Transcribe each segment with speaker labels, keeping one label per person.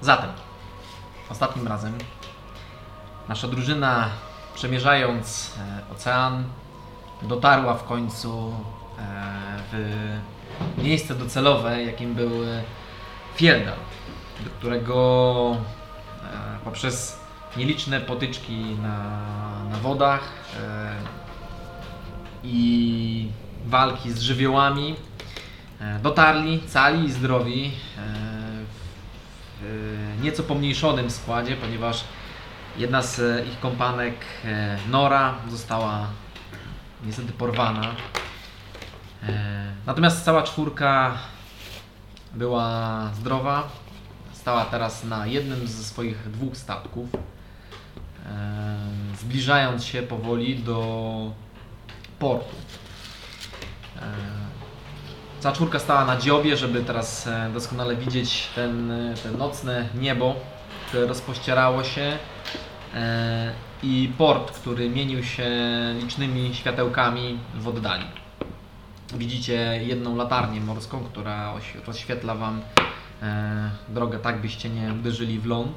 Speaker 1: Zatem, ostatnim razem nasza drużyna, przemierzając ocean, dotarła w końcu w miejsce docelowe, jakim był Fjeldal, do którego poprzez nieliczne potyczki na wodach i walki z żywiołami dotarli cali i zdrowi w nieco pomniejszonym składzie, ponieważ jedna z ich kompanek, Nora, została niestety porwana. Natomiast cała czwórka była zdrowa. Stała teraz na jednym ze swoich 2 statków, zbliżając się powoli do portu. Cała czwórka stała na dziobie, żeby teraz doskonale widzieć ten nocne niebo, które rozpościerało się, i port, który mienił się licznymi światełkami w oddali. Widzicie jedną latarnię morską, która rozświetla Wam drogę, tak byście nie uderzyli w ląd.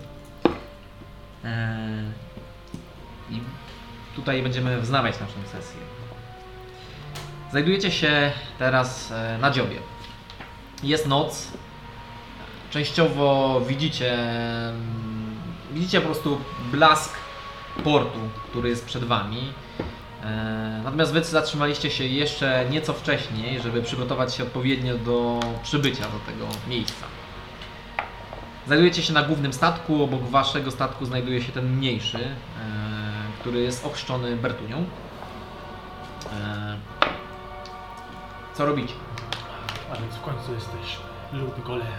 Speaker 1: I tutaj będziemy wznawiać naszą sesję. Znajdujecie się teraz na dziobie. Jest noc. Częściowo widzicie po prostu blask portu, który jest przed Wami. Natomiast Wy zatrzymaliście się jeszcze nieco wcześniej, żeby przygotować się odpowiednio do przybycia do tego miejsca. Znajdujecie się na głównym statku. Obok Waszego statku znajduje się ten mniejszy, który jest ochrzczony Bertunią. Co robicie?
Speaker 2: A więc w końcu jesteś lud golem.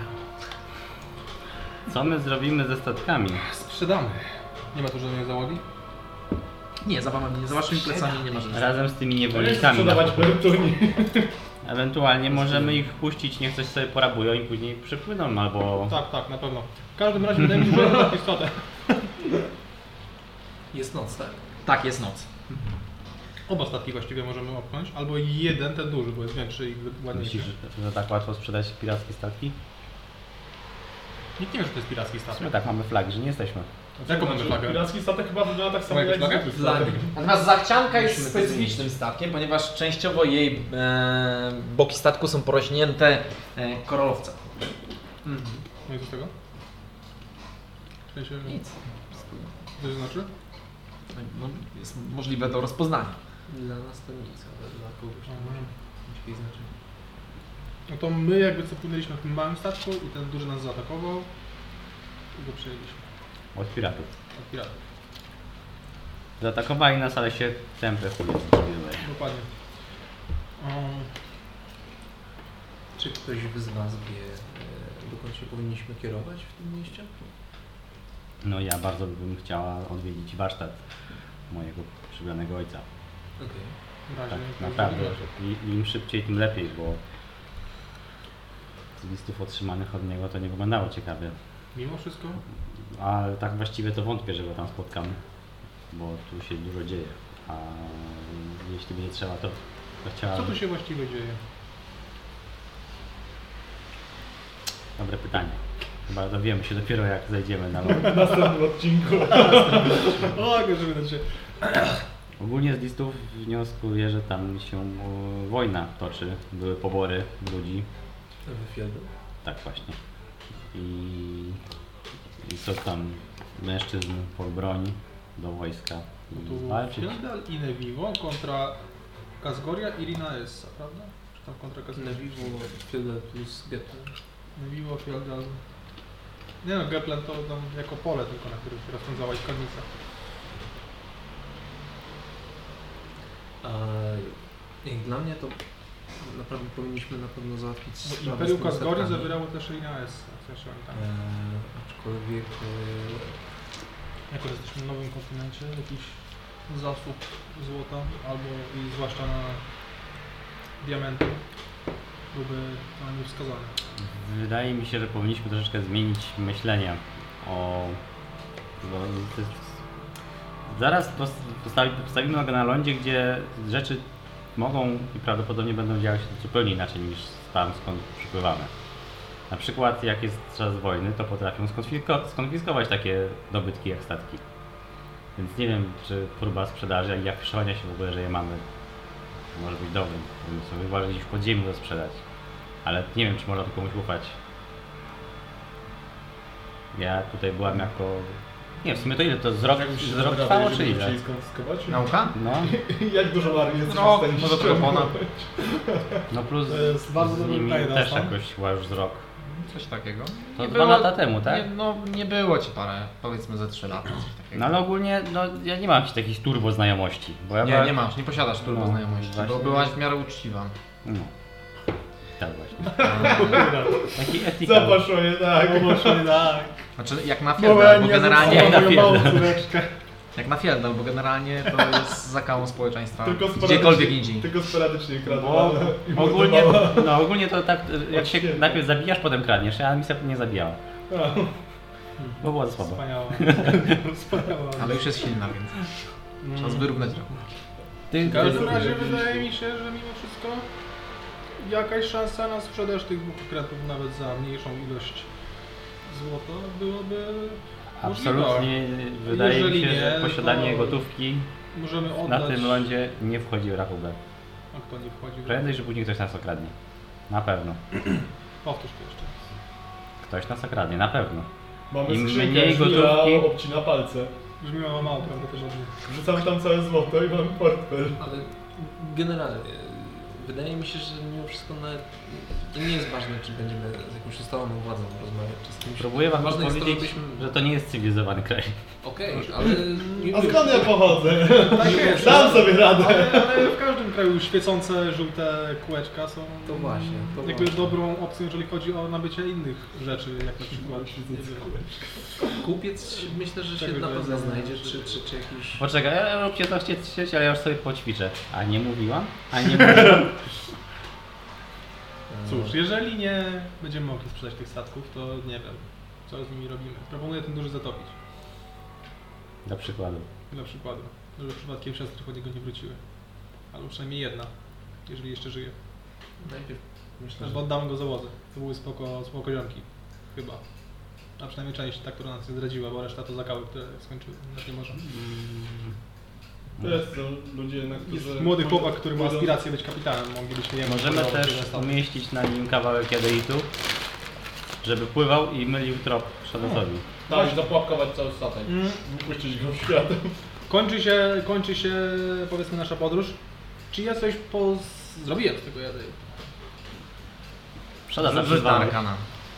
Speaker 3: Co my zrobimy ze statkami?
Speaker 2: Sprzedamy. Nie ma tu żadnej załogi?
Speaker 1: Nie, za Waszymi plecami nie ma żadnych.
Speaker 3: Razem z tymi niewolnikami.
Speaker 2: Sprzedawać Bertuni.
Speaker 3: Ewentualnie możemy ich puścić, niech coś sobie porabują i później przypłyną, albo...
Speaker 2: Tak, na pewno. W każdym razie wydaje mi się, że jest taka istota.
Speaker 4: Jest noc, tak?
Speaker 1: Tak, jest noc.
Speaker 2: Oba statki właściwie możemy opchnąć, albo jeden, ten duży, bo jest większy i ładniejszy.
Speaker 3: Myślisz, że tak łatwo sprzedać pirackie statki?
Speaker 2: Nikt nie wie, że to jest piracki
Speaker 3: W
Speaker 2: statek.
Speaker 3: sumie tak, mamy flagi, że nie jesteśmy.
Speaker 2: Jaką mamy flagę?
Speaker 4: Piracki statek chyba wygląda tak samo
Speaker 2: Ma jakąś
Speaker 4: jak
Speaker 2: flagę?
Speaker 4: zwykły statek.
Speaker 1: Natomiast Zachcianka jest
Speaker 4: Musimy to
Speaker 1: specyficznym statkiem, ponieważ częściowo jej boki statku są porośnięte koralowcem.
Speaker 2: No i co z tego? W sensie...
Speaker 1: Nic.
Speaker 2: Co to znaczy?
Speaker 1: No, jest możliwe do rozpoznania.
Speaker 4: Dla nas to nic, ale dla kogoś to może mieć jakieś znaczenie.
Speaker 2: No to my jakby co płynęliśmy w tym małym statku i ten duży nas zaatakował i go przejęliśmy
Speaker 3: Od piratów.
Speaker 2: od piratów.
Speaker 3: Zaatakowali nas, ale się tępe chuje.
Speaker 2: Dokładnie.
Speaker 4: Czy ktoś z Was wie, dokąd się powinniśmy kierować w tym mieście?
Speaker 3: No ja bardzo bym chciała odwiedzić warsztat mojego przybranego ojca.
Speaker 4: Okej.
Speaker 2: W razie
Speaker 3: Tak, naprawdę. Im szybciej, tym lepiej, bo z listów otrzymanych od niego to nie wyglądało ciekawie.
Speaker 2: Mimo wszystko?
Speaker 3: Ale tak właściwie to wątpię, że go tam spotkam, bo tu się dużo dzieje. A jeśli będzie trzeba, to
Speaker 2: Co
Speaker 3: chciałabym...
Speaker 2: tu się właściwie dzieje?
Speaker 3: Dobre pytanie. Chyba dowiemy się dopiero jak zajdziemy na ląd.
Speaker 4: W następnym odcinku.
Speaker 2: O, żeby na ciebie.
Speaker 3: Ogólnie z listów wnioskuję, że tam się wojna toczy. Były pobory ludzi.
Speaker 4: W Fjeldal?
Speaker 3: Tak właśnie. I co tam? Mężczyzn po broń do wojska. I
Speaker 2: Tu
Speaker 3: walczyć.
Speaker 2: Fjeldal i Nevivo kontra Kazgoria i Rina Essa, prawda? Czy tam kontra Kazgoria?
Speaker 4: Nevivo, Fjeldal plus Geplen.
Speaker 2: Nevivo, Fjeldal. Nie no, Geplen to tam jako pole tylko, na którym się rozpędzała ich konnica.
Speaker 4: A jak dla mnie to naprawdę powinniśmy na pewno załatwić
Speaker 2: Bo
Speaker 4: sprawę z
Speaker 2: Imperium
Speaker 4: tymi
Speaker 2: Kazgorii
Speaker 4: statkami.
Speaker 2: zawierało też Rina Essa. W sensie oni tam.
Speaker 4: Aczkolwiek
Speaker 2: Jako jesteśmy na nowym kontynencie, jakiś zasób złota, albo i zwłaszcza na diamenty, byłby na nie wskazany.
Speaker 3: Wydaje mi się, że powinniśmy troszeczkę zmienić myślenie o... Bo to jest... Zaraz postawimy nogę na lądzie, gdzie rzeczy mogą i prawdopodobnie będą działać zupełnie inaczej niż tam, skąd przypływamy. Na przykład jak jest czas wojny, to potrafią skonfiskować takie dobytki jak statki. Więc nie wiem, czy próba sprzedaży, jak afiszowania się w ogóle, że je mamy, może być dobrym pomysłem. Chyba, że gdzieś w podziemiu to sprzedać. Ale nie wiem, czy można tu komuś ufać. Ja tutaj byłam jako... Nie, w sumie to ile? To z rok trwało, czy ile?
Speaker 1: Nauka?
Speaker 3: No,
Speaker 5: Jak dużo armii jest
Speaker 1: No, może trochę ponad.
Speaker 3: no plus
Speaker 2: To jest bardzo
Speaker 3: z
Speaker 2: dobry
Speaker 3: nimi
Speaker 2: trade-off,
Speaker 3: też
Speaker 2: no.
Speaker 3: jakoś chyba już z rok.
Speaker 1: Coś takiego.
Speaker 3: To
Speaker 1: Nie
Speaker 3: 2 lata temu, tak?
Speaker 1: Nie, no nie było ci parę, powiedzmy ze 3 lata, coś takiego.
Speaker 3: No ale ogólnie, no ja nie mam jakichś takich turbo znajomości. Bo ja
Speaker 1: Nie masz, nie posiadasz turbo
Speaker 3: No,
Speaker 1: znajomości,
Speaker 3: właśnie.
Speaker 1: bo byłaś w miarę uczciwa.
Speaker 3: No. Tak właśnie. Taki etyka.
Speaker 5: Co poszło nie tak?
Speaker 1: Znaczy jak na Fieldal, bo generalnie
Speaker 3: jak na
Speaker 2: moją
Speaker 3: Fieldal.
Speaker 2: małą córeczkę.
Speaker 1: jak na Fieldal, bo generalnie to jest zakałą społeczeństwa.
Speaker 5: Tylko
Speaker 1: Gdziekolwiek indziej.
Speaker 5: Tylko sporadycznie kradł.
Speaker 3: Bo ogólnie to tak, jak się najpierw zabijasz, potem kradniesz, a misja nie zabijała. Bo było za słabo.
Speaker 2: Wspaniała. Wspaniała.
Speaker 1: Ale już jest silna, więc czas wyrównać rachunki.
Speaker 2: W każdym razie wydaje mi się, że mimo wszystko jakaś szansa na sprzedaż tych dwóch kretów nawet za mniejszą ilość złota byłoby możliwa.
Speaker 3: Absolutnie wydaje mi
Speaker 2: Jeżeli
Speaker 3: się, że
Speaker 2: nie,
Speaker 3: posiadanie
Speaker 2: to
Speaker 3: gotówki
Speaker 2: Możemy oddać...
Speaker 3: na tym lądzie nie wchodzi w rachubę.
Speaker 2: A kto nie wchodzi?
Speaker 3: Prędzej, że później ktoś nas okradnie. Na pewno.
Speaker 2: Powtórz to jeszcze.
Speaker 3: Ktoś nas okradnie, na pewno.
Speaker 5: Mamy
Speaker 3: Im
Speaker 5: skrzynkę,
Speaker 3: mniej
Speaker 5: która
Speaker 3: gotówki-
Speaker 5: obcina palce.
Speaker 2: Brzmi mało prawdopodobnie.
Speaker 5: Wrzucamy tam całe złoto i mamy portfel.
Speaker 4: Ale generalnie wydaje mi się, że mimo wszystko to nie jest ważne, czy będziemy z jakąś ustalioną władzą rozmawiać, czy z kimś.
Speaker 3: Próbuję wam
Speaker 4: Ważne jest to,
Speaker 3: powiedzieć,
Speaker 4: żebyśmy...
Speaker 3: że to nie jest cywilizowany kraj.
Speaker 4: Okej, ale...
Speaker 5: A skąd ja pochodzę?
Speaker 2: Tak jest.
Speaker 5: Dam sobie radę.
Speaker 2: Ale w każdym kraju świecące, żółte kółeczka są
Speaker 4: To właśnie, to
Speaker 2: jakby
Speaker 4: właśnie.
Speaker 2: dobrą opcją, jeżeli chodzi o nabycie innych rzeczy, jak na przykład nie wiem,
Speaker 4: Kupiec myślę, że się
Speaker 2: Czego
Speaker 4: na
Speaker 2: to
Speaker 4: pewno
Speaker 2: jest?
Speaker 4: znajdzie, czy jakiś...
Speaker 3: Poczekaj, róbcie to chcieć, ale ja już sobie poćwiczę. A nie mówiłam? A nie mówiłam?
Speaker 2: Cóż, jeżeli nie będziemy mogli sprzedać tych statków, to nie wiem, co z nimi robimy. Proponuję ten duży zatopić,
Speaker 3: Do przykładu.
Speaker 2: dla przykładu, żeby przypadkiem siostry po niego nie wróciły. Albo przynajmniej jedna, jeżeli jeszcze żyje.
Speaker 4: Najpierw myślę,
Speaker 2: Albo oddamy go załodze. To były spoko ziomki. Chyba. A przynajmniej część ta, która nas nie zdradziła, bo reszta to zakały, które skończyły na tym morzu.
Speaker 5: To jest to ludzie, na którzy...
Speaker 2: Jest młody chłopak, który ma aspirację być kapitanem, moglibyśmy jemu
Speaker 3: Możemy
Speaker 2: podarować
Speaker 3: też
Speaker 2: jeden statek.
Speaker 3: umieścić na nim kawałek jadeitu, żeby pływał i mylił trop Shadowsowi.
Speaker 5: Dać zapłapkować cały statek. Wypuścić go w świat.
Speaker 2: Kończy się powiedzmy nasza podróż. Czy ja coś zrobiłem z tego jadeitu?
Speaker 3: Shadowsa
Speaker 1: Rzuć na
Speaker 3: przyzwamy.
Speaker 1: Arkana.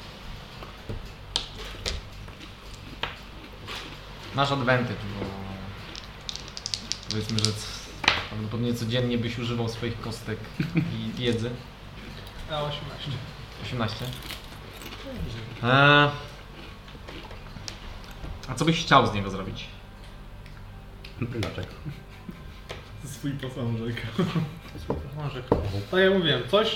Speaker 1: Masz advantage, bo powiedzmy, że prawdopodobnie codziennie byś używał swoich kostek i wiedzy.
Speaker 2: A 18.
Speaker 1: 18. A co byś chciał z niego zrobić?
Speaker 3: Bryloczek.
Speaker 5: Swój posążek.
Speaker 2: Może. Tak jak mówiłem, coś...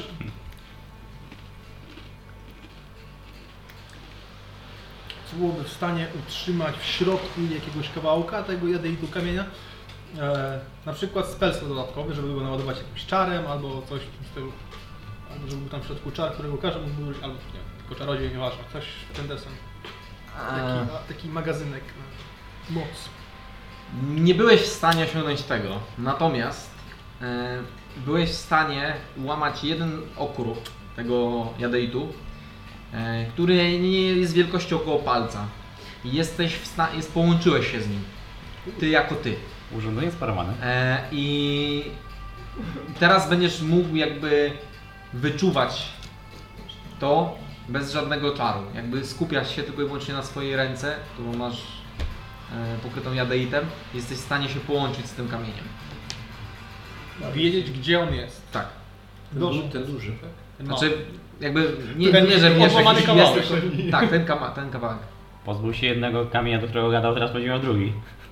Speaker 2: Co byłoby w stanie utrzymać w środku jakiegoś kawałka tego jadeitu kamienia. Na przykład spell dodatkowy, żeby go naładować jakimś czarem albo coś w tym stylu. Albo żeby był tam w środku czar, którego każdy mógł użyć, albo nie, tylko czarodziej, nieważne, coś w ten desen. Taki magazynek na moc.
Speaker 1: Nie byłeś w stanie osiągnąć tego, natomiast byłeś w stanie łamać jeden okrug tego jadeitu, który nie jest wielkości około palca. I jesteś w stanie, połączyłeś się z nim. Ty jako ty.
Speaker 3: Urządzenie sparowane.
Speaker 1: I teraz będziesz mógł jakby wyczuwać to bez żadnego czaru. Jakby skupiać się tylko i wyłącznie na swojej ręce, którą masz pokrytą jadeitem. Jesteś w stanie się połączyć z tym kamieniem.
Speaker 2: Wiedzieć, gdzie on jest.
Speaker 1: Tak.
Speaker 4: Ten duży, tak?
Speaker 2: Ten mały.
Speaker 1: Znaczy jakby nie,
Speaker 2: Ten
Speaker 1: nie że wiesz,
Speaker 2: odłamany
Speaker 1: jakiś
Speaker 2: kawałek.
Speaker 1: jest, tak, ten kawałek.
Speaker 3: Pozbył się jednego kamienia, do którego gadał, teraz będzie miał drugi.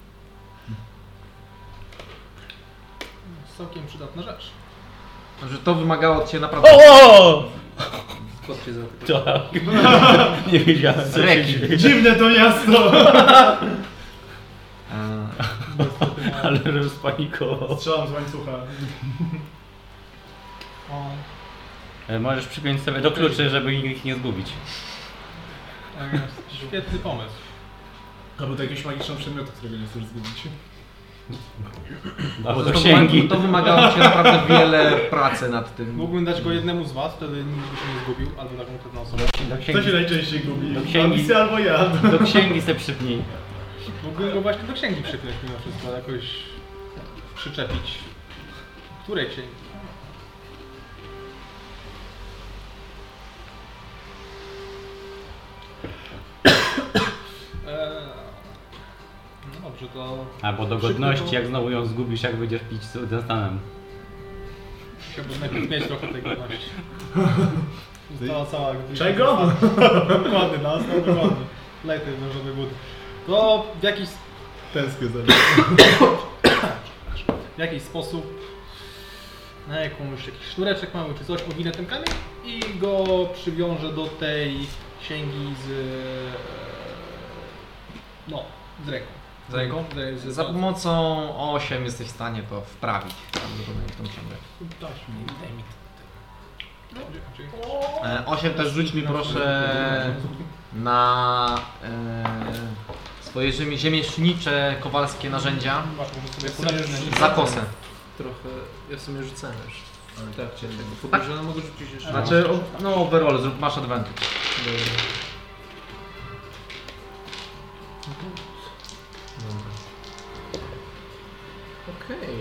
Speaker 2: Całkiem przydatna rzecz.
Speaker 1: Że to wymagało od Ciebie naprawdę
Speaker 4: Kot się
Speaker 3: To... Nie wiedziałem.
Speaker 1: z reki.
Speaker 5: Dziwne to miasto!
Speaker 3: Ale żebym spanikował.
Speaker 5: Strzelam z łańcucha.
Speaker 2: O,
Speaker 3: Możesz przypiąć sobie do kluczy, żeby ich nie zgubić.
Speaker 2: Świetny pomysł.
Speaker 5: Albo do jakiegoś magicznego przedmiotu, którego nie chcesz zgubić.
Speaker 3: Albo do
Speaker 1: Zresztą
Speaker 3: księgi.
Speaker 1: To wymagało się naprawdę wiele pracy nad tym.
Speaker 2: Mógłbym dać go jednemu z was, wtedy nikt by się nie zgubił, albo taką konkretną osobę.
Speaker 3: Do
Speaker 5: Kto się
Speaker 3: księgi,
Speaker 5: najczęściej gubi?
Speaker 3: Do księgi.
Speaker 5: Amisja albo ja.
Speaker 3: do księgi se przypnij.
Speaker 2: Mógłbym go właśnie do księgi przypiąć mimo wszystko, jakoś przyczepić. Której księgi? No dobrze, to
Speaker 3: Albo do godności, jak znowu ją zgubisz, jak będziesz pić z Dunstanem.
Speaker 2: chciałbym najpierw mieć trochę tej godności. Została cała...
Speaker 5: Czego?
Speaker 2: Dokładnie, na ostatni dokładnie. Lej tej wężowej wody. To w
Speaker 5: Tęsknię za nim.
Speaker 2: jakiś sposób na jakiś sznureczek mały czy coś owinę ten kamień i go przywiążę do tej księgi z ręką.
Speaker 1: Z ręką? Za pomocą 8 jesteś w stanie to wprawić prawdopodobnie w tą księgę.
Speaker 2: Daj mi to. No, dziękuję.
Speaker 1: 8 też rzuć mi proszę na swoje rzemieślnicze, kowalskie narzędzia
Speaker 2: Masz, może sobie
Speaker 4: Ja
Speaker 2: poradzić.
Speaker 4: sobie
Speaker 1: za kosę.
Speaker 4: Trochę, ja w sumie rzucałem już. Tak, cię tego podejrzewam, mogę rzucić jeszcze.
Speaker 1: Znaczy, no overall, masz advantage.
Speaker 4: Okej.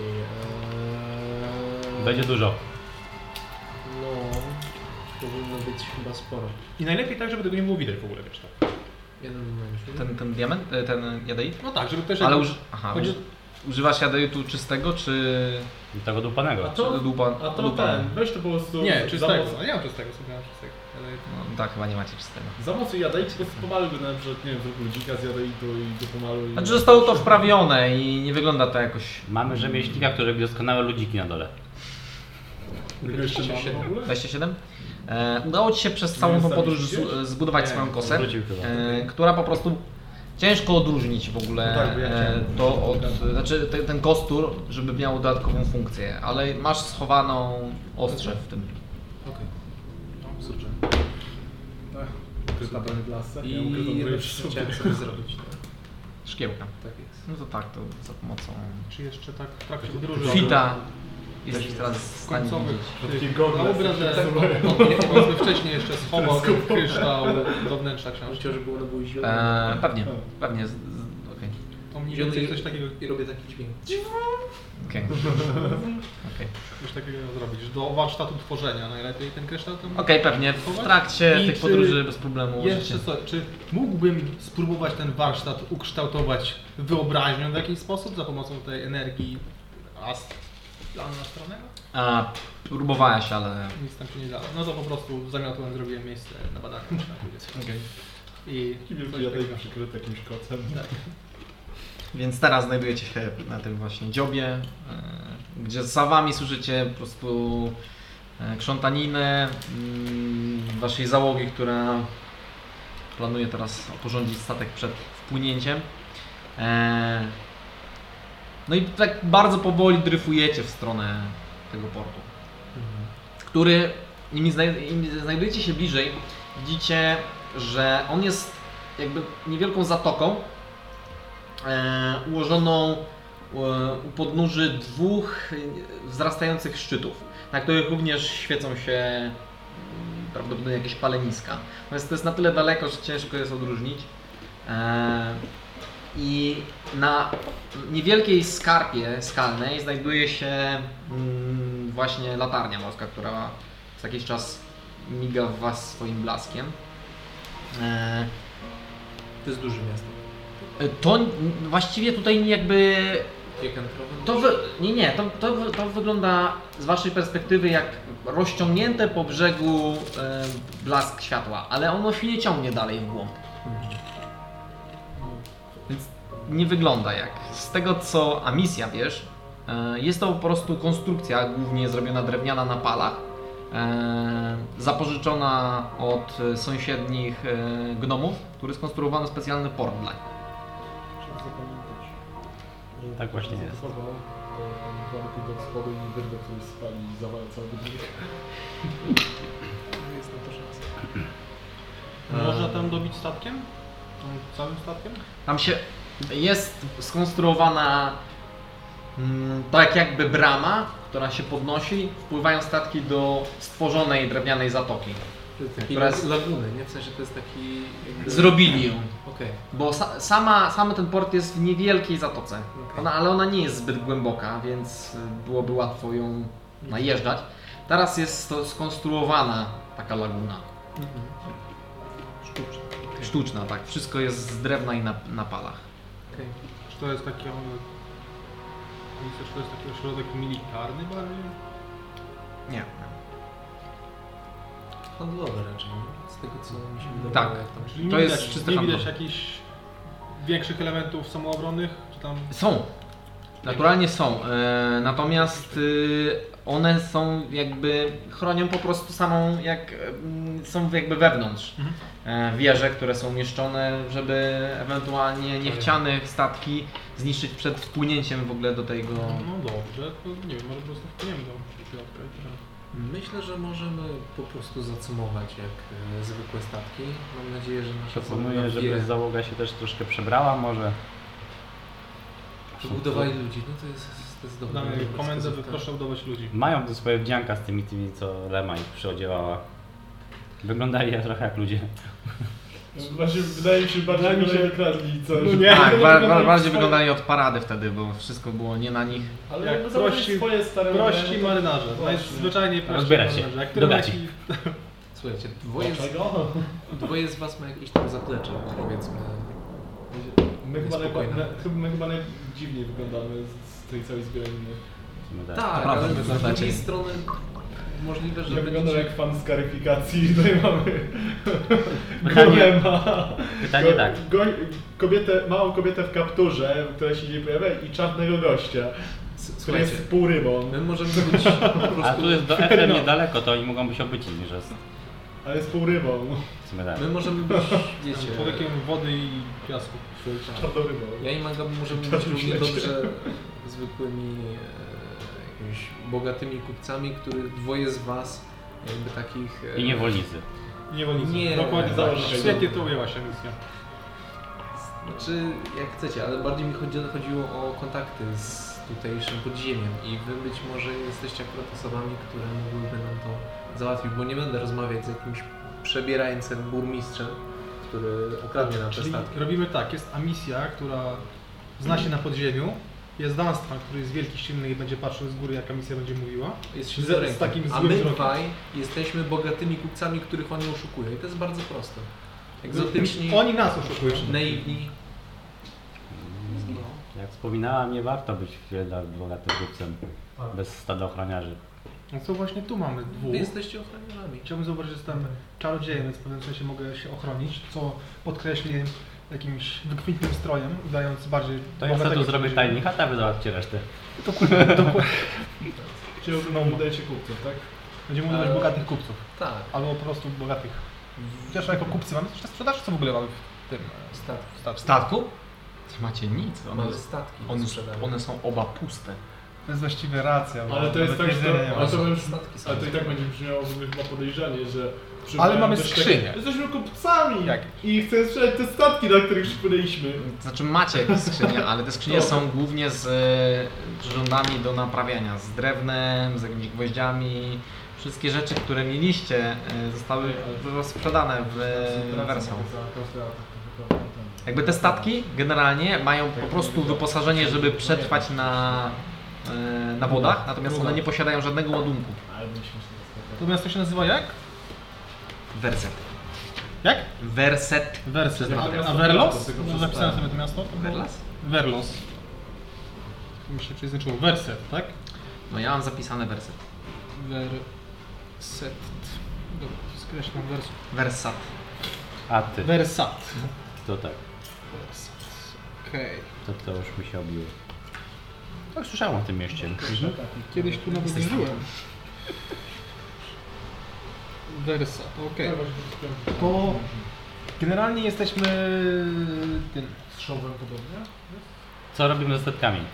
Speaker 3: Będzie dużo.
Speaker 4: No, powinno być chyba sporo.
Speaker 2: I najlepiej tak, żeby tego nie było widać w ogóle, wiesz tak.
Speaker 4: Jeden moment.
Speaker 1: Ten diament, ten jadeit?
Speaker 2: No tak, żeby też...
Speaker 1: Ale
Speaker 2: Aha,
Speaker 1: używasz jadeitu czystego, czy
Speaker 3: Tego dupanego.
Speaker 5: A to-
Speaker 1: dupa?
Speaker 5: A to ten, weź to po prostu...
Speaker 2: Nie, czystego.
Speaker 5: Za
Speaker 2: A nie mam czystego, sobie mam czystego.
Speaker 1: No tak, chyba nie macie czystego.
Speaker 5: mocy jadej, po prostu pomaluj go na przykład, nie wiem, zrób ludzika z jadeitu i go pomaluj.
Speaker 1: Znaczy zostało to wprawione i nie wygląda to jakoś...
Speaker 3: Mamy rzemieślnika, który robi doskonałe ludziki na dole.
Speaker 5: Tego jeszcze mamy w ogóle?
Speaker 1: 27? Udało Ci się przez całą tą podróż zbudować
Speaker 5: Nie,
Speaker 1: swoją kosę,
Speaker 3: wrócił chyba.
Speaker 1: która po prostu ciężko odróżnić w ogóle
Speaker 5: No tak, bo ja chciałem-
Speaker 1: to od, znaczy ten kostur, żeby miał dodatkową funkcję, ale masz schowaną ostrze w tym.
Speaker 4: Okej.
Speaker 2: No, super.
Speaker 5: Ukryta broń w lasce. Ja
Speaker 4: I
Speaker 5: ukrytą broń
Speaker 4: jedno
Speaker 5: w
Speaker 4: co
Speaker 5: sobie.
Speaker 4: chciałem sobie zrobić.
Speaker 1: Szkiełka.
Speaker 4: Tak jest.
Speaker 1: No to tak, to za pomocą
Speaker 2: Czy jeszcze tak w trakcie podróży...
Speaker 1: fita jesteś teraz w
Speaker 2: w
Speaker 1: stanie
Speaker 2: końcowych
Speaker 1: widzieć.
Speaker 2: tych
Speaker 5: gogle
Speaker 2: na obrazach,
Speaker 5: sobie
Speaker 2: powiedzmy wcześniej jeszcze schował ten kryształ do wnętrza książki.
Speaker 4: Chciał, żeby one były zielone.
Speaker 1: Pewnie, okej.
Speaker 2: To mniej więcej coś takiego,
Speaker 4: I robię taki dźwięk.
Speaker 1: Okej. Okej.
Speaker 2: coś takiego zrobić, że do warsztatu tworzenia najlepiej ten kryształ tam...
Speaker 1: Okej, pewnie w trakcie
Speaker 2: I
Speaker 1: tych
Speaker 2: czy
Speaker 1: podróży bez problemu
Speaker 2: Jeszcze co, czy mógłbym spróbować ten warsztat ukształtować wyobraźnią w jakiś sposób za pomocą tej energii astronego?
Speaker 1: A, próbowałeś, ale...
Speaker 2: Nic tam się nie dało. No to po prostu zamiotłem, zrobiłem miejsce na badania.
Speaker 1: Okay.
Speaker 2: I
Speaker 5: I wielki jadejka przykryty jakimś kocem.
Speaker 1: Więc teraz znajdujecie się na tym właśnie dziobie, gdzie za wami słyszycie po prostu krzątaninę waszej załogi, która planuje teraz oporządzić statek przed wpłynięciem. No i tak bardzo powoli dryfujecie w stronę tego portu, który, im znajdujecie się bliżej, widzicie, że on jest jakby niewielką zatoką, ułożoną u podnóży dwóch wzrastających szczytów, na których również świecą się prawdopodobnie jakieś paleniska. Natomiast to jest na tyle daleko, że ciężko jest odróżnić. I na niewielkiej skarpie skalnej znajduje się właśnie latarnia morska, która co jakiś czas miga w was swoim blaskiem.
Speaker 4: To jest duże miasto.
Speaker 1: To właściwie tutaj jakby...
Speaker 4: Piękantrowe?
Speaker 1: To wygląda z waszej perspektywy jak rozciągnięte po brzegu blask światła, ale ono się nie ciągnie dalej w głąb. Więc nie wygląda jak. Z tego co Amisja wiesz, jest to po prostu konstrukcja głównie zrobiona drewniana na palach, zapożyczona od sąsiednich gnomów, który skonstruowano specjalny port dla nich.
Speaker 5: Trzeba zapamiętać.
Speaker 3: Tak właśnie jest.
Speaker 5: Zachował. ewentualnie pójdę od spodu i wyrwę coś spali i zawalę cały budynek.
Speaker 4: Jest na to szansa.
Speaker 2: Można tam dobić statkiem? Całym statkiem?
Speaker 1: Tam się jest skonstruowana tak jakby brama, która się podnosi, wpływają statki do stworzonej drewnianej zatoki.
Speaker 4: Takiej
Speaker 1: Która jest-
Speaker 4: laguny, nie? W sensie to jest taki... jakby-
Speaker 1: Zrobili ją,
Speaker 4: Okej.
Speaker 1: bo samy ten port jest w niewielkiej zatoce,
Speaker 4: Okej.
Speaker 1: ale ona nie jest zbyt głęboka, więc byłoby łatwo ją najeżdżać. Teraz jest to skonstruowana taka laguna. Sztuczna, tak. Wszystko jest z drewna i na palach.
Speaker 4: Okej.
Speaker 2: Czy to jest taki... Czy to jest taki ośrodek militarny bardziej?
Speaker 1: Nie.
Speaker 4: Handlowe raczej, nie? Z tego co mi się wydawało.
Speaker 1: Tak.
Speaker 4: Jak tam...
Speaker 2: Czyli
Speaker 1: To
Speaker 2: nie
Speaker 1: jest
Speaker 2: widać,
Speaker 1: czyste
Speaker 2: nie
Speaker 1: handlowe.
Speaker 2: widać jakichś większych elementów samoobronnych? Czy tam...
Speaker 1: Są. Naturalnie są. Natomiast one są jakby, chronią po prostu samą, są jakby wewnątrz wieże, które są umieszczone, żeby ewentualnie niechciane statki zniszczyć przed wpłynięciem w ogóle do tego.
Speaker 2: No dobrze, to nie wiem, może po prostu wpłyniemy do środka i tyle.
Speaker 4: Myślę, że możemy po prostu zacumować jak zwykłe statki. Mam nadzieję, że nasza
Speaker 3: Proponuję, żeby
Speaker 4: wie,
Speaker 3: załoga się też troszkę przebrała może.
Speaker 4: że udawali ludzi. No to jest dobre.
Speaker 2: Damy
Speaker 4: dobra
Speaker 2: komendę,
Speaker 4: wskazówka.
Speaker 2: proszę udawać ludzi.
Speaker 3: Mają te swoje wdzianka z tymi, co Lema ich przyodziewała. Wyglądali trochę jak ludzie.
Speaker 5: Właśnie wydaje mi się, bardziej mi się wykradli coś.
Speaker 2: No nie.
Speaker 1: Tak, bardziej
Speaker 5: swoje-
Speaker 1: wyglądali od parady wtedy, bo wszystko było nie na nich.
Speaker 5: Ale
Speaker 2: Jak
Speaker 5: jakby założyć
Speaker 2: prości-
Speaker 5: swoje stare
Speaker 2: Prości
Speaker 5: modele, to-
Speaker 2: marynarze,
Speaker 5: Właśnie.
Speaker 2: najzwyczajniej prości
Speaker 3: Rozbierać się.
Speaker 2: marynarze. Jak
Speaker 3: Do
Speaker 2: który
Speaker 3: gaci.
Speaker 4: Słuchajcie,
Speaker 5: Dlaczego?
Speaker 4: dwoje z was ma jakieś tam zaplecze, powiedzmy. Niespokojne.
Speaker 5: My chyba najdziwniej wyglądamy z tej całej zbieraniny.
Speaker 3: W sumie tak.
Speaker 4: Tak,
Speaker 1: prawda,
Speaker 4: ale
Speaker 1: my
Speaker 4: z
Speaker 1: wyglądacie-
Speaker 4: drugiej strony możliwe, że
Speaker 5: Ja wyglądam
Speaker 4: będziecie...
Speaker 5: jak fan z karyfikacji, tutaj mamy
Speaker 3: Pytanie-
Speaker 5: golema.
Speaker 3: Pytanie tak.
Speaker 5: Małą kobietę w kapturze, która się nie pojawia i czarnego gościa, który
Speaker 4: Słuchajcie,
Speaker 5: jest półrybą,
Speaker 4: my możemy być po prostu...
Speaker 3: A tu jest do FM niedaleko, to oni mogą być obyci niż jest.
Speaker 5: ale jest półrybą.
Speaker 3: W sumie tak.
Speaker 4: My możemy być, wiecie...
Speaker 2: Człowiekiem wody i piasku.
Speaker 5: Czarnorybą.
Speaker 4: Ja i Magabi możemy być równie dobrze zwykłymi jakimiś bogatymi kupcami, których dwoje z was jakby takich...
Speaker 3: I niewolnicy.
Speaker 2: Niewolnicy.
Speaker 4: Nie,
Speaker 2: Dokładnie tak.
Speaker 5: założę.
Speaker 2: Świetnie to ujęła się misja.
Speaker 4: Znaczy, jak chcecie, ale bardziej mi chodziło o kontakty z tutejszym podziemiem i wy być może jesteście akurat osobami, które mogłyby nam to załatwić, bo nie będę rozmawiać z jakimś przebierańcem burmistrzem, który okradnie nam te
Speaker 2: Czyli
Speaker 4: statki.
Speaker 2: robimy tak, jest Amisja, która zna się na podziemiu, jest Dunstan, który jest wielki, silny i będzie patrzył z góry, jaka misja będzie mówiła.
Speaker 4: Jesteśmy
Speaker 2: z-
Speaker 4: za
Speaker 2: z
Speaker 4: ręką.
Speaker 2: takim
Speaker 4: A
Speaker 2: złym
Speaker 4: my
Speaker 2: wzrokiem.
Speaker 4: dwaj jesteśmy bogatymi kupcami, których oni oszukują i to jest bardzo proste. Egzotyczni,
Speaker 2: Oni nas oszukują.
Speaker 4: naiwni.
Speaker 3: Jak wspominałam, nie warto być bogatym kupcem bez spadochroniarzy.
Speaker 2: No co właśnie tu mamy
Speaker 4: Wy
Speaker 2: dwóch.
Speaker 4: jesteście ochroniarzami.
Speaker 2: Chciałbym zobaczyć, że jestem czarodziejem, więc w pewnym sensie mogę się ochronić, co podkreśli jakimś wykwintnym strojem, udając bardziej
Speaker 3: To ja sobie tu
Speaker 2: bogatego
Speaker 3: zrobię
Speaker 2: człowieka.
Speaker 3: tajnik, a wy załatwcie resztę.
Speaker 5: Czyli udajecie kupców, tak?
Speaker 2: Będziemy udawać bogatych kupców.
Speaker 4: Tak,
Speaker 2: Albo po prostu bogatych. Chociaż jako kupcy mamy coś na sprzedaż, co w ogóle mamy w tym
Speaker 4: statki.
Speaker 2: statku?
Speaker 1: Statku? Macie nic.
Speaker 4: Mamy statki. do sprzedania.
Speaker 1: One są oba puste.
Speaker 2: To jest właściwie racja. bo
Speaker 5: Ale to jest
Speaker 2: nawet
Speaker 5: tak, że
Speaker 2: jedzenia nie
Speaker 5: to,
Speaker 2: ma.
Speaker 5: ale to, będzie,
Speaker 4: Statki są.
Speaker 5: ale to i tak będzie brzmiało w ogóle chyba podejrzanie, że...
Speaker 2: Ale mamy
Speaker 5: też
Speaker 2: skrzynię.
Speaker 5: tak, jesteśmy kupcami
Speaker 2: Jak?
Speaker 5: i chcemy sprzedać te statki, na których przypłynęliśmy.
Speaker 1: Znaczy macie jakieś skrzynie, ale te skrzynie są głównie z przyrządami do naprawiania, z drewnem, z jakimiś gwoździami. Wszystkie rzeczy, które mieliście, zostały sprzedane w Wersał. Jakby te statki generalnie mają po prostu wyposażenie, żeby przetrwać na wodach, natomiast one nie posiadają żadnego ładunku.
Speaker 5: Ale byliśmy się
Speaker 2: To miasto się nazywa jak?
Speaker 1: Werset.
Speaker 2: Jak?
Speaker 1: Werset.
Speaker 2: Werset.
Speaker 1: Przez
Speaker 2: A Verlos? No, zapisałem sobie to miasto. To było-
Speaker 1: Verlas?
Speaker 2: Verlos. Myślę, czy znaczyło Werset, tak?
Speaker 1: No ja mam zapisane werset.
Speaker 2: Werset. Dobra, skreślam wersut.
Speaker 1: Versat.
Speaker 3: A ty,
Speaker 2: Versat.
Speaker 3: to tak.
Speaker 2: Versat. Okej.
Speaker 3: To już mi się obiło. Tak, słyszałem o tym mieście.
Speaker 2: Kiedyś tu nawet
Speaker 1: Jesteś
Speaker 2: żyłem. Versat, okej. To generalnie jesteśmy tym.
Speaker 5: z szowem podobnie.
Speaker 3: Co robimy ze statkami?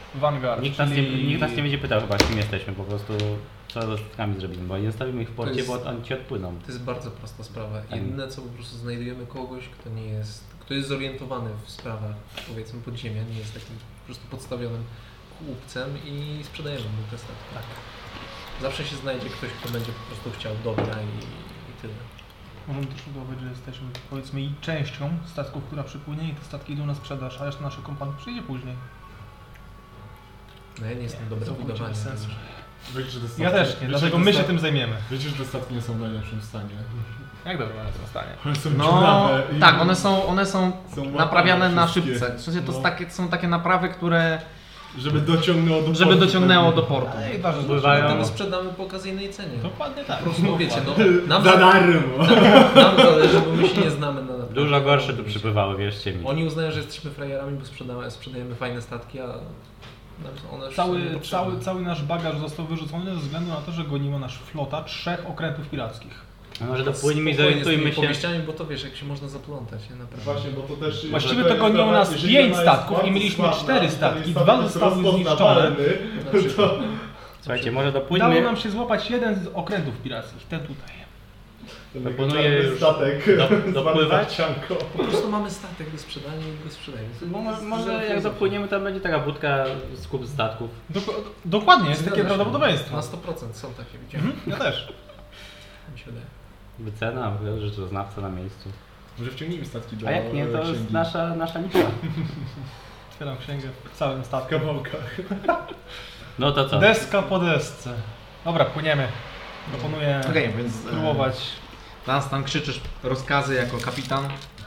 Speaker 2: Vanguard.
Speaker 3: Nikt nas nie będzie pytał chyba, kim jesteśmy, po prostu co ze statkami zrobimy, bo nie zostawimy ich w porcie, bo oni ci odpłyną.
Speaker 4: To jest bardzo prosta sprawa. Jedyne co po prostu znajdujemy kogoś, kto jest zorientowany w sprawach, powiedzmy, podziemia, nie jest takim po prostu podstawionym kupcem i sprzedajemy mu te statki.
Speaker 2: Tak.
Speaker 4: Zawsze się znajdzie ktoś, kto będzie po prostu chciał dobra i tyle.
Speaker 2: Możemy też udawać, że jesteśmy, powiedzmy, i częścią statków, która przypłynie i te statki idą na sprzedaż, a reszta naszych kompanii przyjdzie później.
Speaker 4: No ja nie jestem dobry w
Speaker 2: całkowicie
Speaker 4: budowaniu.
Speaker 2: bez sensu.
Speaker 5: Wiecie, że te statki,
Speaker 2: Ja też nie, dlatego my się tym zajmiemy.
Speaker 5: Wiecie, że te statki nie są w najlepszym stanie.
Speaker 2: Jak dobrze one są w stanie?
Speaker 5: One są
Speaker 1: No
Speaker 5: dziurawe i
Speaker 1: tak, one są
Speaker 5: są
Speaker 1: naprawiane na
Speaker 5: wszystkie.
Speaker 1: szybce. W sensie to
Speaker 5: No.
Speaker 1: są takie naprawy, które
Speaker 5: Żeby dociągnęło do
Speaker 1: żeby
Speaker 5: portu.
Speaker 1: dociągnęło do portu.
Speaker 2: Ej, ważne,
Speaker 3: Pływają.
Speaker 4: Dlatego sprzedamy po okazyjnej cenie.
Speaker 2: Dokładnie tak.
Speaker 4: Po prostu wiecie, no, nam,
Speaker 5: Za darmo!
Speaker 4: nam zależy, bo my się nie znamy na naprawdę.
Speaker 3: Dużo gorsze tu przypływały, wierzcie mi.
Speaker 4: Oni uznają, że jesteśmy frajerami, bo sprzedajemy fajne statki, a one już są niepotrzebne.
Speaker 2: Cały nasz bagaż został wyrzucony ze względu na to, że goniła nasz flota 3 okrętów pirackich.
Speaker 3: No może dopłyniemy i
Speaker 4: Spokojnie z tymi
Speaker 3: zorientujmy się.
Speaker 4: powieściami, bo to wiesz, jak się można zaplątać, nie? Naprawdę.
Speaker 5: Właśnie, bo to też...
Speaker 2: Właściwie
Speaker 5: że
Speaker 2: to goniło
Speaker 5: sprawa,
Speaker 2: nas
Speaker 5: jeżeli
Speaker 2: 5
Speaker 5: ona jest
Speaker 2: statków i
Speaker 5: bardzo
Speaker 2: mieliśmy
Speaker 5: sławna,
Speaker 2: 4
Speaker 5: i
Speaker 2: statki,
Speaker 5: ten
Speaker 2: 2
Speaker 5: statek
Speaker 2: zostały
Speaker 5: jest
Speaker 2: zniszczone.
Speaker 5: rozpoznawalny, to...
Speaker 3: Słuchajcie, może
Speaker 2: Udało
Speaker 3: dopłyńmy.
Speaker 2: nam się złapać jeden z okrętów pirackich, ten tutaj.
Speaker 5: Ten
Speaker 3: Proponuję
Speaker 5: legendarny
Speaker 3: już
Speaker 5: statek
Speaker 3: dopływać.
Speaker 5: Cianko.
Speaker 4: Po prostu mamy statek do sprzedania i go sprzedajemy.
Speaker 3: Bo może jak dopłyniemy, to będzie taka budka z kup statków.
Speaker 2: Dokładnie, jest
Speaker 4: Zgadza
Speaker 2: takie
Speaker 4: się.
Speaker 2: prawdopodobieństwo.
Speaker 4: Na 100% są takie, widziałem.
Speaker 2: Ja też.
Speaker 4: Mi się wydaje.
Speaker 3: Wycena, rzeczoznawca na miejscu.
Speaker 5: Może wciągnijmy statki do
Speaker 3: A jak nie, to jest
Speaker 5: księgi.
Speaker 3: nasza liczba.
Speaker 2: Otwieram księgę w całym statku.
Speaker 5: W kawałkach.
Speaker 3: No to co?
Speaker 2: Deska po desce. Dobra, płyniemy. Proponuję
Speaker 1: Okej, więc
Speaker 2: spróbować.
Speaker 1: teraz tam krzyczysz rozkazy jako kapitan.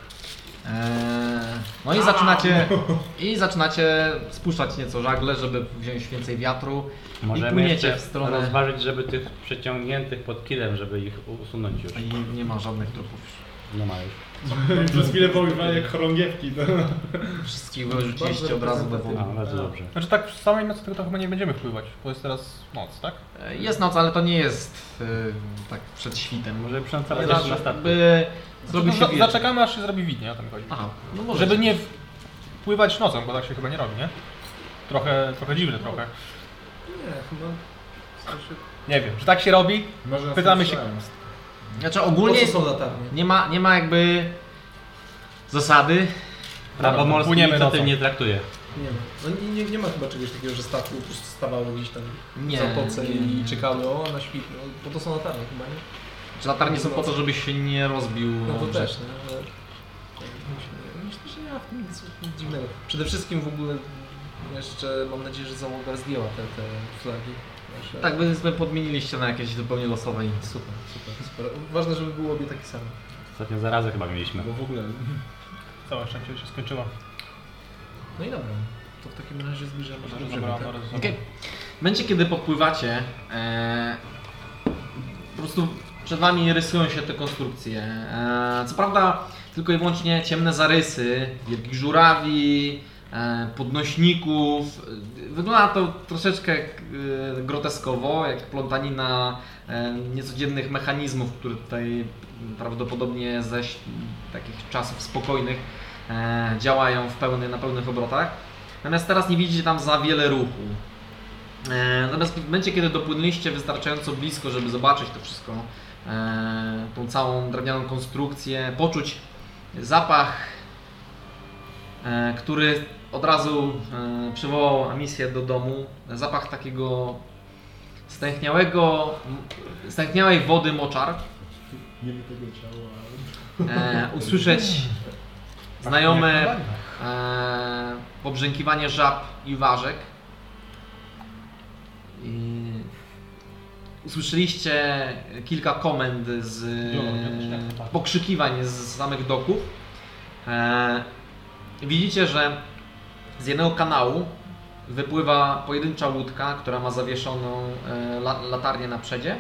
Speaker 1: No i zaczynacie spuszczać nieco żagle, żeby wziąć więcej wiatru. I
Speaker 3: Możemy
Speaker 1: płyniecie
Speaker 3: jeszcze
Speaker 1: w stronę.
Speaker 3: rozważyć, żeby tych przeciągniętych pod kilem, żeby ich usunąć już.
Speaker 1: I nie ma żadnych trupów.
Speaker 3: Nie ma już.
Speaker 5: Przez chwilę poływali jak chorągiewki. No.
Speaker 1: Wszystkich wyrzuciliście od razu do wody.
Speaker 3: A, bardzo dobrze.
Speaker 2: Znaczy tak w samej nocy to chyba nie będziemy wpływać, bo jest teraz noc, tak?
Speaker 1: Jest noc, ale to nie jest tak przed świtem.
Speaker 3: Może przenocować
Speaker 1: Znaczy,
Speaker 3: jeszcze na statku.
Speaker 1: jakby zrobi się wieczór.
Speaker 2: Zaczekamy aż się zrobi widnie, o to mi chodzi.
Speaker 1: Aha, no może.
Speaker 2: Żeby nie wpływać nocą, bo tak się chyba nie robi, nie? Trochę dziwne trochę.
Speaker 4: Nie, chyba...
Speaker 2: Nie wiem, czy tak się robi?
Speaker 5: Może nas
Speaker 2: Pytamy się-
Speaker 5: słyszałem.
Speaker 1: Znaczy
Speaker 4: Po
Speaker 1: ogólnie
Speaker 4: co są latarnie?
Speaker 1: nie ma jakby zasady.
Speaker 3: Prawo morskie
Speaker 2: płyniemy
Speaker 3: nic o
Speaker 2: nocą.
Speaker 3: tym nie traktuje.
Speaker 4: Nie ma. No nie ma chyba czegoś takiego, że statki po prostu stawały gdzieś tam
Speaker 1: Nie,
Speaker 4: w zatoce
Speaker 1: nie.
Speaker 4: i czekały na świt. No, po to są latarnie chyba, nie?
Speaker 1: Czy latarnie są po to, żebyś się nie rozbił.
Speaker 4: No to
Speaker 1: o
Speaker 4: też,
Speaker 1: brzeg.
Speaker 4: nie? Ale... Myślę, że nie ma w tym nic dziwnego. Przede wszystkim w ogóle jeszcze mam nadzieję, że załoga zdjęła te flagi. Nasze.
Speaker 1: Tak, wy podmieniliście na jakieś zupełnie losowe i
Speaker 4: Super. Ważne, żeby były obie takie same.
Speaker 3: Ostatnio zarazę chyba mieliśmy.
Speaker 5: Bo w ogóle...
Speaker 2: Cała szczęście się skończyła.
Speaker 4: No i dobra. To w takim razie zbliżamy się do brzegu,
Speaker 2: Dobra,
Speaker 4: tak?
Speaker 1: Okej. W momencie, kiedy podpływacie, po prostu przed wami rysują się te konstrukcje. Co prawda tylko i wyłącznie ciemne zarysy, wielkich żurawi, podnośników. Wygląda to troszeczkę groteskowo, jak plątanina niecodziennych mechanizmów, które tutaj prawdopodobnie ze takich czasów spokojnych działają na pełnych obrotach. Natomiast teraz nie widzicie tam za wiele ruchu. Natomiast w momencie, kiedy dopłynęliście wystarczająco blisko, żeby zobaczyć to wszystko, tą całą drewnianą konstrukcję, poczuć zapach, który od razu przywołał Amisję do domu, zapach takiego stęchniałej wody moczar,
Speaker 5: Nie mi tego ciała.
Speaker 1: usłyszeć znajome pobrzękiwanie żab i ważek. I usłyszeliście kilka komend pokrzykiwań z samych doków. Widzicie, że z jednego kanału wypływa pojedyncza łódka, która ma zawieszoną latarnię na przedzie,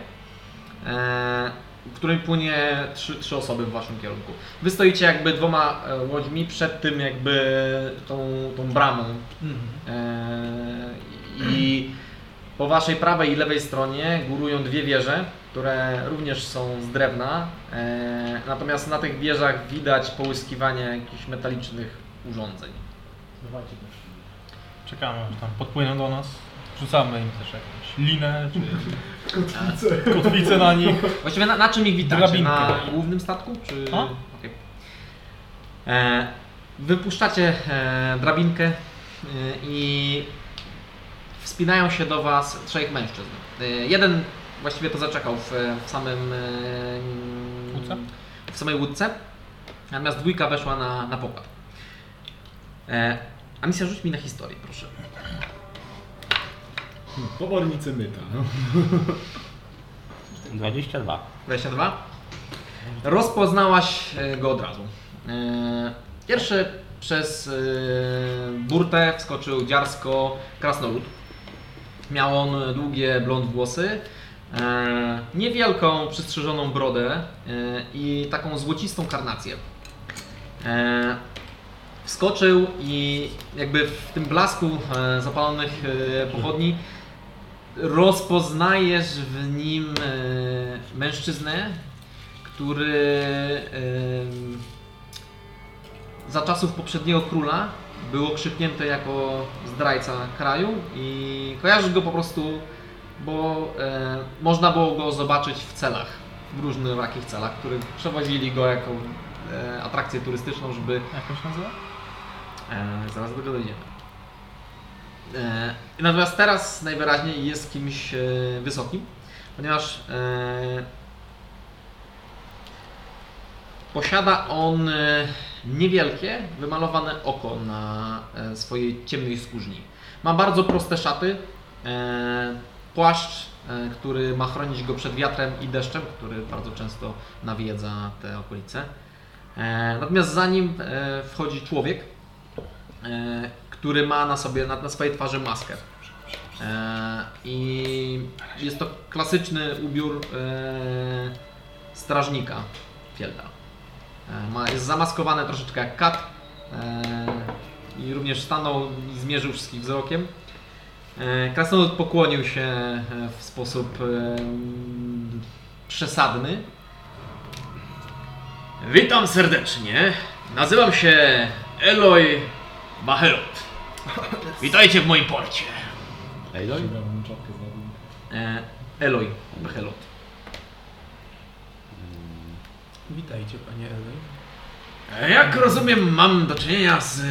Speaker 1: w której płynie trzy osoby w waszym kierunku. Wy stoicie jakby dwoma łodźmi przed tym jakby tą bramą. I po waszej prawej i lewej stronie górują dwie wieże, które również są z drewna, natomiast na tych wieżach widać połyskiwanie jakichś metalicznych urządzeń.
Speaker 5: Dawajcie też.
Speaker 2: Czekamy, aż tam podpłyną do nas. Rzucamy im też jakąś linę, czy kotwicę na nich.
Speaker 1: Właściwie na czym ich witacie?
Speaker 2: Drabinkę.
Speaker 1: Na głównym statku? Czy...
Speaker 2: A?
Speaker 1: Okej. Wypuszczacie drabinkę i wspinają się do was 3 mężczyzn. Jeden właściwie to zaczekał w samym
Speaker 2: Łódce?
Speaker 1: w samej łódce, natomiast 2 weszła na pokład. A misja, rzuć mi na historię, proszę.
Speaker 5: Pobornicy myta. No.
Speaker 3: 22.
Speaker 1: 22. Rozpoznałaś go od razu. Pierwszy przez burtę wskoczył dziarsko krasnolud. Miał on długie blond włosy, niewielką przystrzyżoną brodę i taką złocistą karnację. Wskoczył i jakby w tym blasku zapalonych pochodni rozpoznajesz w nim mężczyznę, który za czasów poprzedniego króla był okrzyknięty jako zdrajca kraju i kojarzysz go po prostu, bo można było go zobaczyć w celach, w różnych takich celach, które przewozili go jako atrakcję turystyczną, żeby...
Speaker 2: Jak to się nazywa?
Speaker 1: Zaraz do tego dojdziemy. Natomiast teraz najwyraźniej jest kimś wysokim, ponieważ posiada on niewielkie, wymalowane oko na swojej ciemnej skórzni. Ma bardzo proste szaty, płaszcz, który ma chronić go przed wiatrem i deszczem, który bardzo często nawiedza te okolice. Natomiast za nim wchodzi człowiek, który ma na sobie, na swojej twarzy maskę. I jest to klasyczny ubiór strażnika Fjelda. Jest zamaskowany troszeczkę jak kat i również stanął i zmierzył wszystkich wzrokiem. Krasnolud pokłonił się w sposób przesadny. Witam serdecznie. Nazywam się Eloy Bahelot. Witajcie w moim porcie.
Speaker 3: Ejloj?
Speaker 5: Ściągam czapkę z nogi.
Speaker 1: Eloy Bahelot.
Speaker 4: Witajcie, panie Elej.
Speaker 1: Jak rozumiem, mam do czynienia z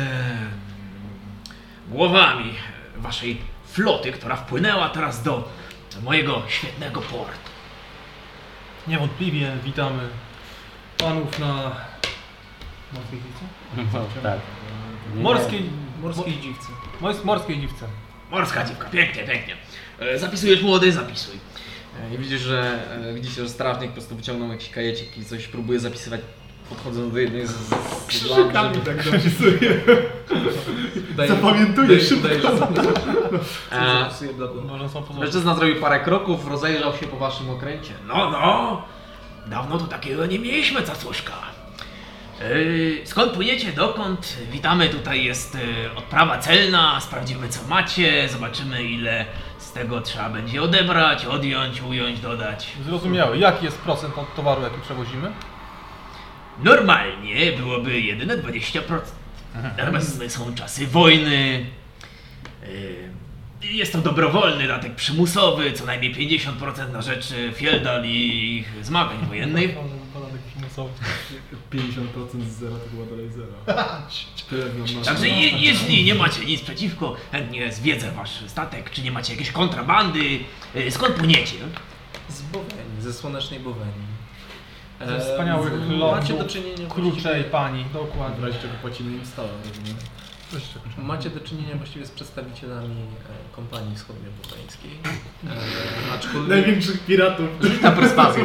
Speaker 1: głowami waszej floty, która wpłynęła teraz do mojego świetnego portu.
Speaker 2: Niewątpliwie witamy panów na morskiej dziwce?
Speaker 3: Tak.
Speaker 4: Morskiej dziwce.
Speaker 2: Morskiej dziwce.
Speaker 1: Morska dziwka, pięknie, pięknie. Zapisujesz, młody, zapisuj. I widzicie, że strażnik po prostu wyciągnął jakiś kajecik i coś próbuje zapisywać, podchodząc do jednej z
Speaker 5: Krzykami tak zapisuję. Zapamiętuję szybko.
Speaker 4: Zapisuję bladło.
Speaker 2: Może są pozory.
Speaker 1: Mężczyzna zrobił parę kroków, rozejrzał się po waszym okręcie. No, dawno tu takiego nie mieliśmy, cacuszka. Skąd płyniecie, dokąd? Witamy, tutaj jest odprawa celna, sprawdzimy co macie, zobaczymy ile z tego trzeba będzie odebrać, odjąć, ująć, dodać.
Speaker 2: Zrozumiałe. Jaki jest procent od towaru, jaki przewozimy?
Speaker 1: Normalnie byłoby jedyne 20%. Natomiast są czasy wojny. Jest to dobrowolny datek przymusowy, co najmniej 50% na rzecz Fjeldal i ich zmagań wojennych.
Speaker 2: Podatek przymusowy.
Speaker 5: 50% z zera to była dalej zero.
Speaker 1: Także jeśli nie macie nic przeciwko, chętnie zwiedzę wasz statek, czy nie macie jakiejś kontrabandy, skąd płyniecie?
Speaker 4: Z Bowenii, ze słonecznej Bowenii.
Speaker 2: Ze wspaniałych
Speaker 4: Macie
Speaker 2: lotów,
Speaker 4: do czynienia
Speaker 2: kruczej pani,
Speaker 5: W
Speaker 2: dokładnie.
Speaker 5: razie czego płacimy im stałe, rozumiem.
Speaker 4: Macie do czynienia właściwie z przedstawicielami kompanii wschodnio-boweńskiej. Aczkolwiek...
Speaker 5: Największych piratów.
Speaker 1: Na perswazję.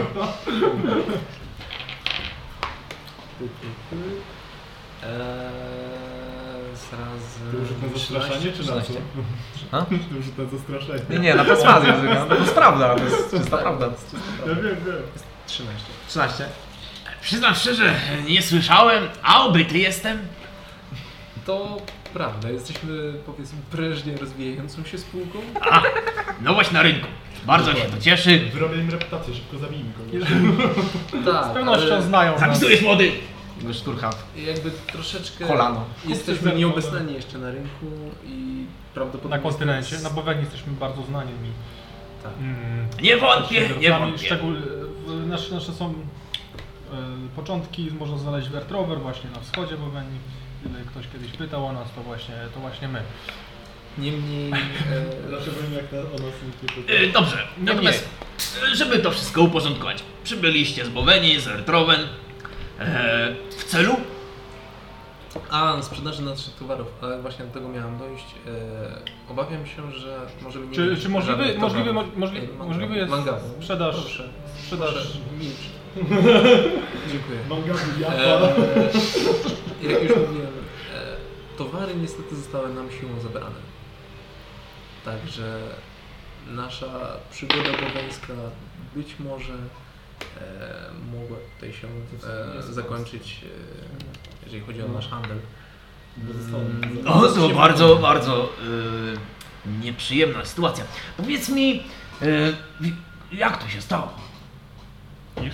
Speaker 5: To już na zastraszanie, czy na co?
Speaker 1: A?
Speaker 5: To już na zastraszanie.
Speaker 1: Nie, na perswazję. To jest prawda, to jest czysta prawda.
Speaker 5: Ja wiem.
Speaker 4: 13.
Speaker 1: 13. Przyznam szczerze, nie słyszałem, a obyty jestem.
Speaker 4: To prawda, jesteśmy powiedzmy prężnie rozwijającą się spółką.
Speaker 1: No właśnie na rynku. Bardzo się to cieszy.
Speaker 5: Wyrobię im reputację, szybko zabijmy kogoś.
Speaker 4: Tak,
Speaker 2: Z pewnością znają nas.
Speaker 1: Zapisujesz, młody? szturcha
Speaker 4: Jakby troszeczkę
Speaker 1: kolano.
Speaker 4: jesteśmy nieobecni jeszcze na rynku i prawdopodobnie...
Speaker 2: Na kontynencie, na Bowenii jesteśmy bardzo znani.
Speaker 4: Tak.
Speaker 6: Nie wątpię, nie wątpię.
Speaker 2: Nasze są początki, można znaleźć Wert Rover właśnie na wschodzie Bowenii. Gdyby ktoś kiedyś pytał o nas, to właśnie my.
Speaker 4: Niemniej...
Speaker 5: Zawsze powiem jak o nas nikt nie pyta.
Speaker 6: Dobrze, natomiast żeby to wszystko uporządkować, przybyliście z Bowenii, z Ertrowen w celu?
Speaker 4: Sprzedaży naszych towarów, ale właśnie do tego miałem dojść. Obawiam się, że może by nie
Speaker 2: Czy
Speaker 4: mieć
Speaker 2: możliwy jest
Speaker 4: Mangabu.
Speaker 2: sprzedaż?
Speaker 4: Proszę, milcz. Dziękuję.
Speaker 5: Mangabu japa.
Speaker 4: Jak już mówiłem, towary niestety zostały nam siłą zabrane. Także nasza przygoda boweńska być może mogła tutaj się zakończyć, jeżeli chodzi o nasz handel.
Speaker 6: O, to bardzo, bardzo nieprzyjemna sytuacja. Powiedz mi, jak to się stało?
Speaker 2: Iż?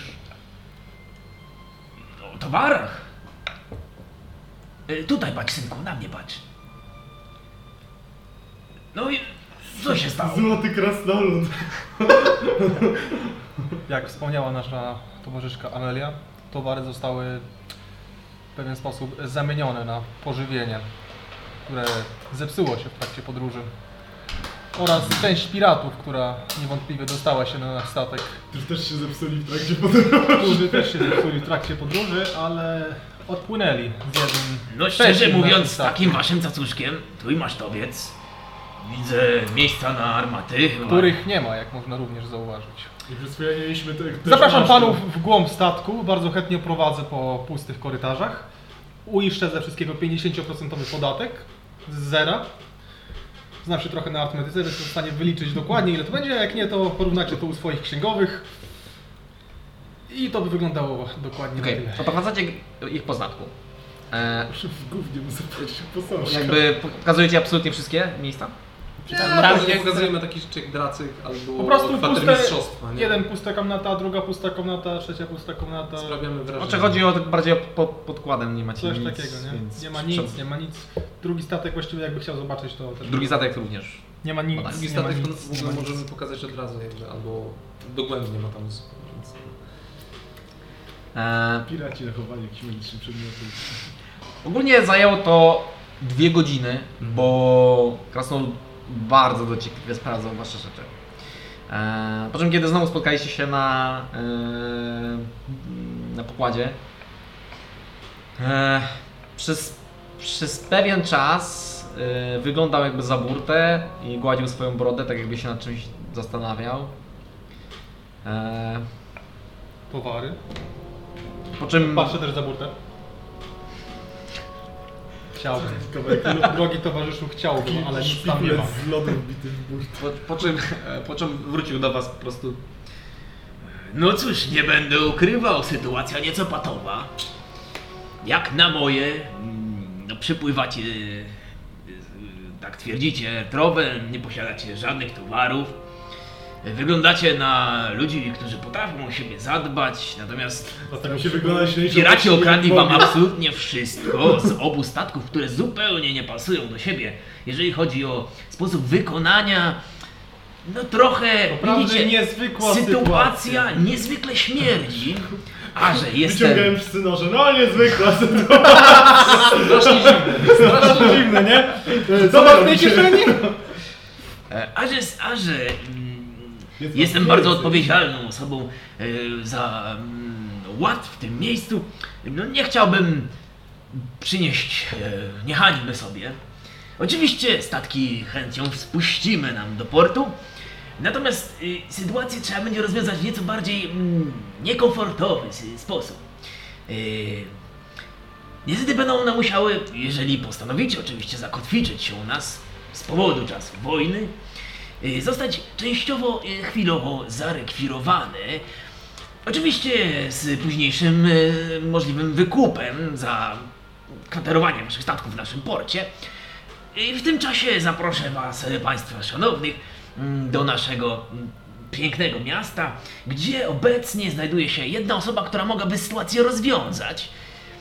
Speaker 6: O towarach. Tutaj patrz, synku, na mnie patrz. No i co się stało?
Speaker 5: Złoty krasnolud.
Speaker 2: Jak wspomniała nasza towarzyszka Amelia, towary zostały w pewien sposób zamienione na pożywienie, które zepsuło się w trakcie podróży. Oraz część piratów, która niewątpliwie dostała się na nasz statek.
Speaker 5: Którzy też się zepsuli w trakcie podróży.
Speaker 2: Którzy też się zepsuli w trakcie podróży, ale odpłynęli z jednym.
Speaker 6: No szczerze
Speaker 2: trzecim
Speaker 6: mówiąc,
Speaker 2: naszych
Speaker 6: z
Speaker 2: statków,
Speaker 6: takim waszym cacuszkiem, tu i masz towiec. Widzę miejsca na armaty.
Speaker 2: których nie ma, jak można również zauważyć.
Speaker 5: I przyswojiliśmy te...
Speaker 2: Zapraszam panów w głąb statku, bardzo chętnie prowadzę po pustych korytarzach. Uiszczę ze wszystkiego 50% podatek z zera. Znam się trochę na arytmetyce, więc jestem w stanie wyliczyć dokładnie ile to będzie, jak nie to porównacie to u swoich księgowych. I to by wyglądało dokładnie
Speaker 1: Okej,
Speaker 2: na tyle.
Speaker 1: oprowadzacie ich po statku.
Speaker 5: Muszę w gównie mu zapłacić posążkę.
Speaker 1: Jakby pokazujecie absolutnie wszystkie miejsca?
Speaker 4: Nie pokazujemy taki rzeczy jak Dracyk albo
Speaker 2: Po prostu
Speaker 4: kwatermistrzostwa, nie?
Speaker 2: jeden pusta komnata, druga pusta komnata, trzecia pusta komnata.
Speaker 4: Sprawiamy wrażenie.
Speaker 1: Znaczy chodzi o bardziej o podkładem, nie macie
Speaker 2: Coś
Speaker 1: nic.
Speaker 2: takiego, nie?
Speaker 1: Więc
Speaker 2: Nie ma nic, nie ma nic. Drugi statek właściwie jakby chciał zobaczyć to też.
Speaker 1: Drugi statek również.
Speaker 2: Nie ma nic,
Speaker 4: Drugi
Speaker 2: nie ma
Speaker 4: statek
Speaker 2: nic.
Speaker 4: to możemy pokazać od razu jakby, albo dogłębnie ma tam więc...
Speaker 5: Piraci zachowali jakieś magiczne przedmioty.
Speaker 1: Ogólnie zajęło to 2 godziny, bo Krasnolud bardzo dociekliwie sprawdzał wasze rzeczy. Po czym kiedy znowu spotkaliście się na pokładzie, przez pewien czas wyglądał jakby za burtę i gładził swoją brodę, tak jakby się nad czymś zastanawiał.
Speaker 2: Towary.
Speaker 1: Po czym
Speaker 2: Patrzę też za burtę. Chciałbym. Drogi towarzyszu, chciałbym, ale nic tam nie ma.
Speaker 5: z lodu wbity w burt.
Speaker 1: po czym wrócił do was po prostu.
Speaker 6: No cóż, nie będę ukrywał, sytuacja nieco patowa. Jak na moje, no przypływacie, tak twierdzicie, Ertrowen, nie posiadacie żadnych towarów. Wyglądacie na ludzi, którzy potrafią o siebie zadbać, natomiast
Speaker 5: Dlatego się wygląda silniejsze.
Speaker 6: piraci okradli wam absolutnie wszystko z obu statków, które zupełnie nie pasują do siebie. Jeżeli chodzi o sposób wykonania, no trochę,
Speaker 2: Naprawdę
Speaker 6: widzicie,
Speaker 2: niezwykła
Speaker 6: sytuacja niezwykle śmierdzi, a że jestem...
Speaker 5: Wyciągałem wszyscy noże, no niezwykła sytuacja. Strasznie dziwne, nie?
Speaker 2: Zobacz mnie kieszeni!
Speaker 6: Jestem bardzo odpowiedzialną osobą za ład w tym miejscu. No, nie chciałbym przynieść niehańby sobie. Oczywiście statki chęcią spuścimy nam do portu, natomiast sytuację trzeba będzie rozwiązać w nieco bardziej niekomfortowy sposób. Niestety będą nam musiały, jeżeli postanowicie oczywiście zakotwiczyć się u nas z powodu czasu wojny, zostać częściowo, chwilowo zarekwirowane. Oczywiście z późniejszym możliwym wykupem za kwaterowanie waszych statków w naszym porcie. I w tym czasie zaproszę was, państwa szanownych, do naszego pięknego miasta, gdzie obecnie znajduje się jedna osoba, która mogłaby sytuację rozwiązać.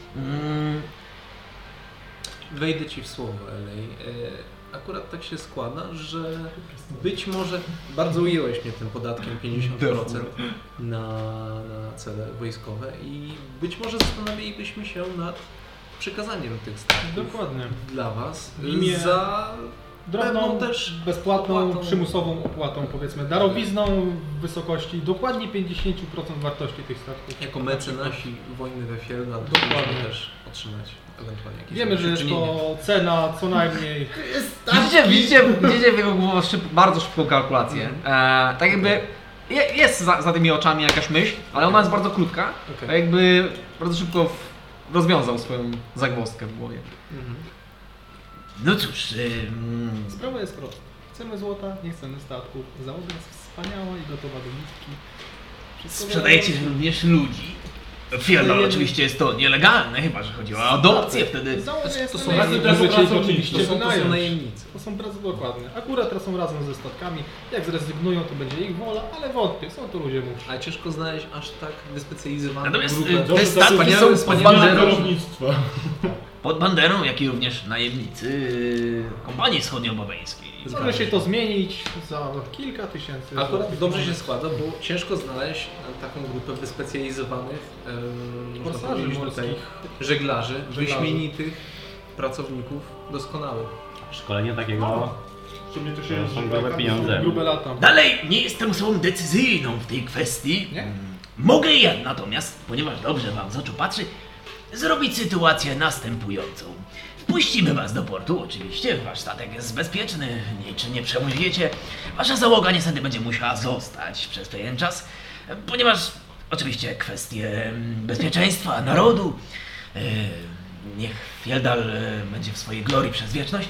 Speaker 4: Wejdę ci w słowo, Elej. Akurat tak się składa, że być może bardzo ujęłeś mnie tym podatkiem 50% na cele wojskowe i być może zastanowilibyśmy się nad przekazaniem tych statków
Speaker 2: Dokładnie.
Speaker 4: dla was
Speaker 2: W imię
Speaker 4: za
Speaker 2: drobną,
Speaker 4: pewną też
Speaker 2: bezpłatną,
Speaker 4: opłatą.
Speaker 2: przymusową opłatą, powiedzmy, darowizną w wysokości dokładnie 50% wartości tych statków.
Speaker 4: jako mecenasi wojny we Fjeldal
Speaker 2: Dokładnie.
Speaker 4: możemy też otrzymać ewentualnie jakieś
Speaker 2: Wiemy, że jest
Speaker 4: przyczynienie.
Speaker 2: to cena co najmniej.
Speaker 1: Widzicie w jego głowę bardzo szybką kalkulację. Tak jakby jest za tymi oczami jakaś myśl, ale ona jest bardzo krótka.
Speaker 4: Okej.
Speaker 1: Tak jakby bardzo szybko rozwiązał swoją zagwozdkę w głowie.
Speaker 4: Mhm.
Speaker 6: No cóż,
Speaker 2: Sprawa jest prosta. Chcemy złota, nie chcemy statków. Załoga jest wspaniała i gotowa do bitki. Wszystko
Speaker 6: sprzedajecie
Speaker 2: wiadomo.
Speaker 6: również ludzi. Fielda oczywiście jest to nielegalne, chyba że chodzi o adopcję wtedy.
Speaker 2: Załoga jest
Speaker 4: To są
Speaker 2: najmniej
Speaker 5: bardzo
Speaker 2: wyżycie
Speaker 5: pracownicy,
Speaker 2: oczywiście
Speaker 4: To są
Speaker 2: wynająć.
Speaker 4: najemnicy.
Speaker 2: To są bardzo dokładnie. Akurat tracą razem ze statkami. Jak zrezygnują, to będzie ich wola, ale wątpię. Są to ludzie mądrzy.
Speaker 4: Ale ciężko znaleźć aż tak wyspecjalizowaną
Speaker 6: Natomiast
Speaker 4: grupę.
Speaker 6: te
Speaker 5: Dobrze,
Speaker 6: statki
Speaker 4: wspaniałe-
Speaker 6: są pod
Speaker 4: wspaniałe
Speaker 6: banderą,
Speaker 5: kierownictwa.
Speaker 6: pod banderą, jak i również najemnicy kompanii wschodniobaweńskiej.
Speaker 2: Może się to zmienić za kilka tysięcy.
Speaker 4: Akurat
Speaker 2: złotych.
Speaker 4: dobrze się składa, bo ciężko znaleźć taką grupę wyspecjalizowanych można
Speaker 2: Korsarzy
Speaker 4: powiedzieć
Speaker 2: morskich.
Speaker 4: tutaj, żeglarzy, wyśmienitych pracowników doskonałych.
Speaker 3: Szkolenie takiego
Speaker 5: W sumie to
Speaker 3: To
Speaker 5: się
Speaker 3: są grube pieniądze.
Speaker 2: Grube lata.
Speaker 6: Dalej, nie jestem osobą decyzyjną w tej kwestii.
Speaker 2: Nie?
Speaker 6: Mogę ja natomiast, ponieważ dobrze wam z oczu patrzy, zrobić sytuację następującą. Wpuścimy was do portu, oczywiście, wasz statek jest bezpieczny, niczym nie przewoziecie. Wasza załoga niestety będzie musiała zostać przez pewien czas, ponieważ oczywiście kwestie bezpieczeństwa narodu, niech Fjeldal będzie w swojej glorii przez wieczność.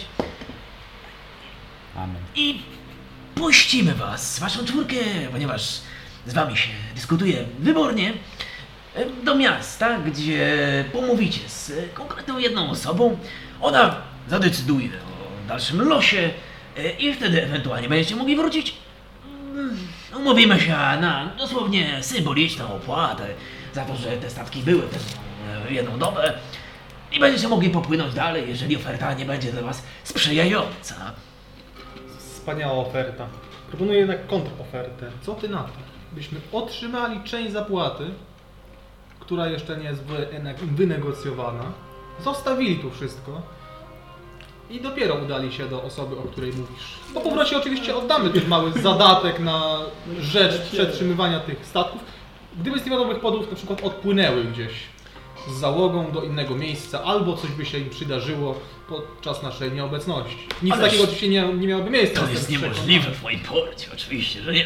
Speaker 3: Amen.
Speaker 6: I puścimy was, waszą czwórkę, ponieważ z wami się dyskutuje wybornie, do miasta, gdzie pomówicie z konkretną jedną osobą. Ona zadecyduje o dalszym losie i wtedy ewentualnie będziecie mogli wrócić. Umówimy się na dosłownie symboliczną opłatę za to, że te statki były przez jedną dobę i będziecie mogli popłynąć dalej, jeżeli oferta nie będzie dla was sprzyjająca.
Speaker 2: Wspaniała oferta. Proponuję jednak kontrofertę. Co ty na to? Byśmy otrzymali część zapłaty, która jeszcze nie jest wynegocjowana, zostawili tu wszystko i dopiero udali się do osoby, o której mówisz. Po powrocie oczywiście oddamy ten mały zadatek na rzecz przetrzymywania tych statków. Gdyby z niewiadomych powodów na przykład odpłynęły gdzieś z załogą do innego miejsca, albo coś by się im przydarzyło podczas naszej nieobecności. Nic
Speaker 6: Ależ
Speaker 2: takiego oczywiście nie miałoby miejsca.
Speaker 6: To
Speaker 2: jestem
Speaker 6: jest
Speaker 2: przekonany.
Speaker 6: niemożliwe w moim porcie, oczywiście, że nie.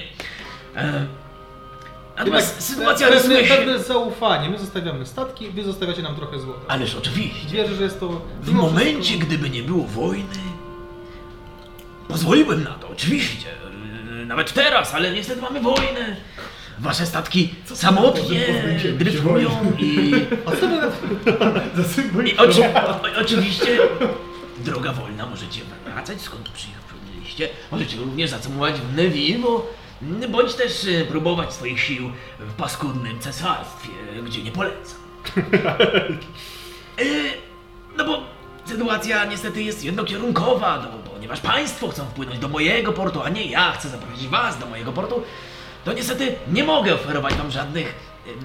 Speaker 2: Jednak
Speaker 6: Natomiast sytuacja rysuje się...
Speaker 2: pewne zaufanie. My zostawiamy statki, wy zostawiacie nam trochę złota.
Speaker 6: Ależ oczywiście.
Speaker 2: Wierzę, że jest to...
Speaker 6: W
Speaker 2: mimo
Speaker 6: momencie,
Speaker 2: wszystko-
Speaker 6: gdyby nie było wojny, pozwoliłbym na to, oczywiście. Nawet teraz, ale niestety mamy wojnę. Wasze statki samotnie dryfują i...
Speaker 2: A co by
Speaker 6: I oczywiście droga wolna, możecie wracać skąd przyjechaliście. Możecie również zacamować w Nevivo, bądź też próbować swoich sił w paskudnym cesarstwie, gdzie nie polecam. No bo sytuacja niestety jest jednokierunkowa, no, ponieważ państwo chcą wpłynąć do mojego portu, a nie ja chcę zaprowadzić was do mojego portu, to niestety nie mogę oferować wam żadnych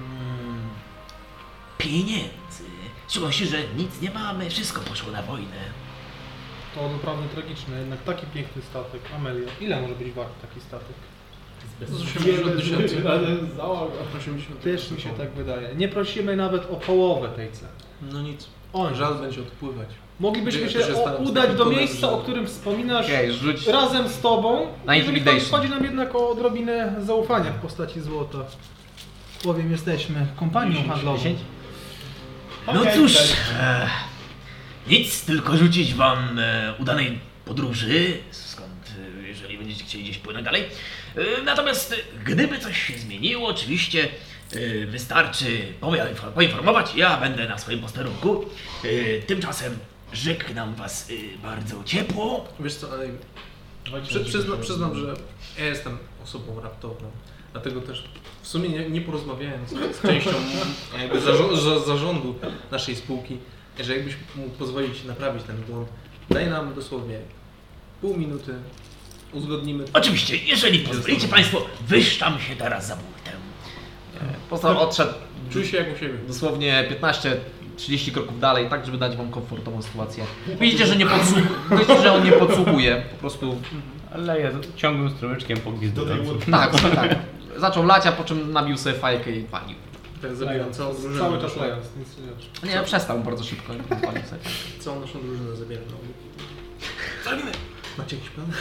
Speaker 6: pieniędzy. W szczególności, że nic nie mamy, wszystko poszło na wojnę.
Speaker 2: To naprawdę tragiczne, jednak taki piękny statek. Amelia, ile może być wart taki statek?
Speaker 4: Z 80 000.
Speaker 5: Ale załoga.
Speaker 4: 80
Speaker 2: Też mi się tak wydaje. Nie prosimy nawet o połowę tej ceny.
Speaker 4: No nic.
Speaker 2: Oj,
Speaker 4: Żal będzie odpływać.
Speaker 2: moglibyśmy
Speaker 4: Ja
Speaker 2: się
Speaker 4: też jestem
Speaker 2: udać do
Speaker 4: przekonany,
Speaker 2: miejsca,
Speaker 4: że-
Speaker 2: o którym wspominasz
Speaker 1: Okej, rzuć
Speaker 2: razem z tobą,
Speaker 1: na
Speaker 2: jeżeli to
Speaker 1: intimidation.
Speaker 2: chodzi nam jednak o odrobinę zaufania w postaci złota. Bowiem jesteśmy kompanią handlową.
Speaker 1: 10?
Speaker 6: No
Speaker 5: Okej,
Speaker 6: cóż,
Speaker 5: cześć.
Speaker 6: nic, tylko rzucić wam udanej podróży, skąd, jeżeli będziecie chcieli gdzieś płynąć dalej. Natomiast gdyby coś się zmieniło, oczywiście wystarczy poinformować, ja będę na swoim posterunku. Tymczasem żegnam was bardzo ciepło.
Speaker 4: Wiesz co, ale
Speaker 5: Chodźmy,
Speaker 4: przyznam, że ja jestem osobą raptowną. Dlatego też w sumie nie porozmawiałem z częścią jakby zarządu naszej spółki, że jakbyś mógł pozwolić naprawić ten błąd, daj nam dosłownie pół minuty, uzgodnimy to.
Speaker 6: Oczywiście, jeżeli pozwolicie Państwo, wyszczam się teraz za burtę.
Speaker 1: Potem odszedł
Speaker 4: Czuj się jak u siebie.
Speaker 1: dosłownie 15-30 kroków dalej, tak żeby dać wam komfortową sytuację. Widzicie, że widzicie, że on nie podsłuchuje, po prostu...
Speaker 3: Leje ciągłym strumyczkiem po
Speaker 5: Do tej
Speaker 3: gwizdującym.
Speaker 5: łódki.
Speaker 1: Tak, tak. Zaczął lać, a po czym nabił sobie fajkę i palił.
Speaker 4: Tak zabieram całą drużynę.
Speaker 2: Cały czas lejąc, nic nie
Speaker 1: Nie, przestał bardzo szybko i palił sobie.
Speaker 4: Całą naszą drużynę zabieram na łódki. Zabijmy! Macie jakiś plan?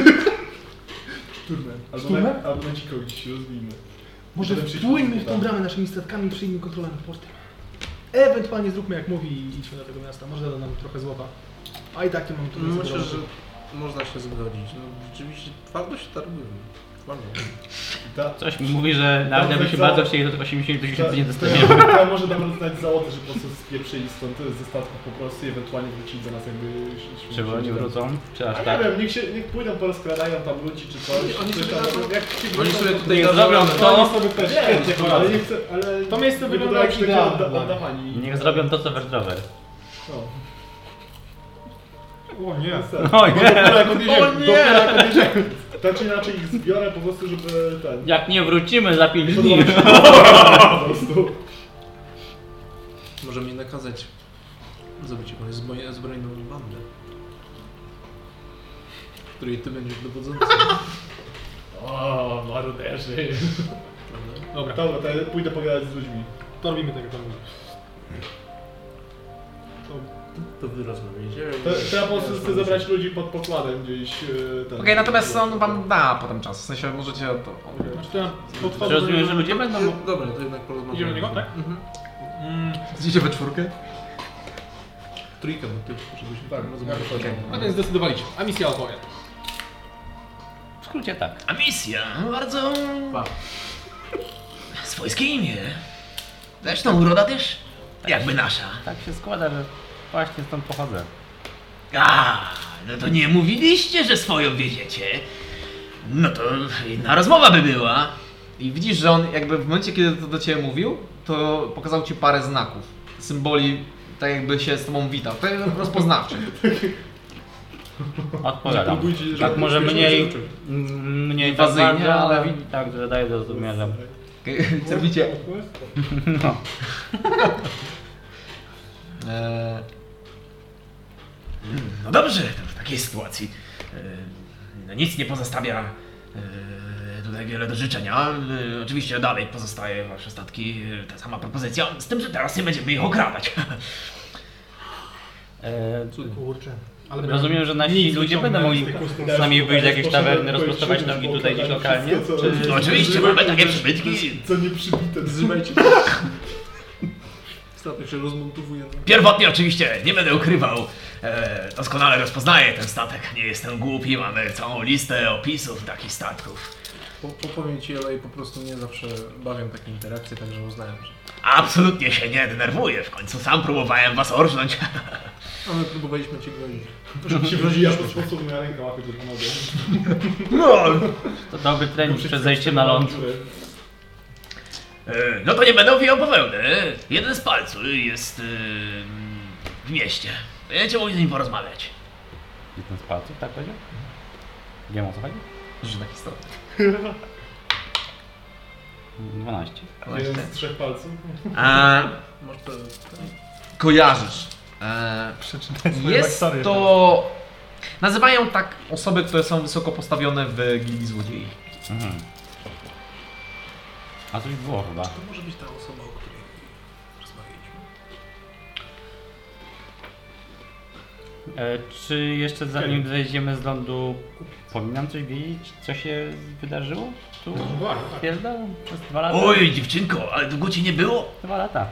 Speaker 5: Szturmem? Albo na dziko gdzieś się rozwijmy.
Speaker 2: Może
Speaker 5: Potem przyjdź
Speaker 2: wpłyńmy
Speaker 5: po
Speaker 2: w tą
Speaker 5: tam.
Speaker 2: bramę naszymi statkami i przyjmijmy kontrolę nad portem. Ewentualnie zróbmy jak mówi i idźmy do tego miasta. Może da nam trochę złota. A i tak nie mam tu nic
Speaker 4: Myślę,
Speaker 2: do
Speaker 4: że można się zgodzić. No rzeczywiście twardo się targujemy. Twardo.
Speaker 3: Coś mi mówi, że nawet
Speaker 5: Dobrze,
Speaker 3: jakbyśmy
Speaker 5: co?
Speaker 3: bardzo chcieli, to tych 80 tysięcy nie
Speaker 5: To
Speaker 3: dostaniemy.
Speaker 5: ja może dam rozdać załodzy, że po prostu spieprzyli stąd ze statków po prostu i ewentualnie wrócili do nas jakby...
Speaker 3: Czy oni wrócą? Czy aż
Speaker 5: A
Speaker 3: tak?
Speaker 5: nie wiem, niech pójdą, porozkradają tam ludzi czy coś.
Speaker 4: Oni
Speaker 5: Coś
Speaker 4: sobie
Speaker 5: tam,
Speaker 4: dadzą-
Speaker 5: jak się
Speaker 4: Oni
Speaker 5: wrócą,
Speaker 4: sobie
Speaker 5: to-
Speaker 4: tutaj
Speaker 3: Niech
Speaker 4: dadzą
Speaker 3: zrobią
Speaker 4: radę.
Speaker 3: to.
Speaker 5: Oni sobie też świetnie
Speaker 2: poradzą.
Speaker 5: ale nie chcę, ale...
Speaker 2: To miejsce wygląda
Speaker 5: jak
Speaker 2: jak
Speaker 5: takie
Speaker 2: idealne dla
Speaker 5: oddawani.
Speaker 3: Niech zrobią to, co West Rover.
Speaker 5: No.
Speaker 2: O nie.
Speaker 3: O nie!
Speaker 5: Dopiero jak odjedziemy. Tak czy inaczej ich zbiorę po prostu, żeby ten...
Speaker 3: Jak nie wrócimy za 5 dni.
Speaker 5: Po prostu.
Speaker 4: Może mnie nakazać zrobić jakąś zbrojną bandę, której ty będziesz dowodzącym.
Speaker 5: O, maruderzy.
Speaker 4: Prawda?
Speaker 2: Dobra,
Speaker 5: Dobra, to ja pójdę pogadać z ludźmi.
Speaker 2: to robimy tak jak pan mówi.
Speaker 4: To wy rozmawiacie.
Speaker 5: To ja po prostu chcę zebrać ludzi pod pokładem gdzieś ten...
Speaker 1: Okej, natomiast on wam da potem czas, w sensie możecie to...
Speaker 2: Znaczy to ja podchodzę
Speaker 3: Czy rozumiem,
Speaker 2: do
Speaker 3: że
Speaker 2: niego.
Speaker 3: ludzie będą...
Speaker 4: Dobra, to jednak porozmawiamy.
Speaker 2: Idziemy do niego, tak?
Speaker 4: Mhm.
Speaker 1: Idziecie we czwórkę?
Speaker 4: Trójkę, bo ty, żebyśmy
Speaker 5: Tak,
Speaker 4: rozmawiali.
Speaker 1: Okej.
Speaker 2: No więc zdecydowaliście. A misja opowie.
Speaker 3: W skrócie tak.
Speaker 6: A misja bardzo swojskie imię. Zresztą uroda też jakby nasza.
Speaker 3: Tak się składa, że właśnie stąd pochodzę.
Speaker 6: A, no to nie mówiliście, że swoją wiedziecie. No to inna rozmowa by była.
Speaker 1: I widzisz, że on jakby w momencie, kiedy to do ciebie mówił, to pokazał ci parę znaków, symboli, tak jakby się z tobą witał. To jest rozpoznawczy.
Speaker 3: Odpowiadam.
Speaker 5: Próbujcie, żeby
Speaker 3: Tak może
Speaker 5: pierwszy
Speaker 3: mniej...
Speaker 5: zaczął.
Speaker 3: Mniej
Speaker 1: Inwazyjnie,
Speaker 3: tak bardzo,
Speaker 1: ale-
Speaker 3: ale tak, że daje do zrozumienia, że...
Speaker 1: Co robicie?
Speaker 3: No.
Speaker 6: No dobrze, to w takiej sytuacji no nic nie pozostawia tutaj wiele do życzenia. Oczywiście dalej pozostaje wasze statki, ta sama propozycja, z tym, że teraz nie będziemy ich okradać.
Speaker 2: Kurczę. Ale
Speaker 3: Rozumiem, że nasi
Speaker 2: nic
Speaker 3: ludzie
Speaker 2: wyciągnę
Speaker 3: będą mogli
Speaker 2: z tych kustów.
Speaker 3: z nami wyjść do jakiejś
Speaker 5: Poszedłem
Speaker 3: tawerny,
Speaker 5: powiedzieć,
Speaker 3: rozprostować
Speaker 5: że
Speaker 3: nogi
Speaker 5: było
Speaker 3: tutaj gdzieś
Speaker 5: tak,
Speaker 3: lokalnie?
Speaker 5: wszystko, co-
Speaker 3: Czy...
Speaker 6: No oczywiście, mamy takie przybytki.
Speaker 5: Co nie przybite.
Speaker 4: Zrzymajcie. Statek się rozmontowuje.
Speaker 6: Pierwotnie oczywiście, nie będę ukrywał, doskonale rozpoznaję ten statek, nie jestem głupi, mamy całą listę opisów takich statków.
Speaker 4: Powiem ci, ale po prostu nie zawsze bawią takie interakcje, także uznałem, że...
Speaker 6: Absolutnie się nie denerwuję, w końcu sam próbowałem was orznąć.
Speaker 4: A my próbowaliśmy cię gonić.
Speaker 5: Się wrodzi, ja po sposób na rękę łapie, że pomogę.
Speaker 3: To dobry trening przed zejściem na ląd.
Speaker 6: No to nie będę wijał bawełny. Jeden z palców jest w mieście. Będziecie mogli z nim porozmawiać.
Speaker 3: Jeden z palców, tak powiedział? Wiem o co chodzi?
Speaker 1: Żyna historia.
Speaker 3: 12.
Speaker 5: Jeden z 3 palców.
Speaker 4: Masz to...
Speaker 1: Kojarzysz. Jest to... Nazywają tak osoby, które są wysoko postawione w gildii złodziei.
Speaker 3: Mhm. A coś było chyba.
Speaker 4: To może być ta osoba, o której rozmawialiśmy.
Speaker 3: Czy jeszcze zanim zejdziemy z lądu, powinnam coś wiedzieć, co się wydarzyło? Tu Fielda przez 2 lata?
Speaker 6: Oj, dziewczynko, ale długo ci nie było?
Speaker 3: 2 lata.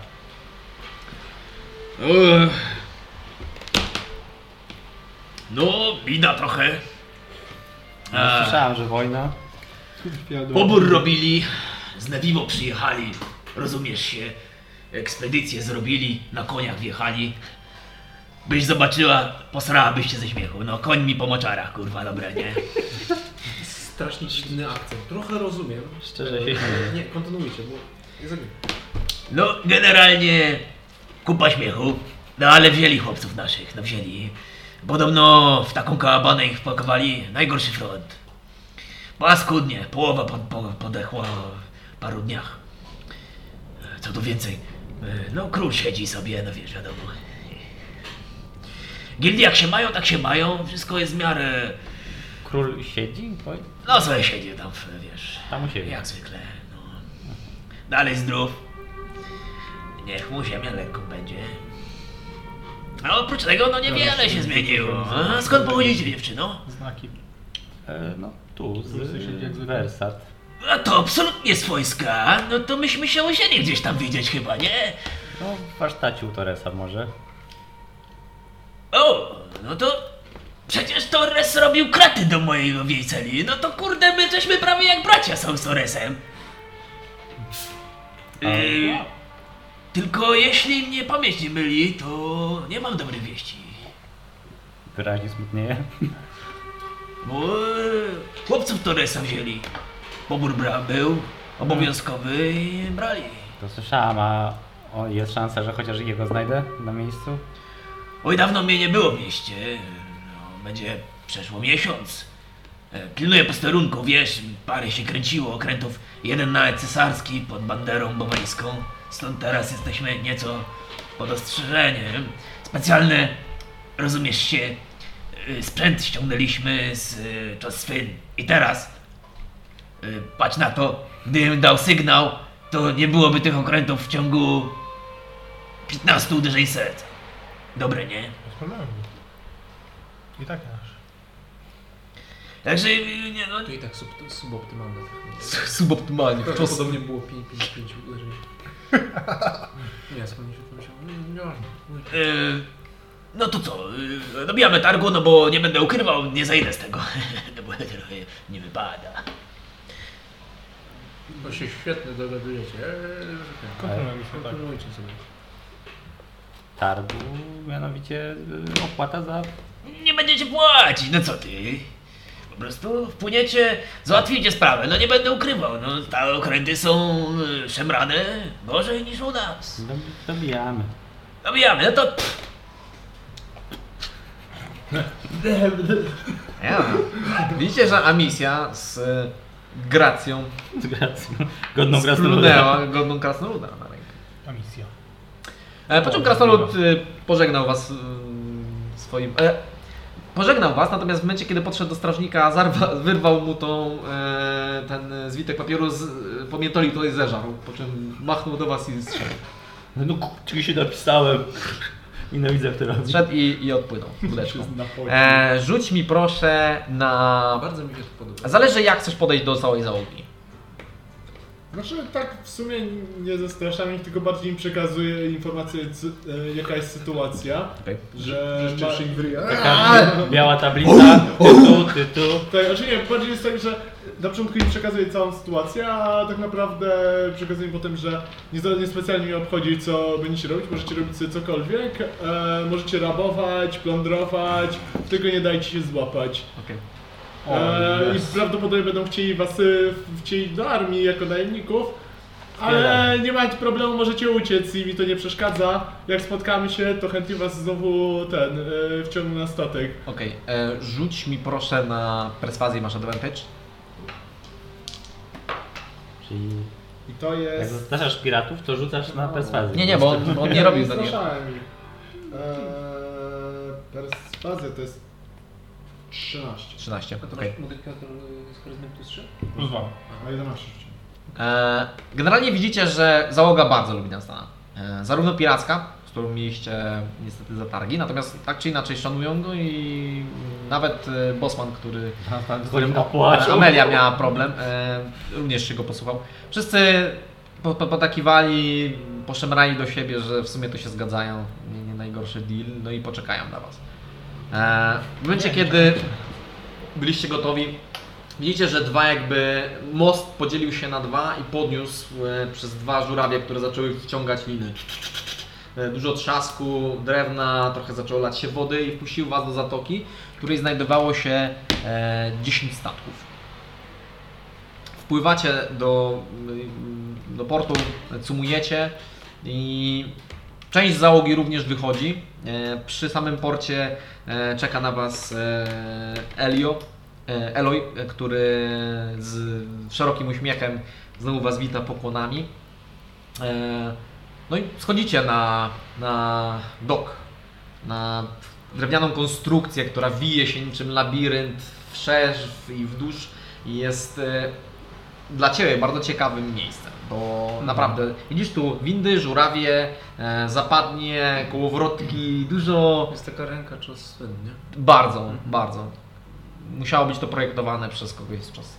Speaker 6: No, bida trochę.
Speaker 3: Słyszałem, że wojna.
Speaker 6: Pobór robili, z Nevivo przyjechali, rozumiesz się, ekspedycję zrobili, na koniach wjechali. Byś zobaczyła, posrałabyś się ze śmiechu. No, koń mi po moczarach, kurwa, dobre, nie?
Speaker 4: strasznie dziwny akcent. Trochę rozumiem.
Speaker 3: Szczerze się
Speaker 4: Nie, kontynuujcie, bo jest okej.
Speaker 6: No, generalnie kupa śmiechu. No ale wzięli chłopców naszych, no wzięli. Podobno w taką kałabanę ich wpakowali, najgorszy front. Paskudnie, połowa podechła w paru dniach. Co tu więcej, no król siedzi sobie, no wiesz, wiadomo. Gildie jak się mają, tak się mają, wszystko jest w miarę...
Speaker 3: Król siedzi?
Speaker 6: No sobie siedzi tam, wiesz,
Speaker 3: Tam u siebie.
Speaker 6: jak zwykle, no. Dalej zdrów. Niech mu ziemia lekko będzie. A oprócz tego, no niewiele się zmieniło. A skąd pochodzicie, dziewczyno?
Speaker 2: Znaki.
Speaker 3: No tu,
Speaker 2: Król sobie siedzi jak
Speaker 3: z
Speaker 2: zwykle.
Speaker 3: Versat.
Speaker 6: A to absolutnie swojska. No to myśmy się musieli gdzieś tam widzieć chyba, nie?
Speaker 3: No w warsztacie u Torresa może.
Speaker 6: O, no to przecież Torres robił kraty do mojego wiejceli. No to kurde, my żeśmy prawie jak bracia są z Torresem. Tylko jeśli mnie pamięć nie myli, to nie mam dobrych wieści.
Speaker 3: Wyraźnie smutnieje.
Speaker 6: Bo chłopców Torresa wzięli. Pobór był obowiązkowy i brali.
Speaker 3: To słyszałam, a jest szansa, że chociaż jego znajdę na miejscu?
Speaker 6: Oj, dawno mnie nie było w mieście. No, będzie przeszło miesiąc. Pilnuję posterunku, wiesz, parę się kręciło, okrętów. Jeden nawet cesarski pod banderą bowańską. Stąd teraz jesteśmy nieco pod ostrzeżeniem. Specjalny, rozumiesz się, sprzęt ściągnęliśmy z Czosfyn. I teraz, patrz na to, gdybym dał sygnał, to nie byłoby tych okrętów w ciągu 15 uderzeń serca. Dobre, nie?
Speaker 2: Bez problemu. I tak masz.
Speaker 6: Także, nie no...
Speaker 4: To i tak suboptymalne.
Speaker 1: Suboptymalnie.
Speaker 4: Prawdopodobnie było 5 uderzeń. Nie, skąd się to myślałem?
Speaker 6: No to co, dobijamy targu, no bo nie będę ukrywał, nie zejdę z tego, no bo trochę nie wypada.
Speaker 4: To się świetnie dogadujecie.
Speaker 2: Kontynuujemy się, tak.
Speaker 4: Kontynuujcie sobie.
Speaker 3: Targu, mianowicie opłata za...
Speaker 6: Nie będziecie płacić, no co ty? Po prostu wpłyniecie, załatwicie sprawę, no nie będę ukrywał, no te okręty są szemrane gorzej niż u nas.
Speaker 3: Dobijamy.
Speaker 6: Dobijamy, no to...
Speaker 1: Ja. Widzicie, że Amisja z gracją
Speaker 3: Z gracją. Godną
Speaker 1: splunęła godną krasnoluda na rękę.
Speaker 2: A misja.
Speaker 1: Po czym krasnolud pożegnał was swoim... Pożegnał was, natomiast w momencie, kiedy podszedł do strażnika, wyrwał mu ten zwitek papieru, pomiętoli tutaj zeżarł, po czym machnął do was i zszedł.
Speaker 3: No czyli się napisałem. Nienawidzę, jak to robi.
Speaker 1: Zszedł i odpłynął łódeczką.
Speaker 5: Na pociąg.
Speaker 1: Rzuć mi proszę na...
Speaker 4: Bardzo mi się to podoba.
Speaker 1: Zależy jak chcesz podejść do całej załogi.
Speaker 5: Znaczy tak w sumie nie zastraszam ich, tylko bardziej im przekazuję informację, jaka jest sytuacja,
Speaker 1: Okay.
Speaker 5: że
Speaker 4: Jeszcze im wryja.
Speaker 3: Taka biała tablica, tytuł.
Speaker 5: Tak, znaczy nie, bardziej jest tak, że na początku im przekazuję całą sytuację, a tak naprawdę przekazuję im potem, że nie specjalnie mnie obchodzi, co będziecie robić, możecie robić sobie cokolwiek, możecie rabować, plądrować, tylko nie dajcie się złapać.
Speaker 1: Okay.
Speaker 5: I prawdopodobnie będą chcieli was wcielić do armii jako najemników, ale nie macie problemu, możecie uciec i mi to nie przeszkadza. Jak spotkamy się, to chętnie was znowu wciągnę na statek.
Speaker 1: Okej, rzuć mi proszę na perswazję, masz advantage.
Speaker 3: Czyli
Speaker 5: I to
Speaker 3: jak
Speaker 5: jest...
Speaker 3: zastraszasz piratów, to rzucasz na perswazję.
Speaker 1: Nie, bo on nie robił za niego.
Speaker 5: Zraszałem ich. Perswazja to jest 13.
Speaker 1: 13,
Speaker 4: A to
Speaker 1: okej.
Speaker 4: masz modyfikator z charyzmy plus 3?
Speaker 2: Plus 2.
Speaker 5: A 11 rzuciłem.
Speaker 1: Generalnie widzicie, że załoga bardzo lubi Dunstana. Zarówno piracka, z którą mieliście niestety zatargi, natomiast tak czy inaczej szanują go i nawet Bosman, z którym Amelia miała problem, również się go posłuchał. Wszyscy potakiwali, poszemrali do siebie, że w sumie to się zgadzają, nie najgorszy deal, no i poczekają na was. W momencie, kiedy byliście gotowi, widzicie, że most podzielił się na dwa i podniósł przez dwa żurawie, które zaczęły wciągać liny. Dużo trzasku, drewna, trochę zaczęło lać się wody i wpuścił was do zatoki, w której znajdowało się 10 statków. wpływacie do portu, cumujecie i część załogi również wychodzi. Przy samym porcie czeka na Was Eloy, który z szerokim uśmiechem znowu Was wita pokłonami. No i schodzicie na dok, na drewnianą konstrukcję, która wije się niczym labirynt wszerz i wzdłuż i jest dla Ciebie bardzo ciekawym miejscem, bo naprawdę widzisz tu windy, żurawie, zapadnie, kołowrotki, dużo...
Speaker 4: Jest taka ręka czasu, nie?
Speaker 1: Bardzo, bardzo. Musiało być to projektowane przez kogoś z czasu.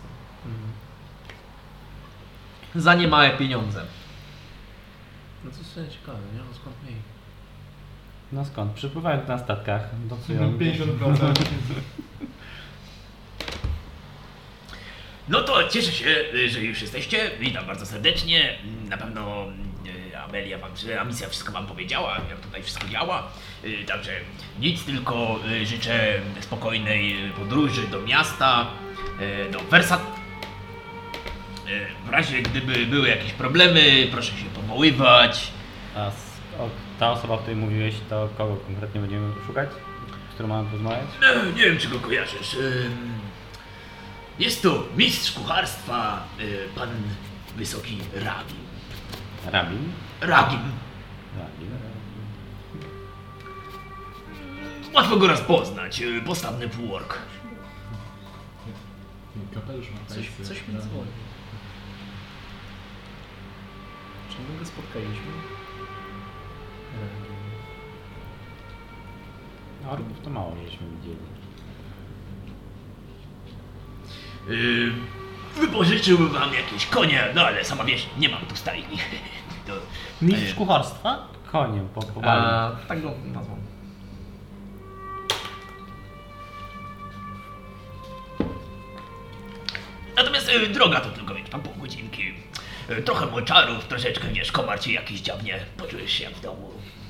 Speaker 1: Za niemałe pieniądze.
Speaker 4: No to jest ciekawe, nie? No skąd mniej?
Speaker 3: No skąd? Przypływając na statkach, docują.
Speaker 5: 50%.
Speaker 6: No to cieszę się, że już jesteście. Witam bardzo serdecznie. Na pewno Amelia Amicia wszystko wam powiedziała, jak tutaj wszystko działa. Także nic, tylko życzę spokojnej podróży do miasta, do Versat. W razie gdyby były jakieś problemy, proszę się powoływać.
Speaker 3: A ta osoba, o której mówiłeś, to kogo konkretnie będziemy szukać? Z którą mamy porozmawiać?
Speaker 6: Nie wiem, czy go kojarzysz. Jest to mistrz kucharstwa, pan wysoki Rabin.
Speaker 3: Rabin?
Speaker 6: Rabin.
Speaker 3: Rabin.
Speaker 6: Łatwo go rozpoznać, postawny półork.
Speaker 5: Kapelusz ma
Speaker 4: Coś mi dzwoni. Czy my go spotkaliśmy?
Speaker 3: Orbów to mało żeśmy widzieli.
Speaker 6: Wypożyczyłbym wam jakieś konie, no ale sama wiesz, nie mam tu stajni. To,
Speaker 2: Mistrz kucharstwa?
Speaker 3: Koniem, po bali.
Speaker 1: Tak go nazwą.
Speaker 6: Natomiast droga to tylko, wiesz, tam pół godzinki. Trochę moczarów, troszeczkę, wiesz, komar ci jakiś dziabnie, poczujesz się jak w domu.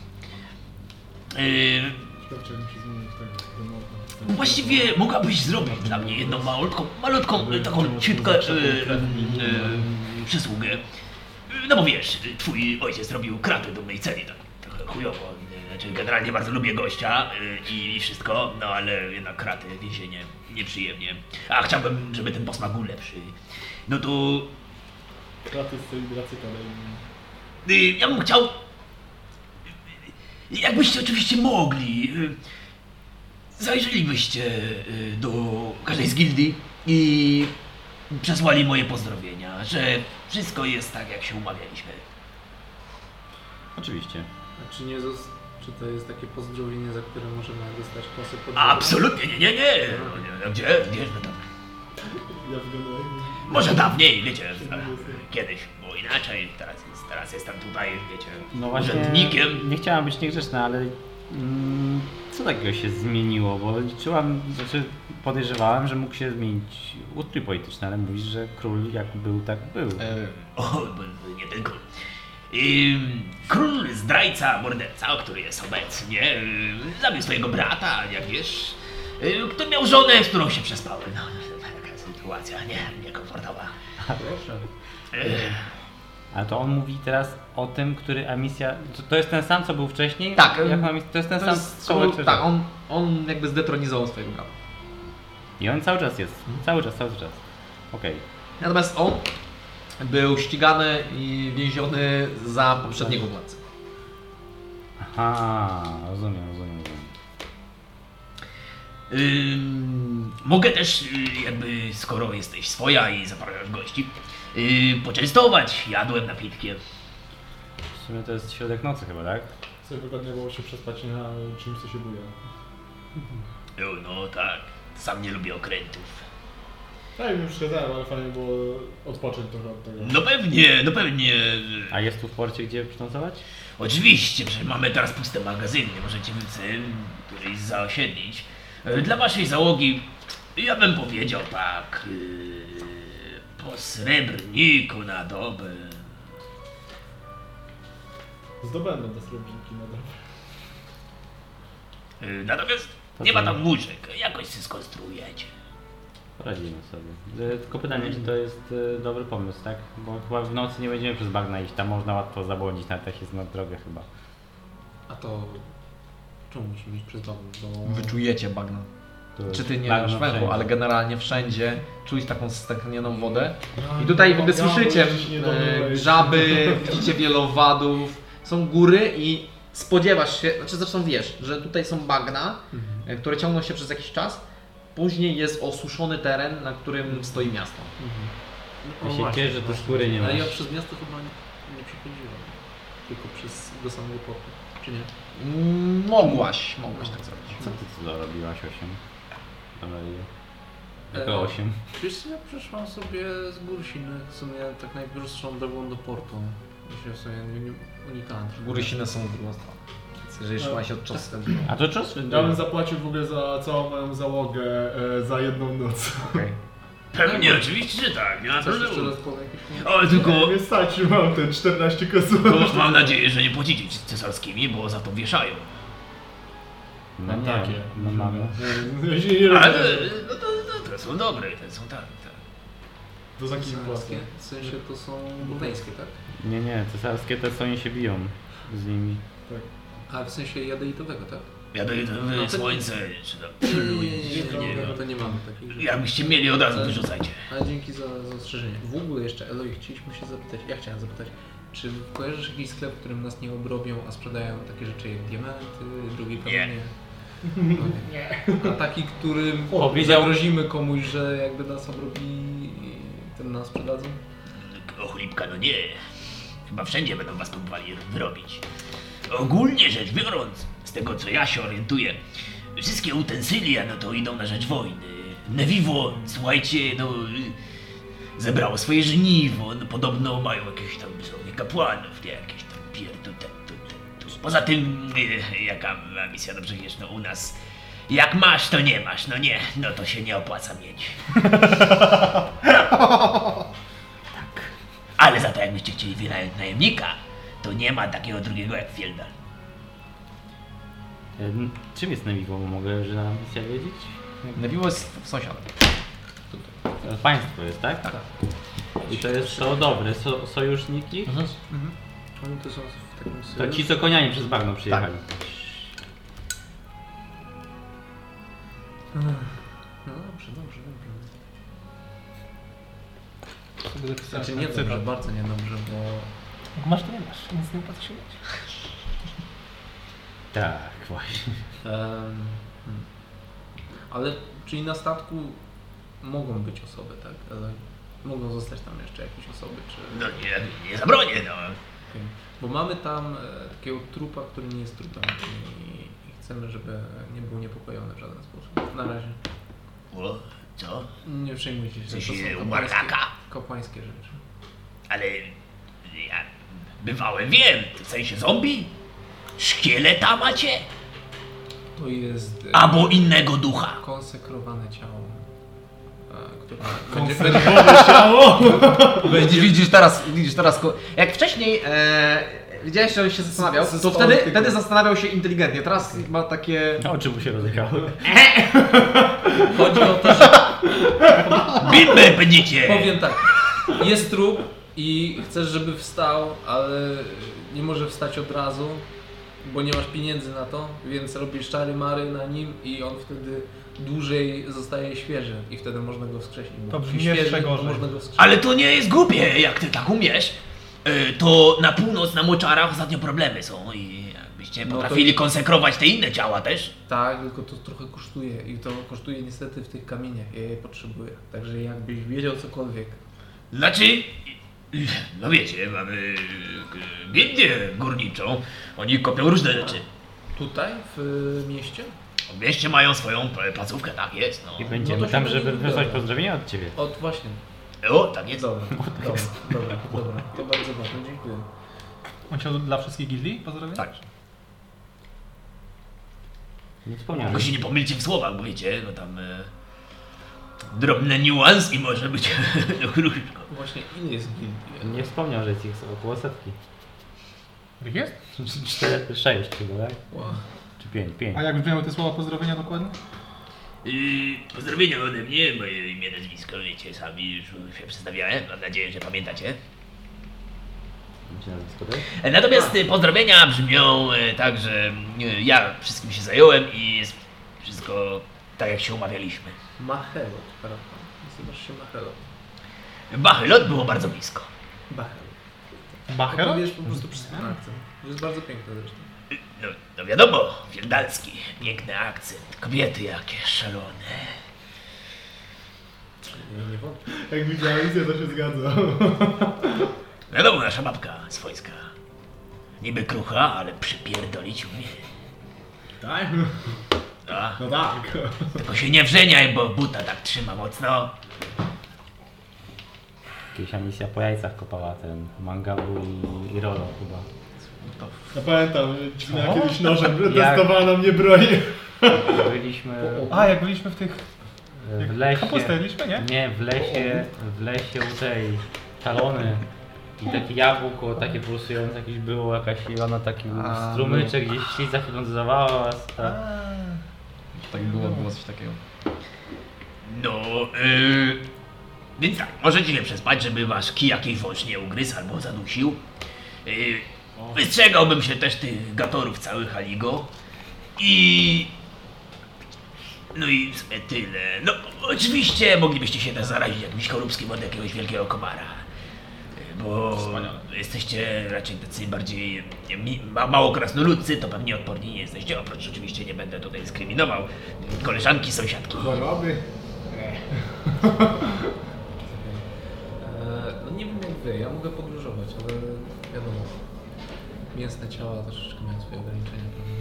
Speaker 5: Chciałbym się zmienić tak do morda.
Speaker 6: Właściwie mogłabyś zrobić dla mnie jedną malutką taką ciutkę przysługę. No bo wiesz, twój ojciec robił kratę do mojej celi, tak trochę chujowo. Znaczy, generalnie bardzo lubię gościa i wszystko, no ale jednak kraty, więzienie, nieprzyjemnie. A chciałbym, żeby ten posmak był lepszy. No to
Speaker 5: Kraty z celebracji kadejnej.
Speaker 6: ja bym chciał, jakbyście oczywiście mogli, zajrzelibyście do każdej z gildii i przesłali moje pozdrowienia, że wszystko jest tak, jak się umawialiśmy.
Speaker 3: Oczywiście.
Speaker 4: A czy to jest takie pozdrowienie, za które możemy dostać kosę pod
Speaker 6: Absolutnie nie. No, gdzie no tam?
Speaker 5: Ja wyglądam.
Speaker 6: Może dawniej, wiecie, kiedyś było inaczej, teraz jestem tutaj, wiecie,
Speaker 3: No właśnie,
Speaker 6: urzędnikiem.
Speaker 3: nie chciałam być niegrzeczna, ale co takiego się zmieniło? Bo podejrzewałem, że mógł się zmienić ustrój polityczny, ale mówisz, że król jak był, tak był.
Speaker 6: Nie ten król. Król zdrajca, morderca, który jest obecnie, zabił swojego brata, jak wiesz, który miał żonę, z którą się przespałem. No, taka sytuacja niekomfortowa.
Speaker 4: Proszę.
Speaker 3: Ale to on mówi teraz o tym, który Amicia... To jest ten sam, co był wcześniej?
Speaker 1: Tak.
Speaker 3: To jest ten sam, co
Speaker 1: tak, on jakby zdetronizował swojego brata.
Speaker 3: I on cały czas jest. Cały czas. Okej.
Speaker 1: Natomiast on był ścigany i więziony za poprzedniego władcę.
Speaker 3: Aha, rozumiem.
Speaker 6: Mogę też, jakby skoro jesteś swoja i zapraszasz gości, poczęstować jadłem, napitkiem.
Speaker 3: W sumie to jest środek nocy chyba, tak?
Speaker 5: Sobie wygodnie było się przespać na czymś, co się buja.
Speaker 6: No tak, sam nie lubię okrętów.
Speaker 5: Tak, mi przeszkadzałem, ale fajnie było odpocząć trochę od tego.
Speaker 6: No pewnie.
Speaker 3: A jest tu w porcie gdzie przytancować?
Speaker 6: Oczywiście, że mamy teraz puste magazyny, możecie któryś zaosiedlić. Dla waszej załogi, ja bym powiedział tak, po srebrniku na dobę.
Speaker 5: Zdobędą te srebrniki na dobę.
Speaker 6: Natomiast nie ma tam łóżek, jakoś się skonstruujecie.
Speaker 3: Poradzimy sobie. Tylko pytanie, czy to jest dobry pomysł, tak? Bo chyba w nocy nie będziemy przez bagna iść, tam można łatwo zabłądzić, nawet jak jest na drogę chyba.
Speaker 4: A to... Czemu musimy iść przez dom? Bo...
Speaker 1: Wyczujecie bagno.
Speaker 3: Tu
Speaker 1: Czy ty nie
Speaker 3: bagno
Speaker 1: masz węchu,
Speaker 3: wszędzie.
Speaker 1: ale generalnie wszędzie czuć taką stęknioną wodę.
Speaker 5: No,
Speaker 1: I tutaj w ogóle
Speaker 5: ja
Speaker 1: słyszycie
Speaker 5: możesz nie dobywać.
Speaker 1: grzaby, widzicie wielowadów, są góry i spodziewasz się, znaczy zresztą wiesz, że tutaj są bagna, które ciągną się przez jakiś czas. Później jest osuszony teren, na którym stoi miasto.
Speaker 3: Ja się cieszę, że te skóry nie
Speaker 4: Ale
Speaker 3: masz.
Speaker 4: ja przez miasto chyba nie przechodziłem. Tylko przez do samego portu. Czy nie?
Speaker 1: Mogłaś tak zrobić.
Speaker 3: Co ty tu robiłaś 8? Dobra,
Speaker 4: E,
Speaker 3: jako 8.
Speaker 4: Wiesz co, ja przeszłam sobie z gór silnych, w sumie tak najprostszą drogą do portu. Myślę, że sobie nie unikałem.
Speaker 1: Góry silne są w drugą stronę. Więc jeżeli szłaś od czasu,
Speaker 3: A to czas?
Speaker 5: Ja bym zapłacił w ogóle za całą moją załogę za jedną noc.
Speaker 6: Pewnie, oczywiście, że tak, nie ma
Speaker 4: Coś jeszcze
Speaker 6: problemu.
Speaker 4: dodatkowo jakieś...
Speaker 6: O, tylko
Speaker 5: Nie stać, mam te 14 kozłów.
Speaker 6: mam nadzieję, że nie płacicie cesarskimi, bo za to wieszają.
Speaker 3: No
Speaker 5: Mam
Speaker 3: nie,
Speaker 5: takie.
Speaker 3: no mamy.
Speaker 5: Ja się nie
Speaker 6: Ale
Speaker 5: robię.
Speaker 6: no to te są dobre, te są tak.
Speaker 5: To za kim
Speaker 4: Cesarskie?
Speaker 5: płacę?
Speaker 4: W sensie to są budejskie, tak?
Speaker 3: Nie, cesarskie te co oni się biją z nimi.
Speaker 4: A w sensie jadeitowego, tak?
Speaker 6: Ja daję
Speaker 4: No to-
Speaker 6: słońce, czy tam...
Speaker 4: To nie mamy takich rzeczy.
Speaker 6: Jakbyście mieli, od razu wyrzucajcie.
Speaker 4: Ale dzięki za ostrzeżenie. W ogóle jeszcze, Eloi, chcieliśmy się zapytać, ja chciałem zapytać, czy kojarzysz jakiś sklep, w którym nas nie obrobią, a sprzedają takie rzeczy jak diamenty, drugie kamienie? Nie. A taki, którym
Speaker 3: Powiedział-
Speaker 4: zagrozimy komuś, że jakby nas obrobi, ten nas sprzedadzą?
Speaker 6: O chlipka, no nie. Chyba wszędzie będą was próbowali wyrobić. Ogólnie rzecz biorąc, z tego co ja się orientuję, wszystkie utensylia no to idą na rzecz wojny. Nevivo, słuchajcie, no zebrało swoje żniwo, no podobno mają jakieś tam sobie kapłanów, nie, jakieś tam pierdu. Poza tym, jaka misja, no przecież no u nas, jak masz to nie masz, no nie, no to się nie opłaca mieć. Ale za to jakbyście chcieli wynająć najemnika, to nie ma takiego drugiego jak Fieldal.
Speaker 3: Czym jest Nevivo? Mogę że na misję wiedzieć?
Speaker 1: Nevivo jest sąsiadem.
Speaker 3: Państwo jest, tak?
Speaker 1: Tak.
Speaker 3: I to jest to dobre, sojuszniki?
Speaker 4: Oni to są w takim
Speaker 3: To
Speaker 4: stylu.
Speaker 3: ci co koniami przez bagno przyjechali.
Speaker 4: No dobrze.
Speaker 2: Sobie zapisałem.
Speaker 4: Znaczy nie dobrze, bardzo niedobrze, bo...
Speaker 2: Jak masz, to nie masz. Nic nie opłaca się mieć.
Speaker 3: Tak, właśnie.
Speaker 4: Ale czyli na statku mogą być osoby, tak? Ale mogą zostać tam jeszcze jakieś osoby, czy...
Speaker 6: No nie zabronię, no.
Speaker 4: Okej. Bo mamy tam takiego trupa, który nie jest trupem i chcemy, żeby nie był niepokojony w żaden sposób. Na razie.
Speaker 6: O, co?
Speaker 4: Nie przejmujcie się,
Speaker 6: Coś
Speaker 4: to
Speaker 6: u
Speaker 4: są
Speaker 6: Markaka?
Speaker 4: kapłańskie rzeczy.
Speaker 6: Ale ja bywałem, wiem, w sensie zombie? Szkieleta macie?
Speaker 4: To jest
Speaker 6: Albo innego ducha?
Speaker 4: konsekrowane ciało, które
Speaker 5: Konserwowe ciało!
Speaker 1: Widzisz teraz, jak wcześniej widziałeś, że on się zastanawiał, to
Speaker 4: Zespoły
Speaker 1: wtedy
Speaker 4: tylko.
Speaker 1: zastanawiał się inteligentnie, teraz ma takie...
Speaker 3: Oczy mu się rozjechały.
Speaker 4: Chodzi o to, że
Speaker 6: Bitmy będziecie!
Speaker 4: powiem tak, jest trup i chcesz, żeby wstał, ale nie może wstać od razu, bo nie masz pieniędzy na to, więc robisz czary mary na nim i on wtedy dłużej zostaje świeży i wtedy można go wskrzesić. Bo
Speaker 2: To brzmi
Speaker 4: świeży,
Speaker 2: jeszcze
Speaker 4: to
Speaker 2: gorzej.
Speaker 4: można go wskrzesić.
Speaker 6: Ale to nie jest głupie, jak ty tak umiesz. To na północ, na moczarach ostatnio problemy są i jakbyście
Speaker 4: No to-
Speaker 6: potrafili konsekrować te inne ciała też.
Speaker 4: Tak, tylko to trochę kosztuje i to kosztuje niestety w tych kamieniach, ja je potrzebuję. Także jakbyś wiedział cokolwiek.
Speaker 6: Znaczy, no wiecie, mamy gildię górniczą, oni kopią różne rzeczy.
Speaker 4: Tutaj w mieście?
Speaker 6: W mieście mają swoją placówkę, tak jest,
Speaker 3: I
Speaker 6: no.
Speaker 3: będziemy
Speaker 4: No to
Speaker 3: tam,
Speaker 4: się
Speaker 3: żeby
Speaker 4: będzie
Speaker 3: wysłać
Speaker 4: dobra.
Speaker 3: pozdrowienia od ciebie.
Speaker 4: Od właśnie.
Speaker 6: O, tak jest.
Speaker 4: Dobra. To bardzo ważne, dziękuję.
Speaker 2: On chciał dla wszystkich gildii pozdrowienia?
Speaker 6: Tak.
Speaker 3: Nie wspomniałem.
Speaker 6: Tylko się nie pomylcie w słowach, bo wiecie, no tam drobny niuans i może być różno.
Speaker 4: Właśnie ile jest gildii?
Speaker 3: Nie wspomniał, że jest ich około setki.
Speaker 2: Ich jest?
Speaker 3: 4, 6 chyba, tak?
Speaker 4: Wow.
Speaker 3: Czy 5? 5.
Speaker 2: A jak brzmiały te słowa pozdrowienia dokładnie?
Speaker 6: Pozdrowienia ode mnie, moje imię, nazwisko, wiecie, sami już się przedstawiałem, mam nadzieję, że pamiętacie. Natomiast pozdrowienia brzmią tak, że ja wszystkim się zająłem i jest wszystko tak, jak się umawialiśmy.
Speaker 4: Machelot, prawda? Nazywasz się Machelot.
Speaker 6: Bachelot było bardzo blisko.
Speaker 4: Bachelot.
Speaker 2: Bacher?
Speaker 4: Opowiesz po prostu przez ten akcent. To jest bardzo piękne zresztą.
Speaker 6: No wiadomo, fieldarski, piękny akcent, kobiety jakie szalone.
Speaker 4: Nie wątpię.
Speaker 5: Jak widziałeś, ja to się zgadza.
Speaker 6: Wiadomo, nasza babka swojska. Niby krucha, ale przypierdolić umie.
Speaker 5: Tak?
Speaker 6: A,
Speaker 5: No tak.
Speaker 6: tylko się nie wrzeniaj, bo buta tak trzyma mocno.
Speaker 3: Kiedyś Anicja po jajcach kopała ten Mangabu i Rolo chyba.
Speaker 5: Ja pamiętam, dziewczyna kiedyś nożem testowała na mnie broń.
Speaker 3: Byliśmy
Speaker 2: A, jak byliśmy w tych...
Speaker 3: w lesie.
Speaker 2: Kapustę jedliśmy, nie?
Speaker 3: Nie, w lesie u tej talony. I takie jabłko, takie pulsujące jakieś było, jakaś ona taki strumyczek, gdzieś ślica hypnotyzowała was. Tak.
Speaker 1: Tak było coś takiego.
Speaker 6: No, więc tak, możecie się przespać, żeby wasz kij jakiś wąż nie ugryzł albo zadusił. Wystrzegałbym się też tych gatorów całych Aligo. No i w sumie tyle. No, oczywiście moglibyście się też zarazić jakimś choróbskim od jakiegoś wielkiego komara. Bo jesteście raczej tacy bardziej mało krasnoludcy, to pewnie odporni nie jesteście. Oprócz oczywiście nie będę tutaj dyskryminował koleżanki, sąsiadki.
Speaker 5: Choroby.
Speaker 4: No nie wiem jak wy, ja mogę podróżować, ale wiadomo. Mięsne ciała troszeczkę mają swoje ograniczenia, prawda?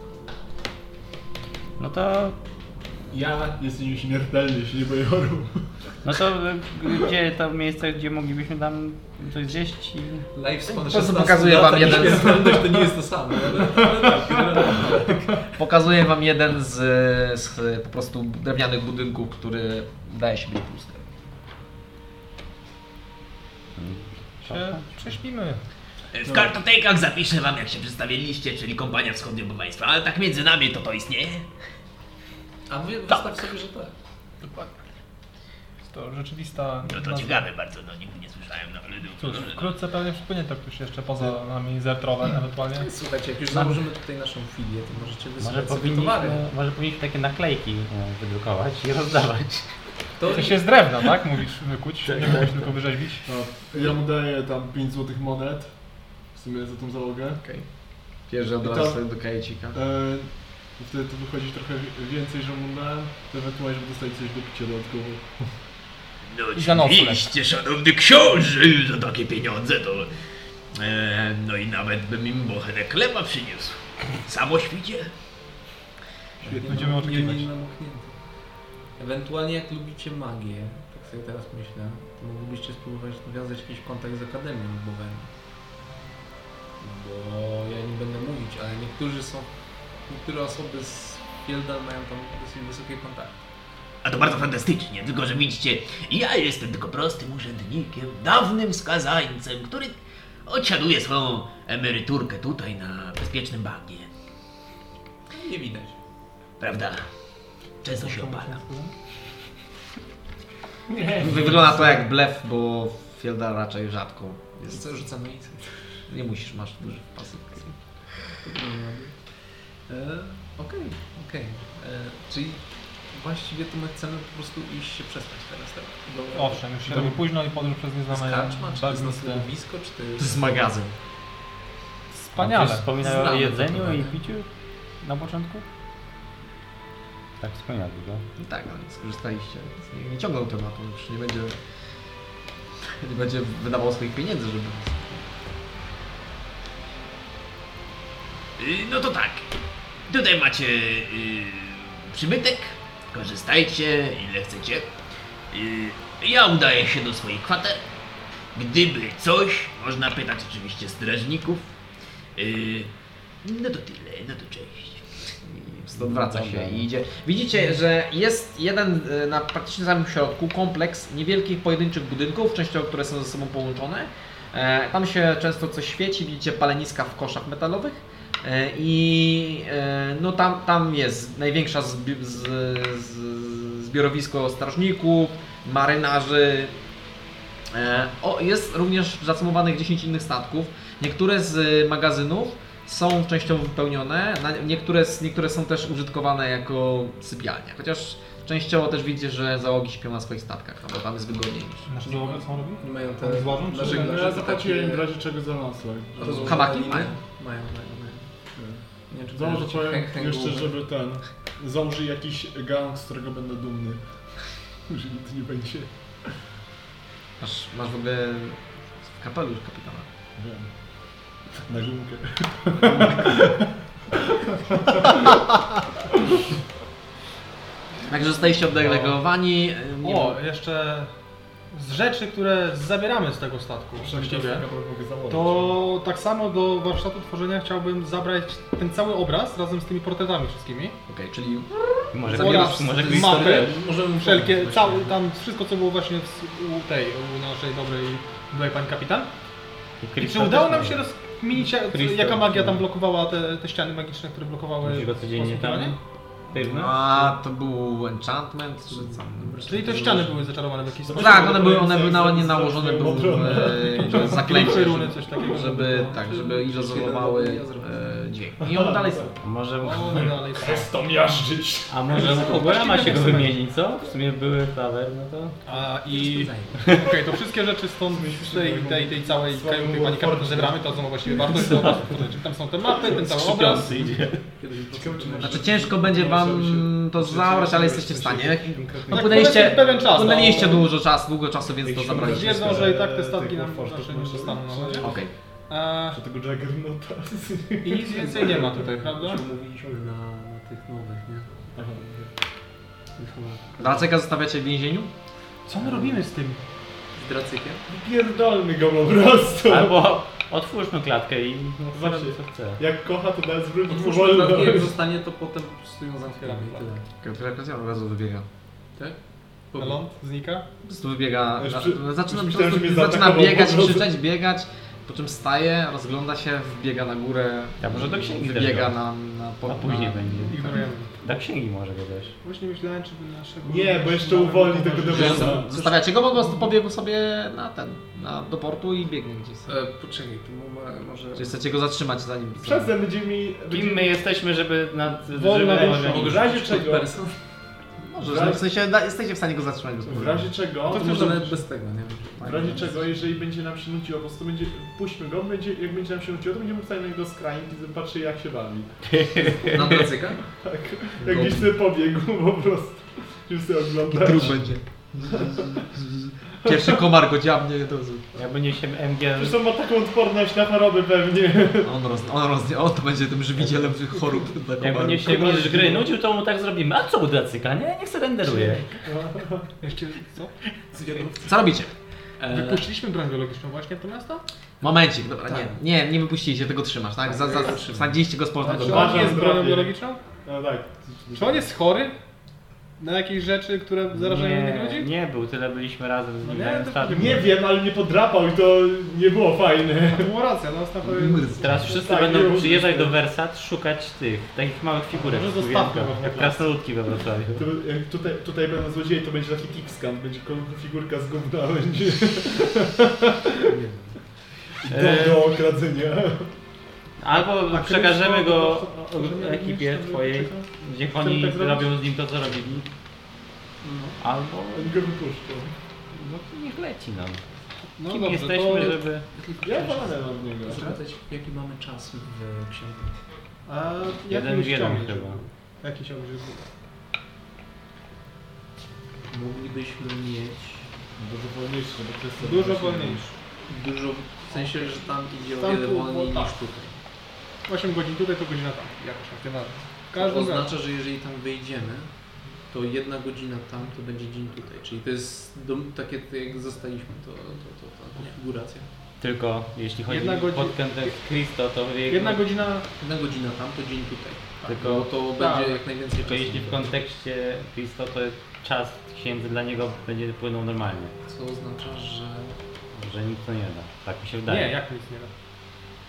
Speaker 3: No to
Speaker 5: Ja jestem nieśmiertelny, jeśli nie boję chorób.
Speaker 3: No to gdzie to miejsce, gdzie moglibyśmy tam coś zjeść i...
Speaker 4: Live spon
Speaker 1: Po prostu pokazuję wam jeden z...
Speaker 4: to nie jest to samo, ale tak, generalnie tak.
Speaker 1: Pokazuję wam jeden z po prostu drewnianych budynków, który wydaje się być pusty.
Speaker 2: Się prześpimy.
Speaker 6: W kartotekach zapiszę wam, jak się przedstawiliście, czyli kompania wschodniobowaństwa, ale tak między nami to istnieje.
Speaker 4: A wy wystaw sobie, że tak.
Speaker 2: Dokładnie. Jest to rzeczywista...
Speaker 6: No to
Speaker 2: nazwa.
Speaker 6: ciekawe bardzo, no nigdy nie słyszałem, no ale...
Speaker 2: Cóż, wkrótce pewnie przypłynie to ktoś jeszcze poza nami zertrowe ewentualnie.
Speaker 4: Słuchajcie, jak już założymy tutaj naszą filię, to możecie wysyłać sobie towary.
Speaker 3: Może powinniśmy takie naklejki wydrukować i rozdawać.
Speaker 4: To
Speaker 2: To się z drewna, tak? Mówisz wykuć, nie mówisz tylko wyrzeźbić.
Speaker 5: No, ja mu daję tam 5 złotych monet. W sumie za tą załogę.
Speaker 1: Okej. Bierze od
Speaker 5: I
Speaker 1: razu
Speaker 5: to-
Speaker 1: sobie do kajecika.
Speaker 5: I wtedy to wychodzi trochę więcej, że mu dałem. To ewentualnie, żeby dostali coś do picia dodatkowo.
Speaker 6: No
Speaker 2: I za nocleg.
Speaker 6: oczywiście, szanowny książę, za takie pieniądze to... no i nawet bym im bochenek chleba przyniósł. Samo świcie.
Speaker 2: Będziemy oczekiwać.
Speaker 4: Nie namoknięty. Ewentualnie jak lubicie magię, tak sobie teraz myślę, to moglibyście spróbować nawiązać jakiś kontakt z Akademią Lubowem. Bo ja nie będę mówić, ale niektóre osoby z Fieldal mają tam dosyć wysokie kontakty.
Speaker 6: A to bardzo fantastycznie, tylko że widzicie, ja jestem tylko prostym urzędnikiem, dawnym skazańcem, który odsiaduje swoją emeryturkę tutaj na bezpiecznym bagnie.
Speaker 4: Nie widać.
Speaker 6: Prawda? Często się opalam.
Speaker 1: Wygląda to jak blef, bo Fielda raczej rzadko jest.
Speaker 4: Co rzucamy nic.
Speaker 1: Nie musisz, masz duży pasy.
Speaker 4: Okej. Czyli właściwie to my chcemy po prostu iść się przespać teraz, tak?
Speaker 2: Owszem, już się robi późno i podróż przez
Speaker 4: To jest
Speaker 2: nieznane
Speaker 4: karczma, czy to jest
Speaker 2: bagnisty.
Speaker 4: noclegowisko, czy to
Speaker 1: To
Speaker 4: jest...
Speaker 1: jest magazyn.
Speaker 2: Wspaniale.
Speaker 3: Ktoś wspominał o
Speaker 4: Znamy
Speaker 3: jedzeniu
Speaker 4: to,
Speaker 3: i
Speaker 4: tak?
Speaker 3: piciu na początku? Tak wspominał tylko.
Speaker 1: No tak, ale skorzystaliście. Nie ciągnął tematu, już nie będzie wydawał swoich pieniędzy, żeby...
Speaker 6: No to tak. Tutaj macie przybytek. Korzystajcie ile chcecie. Ja udaję się do swoich kwater. Gdyby coś, można pytać oczywiście strażników. No to tyle, no to cześć.
Speaker 1: I odwraca się i idzie. Widzicie, że jest jeden na praktycznie samym środku kompleks niewielkich pojedynczych budynków, częściowo które są ze sobą połączone. Tam się często coś świeci, widzicie paleniska w koszach metalowych, No tam jest największa zbiorowisko strażników, marynarzy. Jest również zacumowanych 10 innych statków. Niektóre z magazynów są częściowo wypełnione, niektóre są też użytkowane jako sypialnia. Chociaż częściowo też widzicie, że załogi śpią na swoich statkach, no bo tam jest wygodniej niż.
Speaker 2: Nasze załogi co robi?
Speaker 4: Nie mają
Speaker 2: Oni
Speaker 4: te...
Speaker 2: złożą, czy
Speaker 4: nasze-
Speaker 5: Ja zapłaciłem im w razie czego za nocleg.
Speaker 1: Hamaki mają?
Speaker 4: Mają. Nie wiem, czy
Speaker 5: Założę
Speaker 4: kojarzycie
Speaker 5: powiem jeszcze,
Speaker 4: hangover.
Speaker 5: żeby założy jakiś gang, z którego będę dumny. Że nic nie będzie.
Speaker 1: Masz w ogóle w kapelusz kapitana.
Speaker 5: Wiem. Na gumkę.
Speaker 1: Także zostaliście oddelegowani.
Speaker 2: O, jeszcze z rzeczy, które zabieramy z tego statku, właściwie,
Speaker 5: mogę założyć.
Speaker 2: to tak samo do warsztatu tworzenia chciałbym zabrać ten cały obraz razem z tymi portretami wszystkimi.
Speaker 1: Okej, czyli
Speaker 3: Może
Speaker 2: Oraz
Speaker 3: może
Speaker 2: mapy,
Speaker 4: Możemy
Speaker 2: wszelkie,
Speaker 4: pomóc
Speaker 2: cały,
Speaker 4: właśnie.
Speaker 2: tam wszystko co było właśnie u naszej dobrej pani kapitan. I czy udało nam się rozkminić, jaka magia tam blokowała te ściany magiczne, które blokowały
Speaker 3: Musisz go codziennie tam
Speaker 2: posługiwanie?
Speaker 3: pyrnąć?
Speaker 1: a to był enchantment, czy co?
Speaker 2: Czyli te ściany były zaczarowane w jakiś sposób?
Speaker 1: Tak, one były nie nałożone były
Speaker 2: Jakieś
Speaker 1: zaklęcie,
Speaker 2: runy, coś takiego.
Speaker 1: żeby izolowały dźwięk. I one dalej są.
Speaker 3: Może,
Speaker 2: One dalej są.
Speaker 5: Tam miażdżyć.
Speaker 3: a może u Kogora ma się go wymienić, co? W sumie były flower, no to...
Speaker 2: Okej, to wszystkie rzeczy stąd z tej całej kajuty pani kapitan zebramy, to są właściwie wartość do obrazu. Czyli tam są te mapy, ten cały obraz.
Speaker 3: idzie.
Speaker 1: Znaczy ciężko będzie wam to zabrać, ale jesteście w stanie. No
Speaker 2: Tak,
Speaker 1: płynęliście
Speaker 2: pewien czas,
Speaker 1: płynęliście
Speaker 2: no.
Speaker 1: długo czasu, więc to zabraliście.
Speaker 2: Wiedzą, że i tak te statki nam nasze nie dostaną na wodzie.
Speaker 1: Okej.
Speaker 5: Czy tego Juggernauta?
Speaker 2: I nic więcej nie ma tutaj, prawda?
Speaker 4: Mówiliśmy na tych nowych, nie?
Speaker 1: Draceka zostawiacie w więzieniu?
Speaker 2: Co my robimy z tym?
Speaker 4: Z Dracykiem?
Speaker 5: Pierdolmy go po prostu.
Speaker 3: Albo otwórzmy klatkę i
Speaker 5: Właśnie.
Speaker 3: robi co chce.
Speaker 5: Jak kocha, to nawet zwróć
Speaker 4: Otwórzmy
Speaker 5: wolno.
Speaker 4: klatkę, jak zostanie, to potem po prostu ją zamkniemy i tyle.
Speaker 1: Kreacja od razu wybiega.
Speaker 4: Tak?
Speaker 2: Na ląd znika?
Speaker 1: Po prostu wybiega,
Speaker 5: Już
Speaker 1: zaczyna
Speaker 5: myślałem, że mnie
Speaker 1: zaczyna
Speaker 5: zaatakował
Speaker 1: biegać,
Speaker 5: po prostu.
Speaker 1: krzyczeć, biegać, po czym staje, rozgląda się, wbiega na górę,
Speaker 3: Ja może do księgi
Speaker 1: wybiega
Speaker 3: też go.
Speaker 1: na
Speaker 3: A później będzie.
Speaker 2: Ignorujemy.
Speaker 3: Do księgi może go też.
Speaker 2: Właśnie myślałem, czy by naszego...
Speaker 5: Nie, bo jeszcze uwolni tego demona.
Speaker 1: Zostawiacie go, bo po prostu pobiegł sobie do portu i biegnie gdzieś.
Speaker 4: Poczekaj, to może...
Speaker 1: Czy chcecie go zatrzymać zanim...
Speaker 5: Przeze będzie mi...
Speaker 3: Kim my jesteśmy, żeby
Speaker 2: Wolna
Speaker 3: żeby-
Speaker 2: dusza.
Speaker 5: W razie czego...
Speaker 1: Może, w sensie jesteście w stanie go zatrzymać bez
Speaker 5: W
Speaker 1: problemu.
Speaker 5: razie czego...
Speaker 4: To może nawet bez tego, nie wiem.
Speaker 5: W razie czego, jeżeli będzie nam się nudziło, po prostu będzie, puśćmy go, jak będzie nam się nudziło, to będziemy wstali na niego z krain i patrzy jak się bawi.
Speaker 4: Na Dracyka?
Speaker 5: Tak, jak gdzieś sobie pobiegł po prostu, żeby sobie oglądać.
Speaker 1: będzie. Pierwszy komar go dziabnie, to
Speaker 3: Jakby nie się MG...
Speaker 5: Zresztą ma taką odporność na choroby pewnie.
Speaker 1: on to będzie tym żywicielem tych chorób dla
Speaker 3: Jakby
Speaker 1: komarów.
Speaker 3: nie się mistrz gry nudził, to mu tak zrobimy. A co u Dracyka? Nie, niech se renderuje.
Speaker 2: Jeszcze co?
Speaker 1: Co robicie?
Speaker 2: Wypuściliśmy broń biologiczną właśnie do miasta?
Speaker 1: Momencik, dobra, nie wypuściliście, tego trzymasz, tak? Zasadziliście go z powrotem do
Speaker 2: Czy
Speaker 1: domu.
Speaker 2: on jest bronią
Speaker 5: zbrodnię.
Speaker 2: biologiczną?
Speaker 5: No tak.
Speaker 2: Czy on jest chory? Na jakieś rzeczy, które zarażają innych ludzi?
Speaker 3: Nie był, tyle byliśmy razem z
Speaker 2: No
Speaker 3: nim
Speaker 2: nie,
Speaker 3: na
Speaker 2: to
Speaker 3: statku.
Speaker 5: Nie wiem, ale mnie podrapał i to nie było fajne.
Speaker 2: To była racja, no ostatnio...
Speaker 3: Teraz wszyscy
Speaker 5: Tak,
Speaker 3: będą
Speaker 5: nie
Speaker 3: przyjeżdżać
Speaker 5: różnie.
Speaker 3: do Versat, szukać tych, takich małych figurek
Speaker 2: Może
Speaker 3: z
Speaker 2: zostawmy
Speaker 3: Kujenka,
Speaker 2: go w
Speaker 3: jak
Speaker 2: ogóle.
Speaker 3: krasnoludki we Wrocławiu.
Speaker 5: To, jak tutaj będą złodzieje, to będzie taki tipscan, będzie figurka z gówna, będzie do okradzenia.
Speaker 3: Albo
Speaker 2: A
Speaker 3: przekażemy
Speaker 2: Krysto-
Speaker 3: go
Speaker 2: to-
Speaker 3: ekipie
Speaker 2: to-
Speaker 3: twojej, gdzie
Speaker 5: Chcemy
Speaker 3: oni
Speaker 5: tak zrobić?
Speaker 3: robią z nim to, co robili. Albo
Speaker 5: Oni go wypuszczą.
Speaker 3: no to niech leci nam.
Speaker 2: No
Speaker 3: Kim
Speaker 2: dobrze,
Speaker 3: jesteśmy,
Speaker 2: to...
Speaker 3: żeby...
Speaker 5: Ja wolę mam w niego.
Speaker 4: Zapytać, jaki mamy czas w księgu?
Speaker 2: A
Speaker 3: Jeden w jeden chyba.
Speaker 2: Jaki ciąg jest?
Speaker 4: Moglibyśmy mieć
Speaker 5: Dużo wolniejsze, bo to jest
Speaker 2: Dużo wolniejszy.
Speaker 4: dużo, w sensie, że tam idzie o
Speaker 2: Tam
Speaker 4: wiele
Speaker 2: tu,
Speaker 4: wolniej
Speaker 2: bo tak.
Speaker 4: niż tutaj.
Speaker 2: 8 godzin tutaj, to godzina tam. Jakoś tak, nie ma.
Speaker 4: To
Speaker 2: Każdy
Speaker 4: oznacza, że jeżeli tam wejdziemy, to 1 godzina tam, to będzie dzień tutaj. Czyli to jest takie jak zostaliśmy, to konfiguracja.
Speaker 3: Tylko jeśli chodzi
Speaker 2: Jedna godzina-
Speaker 3: pod kątem Christo, to jego...
Speaker 2: 1 godzina...
Speaker 4: 1 godzina tam, to dzień tutaj.
Speaker 3: Tylko-
Speaker 4: Bo to będzie jak najwięcej
Speaker 3: Tylko
Speaker 4: czasu.
Speaker 3: jeśli w kontekście Christo, to czas księdzy dla niego będzie płynął normalnie.
Speaker 4: Co oznacza, że...
Speaker 3: Że nic to nie da. Tak mi się wydaje.
Speaker 2: Nie, jak nic nie da.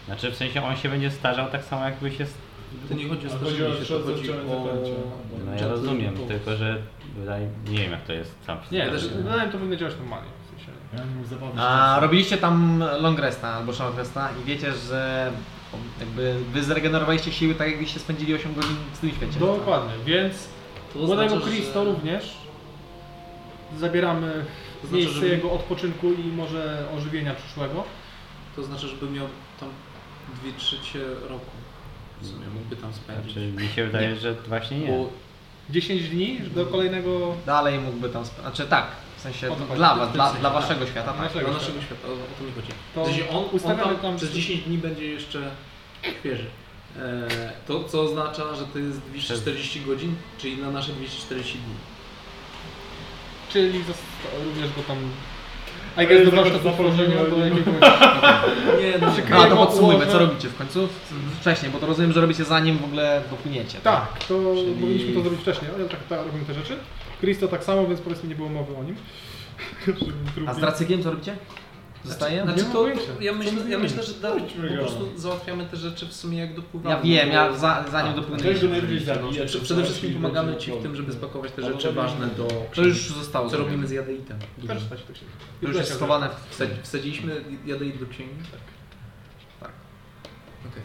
Speaker 3: Znaczy w sensie on się będzie starzał tak samo jakby się...
Speaker 4: To nie chodzi o
Speaker 5: Chodzi o
Speaker 4: starzenie się, to chodzi
Speaker 5: zakończenie
Speaker 4: o...
Speaker 5: zaklęcia.
Speaker 3: No ja rozumiem, tylko że wydaje, nie wiem jak to jest sam.
Speaker 2: Nie,
Speaker 4: też nie.
Speaker 2: wydaje mi to powinno działać normalnie. W sensie.
Speaker 5: Ja nie mógł zabawić.
Speaker 1: A robiliście tam long resta albo short resta i wiecie, że jakby wy zregenerowaliście siły tak jakbyście spędzili 8 godzin w tym świecie.
Speaker 2: Dokładnie, więc
Speaker 4: To
Speaker 2: młodego
Speaker 4: oznacza,
Speaker 2: Christo
Speaker 4: że-
Speaker 2: również zabieramy
Speaker 4: To
Speaker 2: w
Speaker 4: znaczy,
Speaker 2: miejsce
Speaker 4: że-
Speaker 2: jego odpoczynku i może ożywienia przyszłego.
Speaker 4: To znaczy, żeby miał tam 2/3 roku. W sumie mógłby tam spędzić.
Speaker 3: Znaczy mi się wydaje, że właśnie nie.
Speaker 4: Bo
Speaker 2: 10 dni do kolejnego...
Speaker 1: Dalej mógłby tam znaczy tak, w sensie
Speaker 2: O to chodzi.
Speaker 1: dla
Speaker 4: W
Speaker 1: was,
Speaker 4: tym
Speaker 1: dla
Speaker 4: sensie,
Speaker 1: waszego
Speaker 4: tak.
Speaker 1: świata, tak.
Speaker 2: Naszego
Speaker 4: dla
Speaker 2: świata.
Speaker 4: naszego świata, o to mi chodzi.
Speaker 2: To
Speaker 4: W sensie on
Speaker 2: ustawiamy
Speaker 4: tam
Speaker 2: tam
Speaker 4: przez 10 dni będzie jeszcze świeży. To co oznacza, że to jest 240 godzin, czyli na nasze 240 dni.
Speaker 2: Czyli również go tam... I guess do warsztatu tworzenia, do jakiegoś...
Speaker 4: Nie, no,
Speaker 1: A to
Speaker 2: Jego
Speaker 1: podsumujmy,
Speaker 2: ułożę.
Speaker 1: co robicie w końcu? Wcześniej, bo to rozumiem, że robicie zanim w ogóle dopłyniecie.
Speaker 2: Tak, to
Speaker 1: Czyli-
Speaker 2: powinniśmy to zrobić wcześniej, ale tak robimy te rzeczy. Christo tak samo, więc powiedzmy nie było mowy o nim.
Speaker 1: A z Dracykiem co robicie? Zostaje?
Speaker 4: Znaczy
Speaker 2: Nie mam
Speaker 4: to,
Speaker 2: pojęcia.
Speaker 4: ja myślę, że
Speaker 5: Chodźmy
Speaker 4: po
Speaker 5: go.
Speaker 4: prostu załatwiamy te rzeczy w sumie jak dopływamy.
Speaker 1: Ja wiem,
Speaker 4: bo-
Speaker 1: ja zanim
Speaker 5: To
Speaker 1: dopłynęliście.
Speaker 5: jest najwyżej
Speaker 4: No,
Speaker 5: zabijać.
Speaker 4: przede wszystkim pomagamy Ci w tym, żeby spakować te rzeczy ważne do...
Speaker 1: To już zostało.
Speaker 4: Co robimy z
Speaker 1: zrobione.
Speaker 4: jadeitem?
Speaker 2: Przeczytać to się.
Speaker 1: To już jest schowane w
Speaker 4: Wsadziliśmy jadeit do księgi?
Speaker 1: Tak.
Speaker 4: Okej.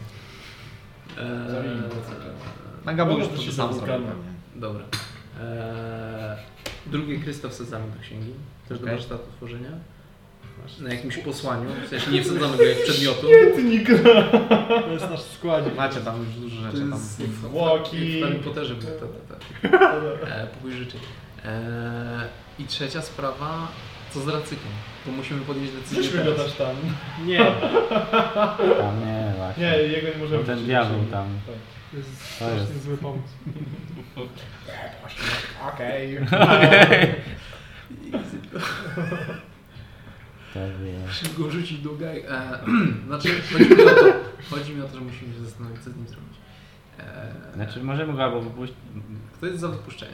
Speaker 1: Na Gabu
Speaker 5: No,
Speaker 1: już
Speaker 5: to
Speaker 1: to
Speaker 5: się
Speaker 1: sam
Speaker 5: zamykamy.
Speaker 1: zrobił.
Speaker 4: Dobra. Drugie Krysto wsadzamy do księgi, też do
Speaker 1: Okej.
Speaker 4: warsztatu tworzenia. Na jakimś posłaniu, w sensie nie wsadzamy go jak przedmiotu.
Speaker 2: To jest nasz składzik.
Speaker 1: Macie tam już dużo
Speaker 4: To
Speaker 1: rzeczy tam.
Speaker 4: jest
Speaker 5: Zwłoki.
Speaker 4: w Harry Potterze był pokój życzeń. I trzecia sprawa, co z Dracykiem? Bo musimy podjąć decyzję
Speaker 5: Weźmy go
Speaker 4: teraz.
Speaker 5: też tam.
Speaker 2: Nie,
Speaker 3: Tam nie, właśnie.
Speaker 5: Nie, jego nie możemy
Speaker 3: Ten
Speaker 5: wrzucić.
Speaker 3: diabeł tam.
Speaker 5: Tak.
Speaker 2: to jest
Speaker 3: To jest.
Speaker 2: strasznie zły pomysł.
Speaker 5: Okej.
Speaker 3: To wie.
Speaker 4: Musimy go rzucić do gaj. Znaczy, chodzi mi o to, że musimy się zastanowić, co z nim zrobić.
Speaker 3: Znaczy możemy go albo wypuścić.
Speaker 4: Kto jest za wypuszczenie?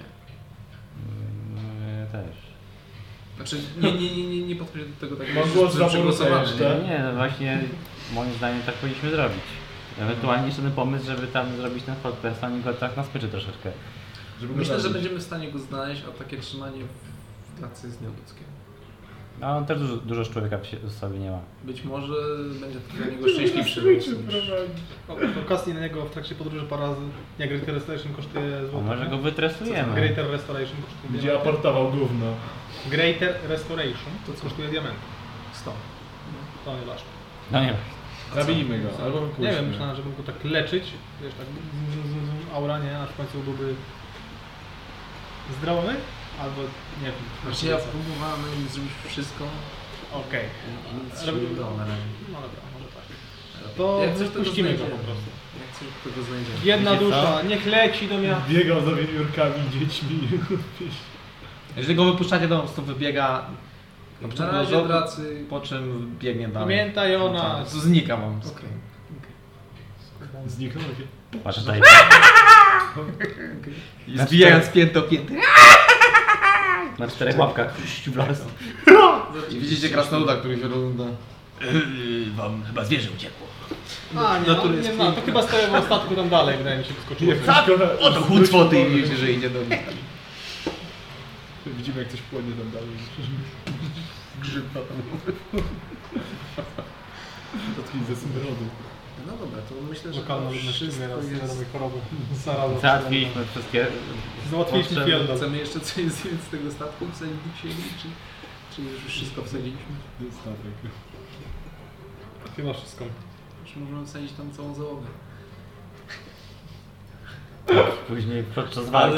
Speaker 3: Ja też.
Speaker 4: Znaczy, nie podchodzę do tego tak,
Speaker 5: Mam głos za
Speaker 4: przegłosowany.
Speaker 5: jeszcze.
Speaker 3: Nie, no właśnie moim zdaniem tak powinniśmy zrobić. Ewentualnie jeszcze ten pomysł, żeby tam zrobić ten podcast, a nie go tak na smyczy troszeczkę.
Speaker 4: Myślę, że będziemy w stanie go znaleźć, a takie trzymanie w pracy jest nieludzkie.
Speaker 3: A on też dużo człowieka w sobie nie ma.
Speaker 4: Być może będzie to dla niego szczęśliwszy los niż...
Speaker 2: Okazji na niego w trakcie podróży parę razy, jak Greater Restoration kosztuje
Speaker 3: A
Speaker 2: złoto.
Speaker 3: może go wytresujemy.
Speaker 2: Greater Restoration kosztuje
Speaker 5: Będzie
Speaker 2: diamenty.
Speaker 5: aportował gówno.
Speaker 2: Greater Restoration to kosztuje diamenty.
Speaker 4: 100.
Speaker 2: To nie ważne.
Speaker 3: No nie.
Speaker 5: Zabijmy go, albo
Speaker 2: Nie
Speaker 5: wypuśćmy.
Speaker 2: wiem, myślałem, żeby go tak leczyć, wiesz, tak aura, nie, a w końcu byłby zdrowy, albo nie wiem.
Speaker 4: Znaczy ja próbowałem zrobić wszystko
Speaker 2: Okej.
Speaker 4: i nic się nie udało na razie.
Speaker 2: No dobra, może tak. To
Speaker 4: Jak coś, to
Speaker 2: wypuścimy go
Speaker 4: znajdziemy.
Speaker 2: po prostu.
Speaker 4: Jak coś, to go znajdziemy.
Speaker 2: Jedna
Speaker 3: Wiecie
Speaker 2: dusza, niech leci do miasta.
Speaker 5: Biegał za wiewiórkami, dziećmi.
Speaker 1: Jeżeli go wypuszczacie, to po prostu wybiega na
Speaker 4: Na
Speaker 1: początku
Speaker 4: razie
Speaker 1: lotu,
Speaker 4: dracy...
Speaker 1: po czym biegnie dalej.
Speaker 2: Pamiętaj ona.
Speaker 1: To znika wam.
Speaker 4: Okej.
Speaker 5: Zniknął.
Speaker 3: Patrz tutaj.
Speaker 1: I zbijając piętę o piętę.
Speaker 3: Na 4 łapkach w las.
Speaker 1: I widzicie krasnoluda, który się rozgląda.
Speaker 6: Wam chyba zwierzę uciekło.
Speaker 2: A, nie,
Speaker 4: Natury
Speaker 2: no,
Speaker 4: jest
Speaker 2: nie znam, to chyba stoją w ostatku tam dalej, wydaje mi się, wyskoczyło.
Speaker 1: Oto chód foty i wiecie, że idzie do nich.
Speaker 5: Widzimy jak coś płonie tam dalej.
Speaker 1: Grzyba tam.
Speaker 5: To ze smrodu.
Speaker 4: No dobra, to myślę, że
Speaker 2: Lokalna
Speaker 4: to
Speaker 2: ludność
Speaker 4: wszystko
Speaker 2: umiera z
Speaker 4: jest...
Speaker 2: nowej choroby. Zaraza.
Speaker 3: Załatwiliśmy wszystkie.
Speaker 2: Załatwiliśmy
Speaker 3: potrzeby.
Speaker 2: pierdol.
Speaker 4: Chcemy jeszcze coś zjeść z tego statku wsadzić do księgi, czy już wszystko wsadziliśmy?
Speaker 5: Statek.
Speaker 2: Chyba wszystko.
Speaker 4: Już możemy wsadzić tam całą załogę.
Speaker 3: Później podczas walki.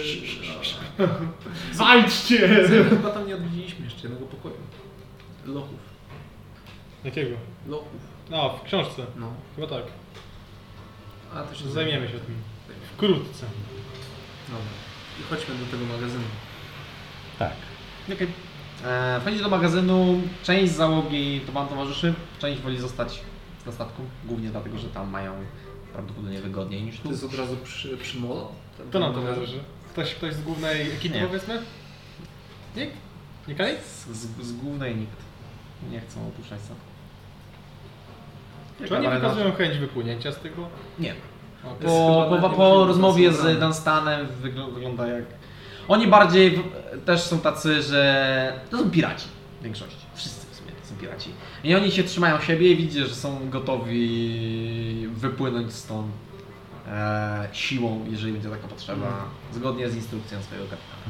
Speaker 5: Zajdźcie!
Speaker 4: Chyba tam nie odwiedziliśmy jeszcze jednego pokoju. Lochów.
Speaker 2: Jakiego?
Speaker 4: Lochów.
Speaker 2: No, w książce.
Speaker 4: No.
Speaker 2: Chyba tak.
Speaker 4: A to się
Speaker 2: Zajmiemy się tym. Wkrótce.
Speaker 4: Dobra. I chodźmy do tego magazynu.
Speaker 3: Tak.
Speaker 1: Okay. Wchodzicie do magazynu, część załogi to wam towarzyszy, część woli zostać na statku, głównie dlatego, że tam mają prawdopodobnie wygodniej niż tu.
Speaker 4: To jest od razu przy molo?
Speaker 2: To nam towarzyszy. Ktoś z głównej ekipy,
Speaker 1: Nie.
Speaker 2: powiedzmy? Nikt? Nie Kali?
Speaker 1: Z głównej nikt nie chcą opuszczać statku.
Speaker 2: Czy oni wykazują chęć wypłynięcia z tego?
Speaker 1: Nie.
Speaker 2: Okej.
Speaker 1: Po rozmowie z Dunstanem wygląda jak... Oni bardziej też są tacy, że... To są piraci w większości. Wszyscy w sumie to są piraci. I oni się trzymają siebie i widzicie, że są gotowi wypłynąć stąd siłą, jeżeli będzie taka potrzeba, zgodnie z instrukcją swojego kapitana.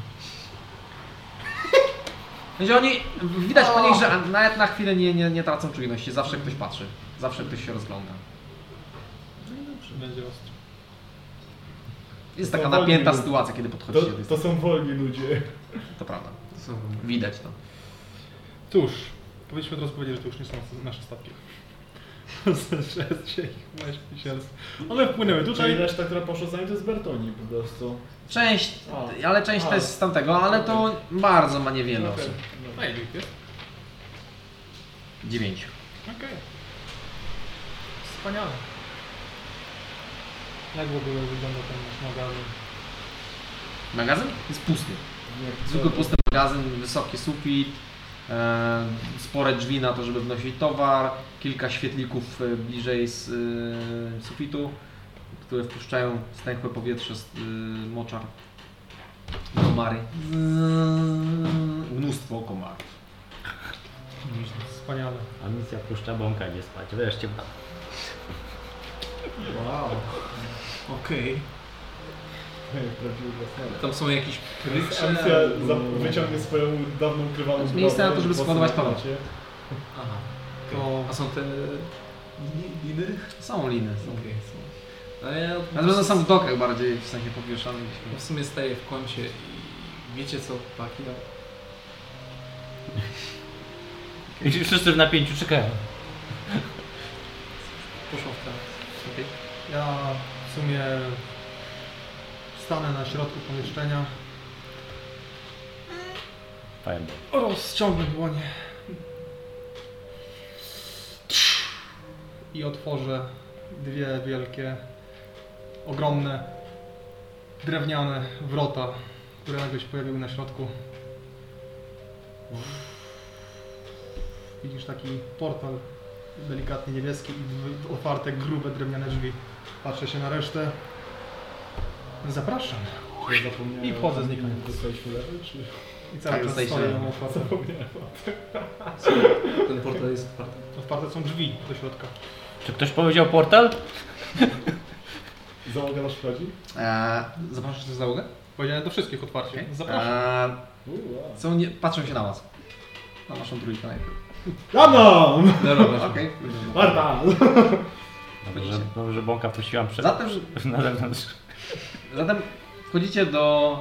Speaker 1: Będzie oni, widać po nich, że nawet na chwilę nie tracą czujności, zawsze ktoś patrzy, zawsze ktoś się rozgląda.
Speaker 2: Będzie ostro.
Speaker 1: Jest
Speaker 5: To
Speaker 1: taka
Speaker 5: wolni
Speaker 1: napięta
Speaker 5: ludzie.
Speaker 1: sytuacja, kiedy podchodzicie do
Speaker 5: To
Speaker 1: distansu.
Speaker 5: są wolni ludzie.
Speaker 1: To prawda,
Speaker 4: To są...
Speaker 1: widać to.
Speaker 2: Cóż, powinniśmy teraz powiedzieć, że to już nie są nasze statki. One wpłynęły
Speaker 5: Czyli
Speaker 2: tutaj.
Speaker 5: reszta, która poszła za nami, to jest Bertoni po prostu.
Speaker 1: Część, ale część to jest z tamtego, ale to bardzo ma niewiele
Speaker 5: Okej.
Speaker 1: osób.
Speaker 2: A ile ich jest?
Speaker 1: 9.
Speaker 2: Okej. Wspaniale. Jak w ogóle wygląda ten nasz magazyn?
Speaker 1: Magazyn jest pusty. Zwykły pusty magazyn, wysoki sufit, spore drzwi na to, żeby wnosić towar, kilka świetlików bliżej z sufitu, które wpuszczają stęchłe powietrze z moczar. Komary. Mnóstwo komarów.
Speaker 2: Wspaniale.
Speaker 3: A misja puszcza bąka nie spać. Wreszcie.
Speaker 4: Wow. Okej.
Speaker 5: Prawdziwy wesele.
Speaker 4: Tam są jakieś prycze?
Speaker 5: Alicja wyciągnie swoją dawną ukrywaną
Speaker 1: To jest miejsce na to, żeby składować towar.
Speaker 4: Aha.
Speaker 2: To
Speaker 4: A są te liny?
Speaker 1: Są liny.
Speaker 4: Okej, są. Ale ja
Speaker 1: Natomiast są w dokach bardziej, w sensie powieszanych.
Speaker 4: w sumie staję w kącie i wiecie co, paki?
Speaker 3: I wszyscy w napięciu czekają.
Speaker 4: Poszło w trawę. Okej.
Speaker 2: ja w sumie stanę na środku pomieszczenia.
Speaker 3: Fireball.
Speaker 2: Rozciągnę dłonie. I otworzę dwie wielkie, ogromne, drewniane wrota, które nagle się pojawiły na środku. Widzisz taki portal delikatnie niebieski i otwarte, grube, drewniane drzwi. Patrzę się na resztę. Zapraszam. I wchodzę zniknąć.
Speaker 5: Dostaliśmy lewy, czy...
Speaker 2: I cały
Speaker 1: Tak,
Speaker 2: czas
Speaker 1: zostaje
Speaker 2: stoję
Speaker 1: się.
Speaker 2: otwarte.
Speaker 5: Zapomniałem.
Speaker 4: Ten portal jest otwarty.
Speaker 2: Otwarte są drzwi do środka.
Speaker 3: Czy ktoś powiedział portal?
Speaker 5: Załoga nas wchodzi?
Speaker 1: Zapraszasz też załogę?
Speaker 2: Powiedziałem do wszystkich otwarcie.
Speaker 1: Okay.
Speaker 2: Zapraszam.
Speaker 5: Wow.
Speaker 1: Patrzą się na was. Na waszą trójkę najpierw.
Speaker 5: Janon!
Speaker 4: Dobra,
Speaker 1: Okej.
Speaker 5: Marta!
Speaker 3: Dobrze, że bąka puściłam przed...
Speaker 1: Zatem,
Speaker 3: na zewnątrz.
Speaker 1: zatem wchodzicie do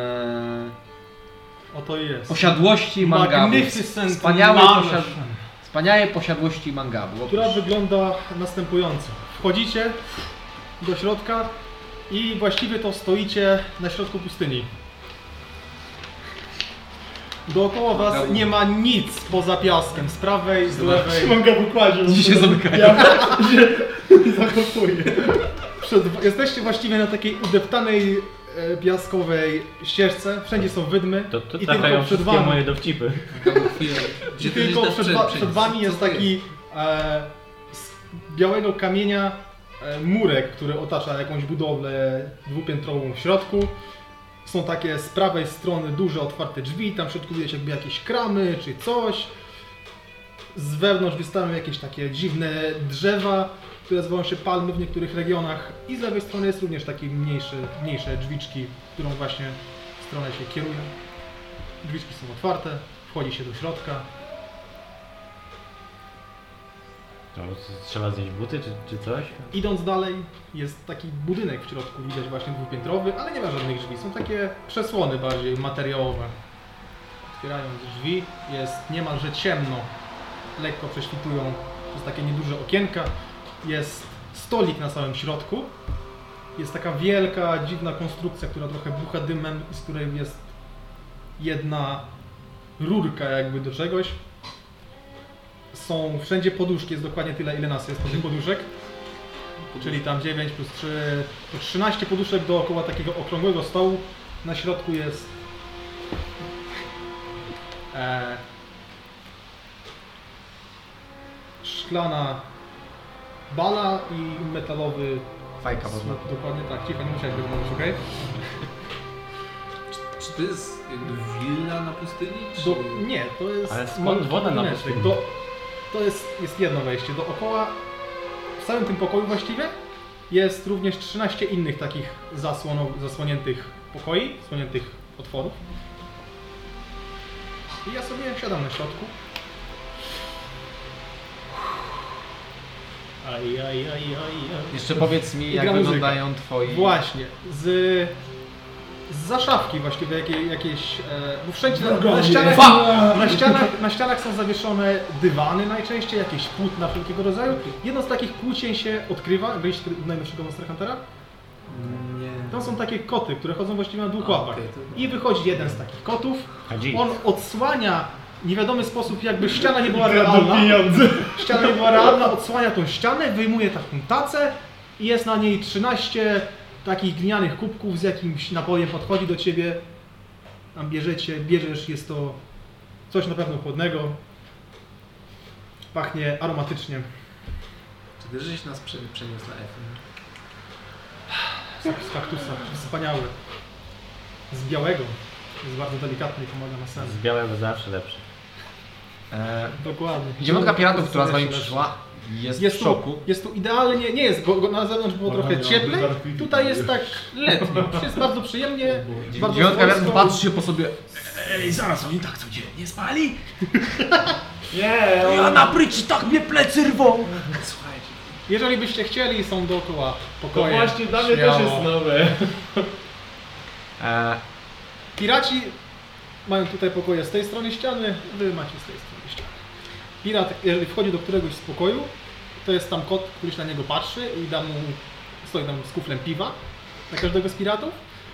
Speaker 2: Oto i jest.
Speaker 1: posiadłości Mangabu.
Speaker 2: Magnificent
Speaker 1: Wspaniałe posiadłości Mangabu.
Speaker 2: która wygląda następująco. Wchodzicie do środka i właściwie to stoicie na środku pustyni. Dookoła was nie ma nic poza piaskiem. Z prawej, z lewej.
Speaker 5: Manga wykładzie.
Speaker 1: Drzwi się zamykają.
Speaker 5: Ja się zakopuję.
Speaker 2: Jesteście właściwie na takiej udeptanej piaskowej ścieżce. Wszędzie są wydmy.
Speaker 3: To
Speaker 2: i tylko
Speaker 3: trafiają
Speaker 2: przed
Speaker 3: wszystkie
Speaker 2: wami.
Speaker 3: moje dowcipy.
Speaker 4: chwilę.
Speaker 2: I tylko przed wami jest taki z białego kamienia murek, który otacza jakąś budowlę dwupiętrową w środku. Są takie z prawej strony duże otwarte drzwi, tam w środku widać jakby jakieś kramy czy coś. Z wewnątrz wystają jakieś takie dziwne drzewa, które zwoją się palmy w niektórych regionach. I z lewej strony jest również takie mniejsze drzwiczki, w którą właśnie stronę się kieruje. Drzwiczki są otwarte, wchodzi się do środka.
Speaker 3: To trzeba znieść buty czy coś?
Speaker 2: Idąc dalej jest taki budynek w środku, widać właśnie dwupiętrowy, ale nie ma żadnych drzwi, są takie przesłony bardziej materiałowe. Otwierając drzwi jest niemalże ciemno, lekko prześwitują przez takie nieduże okienka. Jest stolik na samym środku, jest taka wielka, dziwna konstrukcja, która trochę bucha dymem i z której jest jedna rurka jakby do czegoś. Są wszędzie poduszki, jest dokładnie tyle, ile nas jest tych poduszek. Czyli tam 9 plus 3, to 13 poduszek dookoła takiego okrągłego stołu. Na środku jest szklana bala i metalowy...
Speaker 1: Fajka wodna.
Speaker 2: Dokładnie tak, cicho, nie musiałeś tego mówić, okej?
Speaker 4: Czy to jest jakby willa na pustyni? Czy...
Speaker 2: Nie, to jest...
Speaker 3: Ale skąd woda na
Speaker 2: wnętrzek.
Speaker 3: pustyni?
Speaker 2: To jest jedno wejście. Dookoła, w całym tym pokoju właściwie, jest również 13 innych takich zasłoniętych pokoi, zasłoniętych otworów. I ja sobie siadam na środku. Aj.
Speaker 1: Jeszcze powiedz mi,
Speaker 2: I
Speaker 1: jak
Speaker 2: gra muzyka.
Speaker 1: wyglądają twoi...
Speaker 2: Właśnie, za szafki właściwie jakieś, bo wszędzie na ścianach są zawieszone dywany najczęściej, jakieś płótna wszelkiego rodzaju. Jedno z takich płócien się odkrywa, byliście najnowszego Monster Huntera?
Speaker 4: Nie.
Speaker 2: Tam są takie koty, które chodzą właściwie na dwóch łapach.
Speaker 4: okej, to-
Speaker 2: I wychodzi jeden z takich kotów,
Speaker 3: Hadzi.
Speaker 2: on odsłania w niewiadomy sposób, jakby ściana nie była
Speaker 5: Kradną
Speaker 2: realna.
Speaker 5: pieniądze.
Speaker 2: Ściana nie była realna, odsłania tą ścianę, wyjmuje taką tacę i jest na niej 13 takich glinianych kubków z jakimś napojem, podchodzi do ciebie, tam bierzesz, jest to coś na pewno chłodnego, pachnie aromatycznie,
Speaker 4: Czy wiesz, żeś nas przeniósł na F?
Speaker 2: z kaktusa, wspaniały, z białego, jest bardzo delikatny i pomaga na sen.
Speaker 3: Z białego zawsze lepszy.
Speaker 2: Dokładnie.
Speaker 1: Dziewiątka piratów, która z wami
Speaker 2: Jest
Speaker 1: przyszła, jest w szoku.
Speaker 2: Jest tu idealnie, nie jest na zewnątrz było trochę cieplej, tutaj jest tak letnio, jest bardzo przyjemnie, bardzo
Speaker 1: Dziewiątka piratów
Speaker 2: swojsko.
Speaker 1: patrzy się po sobie.
Speaker 6: Ej, zaraz, oni tak codziennie spali?
Speaker 5: Nie,
Speaker 6: Ja na pryczy tak mnie plecy rwą!
Speaker 4: Słuchajcie.
Speaker 2: Jeżeli byście chcieli, są dookoła
Speaker 5: to
Speaker 2: pokoje.
Speaker 5: właśnie dla mnie
Speaker 2: śmiało.
Speaker 5: też jest nowe.
Speaker 2: Piraci mają tutaj pokoje z tej strony ściany, wy macie z tej strony ściany. Pirat, jeżeli wchodzi do któregoś z pokoju, to jest tam kot, który się na niego patrzy i stoi tam z kuflem piwa na każdego z piratów.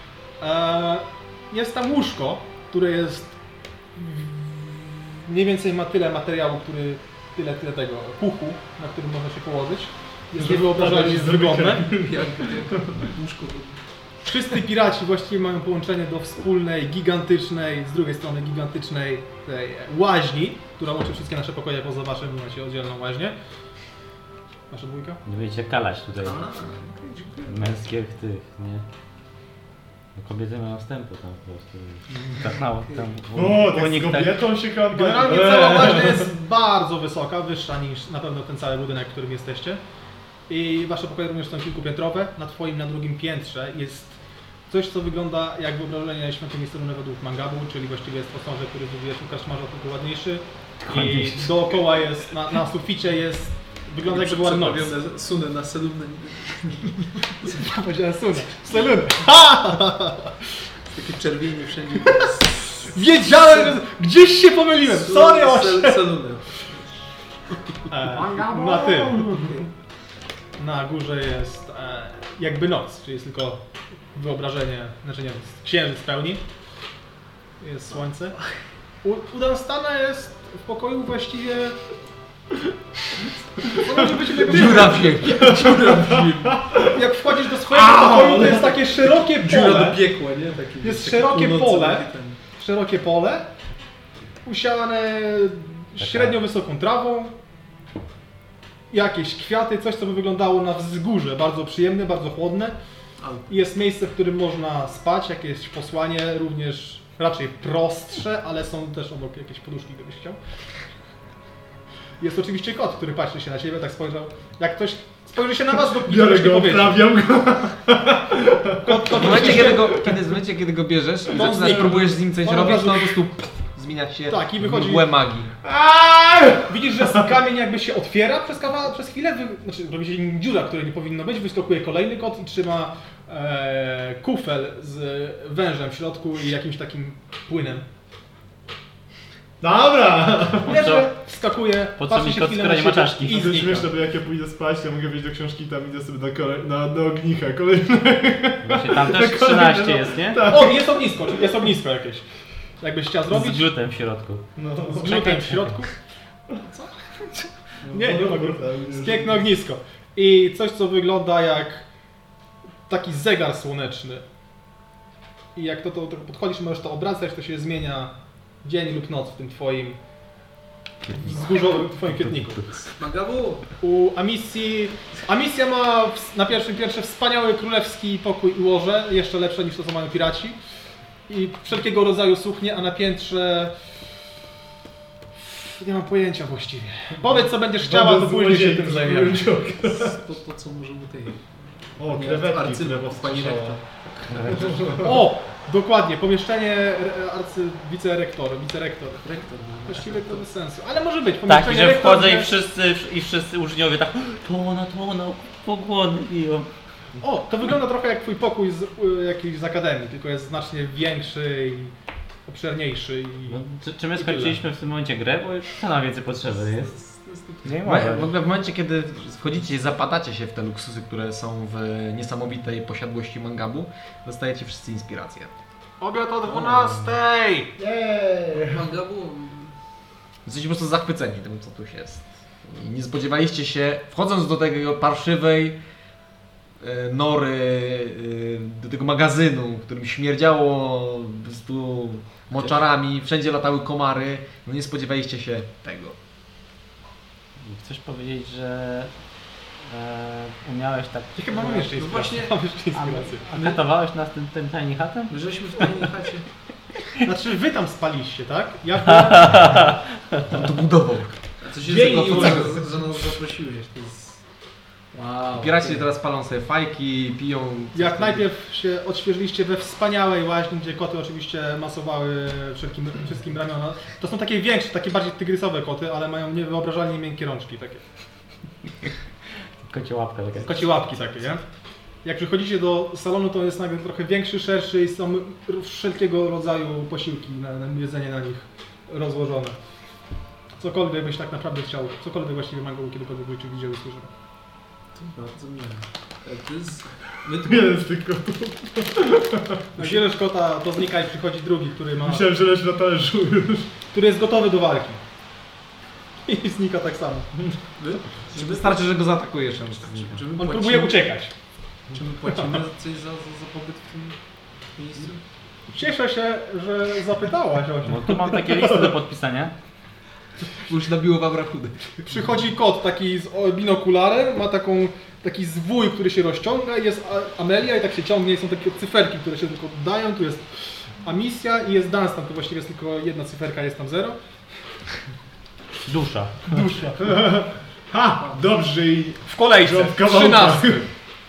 Speaker 2: Jest tam łóżko, które jest mniej więcej ma tyle materiału, tyle tego puchu, na którym można się położyć. Jest niewyobrażalnie wygodne.
Speaker 4: Jak łóżko.
Speaker 2: Wszyscy piraci właściwie mają połączenie do wspólnej, gigantycznej, z drugiej strony gigantycznej tej łaźni, która łączy wszystkie nasze pokoje poza waszym, wy macie oddzielną łaźnię. Wasza dwójka?
Speaker 3: Nie będziecie kalać tutaj męskich tych, nie? No kobiety mają wstępy tam po prostu. Tak mało tam.
Speaker 5: O, tak z
Speaker 3: unik
Speaker 5: kobietą się kąpać.
Speaker 2: Generalnie cała łaźnia jest bardzo wysoka, wyższa niż na pewno ten cały budynek, w którym jesteście. I wasze pokoje również są kilkupiętrowe. Na drugim piętrze jest coś, co wygląda jak wyobrażenie świątyni Selune według Mangabu, czyli właściwie jest posążek, który zrobiłeś u Kaszmarza, tylko ładniejszy. I dookoła jest, na suficie jest, wygląda jakby była noc.
Speaker 4: Sunę na Selunę.
Speaker 2: Ja powiedziałem Sunę. Selune.
Speaker 4: Takie czerwienie wszędzie.
Speaker 2: Wiedziałem, że gdzieś się pomyliłem. Sorry, Oś.
Speaker 4: Selunę.
Speaker 2: Na tym. Na górze jest jakby noc, czyli jest tylko wyobrażenie, znaczy nie, księżyc w pełni. Jest słońce. U Dunstana jest w pokoju właściwie... To może być jakby...
Speaker 1: Dziura w ziemi.
Speaker 2: Jak wchodzisz do swojego pokoju, to jest takie szerokie
Speaker 4: Dziura
Speaker 2: pole.
Speaker 4: do piekła, nie? Taki,
Speaker 2: Jest
Speaker 4: taki
Speaker 2: szerokie
Speaker 4: północy,
Speaker 2: pole.
Speaker 4: taki ten.
Speaker 2: Szerokie pole, usiane średnio wysoką trawą, jakieś kwiaty, coś co by wyglądało na wzgórze, bardzo przyjemne, bardzo chłodne. Jest miejsce, w którym można spać, jakieś posłanie, również raczej prostsze, ale są też obok jakieś poduszki, gdybyś chciał. Jest oczywiście kot, który patrzy się na ciebie, tak spojrzał, jak ktoś spojrzy się na was, to
Speaker 5: Biorę go, oprawiam go.
Speaker 1: W momencie, kiedy go bierzesz, zaczynasz,
Speaker 2: znika.
Speaker 1: próbujesz z nim coś
Speaker 2: On
Speaker 1: robić,
Speaker 2: od
Speaker 1: to
Speaker 2: razu-
Speaker 1: on po prostu zmienia się
Speaker 2: Tak, i wychodzi-
Speaker 1: w mgłę magii.
Speaker 2: Widzisz, że kamień jakby się otwiera przez chwilę, znaczy robi się nim dziura, której nie powinno być, wyskakuje kolejny kot i trzyma kufel z wężem w środku i jakimś takim płynem.
Speaker 5: Dobra!
Speaker 2: Leży, wskakuje,
Speaker 3: Po co
Speaker 2: patrzy
Speaker 3: mi
Speaker 2: się
Speaker 3: kot,
Speaker 2: chwilę
Speaker 3: skoro
Speaker 2: na
Speaker 3: nie ma
Speaker 2: siebie
Speaker 3: czaszki?
Speaker 2: i
Speaker 5: I to
Speaker 2: znika.
Speaker 5: śmieszne, bo jak ja pójdę spać, to mogę wejść do książki i tam idę sobie na ognicha kolejne.
Speaker 3: Właśnie tam też 13 jest, nie?
Speaker 2: O, jest ognisko jakieś. Jakbyś chciał
Speaker 3: Z
Speaker 2: zrobić,
Speaker 3: glutem w środku.
Speaker 5: No,
Speaker 2: z glutem w środku. Nie ma grupa. Jest piękne ognisko. I coś, co wygląda jak taki zegar słoneczny. I jak to podchodzisz, możesz to obracać, to się zmienia dzień lub noc w tym twoim wzgórzowych twoim kwietniku.
Speaker 4: Magabu!
Speaker 2: U Amisja ma na pierwszym piętrze wspaniały królewski pokój i łoże, jeszcze lepsze niż to, co mają piraci. I wszelkiego rodzaju suknie, a na piętrze... Nie mam pojęcia właściwie. Powiedz, co będziesz chciała, to później się tym zajmiemy.
Speaker 4: To co może u tej...
Speaker 5: O, krewetki,
Speaker 4: pani rektor.
Speaker 2: O! Dokładnie, pomieszczenie wicerektor.
Speaker 4: Rektor.
Speaker 2: Właściwie to bez sensu, ale może być.
Speaker 3: Tak,
Speaker 2: Pomieszczenie
Speaker 3: że wchodzę
Speaker 2: rektor,
Speaker 3: i wszyscy uczniowie tak to ona, pogłony biją.
Speaker 2: O, to wygląda trochę jak twój pokój jakiejś z akademii, tylko jest znacznie większy i obszerniejszy.
Speaker 3: No, czy my skończyliśmy w tym momencie grę, bo już co nam więcej potrzeby jest? Nie
Speaker 1: W ogóle w momencie, kiedy wchodzicie i zapadacie się w te luksusy, które są w niesamowitej posiadłości Mangabu, dostajecie wszyscy inspirację. Obiad o 12!
Speaker 4: Magabu...
Speaker 1: Jesteście po prostu zachwyceni tym, co tu jest. I nie spodziewaliście się, wchodząc do tego parszywej nory, do tego magazynu, w którym śmierdziało po prostu moczarami, wszędzie latały komary, no nie spodziewaliście się tego.
Speaker 3: Chcesz powiedzieć, że umiałeś tak...
Speaker 2: Chyba mam jeszcze
Speaker 4: właśnie-
Speaker 2: inspirację.
Speaker 3: A katowałeś nas tym tiny hatem?
Speaker 4: My żeśmy w tej chacie...
Speaker 2: Znaczy wy tam spaliście, tak? Ja
Speaker 1: On to budował.
Speaker 4: A co się
Speaker 2: Dzień
Speaker 4: za
Speaker 2: miły.
Speaker 4: że nas zaprosiłeś? To jest... Wow.
Speaker 1: Piraci teraz palą sobie fajki, piją...
Speaker 2: jak najpierw się odświeżyliście we wspaniałej łaźni, gdzie koty oczywiście masowały wszystkim ramiona. To są takie większe, takie bardziej tygrysowe koty, ale mają niewyobrażalnie miękkie rączki takie.
Speaker 3: Kocie łapka taka.
Speaker 2: Kocie łapki takie, nie? Jak przychodzicie do salonu, to jest nagle trochę większy, szerszy i są wszelkiego rodzaju posiłki, na jedzenie na nich rozłożone. Cokolwiek byś tak naprawdę chciał, cokolwiek właściwie Mangabu kiedykolwiek w życiu widział i słyszał.
Speaker 4: To bardzo miłe. To jest... My tu...
Speaker 5: Jeden z tych kotów.
Speaker 2: Jak bierzesz kota, to znika i przychodzi drugi,
Speaker 5: Myślałem, że leży na talerzu już.
Speaker 2: który jest gotowy do walki. I znika tak samo.
Speaker 1: Wystarczy, że go zaatakujesz.
Speaker 4: Czy my
Speaker 2: On
Speaker 4: płacimy-
Speaker 2: próbuje uciekać.
Speaker 4: Czy my płacimy coś za pobyt w tym miejscu?
Speaker 2: Cieszę się, że zapytałaś o
Speaker 3: No
Speaker 2: to.
Speaker 3: tu mam takie listy do podpisania.
Speaker 1: Już nabiło wam rachunek.
Speaker 2: Przychodzi kot taki z binokularem, ma taki zwój, który się rozciąga, jest Amelia i tak się ciągnie i są takie cyferki, które się tylko dają. Tu jest Amisja i jest Dunstan, to właściwie jest tylko jedna cyferka, jest tam 0.
Speaker 3: Dusza.
Speaker 2: Dusza.
Speaker 5: Ha! Dobrze i...
Speaker 2: W kolejce.
Speaker 5: W kawałkach.
Speaker 2: 13.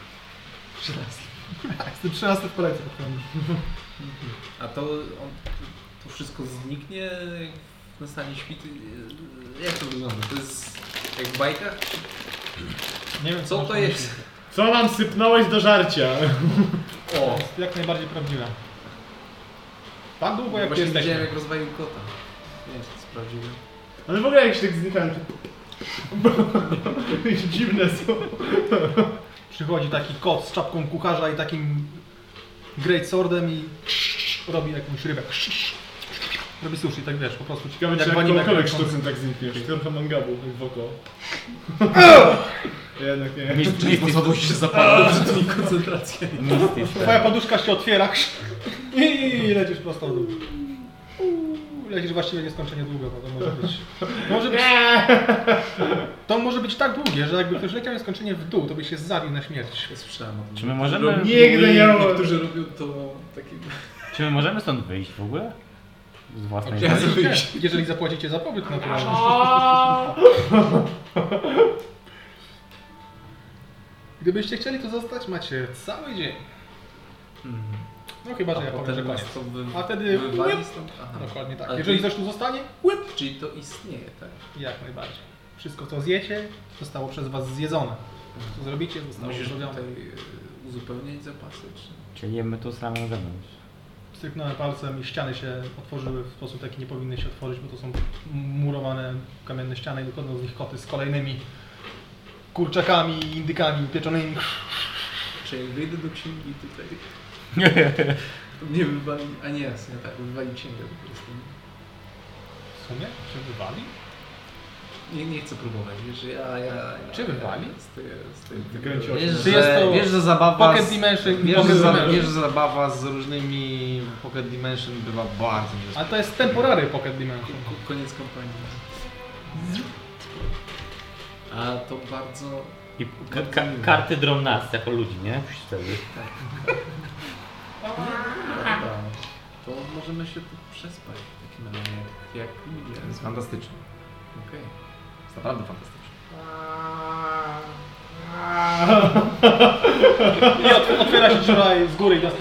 Speaker 2: Jestem 13 w kolejce.
Speaker 4: A to wszystko zniknie jak nastanie świt? Jak to wygląda? To jest jak w bajkach?
Speaker 2: Nie wiem,
Speaker 4: Co to jest?
Speaker 5: Co nam sypnąłeś do żarcia?
Speaker 2: O, jest jak najbardziej prawdziwe. Tak długo jak tu
Speaker 4: Właśnie widziałem
Speaker 2: jesteśmy.
Speaker 4: jak rozwalił kota. Nie wiem, czy to jest prawdziwe.
Speaker 5: Ale w ogóle jak się tak znikają, to... Dziwne są.
Speaker 2: Przychodzi taki kot z czapką kucharza i takim great swordem i robi jakąś rybę. Robi sushi, tak wiesz, po prostu.
Speaker 5: Ciekawe, czy
Speaker 2: jak
Speaker 5: jak
Speaker 2: w anime,
Speaker 5: kogokolwiek
Speaker 2: jak są-
Speaker 5: sztucznym tak znikniesz. Trochę Mangabu, jak w oko. Jednak nie.
Speaker 1: Część sposobności się zapala.
Speaker 4: Koncentracja.
Speaker 2: Twoja poduszka się otwiera i lecisz prosto w dół. Lecisz właściwie nieskończenie długo, bo to może być tak długie, że jakby ktoś leciał nieskończenie w dół, to by się zabił na śmierć.
Speaker 4: Ja słyszałem o tym.
Speaker 3: Czy my możemy...
Speaker 5: Nigdy nie było.
Speaker 4: Niektórzy robią to takiego...
Speaker 3: Czy my możemy stąd wyjść w ogóle? Z własnej
Speaker 4: Ja-
Speaker 3: woli?
Speaker 2: Jeżeli zapłacicie za pobyt naturalny. Gdybyście chcieli tu zostać, macie cały dzień. No chyba, że ja powiem, że koniec.
Speaker 4: to
Speaker 2: A wtedy
Speaker 4: wywali
Speaker 2: łyp.
Speaker 4: stąd? Aha.
Speaker 2: Dokładnie tak.
Speaker 4: Ale
Speaker 2: Jeżeli
Speaker 4: to-
Speaker 2: ktoś tu zostanie, łyp.
Speaker 4: Czyli to istnieje, tak?
Speaker 2: Jak najbardziej. Wszystko co zjecie, zostało przez was zjedzone. Co zrobicie, zostało
Speaker 4: Musisz
Speaker 2: zrobione.
Speaker 4: tutaj uzupełniać zapasy, czy...
Speaker 3: Czyli my tu same na zewnątrz.
Speaker 2: Styknąłem palcem i ściany się otworzyły w sposób taki nie powinny się otworzyć, bo to są murowane kamienne ściany i wychodzą z nich koty z kolejnymi kurczakami i indykami pieczonymi.
Speaker 4: Czy jak wyjdę do księgi tutaj, to mnie wywali... A nie, jasne, tak, wywali księgę po prostu.
Speaker 2: W sumie? Czy wywali?
Speaker 4: Nie chcę próbować, wiesz, ja
Speaker 2: Czy wywali?
Speaker 5: Wykręciło się.
Speaker 1: Wiesz,
Speaker 2: Czy jest to
Speaker 1: wiesz, że zabawa
Speaker 2: Pocket
Speaker 1: z,
Speaker 2: Dimension i
Speaker 1: wiesz,
Speaker 2: Pocket
Speaker 1: że
Speaker 2: Dimension.
Speaker 1: wiesz, że zabawa z różnymi Pocket Dimension bywa bardzo niebezpieczna.
Speaker 2: Ale to jest temporary Pocket Dimension.
Speaker 4: Koniec kampanii. A to bardzo...
Speaker 3: I karty drą nas jako ludzi, nie? Wtedy.
Speaker 4: Prawda. To możemy się tu przespać w takim razie, jak ludzie.
Speaker 1: To jest fantastyczne.
Speaker 4: Okej.
Speaker 1: Jest naprawdę fantastyczne.
Speaker 2: I otwiera się dziura z góry i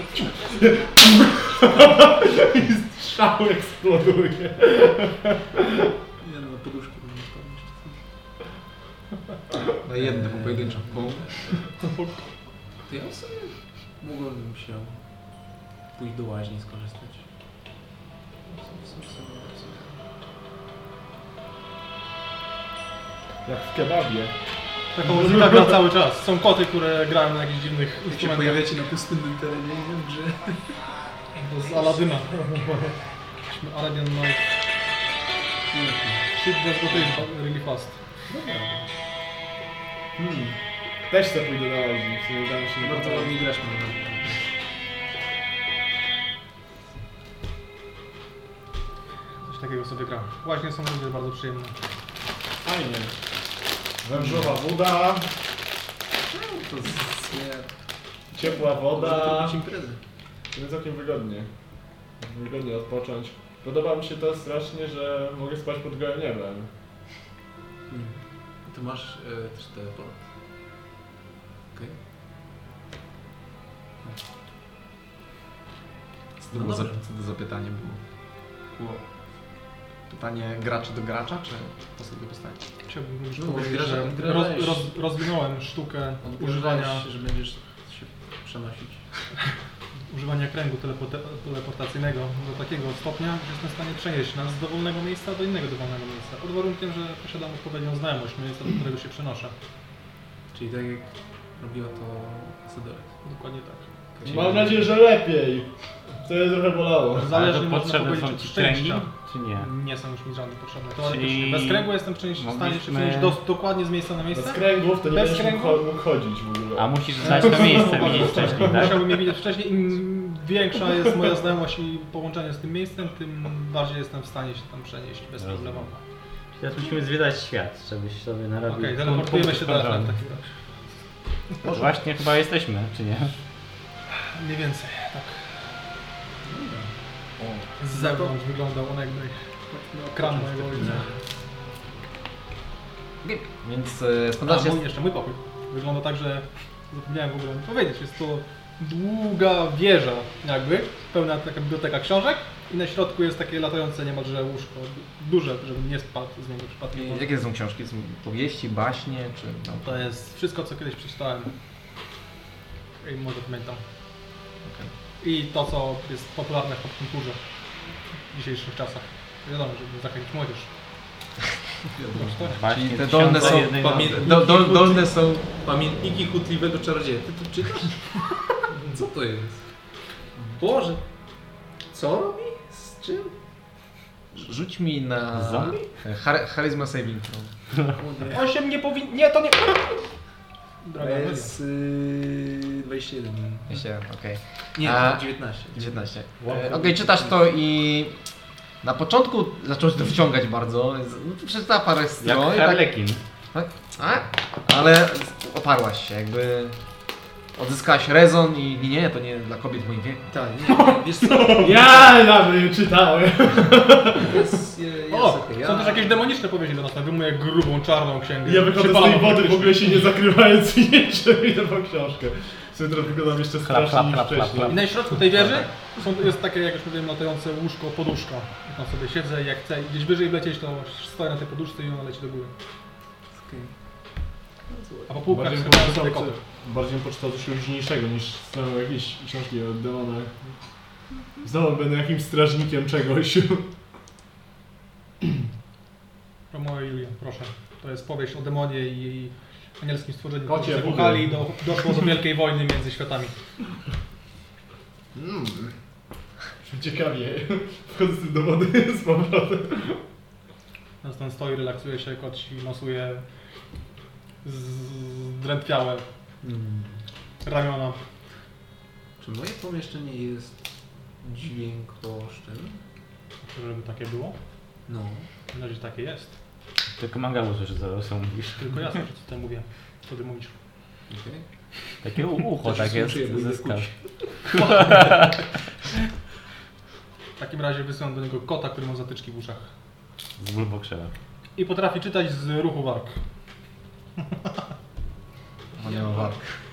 Speaker 5: Strzał eksploduje.
Speaker 4: Nie no, na poduszkę bym spadł jeszcze.
Speaker 1: No jedne pojedyncze.
Speaker 4: To ja sobie mogłem się pójść do łaźni i skorzystać.
Speaker 5: Jak w kebabie.
Speaker 2: Taką muzyka gra cały czas. Są koty, które grają na jakichś dziwnych
Speaker 4: Jak się
Speaker 2: instrumentach.
Speaker 4: pojawiacie na pustynnym terenie, nie w grze.
Speaker 2: To z Aladyna. Arabian Night. Shit just got in really fast.
Speaker 5: Też sobie pójdę na łaźni, w sumie udało się nie
Speaker 4: Bardzo ładnie grasz mam
Speaker 2: Coś takiego sobie gram. Właśnie są ludzie bardzo przyjemne.
Speaker 5: Fajnie. Wężowa woda,
Speaker 4: To
Speaker 5: ciepła woda.
Speaker 4: robić imprezę.
Speaker 5: To jest całkiem wygodnie. Wygodnie odpocząć. Podoba mi się to strasznie, że mogę spać pod gołym niebem.
Speaker 4: Ty masz też teleport. Okej.
Speaker 1: Co to było za, co to za pytanie było? Pytanie graczy do gracza, czy postaci do postaci?
Speaker 2: Chciałbym już
Speaker 4: No,
Speaker 2: powiedzieć,
Speaker 4: gra-
Speaker 2: że
Speaker 4: grałeś-
Speaker 2: rozwinąłem sztukę używania,
Speaker 4: że będziesz się przenosić.
Speaker 2: używania kręgu teleportacyjnego do takiego stopnia, że jestem w stanie przenieść nas z dowolnego miejsca do innego dowolnego miejsca. Pod warunkiem, że posiadam odpowiednią znajomość miejsca, do którego się przenoszę.
Speaker 4: Czyli tak jak robiła to Asadora.
Speaker 2: Dokładnie tak.
Speaker 5: Mam nadzieję, że lepiej. To mnie trochę bolało.
Speaker 2: Zależy,
Speaker 3: Ale to
Speaker 2: można
Speaker 3: potrzebne
Speaker 2: powiedzieć,
Speaker 3: są
Speaker 2: od
Speaker 3: ci
Speaker 2: szczęścia.
Speaker 3: kręgi, czy nie?
Speaker 2: Nie są już mi żadne potrzebne.
Speaker 3: Czyli
Speaker 2: Teoretycznie. Bez kręgu jestem w stanie się
Speaker 3: mogliśmy-
Speaker 2: przenieść dokładnie z miejsca na miejsce.
Speaker 5: Bez kręgów to nie
Speaker 2: Bez
Speaker 5: będziesz
Speaker 2: kręgu?
Speaker 5: mógł chodzić w ogóle.
Speaker 3: A musisz znać to miejsce, widzieć wcześniej, tak?
Speaker 2: Musiałbym je widzieć wcześniej. Im większa jest moja znajomość i połączenie z tym miejscem, tym bardziej jestem w stanie się tam przenieść bez
Speaker 3: Rozumiem.
Speaker 2: problemu.
Speaker 3: Teraz musimy zwiedzać świat, żebyś sobie narobił...
Speaker 2: Okej, teleportujemy się
Speaker 3: punktów
Speaker 2: dalej w
Speaker 3: kontrolnych.
Speaker 2: takim razie.
Speaker 3: Właśnie chyba jesteśmy, czy nie?
Speaker 2: Mniej więcej, tak. Z zewnątrz wyglądał on jakby kram mojego ojca.
Speaker 1: Więc
Speaker 2: A
Speaker 1: spędzacie...
Speaker 2: jeszcze mój pokój. Wygląda tak, że zapomniałem w ogóle powiedzieć, jest to długa wieża jakby, pełna taka biblioteka książek i na środku jest takie latające niemalże łóżko, duże, żebym nie spadł z niego przypadkiem.
Speaker 1: Jakie to są książki? Są powieści, baśnie, czy...
Speaker 2: To jest wszystko, co kiedyś przeczytałem i może pamiętam. I to, co jest popularne w popkulturze w dzisiejszych czasach. Wiadomo, żeby zachęcić młodzież.
Speaker 3: Właśnie,
Speaker 1: Czyli te dolne są...
Speaker 3: 1001 nocy.
Speaker 1: Dolne są...
Speaker 4: Pamiętniki chutliwego czarodzieja. Ty to czytasz? Co to jest? Boże! Co robi? Z czym?
Speaker 1: Rzuć mi na...
Speaker 3: Zombie?
Speaker 1: Charisma saving throw.
Speaker 2: 8 nie powinien... Nie, to nie...
Speaker 4: To
Speaker 2: Droga Amelia.
Speaker 4: jest 21.
Speaker 1: Okej.
Speaker 4: Nie,
Speaker 1: A-
Speaker 4: 19.
Speaker 1: 19. Okej, czytasz to i... Na początku zacząłeś to wciągać bardzo, więc przeczytała parę stron.
Speaker 3: Jak
Speaker 1: i tak-
Speaker 3: Harlekin.
Speaker 1: Tak? Ale oparłaś się, jakby odzyskałaś rezon i nie, to nie dla kobiet w moim wieku.
Speaker 4: Tak, nie, wiesz co?
Speaker 5: Ja nawet nie czytałem.
Speaker 4: Jest
Speaker 2: O,
Speaker 4: okej.
Speaker 2: są też jakieś demoniczne powieści do nas, wyjmuję grubą, czarną księgę.
Speaker 5: Ja wychodzę z
Speaker 2: Przypalam
Speaker 5: tej wody w
Speaker 2: faktycznie.
Speaker 5: ogóle się nie zakrywając i nie idę po książkę. Sobie teraz wyglądam jeszcze strasznie niż wcześniej.
Speaker 2: I na środku tej wieży jest takie, jak już mówiłem, latające łóżko, poduszka. I tam sobie siedzę, jak chcę gdzieś wyżej lecieć, to stoję na tej poduszce i ona leci do góry.
Speaker 4: Okej.
Speaker 2: A po półkach
Speaker 5: Bardziej
Speaker 2: sobie sobie koty.
Speaker 5: bym poczytał coś luźniejszego niż znowu jakieś książki o demonach. Znowu będę jakimś strażnikiem czegoś.
Speaker 2: Romeo i Julia, proszę. To jest powieść o demonie i anielskim stworzeniu,
Speaker 5: Kocie,
Speaker 2: którzy zakochali i doszło do wielkiej wojny między światami.
Speaker 5: Ciekawie. Wchodzę z tym do wody z powrotem.
Speaker 2: Następnie stoi, relaksuje się, kot ci nosuje zdrętwiałe ramiona.
Speaker 4: Czy moje pomieszczenie jest dźwiękoszczem?
Speaker 2: Żeby takie było?
Speaker 4: No.
Speaker 2: Na razie takie jest.
Speaker 3: Tylko manga usłyszy, co mówisz.
Speaker 2: Tylko ja słyszę, co ty mówię. Co ty mówisz?
Speaker 4: Okej.
Speaker 3: Takie ucho
Speaker 4: To się
Speaker 3: takie
Speaker 4: słyszy, jakby
Speaker 3: zyskał.
Speaker 4: kuś.
Speaker 2: W takim razie wysyłam do niego kota, który ma zatyczki w uszach.
Speaker 3: Z bulbokszela.
Speaker 2: I potrafi czytać z ruchu warg.
Speaker 1: On nie ma walk.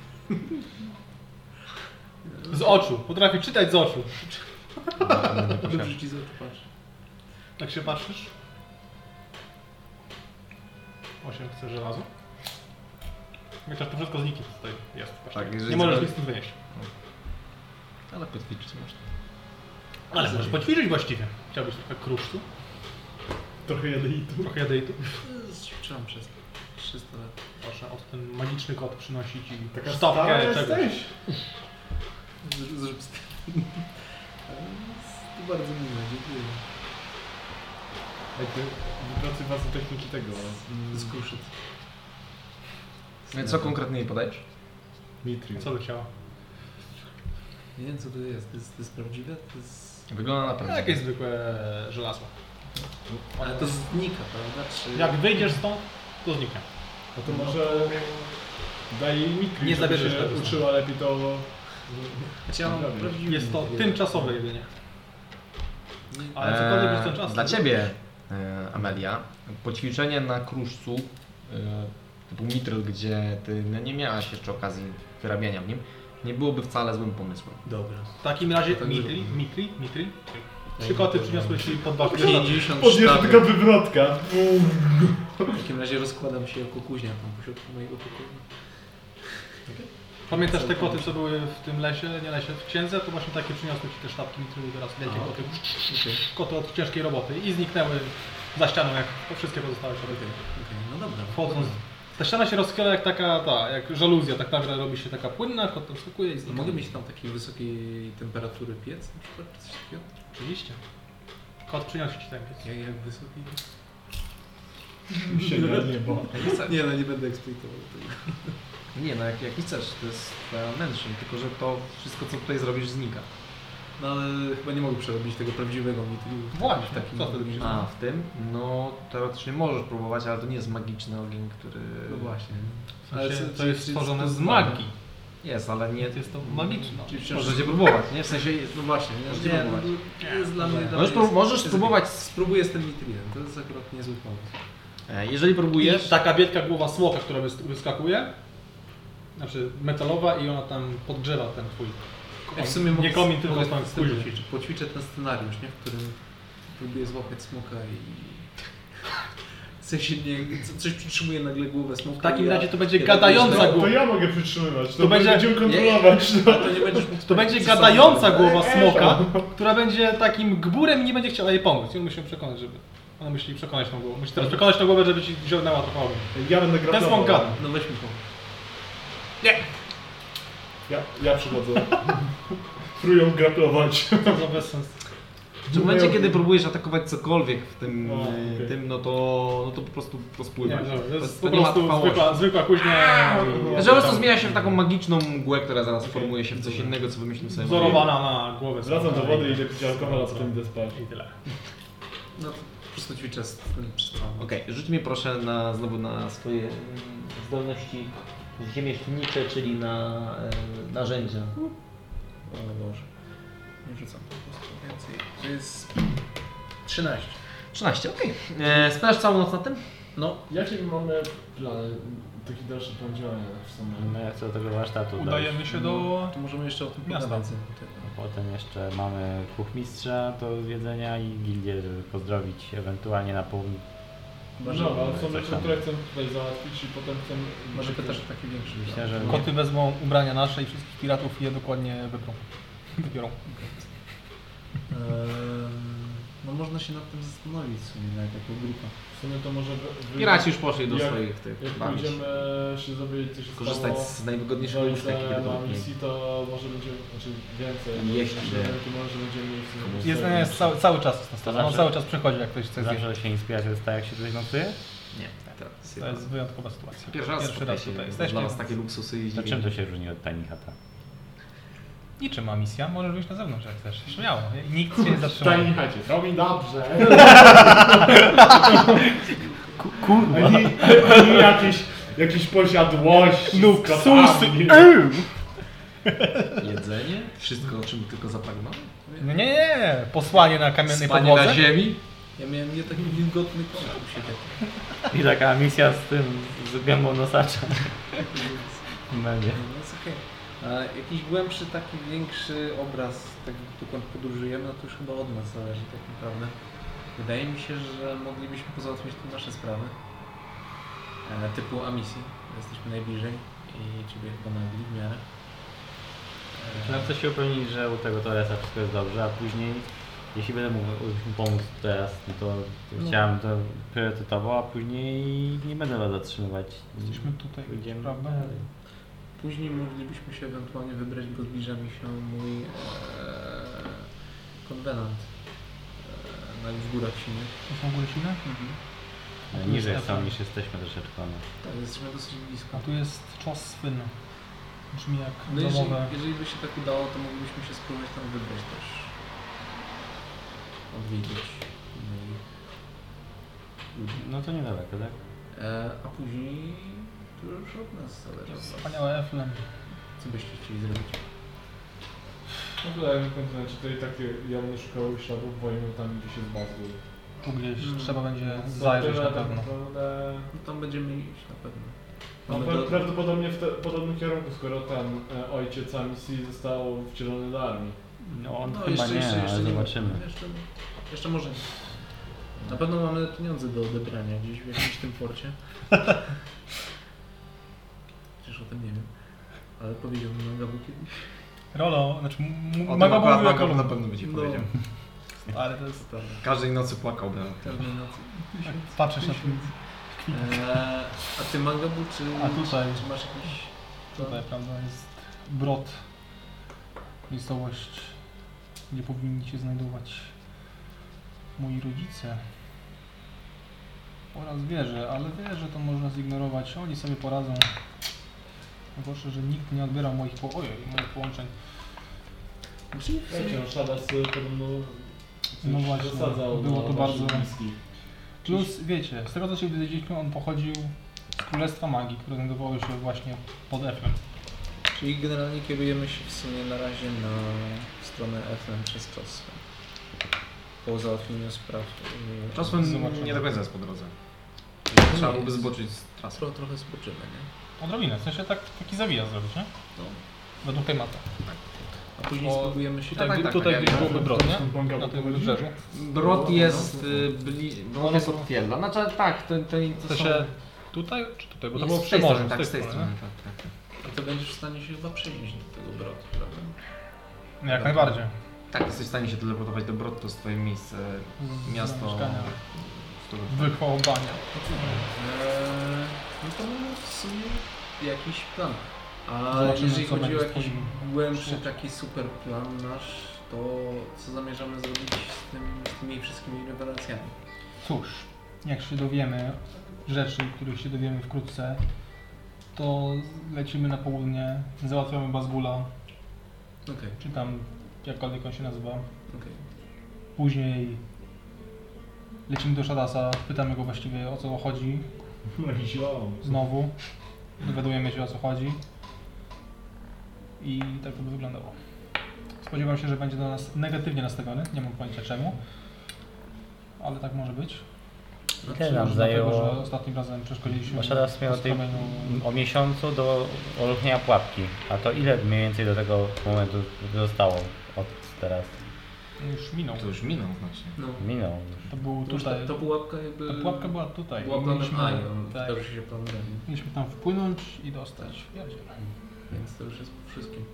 Speaker 2: Z oczu. Potrafi czytać z oczu.
Speaker 4: Dobrze ci z oczu patrzę.
Speaker 2: Jak się patrzysz? 8 chce żelazo. Chociaż to wszystko zniknie tutaj jest.
Speaker 1: Tak,
Speaker 2: Nie
Speaker 1: jeżeli
Speaker 2: możesz
Speaker 1: zro-
Speaker 2: nic z tym wynieść.
Speaker 1: Ale potwierdzić można.
Speaker 2: Ale możesz poćwiczyć właściwie. Chciałbyś trochę krusztu,
Speaker 5: Trochę jadeitu.
Speaker 2: trochę jadeitu.
Speaker 4: Trzymam przez 300 lat.
Speaker 2: Proszę, od ten magiczny kot przynosić i
Speaker 5: Taka
Speaker 2: sztabkę
Speaker 5: stara
Speaker 2: czegoś.
Speaker 5: jesteś.
Speaker 4: Zrób to bardzo miłe, dziękuję.
Speaker 5: Ej, ty wypracowanie techniki tego.
Speaker 4: Z kruszyc.
Speaker 1: Co konkretnie jej podajesz?
Speaker 5: Mitri.
Speaker 2: Co by chciała?
Speaker 4: Nie wiem co to jest. To jest prawdziwe? To jest...
Speaker 1: Wygląda na pewno.
Speaker 2: Jakieś zwykłe żelazo.
Speaker 4: Ale to znika, prawda? Czy...
Speaker 2: Jak wyjdziesz stąd, to zniknie.
Speaker 5: No to może daj jej Mitri,
Speaker 2: Nie
Speaker 5: żeby
Speaker 2: zabierzesz
Speaker 5: się
Speaker 2: tego.
Speaker 5: uczyła lepiej to...
Speaker 4: Znaczy, ja mam
Speaker 5: Dobra,
Speaker 4: prawdziwy
Speaker 2: Jest to
Speaker 4: Mitri.
Speaker 2: tymczasowe jedynie.
Speaker 4: Nie-
Speaker 2: Ale cokolwiek przez ten czas.
Speaker 1: Dla Ciebie, Amelia, poćwiczenie na kruszcu typu Mitryl, gdzie Ty nie miałaś jeszcze okazji wyrabiania w nim, nie byłoby wcale złym pomysłem.
Speaker 4: Dobra.
Speaker 2: W takim razie
Speaker 4: To tak
Speaker 2: Mitri. 3 koty przyniosły Ci pod dach.
Speaker 4: 50
Speaker 5: Podnieś
Speaker 4: sztabek.
Speaker 5: taka wywrotka.
Speaker 4: W takim razie rozkładam się jako kuźnia tam po środku mojego pokoju.
Speaker 2: Pamiętasz te koty, co były w tym lesie, nie lesie, w księdze? To właśnie takie przyniosły Ci te sztabki Mitry, teraz wielkie
Speaker 4: A,
Speaker 2: koty.
Speaker 4: Okej.
Speaker 2: Koty od ciężkiej roboty i zniknęły za ścianą jak wszystkie pozostałe koty.
Speaker 4: Okej, no dobra.
Speaker 2: Wchodząc. Ta ściana się rozchyla jak taka, jak żaluzja, tak nagle robi się taka płynna, kot tam skakuje i
Speaker 4: No
Speaker 2: znika.
Speaker 4: mogę mieć tam takiej wysokiej temperatury piec na przykład, czy coś takiego?
Speaker 2: Oczywiście. Kot przyniósł Ci ten piec.
Speaker 4: Jak wysoki?
Speaker 5: Się na niebo.
Speaker 4: Nie, no nie będę eksploitował tego.
Speaker 1: Nie, no jak nie chcesz, to jest twoja wnętrze, tylko że to wszystko, co tutaj zrobisz, znika.
Speaker 4: No ale chyba nie mogę przerobić tego prawdziwego Mitri.
Speaker 2: Właśnie,
Speaker 4: takim
Speaker 2: co wtedy
Speaker 4: drugim.
Speaker 1: A, w tym? No, teoretycznie możesz próbować, ale to nie jest magiczny ogień, który...
Speaker 4: No właśnie.
Speaker 2: Ale
Speaker 4: co-
Speaker 2: to jest
Speaker 4: czy-
Speaker 2: stworzone
Speaker 4: to
Speaker 2: z
Speaker 4: jest
Speaker 2: magii.
Speaker 1: Jest, ale nie...
Speaker 2: Jest to magiczne.
Speaker 4: Czyli wciąż...
Speaker 1: Możecie próbować, nie? W sensie...
Speaker 4: No właśnie,
Speaker 1: Możecie
Speaker 4: nie,
Speaker 1: próbować.
Speaker 4: to jest dla mnie... dla
Speaker 1: Możesz,
Speaker 4: mnie jest-
Speaker 1: możesz
Speaker 4: jest-
Speaker 1: spróbować,
Speaker 4: Spróbuję z tym Mitrinem, to jest akurat niezły pomysł.
Speaker 1: jeżeli próbujesz...
Speaker 2: I taka wielka głowa smoka, która wyskakuje, znaczy metalowa i ona tam podgrzewa ten twój.
Speaker 4: Ja w sumie
Speaker 2: nie komin, tylko
Speaker 4: mogę
Speaker 2: tam
Speaker 4: z tym
Speaker 2: później.
Speaker 4: poćwiczę ten scenariusz, nie? W którym próbuję złapać smoka i... W sensie nie, coś przytrzymuje nagle głowę smoka.
Speaker 2: W takim
Speaker 4: i
Speaker 2: razie to będzie
Speaker 4: ja
Speaker 2: gadająca
Speaker 4: robię-
Speaker 2: głowa.
Speaker 5: To ja mogę przytrzymywać,
Speaker 2: To
Speaker 5: to
Speaker 2: będzie-
Speaker 5: będziemy kontrolować.
Speaker 4: A to nie będziesz mógł...
Speaker 2: To będzie
Speaker 4: ze
Speaker 2: gadająca
Speaker 4: sobą-
Speaker 2: głowa smoka, która będzie takim gburem i nie będzie chciała jej pomóc. I on musi ją przekonać, żeby... Ona musi przekonać tą głowę. Musi teraz przekonać tą głowę, żeby Ci wziągnęła trochę ognia.
Speaker 5: Ja będę
Speaker 2: Ten
Speaker 5: gratulował.
Speaker 2: smok gada.
Speaker 4: No weź mi pomóc.
Speaker 5: Ja przychodzę. Próbują gratulować.
Speaker 2: Co za bezsens.
Speaker 1: W momencie, kiedy próbujesz atakować cokolwiek w tym,
Speaker 5: O, okej.
Speaker 1: tym no to po prostu
Speaker 2: Nie,
Speaker 1: rozpływa.
Speaker 2: no, to jest
Speaker 1: to
Speaker 2: po
Speaker 1: nie ma
Speaker 2: prostu
Speaker 1: trwałości.
Speaker 2: zwykła kuźnia.
Speaker 1: Że po prostu zmienia się w taką magiczną mgłę, która zaraz formuje się w coś innego, co wymyślił sobie.
Speaker 2: Wzorowana na głowę.
Speaker 5: Wracam do
Speaker 2: smoka.
Speaker 5: wody i idę pić alkohol, a potem idę spać.
Speaker 2: I tyle.
Speaker 4: No to po prostu ćwiczę z tym przez całą noc.
Speaker 1: Okej, rzuć mi proszę znowu na swoje zdolności ziemiecznicze, czyli na narzędzia.
Speaker 4: O Boże. Nie rzucam po prostu więcej. To jest 13.
Speaker 1: 13, okej. Spędzasz całą noc na tym?
Speaker 4: No,
Speaker 5: Jakie mamy plany? Taki dalszy plan działania w sumie.
Speaker 3: No ja chcę do tego warsztatu
Speaker 2: Udajemy się do...
Speaker 4: to możemy jeszcze o tym
Speaker 2: Miasta.
Speaker 4: pogadać.
Speaker 3: Potem jeszcze mamy kuchmistrza do zwiedzenia i gildię, żeby pozdrowić ewentualnie na pół.
Speaker 5: No, ale są rzeczy, które chcę tutaj załatwić i potem chcę...
Speaker 4: Może pytasz o taki większy.
Speaker 3: Myślę, że
Speaker 2: Koty wezmą ubrania nasze i wszystkich piratów i je dokładnie wybiorą.
Speaker 4: No można się nad tym zastanowić w sumie, nawet jako grupa.
Speaker 5: W sumie to może...
Speaker 1: Piraci już poszli do
Speaker 5: Jak-
Speaker 1: swoich tych
Speaker 5: Jak
Speaker 1: bawić.
Speaker 5: pójdziemy się dowiedzieć, co się
Speaker 1: Korzystać
Speaker 5: stało
Speaker 1: z najwygodniejszych łóżek, jakie
Speaker 5: na
Speaker 1: będą
Speaker 5: misji, to może będziemy, znaczy więcej.
Speaker 1: Jeść
Speaker 5: to może będziemy mieli w sumie
Speaker 2: Jest,
Speaker 5: dostępne.
Speaker 2: jest cały czas jest na stole. On
Speaker 3: Zawsze-
Speaker 2: cały czas przychodzi, jak ktoś chce zjeść.
Speaker 3: zawsze się inspiracja dostaje, jak się tutaj nocuje.
Speaker 1: Nie,
Speaker 2: To jest wyjątkowa sytuacja.
Speaker 1: Pierwszy raz
Speaker 2: tutaj
Speaker 1: dla
Speaker 2: jesteście.
Speaker 1: nas takie luksusy i
Speaker 3: To czym to się różni od Tiny Hata?
Speaker 2: Niczym ma misja, możesz wyjść na zewnątrz jak chcesz. Śmiało, nikt cię nie zatrzymuje.
Speaker 5: Tiny chacie, robi dobrze.
Speaker 3: Kurwa.
Speaker 5: Ani jakieś posiadłości.
Speaker 2: Luksusy.
Speaker 1: Jedzenie? Wszystko, o czym tylko zapragnąłem?
Speaker 2: No nie. Posłanie na kamiennej
Speaker 1: Spanie
Speaker 2: podłodze.
Speaker 1: na ziemi?
Speaker 4: Ja miałem nie taki wilgotny kąt u siebie.
Speaker 3: I taka misja z tym, z gębą nosacza. Media.
Speaker 4: No jest okej. A jakiś głębszy, taki większy obraz, tak dokąd podróżujemy, no to już chyba od nas zależy tak naprawdę. Wydaje mi się, że moglibyśmy pozałatwić tu nasze sprawy. Typu Amisji. Jesteśmy najbliżej i ciebie chyba nagli w miarę.
Speaker 3: Ja chcę się upewnić, że u tego Torresa wszystko jest dobrze, a później, jeśli będę mógł mu pomóc teraz, no to chciałem to priorytetowo, a później nie będę was zatrzymywać.
Speaker 2: Jesteśmy tutaj,
Speaker 3: Pójdziemy
Speaker 2: prawda?
Speaker 3: dalej.
Speaker 4: Później moglibyśmy się ewentualnie wybrać, bo zbliża mi się mój konwenant na wzgórach silnych.
Speaker 2: To są góry silne?
Speaker 3: Ale niżej są niż jesteśmy troszeczkę. No.
Speaker 4: Tak, jesteśmy dosyć blisko.
Speaker 2: A tu jest czas swyn. Brzmi jak
Speaker 4: No
Speaker 2: domowe.
Speaker 4: jeżeli by się tak udało, to moglibyśmy się spróbować tam wybrać też. Odwiedzić innych ludzi.
Speaker 3: No to niedaleko, tak?
Speaker 4: A później to już od nas zależy. od was.
Speaker 2: Wspaniałe Eflem.
Speaker 4: Co byście chcieli zrobić?
Speaker 5: No wydaje mi się, że tutaj takie ja będę szukał śladów wojny tam gdzieś jest bazą.
Speaker 2: Tu gdzieś trzeba będzie
Speaker 5: To
Speaker 2: zajrzeć
Speaker 5: tyle
Speaker 2: na
Speaker 5: tak
Speaker 2: pewno.
Speaker 5: naprawdę.
Speaker 4: No tam będziemy iść na pewno.
Speaker 5: No,
Speaker 4: Mamy do-
Speaker 5: prawdopodobnie w podobnym kierunku, skoro ten ojciec Amisji został wcielony do armii.
Speaker 3: No on
Speaker 4: No,
Speaker 3: chyba nie, ale
Speaker 4: nie
Speaker 3: zobaczymy.
Speaker 4: Jeszcze może nie. Na pewno mamy pieniądze do odebrania gdzieś w jakimś tym porcie. Przecież o tym nie wiem. Ale powiedział mi Magabu kiedyś.
Speaker 2: Rolo, znaczy
Speaker 1: Maga
Speaker 2: Maga mówił jako
Speaker 1: na pewno będzie
Speaker 4: No.
Speaker 1: powiedział.
Speaker 2: ale to jest...
Speaker 4: Prawda.
Speaker 1: Każdej nocy płakałbym.
Speaker 4: Każdej nocy.
Speaker 2: Tak, patrzysz na to.
Speaker 4: A ty Magabu, czy,
Speaker 2: A tutaj.
Speaker 4: czy masz jakiś...
Speaker 2: Tutaj, prawda, jest Brod. Miejscowość, gdzie powinni się znajdować moi rodzice. Oraz wierzę, ale wierzę, to można zignorować. Oni sobie poradzą. Najgorsze, że nikt nie odbierał moich połączeń.
Speaker 5: Wiecie, no Shadas podobno
Speaker 2: No właśnie,
Speaker 5: zasadzał
Speaker 2: było
Speaker 5: na
Speaker 2: to
Speaker 5: waszych
Speaker 2: bardzo-
Speaker 5: bliskich.
Speaker 2: Plus, wiecie, z tego co się dowiedzieliśmy, on pochodził z Królestwa Magii, które znajdowało się właśnie pod Efrem.
Speaker 4: Czyli generalnie kierujemy się w sumie na razie w stronę FM przez czas. Po załatwieniu spraw.
Speaker 1: Czasem
Speaker 2: Zobaczymy.
Speaker 1: nie do końca jest po drodze. Trzeba byłoby zboczyć z trasy.
Speaker 4: Trochę spoczymy, nie?
Speaker 2: Odrobinę, w sensie taki zawija zrobić, nie?
Speaker 4: No.
Speaker 2: Według tej mapy.
Speaker 4: A później
Speaker 2: O,
Speaker 4: spróbujemy się...
Speaker 1: tak, tak,
Speaker 2: tutaj
Speaker 1: tak,
Speaker 2: gdzieś
Speaker 1: jak-
Speaker 2: byłoby Brod, nie?
Speaker 5: Stąd Banga
Speaker 2: Na tym
Speaker 5: pochodzi?
Speaker 2: wybrzeżu.
Speaker 1: Brod jest Brod jest od Fielda. Znaczy tak, to
Speaker 2: W sensie tutaj czy tutaj? Bo to było
Speaker 1: z
Speaker 2: przy
Speaker 1: tej
Speaker 2: morzu,
Speaker 1: strony,
Speaker 2: z tej
Speaker 1: tak, z tej
Speaker 2: strony,
Speaker 1: strony. Tak, tak.
Speaker 4: A to będziesz w stanie się chyba przenieść do tego brodu, prawda?
Speaker 2: nie? Jak najbardziej.
Speaker 1: Tak, jesteś w stanie się teleportować do Brod, to jest twoje miejsce, miasto.
Speaker 2: Mieszkania.
Speaker 1: z którego-
Speaker 2: Wychwałbania.
Speaker 4: No to mamy w sumie jakiś plan. A
Speaker 2: Zobaczymy,
Speaker 4: jeżeli
Speaker 2: co
Speaker 4: chodzi o
Speaker 2: będzie
Speaker 4: jakiś
Speaker 2: twoim
Speaker 4: głębszy
Speaker 2: szlakiem.
Speaker 4: taki super plan nasz, to co zamierzamy zrobić z tymi wszystkimi rewelacjami?
Speaker 2: Cóż, jak się dowiemy rzeczy, których się dowiemy wkrótce, to lecimy na południe, załatwiamy Bazgula,
Speaker 4: Okej,
Speaker 2: czy tam jakkolwiek on się nazywa.
Speaker 4: okej.
Speaker 2: Później lecimy do Shadasa, pytamy go właściwie o co chodzi,
Speaker 5: No i ziom.
Speaker 2: znowu, dowiadujemy się o co chodzi i tak to by wyglądało. Spodziewam się, że będzie do nas negatywnie nastawiony, nie mam pojęcia czemu, ale tak może być.
Speaker 3: Ile nam
Speaker 2: Może dlatego, że
Speaker 3: zajęło?
Speaker 2: ostatnim razem przeszkodziliśmy
Speaker 3: Bo Shadas miał
Speaker 2: po skromieniu.
Speaker 3: o miesiącu do olchnienia pułapki. A to ile mniej więcej do tego momentu zostało od teraz?
Speaker 2: Już minął.
Speaker 1: To już minął znacznie.
Speaker 4: No.
Speaker 3: Minął już.
Speaker 2: To był
Speaker 4: To już
Speaker 2: tutaj.
Speaker 4: ta pułapka jakby...
Speaker 2: Ta pułapka była tutaj.
Speaker 4: Była
Speaker 2: I
Speaker 4: planem
Speaker 2: mieliśmy,
Speaker 4: A i on
Speaker 2: tak,
Speaker 4: dobrze się plan robi.
Speaker 2: mieliśmy tam wpłynąć i dostać.
Speaker 4: Więc to już jest po wszystkim.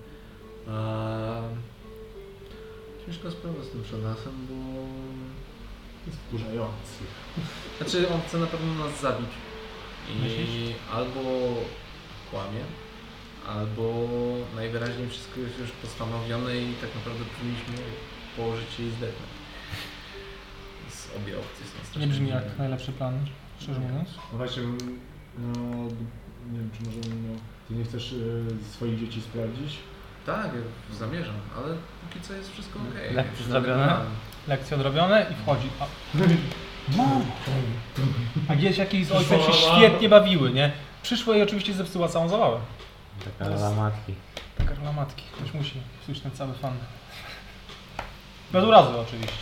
Speaker 4: Ciężka sprawa z tym Shadasem, bo...
Speaker 5: Jest wkurzający.
Speaker 4: Znaczy on chce na pewno nas zabić. I
Speaker 2: Myślisz?
Speaker 4: albo kłamie, albo najwyraźniej wszystko jest już postanowione i tak naprawdę powinniśmy położyć się i zdechnąć. Z obie opcje są strasznie
Speaker 2: Nie brzmi
Speaker 4: dziwne.
Speaker 2: jak najlepszy plan, szczerze mówiąc.
Speaker 5: No właśnie, no, nie wiem czy może ty nie chcesz swoich dzieci sprawdzić?
Speaker 4: Tak, ja zamierzam, ale póki co jest wszystko okej.
Speaker 3: Lekcje
Speaker 4: Przynajmniej
Speaker 3: zrobione?
Speaker 4: plan.
Speaker 2: Lekcje odrobione i wchodzi. A, No. A gdzieś jakieś z ojcem się świetnie bawiły, nie? Przyszła i oczywiście zepsuła całą zabawę.
Speaker 3: Taka rola matki.
Speaker 2: Taka rola matki. Ktoś musi słyszeć ten cały fan. Bez urazy oczywiście.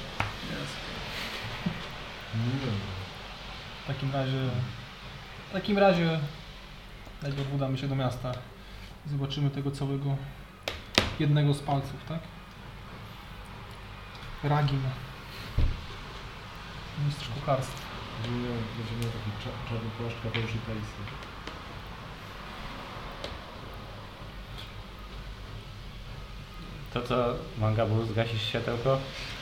Speaker 2: W takim razie najpierw udamy się do miasta i zobaczymy tego całego jednego z palców, tak? Ragin. Mistrz kucharstwa.
Speaker 5: Będzie miał taki czarny płaszcz, kapelusz i pejsy.
Speaker 3: To co, Mangabu, zgasisz światełko?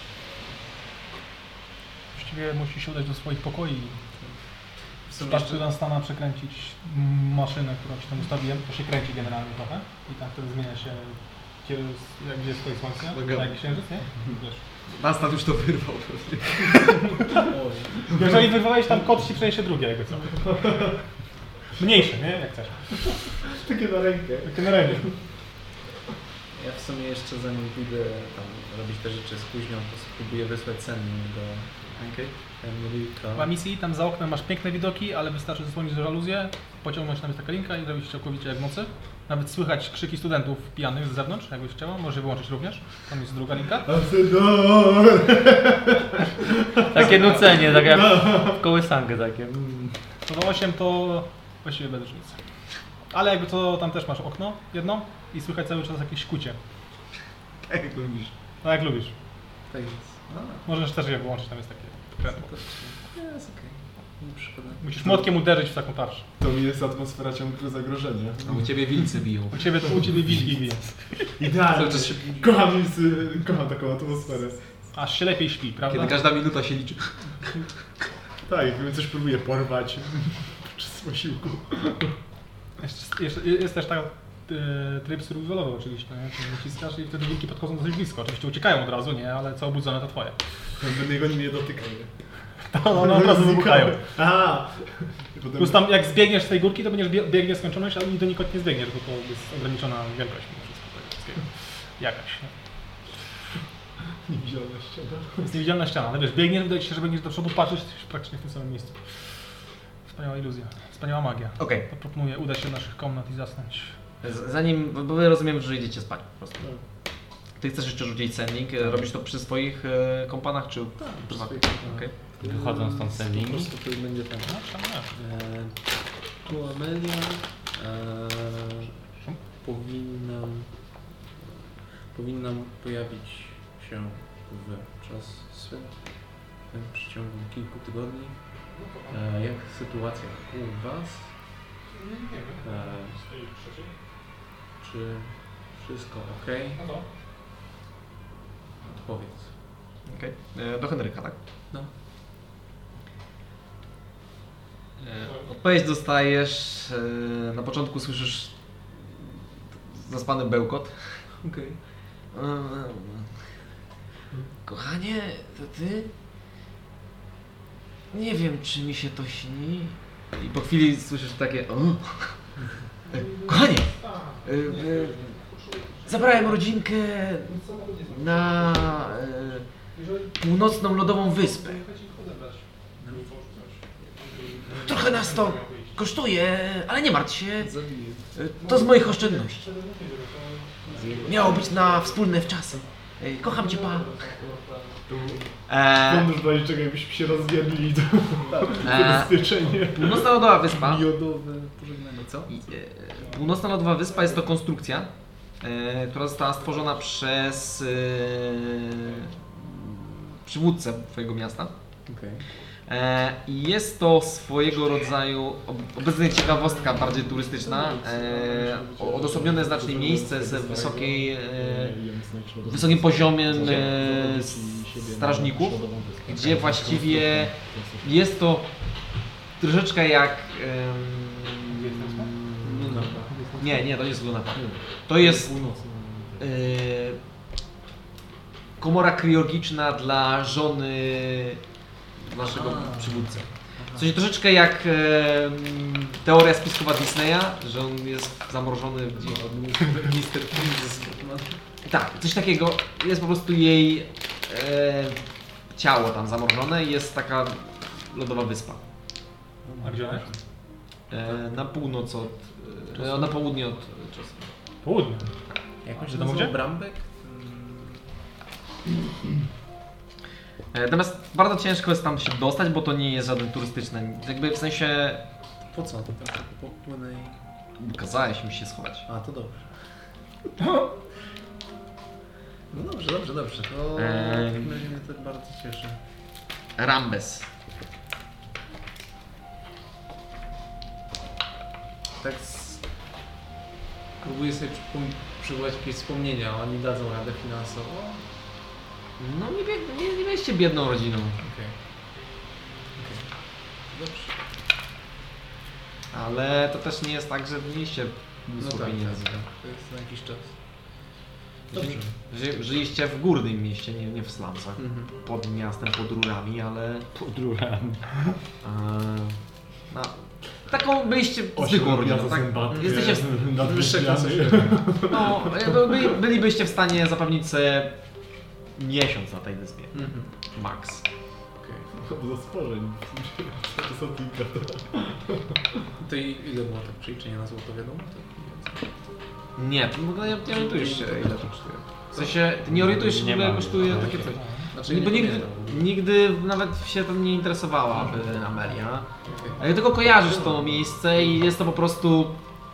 Speaker 2: Właściwie musi się udać do swoich pokoi.
Speaker 4: W sumie
Speaker 2: Wystarczy na Stana przekręcić maszynę, którą ci tam ustawiłem. To się kręci generalnie trochę. I tak wtedy zmienia się, gdzie jest twoje słońce. Jak księżyc, nie? Wiesz.
Speaker 4: Nastan już to wyrwał pewnie.
Speaker 2: Jeżeli wyrwałeś tam kod, ci przeniesie drugie, jakby co. Mniejsze, nie? Jak chcesz.
Speaker 5: Takie na rękę.
Speaker 2: Takie na rękę.
Speaker 4: Ja w sumie jeszcze zanim pójdę tam robić te rzeczy z kuźnią, to spróbuję wysłać cennik do Enrika.
Speaker 2: Na misji tam za oknem masz piękne widoki, ale wystarczy zasłonić żaluzję, pociągnąć tam jest taka linka i zrobić całkowicie jak w nocy. Nawet słychać krzyki studentów pijanych z zewnątrz, jakbyś chciała, może wyłączyć również. Tam jest druga linka.
Speaker 3: Takie nucenie, tak jak kołysankę takie.
Speaker 2: To do 8 to właściwie bez różnicy. Ale jakby to tam też masz okno jedno i słychać cały czas jakieś kucie.
Speaker 4: Tak jak lubisz.
Speaker 2: Tak jak lubisz.
Speaker 4: Tak jest.
Speaker 2: Możesz też je wyłączyć, tam jest takie krętło.
Speaker 4: Jest okej. Nie przyszkoda.
Speaker 2: Musisz młotkiem uderzyć w taką tarczę.
Speaker 5: To mi jest atmosfera ciągłego zagrożenia.
Speaker 1: A u ciebie wilcy biją.
Speaker 2: U ciebie wilki bije.
Speaker 5: Idealnie.
Speaker 4: Cały czas się
Speaker 5: Kocham taką atmosferę.
Speaker 2: Aż się lepiej śpi, prawda?
Speaker 1: Kiedy każda minuta się liczy.
Speaker 5: Tak, jakbym coś próbuję porwać podczas posiłku.
Speaker 2: Jest też tak tryb survivalowy oczywiście, nie? Czyli naciskasz i wtedy wilki podchodzą dosyć blisko. Oczywiście uciekają od razu, nie? Ale co obudzone to twoje.
Speaker 5: Będę go nie dotykał.
Speaker 2: To one od razu wybuchają.
Speaker 5: Aha!
Speaker 2: Plus tam jak zbiegniesz z tej górki, to będziesz biegnie skończoność, ale do nikąd nie zbiegniesz, bo to jest ograniczona wielkość mimo wszystko tego wszystkiego. Jakaś.
Speaker 5: Niewidzialna ściana.
Speaker 2: Jest niewidzialna ściana, ale wiesz, biegniesz, wydaje ci się, że biegniesz do przodu, patrzysz, jesteś praktycznie w tym samym miejscu. Wspaniała iluzja, wspaniała magia.
Speaker 1: Okej.
Speaker 2: To proponuję udać się do naszych komnat i zasnąć.
Speaker 1: Zanim, bo wy rozumiem, że idziecie spać po prostu. Ty chcesz jeszcze rzucić cennik, robisz to przy swoich kompanach, czy prywatnie? Okej.
Speaker 3: Wychodzą stąd
Speaker 4: Po
Speaker 3: sendingi.
Speaker 4: prostu to będzie ten.
Speaker 2: No, tam masz.
Speaker 4: Tu Amelia powinnam pojawić się w czas swym w przeciągu kilku tygodni. Jak sytuacja u Was? Czy wszystko ok? Odpowiedz.
Speaker 1: Okej. Do Henryka, tak?
Speaker 4: No.
Speaker 1: Odpowiedź dostajesz, na początku słyszysz zaspany bełkot.
Speaker 4: Okej.
Speaker 1: Kochanie, to ty? Nie wiem, czy mi się to śni. I po chwili słyszysz takie kochanie! Zabrałem rodzinkę na północną lodową wyspę. Trochę nas to kosztuje, ale nie martw się. To z moich oszczędności. Miało być na wspólne wczasy. Kocham cię, pa.
Speaker 5: Pomóż bardziej czego jakbyśmy się rozwiedli to zabezpieczenie.
Speaker 1: Północna lodowa wyspa.
Speaker 4: Miodowe pożegnanie, co?
Speaker 1: Północna lodowa wyspa jest to konstrukcja, która została stworzona przez przywódcę twojego miasta.
Speaker 4: Okej.
Speaker 1: I jest to swojego rodzaju, obecnie ciekawostka bardziej turystyczna, odosobnione znacznie miejsce z wysokim poziomem strażników, gdzie właściwie jest to troszeczkę jak... Nie, to nie jest Lunata. To jest komora kriologiczna dla żony naszego przywódcy. W sensie troszeczkę jak teoria spiskowa Disneya, że on jest zamrożony gdzieś od Mr. Tak, coś takiego. Jest po prostu jej ciało tam zamrożone i jest taka lodowa wyspa.
Speaker 2: A gdzie ona jest?
Speaker 1: Na północ od... na południe od czasu.
Speaker 2: Południe.
Speaker 4: Jak on się
Speaker 2: Wiadomo
Speaker 4: nazywał?
Speaker 2: gdzie?
Speaker 4: Brambek?
Speaker 1: Natomiast bardzo ciężko jest tam się dostać, bo to nie jest żaden turystyczny. Jakby w sensie...
Speaker 4: Po co? To trochę popłynę i...
Speaker 1: Kazałeś mi się schować.
Speaker 4: A, to dobrze. No dobrze. To w takim razie mnie to bardzo cieszy.
Speaker 1: Rambes.
Speaker 4: Tak próbuję sobie przywołać jakieś wspomnienia, oni dadzą radę finansowo.
Speaker 1: No nie byliście biedną rodziną.
Speaker 4: Okej. Dobrze.
Speaker 1: Ale to też nie jest tak, że mieliście
Speaker 4: No
Speaker 1: mnóstwo
Speaker 4: tak,
Speaker 1: pieniędzy.
Speaker 4: to jest na jakiś czas.
Speaker 1: Żyliście w górnym mieście, nie w slumsach. Pod miastem, pod rurami, ale...
Speaker 3: Pod rurami.
Speaker 1: No, taką byliście zwykłą rodziną, tak? Jesteście
Speaker 4: Wyższe klasy.
Speaker 1: no, bylibyście w stanie zapewnić sobie miesiąc na tej wyspie. Max.
Speaker 4: Okej.
Speaker 5: Bo za sporzeń. To są kilka.
Speaker 4: To ile było tak przeliczenie na złoto, wiadomo? Tak
Speaker 1: Nie, w ogóle nie orientujesz się, ile to kosztuje. W sensie, ty nie orientujesz się,
Speaker 3: Nie
Speaker 1: ile
Speaker 3: mam.
Speaker 1: kosztuje takie coś.
Speaker 4: Znaczy,
Speaker 1: Bo
Speaker 4: nie
Speaker 1: nigdy,
Speaker 4: pamiętam.
Speaker 1: nigdy nawet się tym nie interesowała Amelia.
Speaker 4: Okej.
Speaker 1: Ale tylko kojarzysz to miejsce i jest to po prostu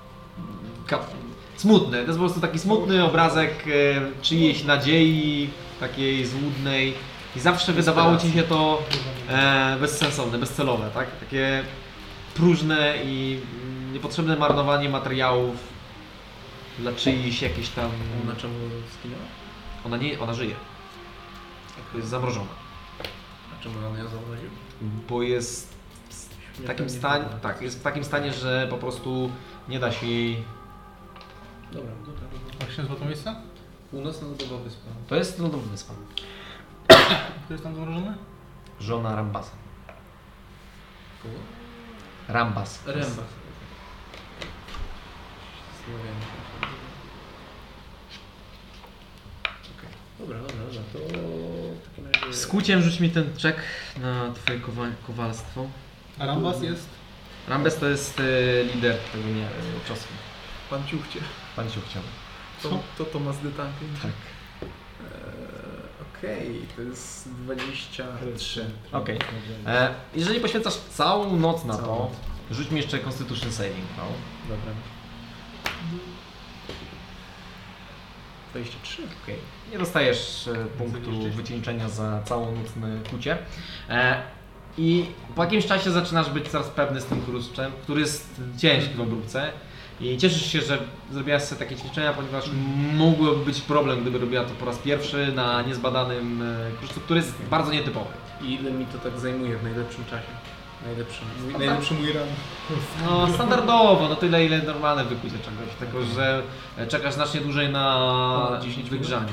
Speaker 1: smutne. To jest po prostu taki smutny obrazek czyjejś nadziei, takiej złudnej. I zawsze wydawało ci się to bezsensowne, bezcelowe, tak? Takie próżne i niepotrzebne marnowanie materiałów dla czyichś jakichś tam...
Speaker 4: Na czemu skinęła?
Speaker 1: Ona żyje. Jest zamrożona.
Speaker 4: A czemu on ją zauważył?
Speaker 1: Bo jest w takim stanie, tak, jest w takim stanie, że po prostu nie da się jej...
Speaker 4: Dobra.
Speaker 2: Jak się nazywa to miejsce?
Speaker 4: Północno-lodowa wyspa.
Speaker 1: To jest lodowa wyspa.
Speaker 2: Kto jest tam zamrożony?
Speaker 1: Żona Rambasa.
Speaker 4: Koło?
Speaker 1: Rambas.
Speaker 4: Rembas. Zastanawiałem się. Okej. Dobra. To w takim razie...
Speaker 1: Z kuciem rzuć mi ten czek na twoje kowalstwo.
Speaker 2: A Rambas jest?
Speaker 1: Rambes to jest lider tego czasu.
Speaker 4: Pan Ciuchcie.
Speaker 1: Pan się chciał.
Speaker 4: To Tomasz de Tanken.
Speaker 1: Tak.
Speaker 4: Okej, to jest 23.
Speaker 1: Okej. Jeżeli poświęcasz całą noc na
Speaker 4: Całą
Speaker 1: to,
Speaker 4: noc.
Speaker 1: rzuć mi jeszcze Constitution Saving. No.
Speaker 4: Dobra. 23.
Speaker 1: Okay. Nie dostajesz punktu wycieńczenia za całą nocne kucie. I po jakimś czasie zaczynasz być coraz pewny z tym kruszczem, który jest ciężki w obróbce. I cieszysz się, że zrobiłaś sobie takie ćwiczenia, ponieważ mógłby być problem, gdyby robiła to po raz pierwszy na niezbadanym kruszcu, który jest bardzo nietypowy.
Speaker 4: I ile mi to tak zajmuje w najlepszym czasie? Najlepszy mój run.
Speaker 1: No standardowo, no tyle ile normalne wykucie czegoś, tylko że czekasz znacznie dłużej na
Speaker 4: 10
Speaker 1: wygrzanie.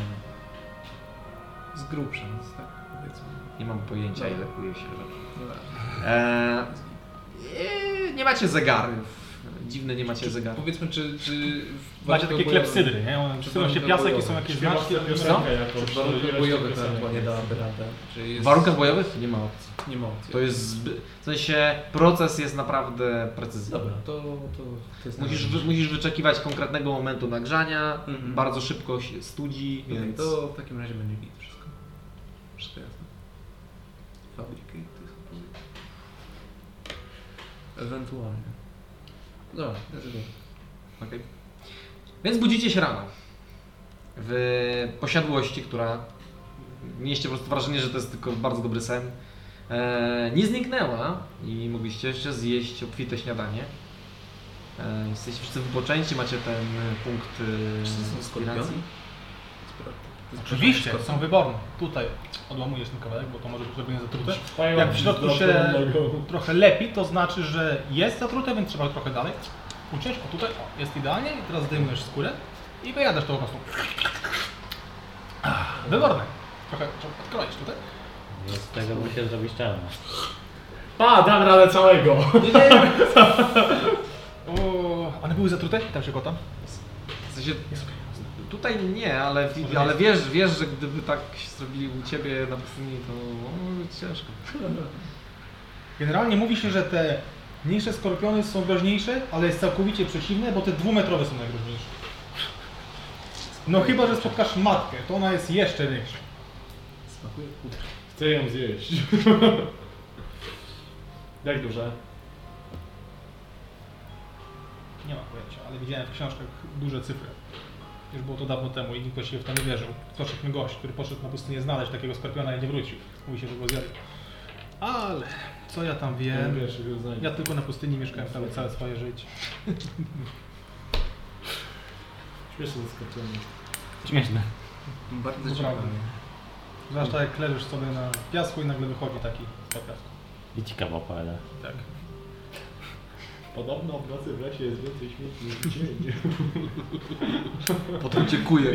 Speaker 4: Z grubsza, więc tak powiedzmy.
Speaker 1: Nie mam pojęcia ile kuje się.
Speaker 4: Dobra.
Speaker 1: Nie macie zegarów. Dziwne, nie macie zegarów.
Speaker 4: Powiedzmy, czy w
Speaker 2: Macie takie
Speaker 4: warunkach
Speaker 2: klepsydry, nie? One
Speaker 4: Czy
Speaker 2: trzymają się
Speaker 4: warunkach
Speaker 2: piasek i są
Speaker 4: bojowych?
Speaker 2: jakieś
Speaker 5: Czy masz
Speaker 2: znaczki.
Speaker 5: tę piosenkę jakąś?
Speaker 4: w warunkach
Speaker 5: ileś
Speaker 4: bojowych
Speaker 5: piosenek?
Speaker 4: ewentualnie dałaby radę? Czy
Speaker 1: W
Speaker 4: jest...
Speaker 1: warunkach bojowych nie ma opcji.
Speaker 4: Nie ma opcji.
Speaker 1: To jest w sensie proces jest naprawdę precyzyjny.
Speaker 4: Dobra, to jest
Speaker 1: Musisz wyczekiwać konkretnego momentu nagrzania,
Speaker 4: Mhm.
Speaker 1: bardzo szybko się studzi,
Speaker 4: Okej,
Speaker 1: więc...
Speaker 4: to w takim razie będzie git wszystko. Wszystko jasne. Fabricate to jest odpowiedź. Ewentualnie. Dobra, rezygnuj.
Speaker 1: Okay. Więc budzicie się rano w posiadłości, która mieliście po prostu wrażenie, że to jest tylko bardzo dobry sen. Nie zniknęła i mogliście jeszcze zjeść obfite śniadanie. Jesteście wszyscy wypoczęci, macie ten punkt
Speaker 4: Czy to są
Speaker 1: inspiracji.
Speaker 4: skorpiony?
Speaker 2: Oczywiście, są wyborne. Tutaj odłamujesz ten kawałek, bo to może być zrobienie zatrute.
Speaker 5: Pająk
Speaker 2: Jak w środku
Speaker 5: z
Speaker 2: się
Speaker 5: drobną
Speaker 2: trochę lepi, to znaczy, że jest zatrute, więc trzeba trochę dalej uciąć. O tutaj, o, jest idealnie i teraz zdejmujesz skórę i wyjadasz to po prostu. Wyborne. Trochę trzeba podkroić tutaj.
Speaker 3: Z tego muszę zrobić czarno.
Speaker 5: Pa, dam radę całego!
Speaker 2: O, one były zatrute? Tam się kotam.
Speaker 1: W sensie, tutaj nie, ale wiesz, że gdyby tak zrobili u Ciebie na pustyni, to może być ciężko.
Speaker 2: Generalnie mówi się, że te mniejsze skorpiony są groźniejsze, ale jest całkowicie przeciwne, bo te 2-metrowe są najgroźniejsze. No chyba, że spotkasz matkę, to ona jest jeszcze większa.
Speaker 4: Smakuje kurde.
Speaker 5: Chcę ją zjeść. Jak duże?
Speaker 2: Nie mam pojęcia, ale widziałem w książkach duże cyfry. Już było to dawno temu i nikt właściwie w to nie wierzył. Stoczny gość, który poszedł na pustynię znaleźć takiego skorpiona i nie wrócił. Mówi się, że go zjadł. Ale co ja tam wiem? Ja tylko na pustyni mieszkałem prawie całe swoje życie.
Speaker 5: Śmieszne zaskoczenie.
Speaker 3: Śmieszne.
Speaker 4: Bardzo
Speaker 2: To
Speaker 4: ciekawe.
Speaker 2: prawda. Zwłaszcza jak leżysz sobie na piasku i nagle wychodzi taki z piasku.
Speaker 3: I ciekawa opowiada.
Speaker 2: Tak.
Speaker 5: Podobno w nocy w lesie jest więcej śmieci niż w dzień.
Speaker 1: Potem dziękuję.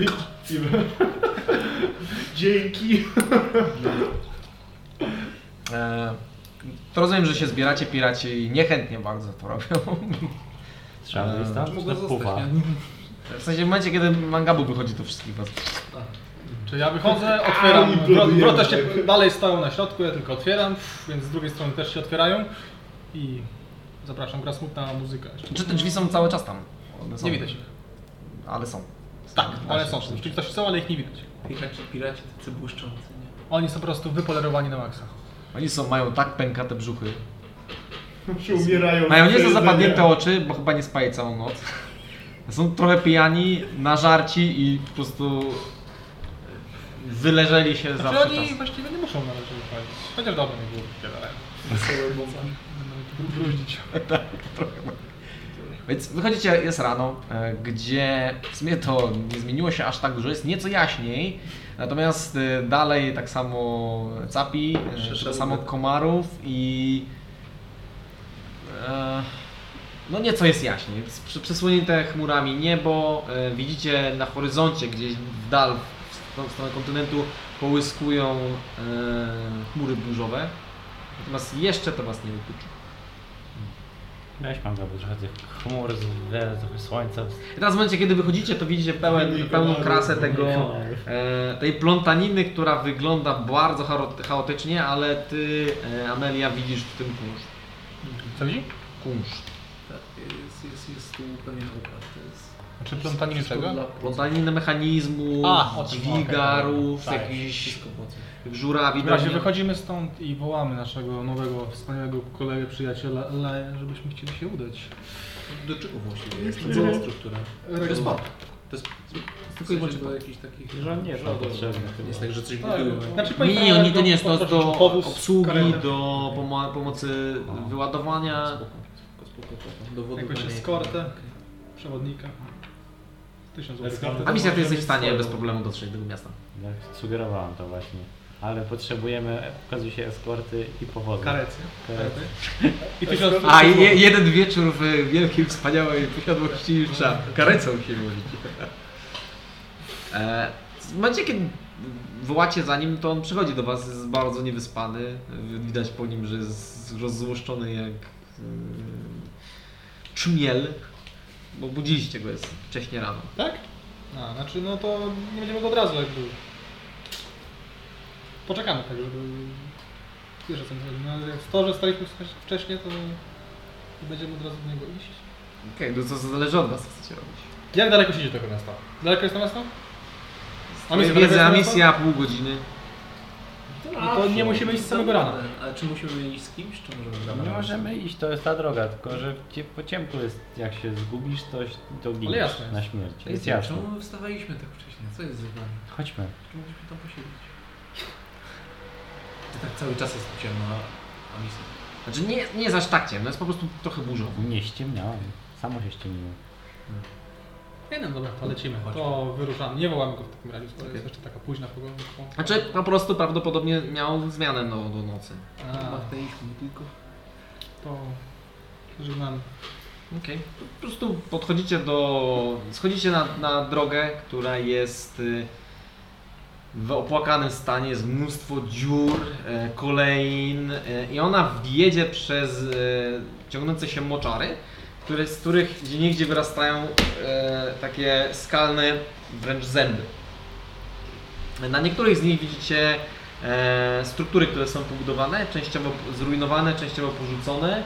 Speaker 5: Dzięki.
Speaker 1: To rozumiem, że się zbieracie piraci i niechętnie bardzo to robią.
Speaker 3: Trzeba wyjść tam,
Speaker 4: Mogę zostać,
Speaker 3: pufa.
Speaker 4: nie?
Speaker 1: W sensie w momencie, kiedy Mangabu wychodzi, to wszystkich was...
Speaker 2: Czy ja wychodzę, otwieram, wrota się dalej stoją na środku, ja tylko otwieram, więc z drugiej strony też się otwierają i zapraszam, gra smutna muzyka jeszcze.
Speaker 1: Czy te drzwi są cały czas tam? One są.
Speaker 2: Nie widać ich.
Speaker 1: Ale są.
Speaker 2: Tak, one są. Czyli coś są, ale ich nie widać.
Speaker 4: Piraci tacy błyszczący, nie?
Speaker 2: Oni są po prostu wypolerowani na maksa.
Speaker 1: Oni mają tak pękate brzuchy.
Speaker 5: Się umierają.
Speaker 1: Mają
Speaker 5: z
Speaker 1: nieco
Speaker 5: jedzenia.
Speaker 1: zapadnięte oczy, bo chyba nie spali całą noc. Są trochę pijani, nażarci i po prostu wyleżeli się
Speaker 2: Znaczy
Speaker 1: zawsze
Speaker 2: oni
Speaker 1: czas.
Speaker 2: właściwie nie muszą należeć wypalić. Chociaż dobrze nie było wypierdalają. Będą bruździć.
Speaker 1: Więc wychodzicie, jest rano, gdzie w sumie to nie zmieniło się aż tak dużo, jest nieco jaśniej, natomiast dalej tak samo capi, tak samo komarów i no nieco jest jaśniej. Przesłonięte chmurami niebo, widzicie na horyzoncie gdzieś w dal, w stronę kontynentu połyskują chmury burzowe, natomiast jeszcze to was nie dotyczy.
Speaker 3: Weź pan go, trochę tych chmur, trochę słońca.
Speaker 1: I teraz w momencie, kiedy wychodzicie, to widzicie pełną krasę tej plątaniny, która wygląda bardzo chaotycznie, ale ty, Amelia, widzisz w tym kunszt.
Speaker 2: Co widzi?
Speaker 1: Kunszt.
Speaker 4: Tak, jest tu pewien układ. To jest
Speaker 2: Znaczy plątaniny czego?
Speaker 1: Plątaniny mechanizmu,
Speaker 2: A, o tym,
Speaker 1: dźwigarów,
Speaker 2: okej.
Speaker 1: jakichś
Speaker 4: wszystko po co.
Speaker 1: żurawi.
Speaker 2: W razie wychodzimy stąd i wołamy naszego nowego, wspaniałego kolegę, przyjaciela, żebyśmy chcieli się udać.
Speaker 4: Do czego właściwie jest ta cała struktura?
Speaker 2: To jest port.
Speaker 4: To jest
Speaker 1: Tylko i wyłącznie
Speaker 4: do jakichś takich...
Speaker 3: Że nie są potrzebne.
Speaker 4: Nie jest tak, że coś
Speaker 2: Tak.
Speaker 4: budują.
Speaker 2: Znaczy,
Speaker 1: Nie, to nie jest to
Speaker 2: poprosić
Speaker 1: do
Speaker 2: powóz,
Speaker 1: obsługi,
Speaker 2: karetę.
Speaker 1: do pomocy wyładowania.
Speaker 4: Spoko. Dowodowanie.
Speaker 2: Jakąś eskortę, przewodnika. 1000 zł.
Speaker 5: Eskortę.
Speaker 1: A misja, ty jesteś w stanie bez problemu dotrzeć do tego miasta.
Speaker 3: Ja sugerowałem to właśnie. Ale potrzebujemy, okazuje się, eskorty i powozu.
Speaker 2: Karety.
Speaker 3: Karety.
Speaker 2: I 1000 zł.
Speaker 1: A jeden wieczór w wielkiej, wspaniałej posiadłości już trzeba karecą się mówić. W momencie, kiedy wołacie za nim, to on przychodzi do was, jest bardzo niewyspany. Widać po nim, że jest rozzłoszczony jak czmiel, bo budziliście go jest wcześnie rano.
Speaker 2: Tak? A, znaczy no to nie będziemy go od razu jakby... Poczekamy tak, żeby... Wiesz o co mi chodzi, no ale to, że staliśmy wcześniej, to nie będziemy od razu do niego iść.
Speaker 1: Okej, no to zależy od was, co chcecie robić.
Speaker 2: Jak daleko siedzi tego miasta? Daleko jest to miasto? A misja
Speaker 1: Wiedza,
Speaker 2: daleko jest
Speaker 1: misja pół godziny.
Speaker 2: No to nie musimy iść z samego rana.
Speaker 4: Ale czy musimy iść z kimś, czy możemy
Speaker 3: Nie możemy iść, to jest ta droga, tylko że po ciemku jest, jak się zgubisz, to giniesz
Speaker 2: jasne
Speaker 3: na
Speaker 2: jest.
Speaker 3: śmierć.
Speaker 4: To
Speaker 3: Jest jasne.
Speaker 4: Czemu wstawaliśmy tak wcześnie? Co jest z nami?
Speaker 3: Chodźmy.
Speaker 4: Czy mogliśmy tam posiedzieć? Czy tak cały czas jest ciemno, a misja?
Speaker 1: Znaczy nie jest aż tak ciemno, jest po prostu trochę burzowo.
Speaker 3: Nie ściemniałem. Samo się ściemniło.
Speaker 2: Nie no dobra, to lecimy. To wyruszamy. Nie wołamy go w takim razie, skoro jest jeszcze taka późna pogoda.
Speaker 1: Znaczy po prostu prawdopodobnie miał zmianę do nocy.
Speaker 4: Machnęliśmy tylko.
Speaker 2: To żegnamy.
Speaker 1: Okej. Po prostu podchodzicie schodzicie na drogę, która jest w opłakanym stanie, jest mnóstwo dziur, kolejn i ona jedzie przez ciągnące się moczary, z których gdzieniegdzie wyrastają takie skalne wręcz zęby. Na niektórych z nich widzicie struktury, które są pobudowane, częściowo zrujnowane, częściowo porzucone.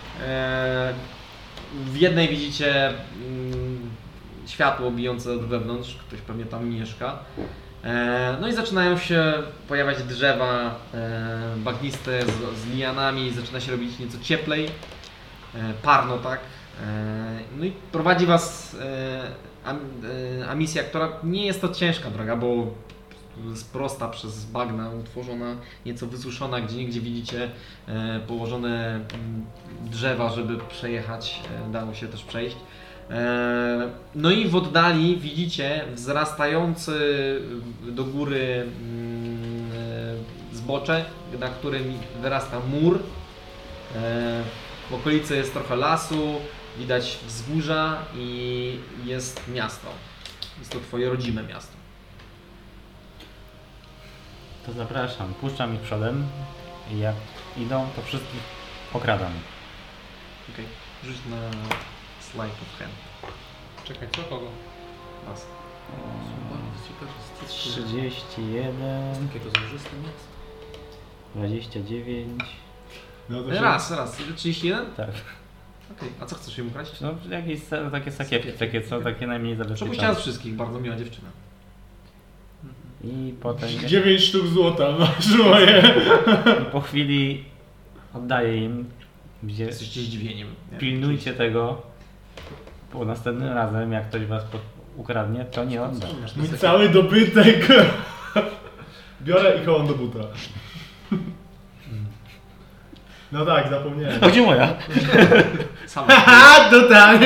Speaker 1: W jednej widzicie światło bijące od wewnątrz, ktoś pewnie tam mieszka. No i zaczynają się pojawiać drzewa bagniste z lianami, zaczyna się robić nieco cieplej, parno, tak. No i prowadzi Was Amisja, która nie jest to ciężka droga, bo jest prosta, przez bagna utworzona, nieco wysuszona, gdzie widzicie położone drzewa, żeby przejechać, dało się też przejść. No i w oddali widzicie wzrastający do góry zbocze, na którym wyrasta mur. W okolicy jest trochę lasu, widać wzgórza i jest miasto. Jest to Twoje rodzime miasto.
Speaker 3: To zapraszam, puszczam ich przodem i jak idą, to wszystkich okradam.
Speaker 1: Okej. Rzuć na Sleight of Hand.
Speaker 2: Czekaj, co kogo?
Speaker 1: Was.
Speaker 4: Bardzo ciekawe, że jest
Speaker 3: 31,
Speaker 4: takiego złożyste miasto.
Speaker 3: 29.
Speaker 5: No to się...
Speaker 1: Raz. 31?
Speaker 3: Tak.
Speaker 1: Okej. A co chcesz im ukraść?
Speaker 3: No jakieś takie sakiewki, takie co takie najmniej
Speaker 1: Przepuściła
Speaker 3: zabezpieczone.
Speaker 1: z wszystkich, bardzo miła dziewczyna.
Speaker 3: I potem
Speaker 5: 9 sztuk złota masz moje.
Speaker 3: po chwili oddaję im, gdzie
Speaker 1: Jesteście zdziwieniem. nie?
Speaker 3: pilnujcie tego, bo następnym razem jak ktoś was ukradnie, to nie oddam.
Speaker 5: Mój cały dobytek. Biorę i chowam do buta. No tak, zapomniałem.
Speaker 3: A gdzie moja?
Speaker 1: Sam.
Speaker 5: Haha, totalnie!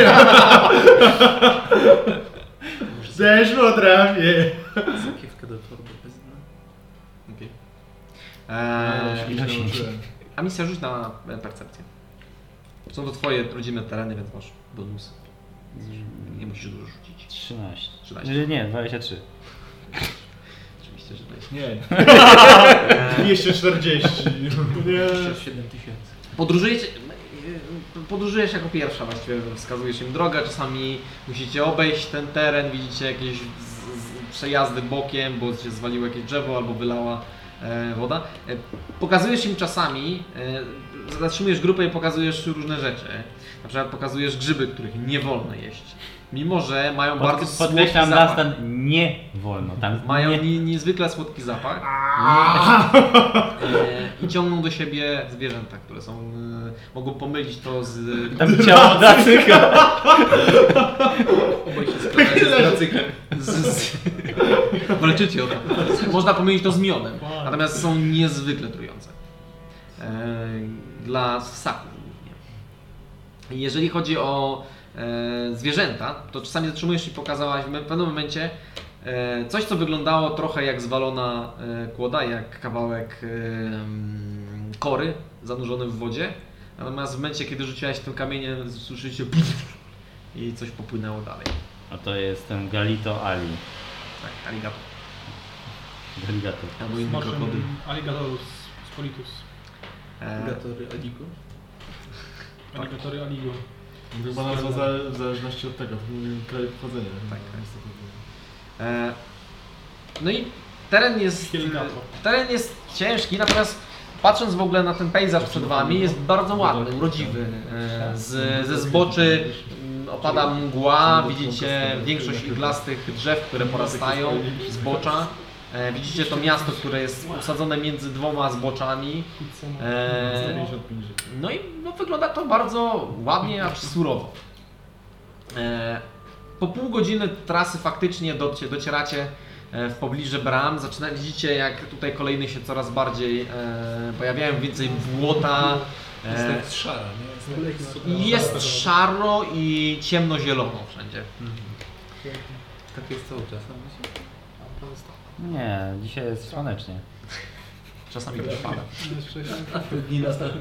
Speaker 5: Też potrafię.
Speaker 4: Sakiewkę do torby bez dna.
Speaker 1: Okej.
Speaker 5: Ja się nauczyłem.
Speaker 1: A misja rzuć na percepcję. Są to Twoje rodzime tereny, więc masz bonus. Nie musisz dużo rzucić.
Speaker 3: 13.
Speaker 1: 13.
Speaker 3: Nie, 23.
Speaker 1: Oczywiście, że to jest.
Speaker 5: Nie. 240. Nie.
Speaker 4: 7 tysięcy.
Speaker 1: Podróżujesz jako pierwsza właściwie, wskazujesz im drogę, czasami musicie obejść ten teren, widzicie jakieś przejazdy bokiem, bo się zwaliło jakieś drzewo albo wylała woda. Pokazujesz im czasami, zatrzymujesz grupę i pokazujesz różne rzeczy. Na przykład pokazujesz grzyby, których nie wolno jeść. Mimo że mają bardzo słodki
Speaker 3: Podkreślam
Speaker 1: zapach.
Speaker 3: nas, nie wolno. Tam
Speaker 1: Mają
Speaker 3: nie,
Speaker 1: niezwykle słodki zapach i ciągną do siebie zwierzęta, które są, mogą pomylić to z...
Speaker 3: tam ciało zacyka.
Speaker 1: Obaj się składają z bracykiem. Walczycie o to. Można pomylić to z miodem, natomiast są niezwykle trujące. Dla ssaków głównie. Jeżeli chodzi o zwierzęta, to czasami zatrzymujesz i pokazałaś w pewnym momencie coś, co wyglądało trochę jak zwalona kłoda, jak kawałek kory zanurzony w wodzie. Natomiast w momencie, kiedy rzuciłaś tym kamieniem, słyszycie i coś popłynęło dalej.
Speaker 3: A to jest ten Galito Ali.
Speaker 1: Tak, aligator.
Speaker 3: Galigator.
Speaker 1: Albo inny
Speaker 2: Smoczym
Speaker 1: krokodyl.
Speaker 2: Alligatorus Politus.
Speaker 4: Gatory Aligo.
Speaker 2: Alligatory Aligo.
Speaker 5: Chyba nazwa w zależności od tego, w kraju pochodzenia.
Speaker 1: Tak. No i teren jest ciężki, natomiast patrząc w ogóle na ten pejzaż przed Wami, jest bardzo ładny, urodziwy. Ze zboczy opada mgła, widzicie większość iglastych drzew, które porastają, zbocza. Widzicie to miasto, które jest usadzone między dwoma zboczami. No i wygląda to bardzo ładnie, aż surowo. Po pół godziny trasy faktycznie docieracie w pobliże bram. Widzicie, jak tutaj kolejny się coraz bardziej pojawiają, więcej błota.
Speaker 4: Jest tak szara, nie?
Speaker 1: Jest szaro i ciemnozielono wszędzie.
Speaker 4: Tak jest cały czas.
Speaker 3: Nie, dzisiaj jest słonecznie.
Speaker 1: Czasami też pada.
Speaker 4: Dni następne.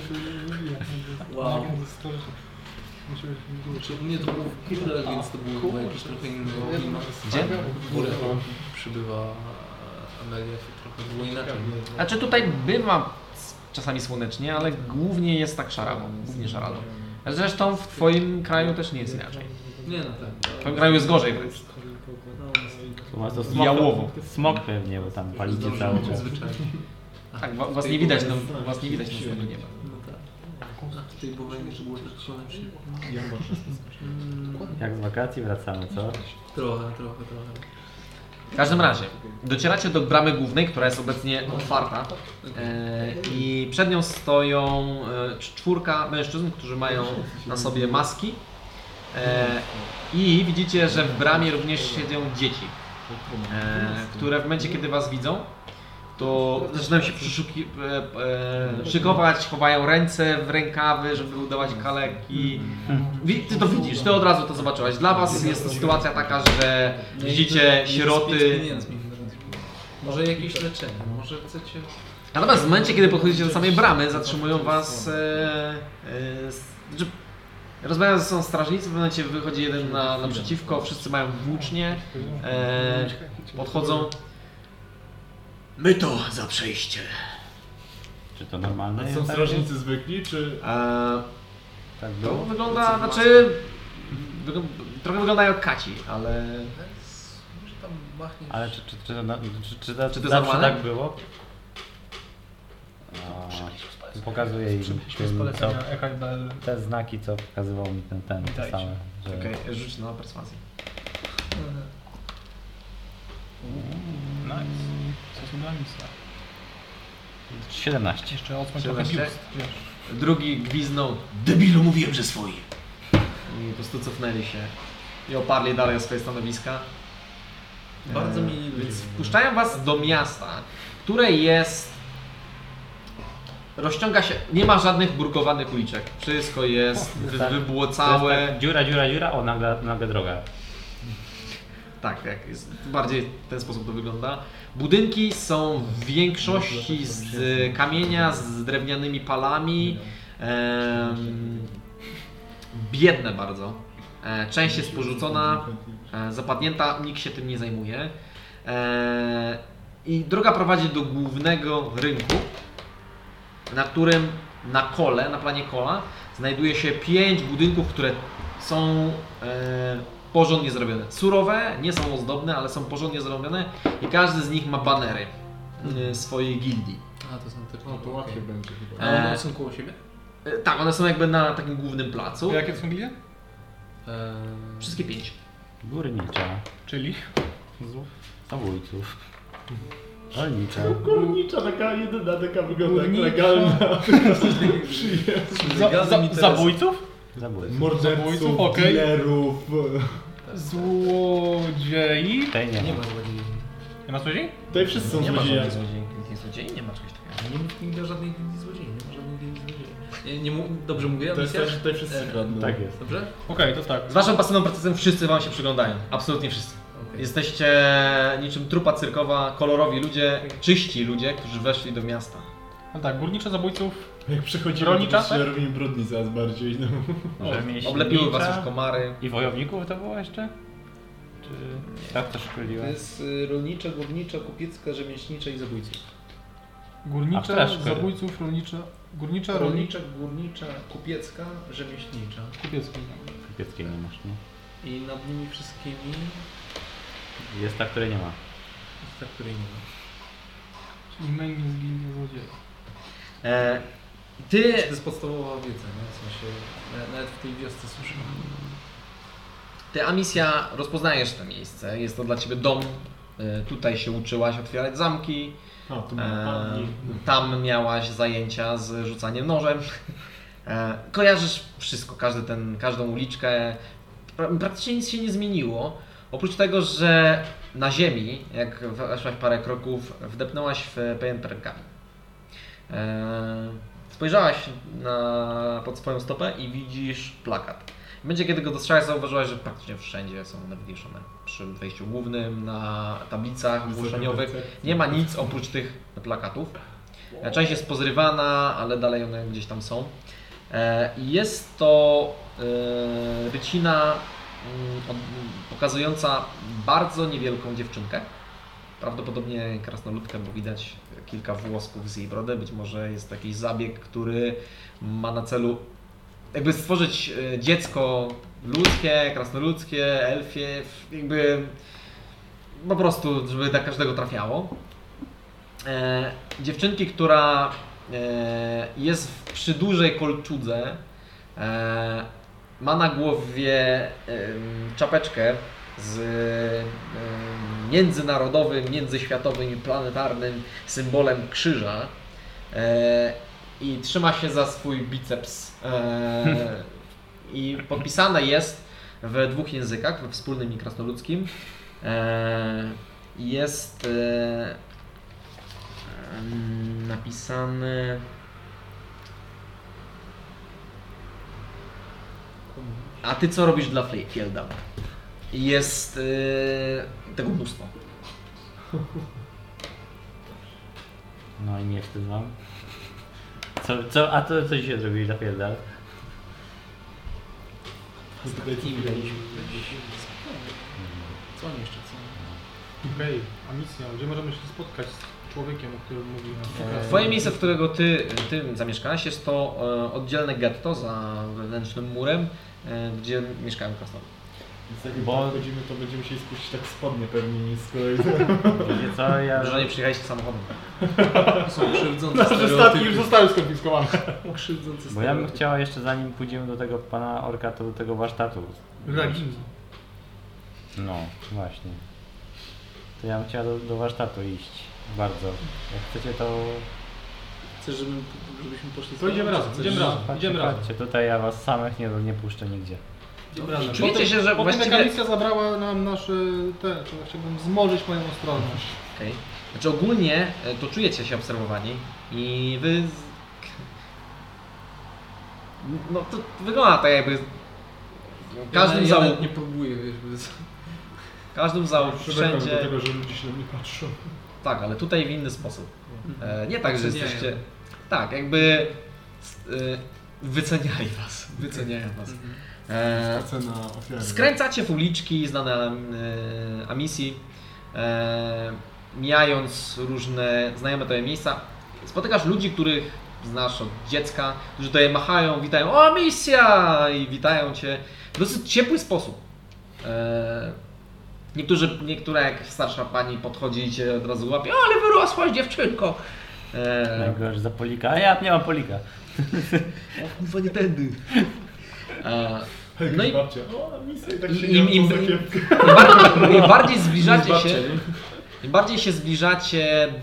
Speaker 4: Wow.
Speaker 2: Musimy
Speaker 4: U mnie to było w górę, więc to było jakieś trochę inne klima.
Speaker 1: Gdzie?
Speaker 4: W górę przybywa Amelia, to trochę było inaczej.
Speaker 1: Znaczy tutaj bywa czasami słonecznie, ale głównie jest tak szarawo, głównie szarado. Zresztą w Twoim kraju też nie jest inaczej.
Speaker 4: Nie no tak.
Speaker 1: W Twoim kraju jest gorzej.
Speaker 4: No,
Speaker 3: U was to smok,
Speaker 1: Jałowo.
Speaker 3: smok pewnie, bo tam palicie cały czas.
Speaker 4: Zwyczajnie.
Speaker 1: Tak, was nie widać, was nie widać nocnego nieba.
Speaker 4: No tak. Tutaj po wojnie to było tak słonecznie.
Speaker 3: Jak z wakacji wracamy, co?
Speaker 4: Trochę.
Speaker 1: W każdym razie, docieracie do bramy głównej, która jest obecnie otwarta i przed nią stoją 4 mężczyzn, którzy mają na sobie maski i widzicie, że w bramie również siedzą dzieci, które w momencie, kiedy was widzą, to zaczynają się szykować, chowają ręce w rękawy, żeby udawać kaleki. Ty to widzisz, ty od razu to zobaczyłaś. Dla was jest to sytuacja taka, że widzicie sieroty.
Speaker 4: Może jakieś leczenie, może chcecie...
Speaker 1: Natomiast w momencie, kiedy podchodzicie do samej bramy, zatrzymują was... rozmawiają ze sobą strażnicy, w pewnym momencie wychodzi jeden naprzeciwko, wszyscy mają włócznie, podchodzą.
Speaker 6: My to za przejście.
Speaker 3: Czy to normalne?
Speaker 5: Są strażnicy zwykli, czy...
Speaker 3: Tak
Speaker 1: To
Speaker 3: było?
Speaker 1: wygląda, znaczy... Trochę wyglądają jak kaci, ale...
Speaker 4: Może tam machnie...
Speaker 3: Ale czy to
Speaker 1: Czy to
Speaker 3: zawsze
Speaker 1: normalne?
Speaker 3: tak było? Pokazuję im
Speaker 2: Z
Speaker 3: tym, co,
Speaker 2: polecenia EHBL.
Speaker 3: te znaki, co pokazywał mi te
Speaker 2: Witajcie.
Speaker 3: same. Że...
Speaker 1: Okej, rzuć na perswazję.
Speaker 2: Nice. Stosunkowa misja.
Speaker 3: 17.
Speaker 2: Jeszcze odsłoń trochę
Speaker 1: 17?
Speaker 2: biust, wiesz.
Speaker 1: Drugi gwizdnął
Speaker 6: Debilu, mówiłem, że swoi.
Speaker 1: i po prostu cofnęli się i oparli dalej o swoje stanowiska.
Speaker 4: Bardzo mili ludzie.
Speaker 1: Więc wpuszczają was do miasta, które jest... Rozciąga się, nie ma żadnych brukowanych uliczek. Wszystko jest
Speaker 3: To jest
Speaker 1: wybłocałe.
Speaker 3: tak, dziura, o nagle droga.
Speaker 1: Tak, bardziej w ten sposób to wygląda. Budynki są w większości z kamienia, z drewnianymi palami. Biedne bardzo. Część jest porzucona, zapadnięta, nikt się tym nie zajmuje. I droga prowadzi do głównego rynku, na którym na planie kola znajduje się 5 budynków, które są porządnie zrobione. Surowe, nie są ozdobne, ale są porządnie zrobione i każdy z nich ma banery swojej gildii.
Speaker 4: A, to są te...
Speaker 5: No to łatwiej będzie chyba.
Speaker 4: A one są koło siebie?
Speaker 1: Tak, one są jakby na takim głównym placu.
Speaker 2: Jakie to są gilie?
Speaker 1: Wszystkie 5.
Speaker 3: Górnicza,
Speaker 2: Czyli?
Speaker 3: zabójców, rolnicza.
Speaker 5: Górnicza, taka jedyna, taka wygląda jak
Speaker 2: Górnicza.
Speaker 5: legalna.
Speaker 2: Zabójców?
Speaker 3: Zabójców.
Speaker 5: Morderców,
Speaker 2: okej.
Speaker 5: dealerów.
Speaker 2: Złodziei?
Speaker 3: Tej nie
Speaker 4: Nie
Speaker 3: ma.
Speaker 4: ma złodziei.
Speaker 2: Nie ma złodziei?
Speaker 5: Tutaj wszyscy są
Speaker 1: Nie ma
Speaker 5: złodziejami.
Speaker 1: żadnych złodziei, nie ma czegoś takiego.
Speaker 4: Nie ma żadnej gildii złodziei, nie ma żadnej gildii złodziei. Dobrze mówię?
Speaker 5: To jest
Speaker 4: misja?
Speaker 5: tak, że tutaj wszyscy kradną.
Speaker 3: Tak jest.
Speaker 4: Dobrze?
Speaker 2: Okej, to tak.
Speaker 1: Z waszym pasywnym procesem wszyscy wam się przyglądają. Absolutnie wszyscy.
Speaker 4: Okej.
Speaker 1: Jesteście niczym trupa cyrkowa, kolorowi ludzie, czyści ludzie, którzy weszli do miasta.
Speaker 2: No tak, górniczo zabójców.
Speaker 5: Jak przechodzimy,
Speaker 2: Rolnicza,
Speaker 5: to
Speaker 2: tak?
Speaker 5: się robimy brudni coraz bardziej. No.
Speaker 3: Rzemieślnicza.
Speaker 1: Oblepiły was już komary.
Speaker 3: I wojowników to było jeszcze? Czy tak to
Speaker 4: To
Speaker 3: szkoliłem?
Speaker 4: jest rolnicza, górnicza, kupiecka, rzemieślnicza i zabójców.
Speaker 2: Górnicza,
Speaker 3: A teraz szkoły.
Speaker 2: zabójców, rolnicza. Górnicza,
Speaker 4: Rolnicza, górnicza, kupiecka, rzemieślnicza.
Speaker 2: kupiecki.
Speaker 3: Kupieckiej nie masz, no.
Speaker 4: I nad nimi wszystkimi
Speaker 3: Jest ta, której nie ma.
Speaker 4: jest ta, której nie ma.
Speaker 2: Czyli męgi z gildii złodziei.
Speaker 1: Ty
Speaker 4: To jest podstawowa wiedza, nie? W sensie, nawet w tej wiosce słyszałem.
Speaker 1: Ty, Amisja, rozpoznajesz to miejsce. Jest to dla ciebie dom. Tutaj się uczyłaś otwierać zamki.
Speaker 5: A, tu mamy pani.
Speaker 1: Tam miałaś zajęcia z rzucaniem nożem. Kojarzysz wszystko, każdą uliczkę. Praktycznie nic się nie zmieniło. Oprócz tego, że na ziemi, jak weszłaś parę kroków, wdepnęłaś w pewien pergamin. Spojrzałaś pod swoją stopę i widzisz plakat. W momencie, kiedy go dostrzegasz, zauważyłaś, że praktycznie wszędzie są one wywieszone. Przy wejściu głównym, na tablicach ogłoszeniowych. Nie ma nic oprócz tych plakatów. Część jest pozrywana, ale dalej one gdzieś tam są. Jest to rycina pokazująca bardzo niewielką dziewczynkę. Prawdopodobnie krasnoludkę, bo widać kilka włosków z jej brody. Być może jest to jakiś zabieg, który ma na celu jakby stworzyć dziecko ludzkie, krasnoludzkie, elfie, jakby po prostu, żeby dla każdego trafiało. Dziewczynki, która jest przy dużej kolczudze, ma na głowie czapeczkę z międzynarodowym, międzyświatowym i planetarnym symbolem krzyża i trzyma się za swój biceps. I podpisane jest w 2 językach, we wspólnym i krasnoludzkim. Jest napisane... A ty co robisz dla Fielda? Jest tego mnóstwo.
Speaker 3: No i nie wstyd wam. A to co dzisiaj zrobiłeś dla pierdala?
Speaker 4: Co oni jeszcze chcą?
Speaker 2: Okej, a misja, gdzie możemy się spotkać z człowiekiem, o którym mówi nam?
Speaker 1: Twoje miejsce, w którego ty zamieszkałeś, jest to oddzielne getto za wewnętrznym murem, gdzie mieszkają krasnoludy.
Speaker 5: Więc jak
Speaker 3: Bo-
Speaker 5: chodzimy, to będziemy się spuścić tak spodnie pewnie nisko.
Speaker 3: Wiecie co, ja...
Speaker 1: Że nie przyjechaliście samochodem.
Speaker 4: Są krzywdzące
Speaker 5: Nasze statki już
Speaker 4: stereotypy.
Speaker 5: zostały skonfiskowane.
Speaker 4: Krzywdzące
Speaker 3: Bo ja bym
Speaker 4: stereotypy.
Speaker 3: chciała jeszcze zanim pójdziemy do tego pana orka, to do tego warsztatu.
Speaker 2: Ragini.
Speaker 3: No, właśnie. To ja bym chciała do warsztatu iść. Bardzo. Jak chcecie to...
Speaker 4: Chcesz, żebyśmy poszli z
Speaker 2: To idziemy
Speaker 4: tobą,
Speaker 2: razem,
Speaker 4: czy
Speaker 2: idziemy
Speaker 4: chcesz-
Speaker 2: razem. Idziemy razem.
Speaker 3: Chodźcie, tutaj ja was samych nie puszczę nigdzie.
Speaker 2: Idziemy razem.
Speaker 1: Czujecie się, że
Speaker 2: Potem
Speaker 1: właściwie...
Speaker 2: jaka misja zabrała nam nasze... to ja chciałbym zmorzyć moją ostrożność.
Speaker 1: Okej. Znaczy ogólnie to czujecie się obserwowani i wy... No to wygląda tak jakby... Każdym
Speaker 4: ja
Speaker 1: załóg...
Speaker 4: nawet nie próbuję, wiesz, bez...
Speaker 1: Każdym załóg
Speaker 5: Przywykłem do
Speaker 1: wszędzie...
Speaker 5: tego, że ludzie się na mnie patrzą.
Speaker 1: Tak, ale tutaj w inny sposób. Nie tak, że
Speaker 4: Doceniają.
Speaker 1: jesteście... Tak, jakby... Wyceniali was. Wyceniają was.
Speaker 5: Cena ofiary.
Speaker 1: Skręcacie w uliczki znane Amisji, mijając różne znajome tobie miejsca. Spotykasz ludzi, których znasz od dziecka, którzy tutaj machają, witają, o misja! I witają cię w dosyć ciepły sposób. Niektóra jak starsza pani podchodzi i cię od razu łapie, ale wyrosłaś dziewczynko!
Speaker 3: Najgorsze za polika, a ja nie mam polika.
Speaker 1: O kurwa, nie tędy.
Speaker 5: Hej,
Speaker 1: No i-
Speaker 5: babcia. O, misja i tak
Speaker 1: i-
Speaker 5: się
Speaker 1: im-
Speaker 5: im,
Speaker 1: Im bardziej zbliżacie
Speaker 4: Babcia,
Speaker 1: się,
Speaker 4: nie?
Speaker 1: im bardziej się zbliżacie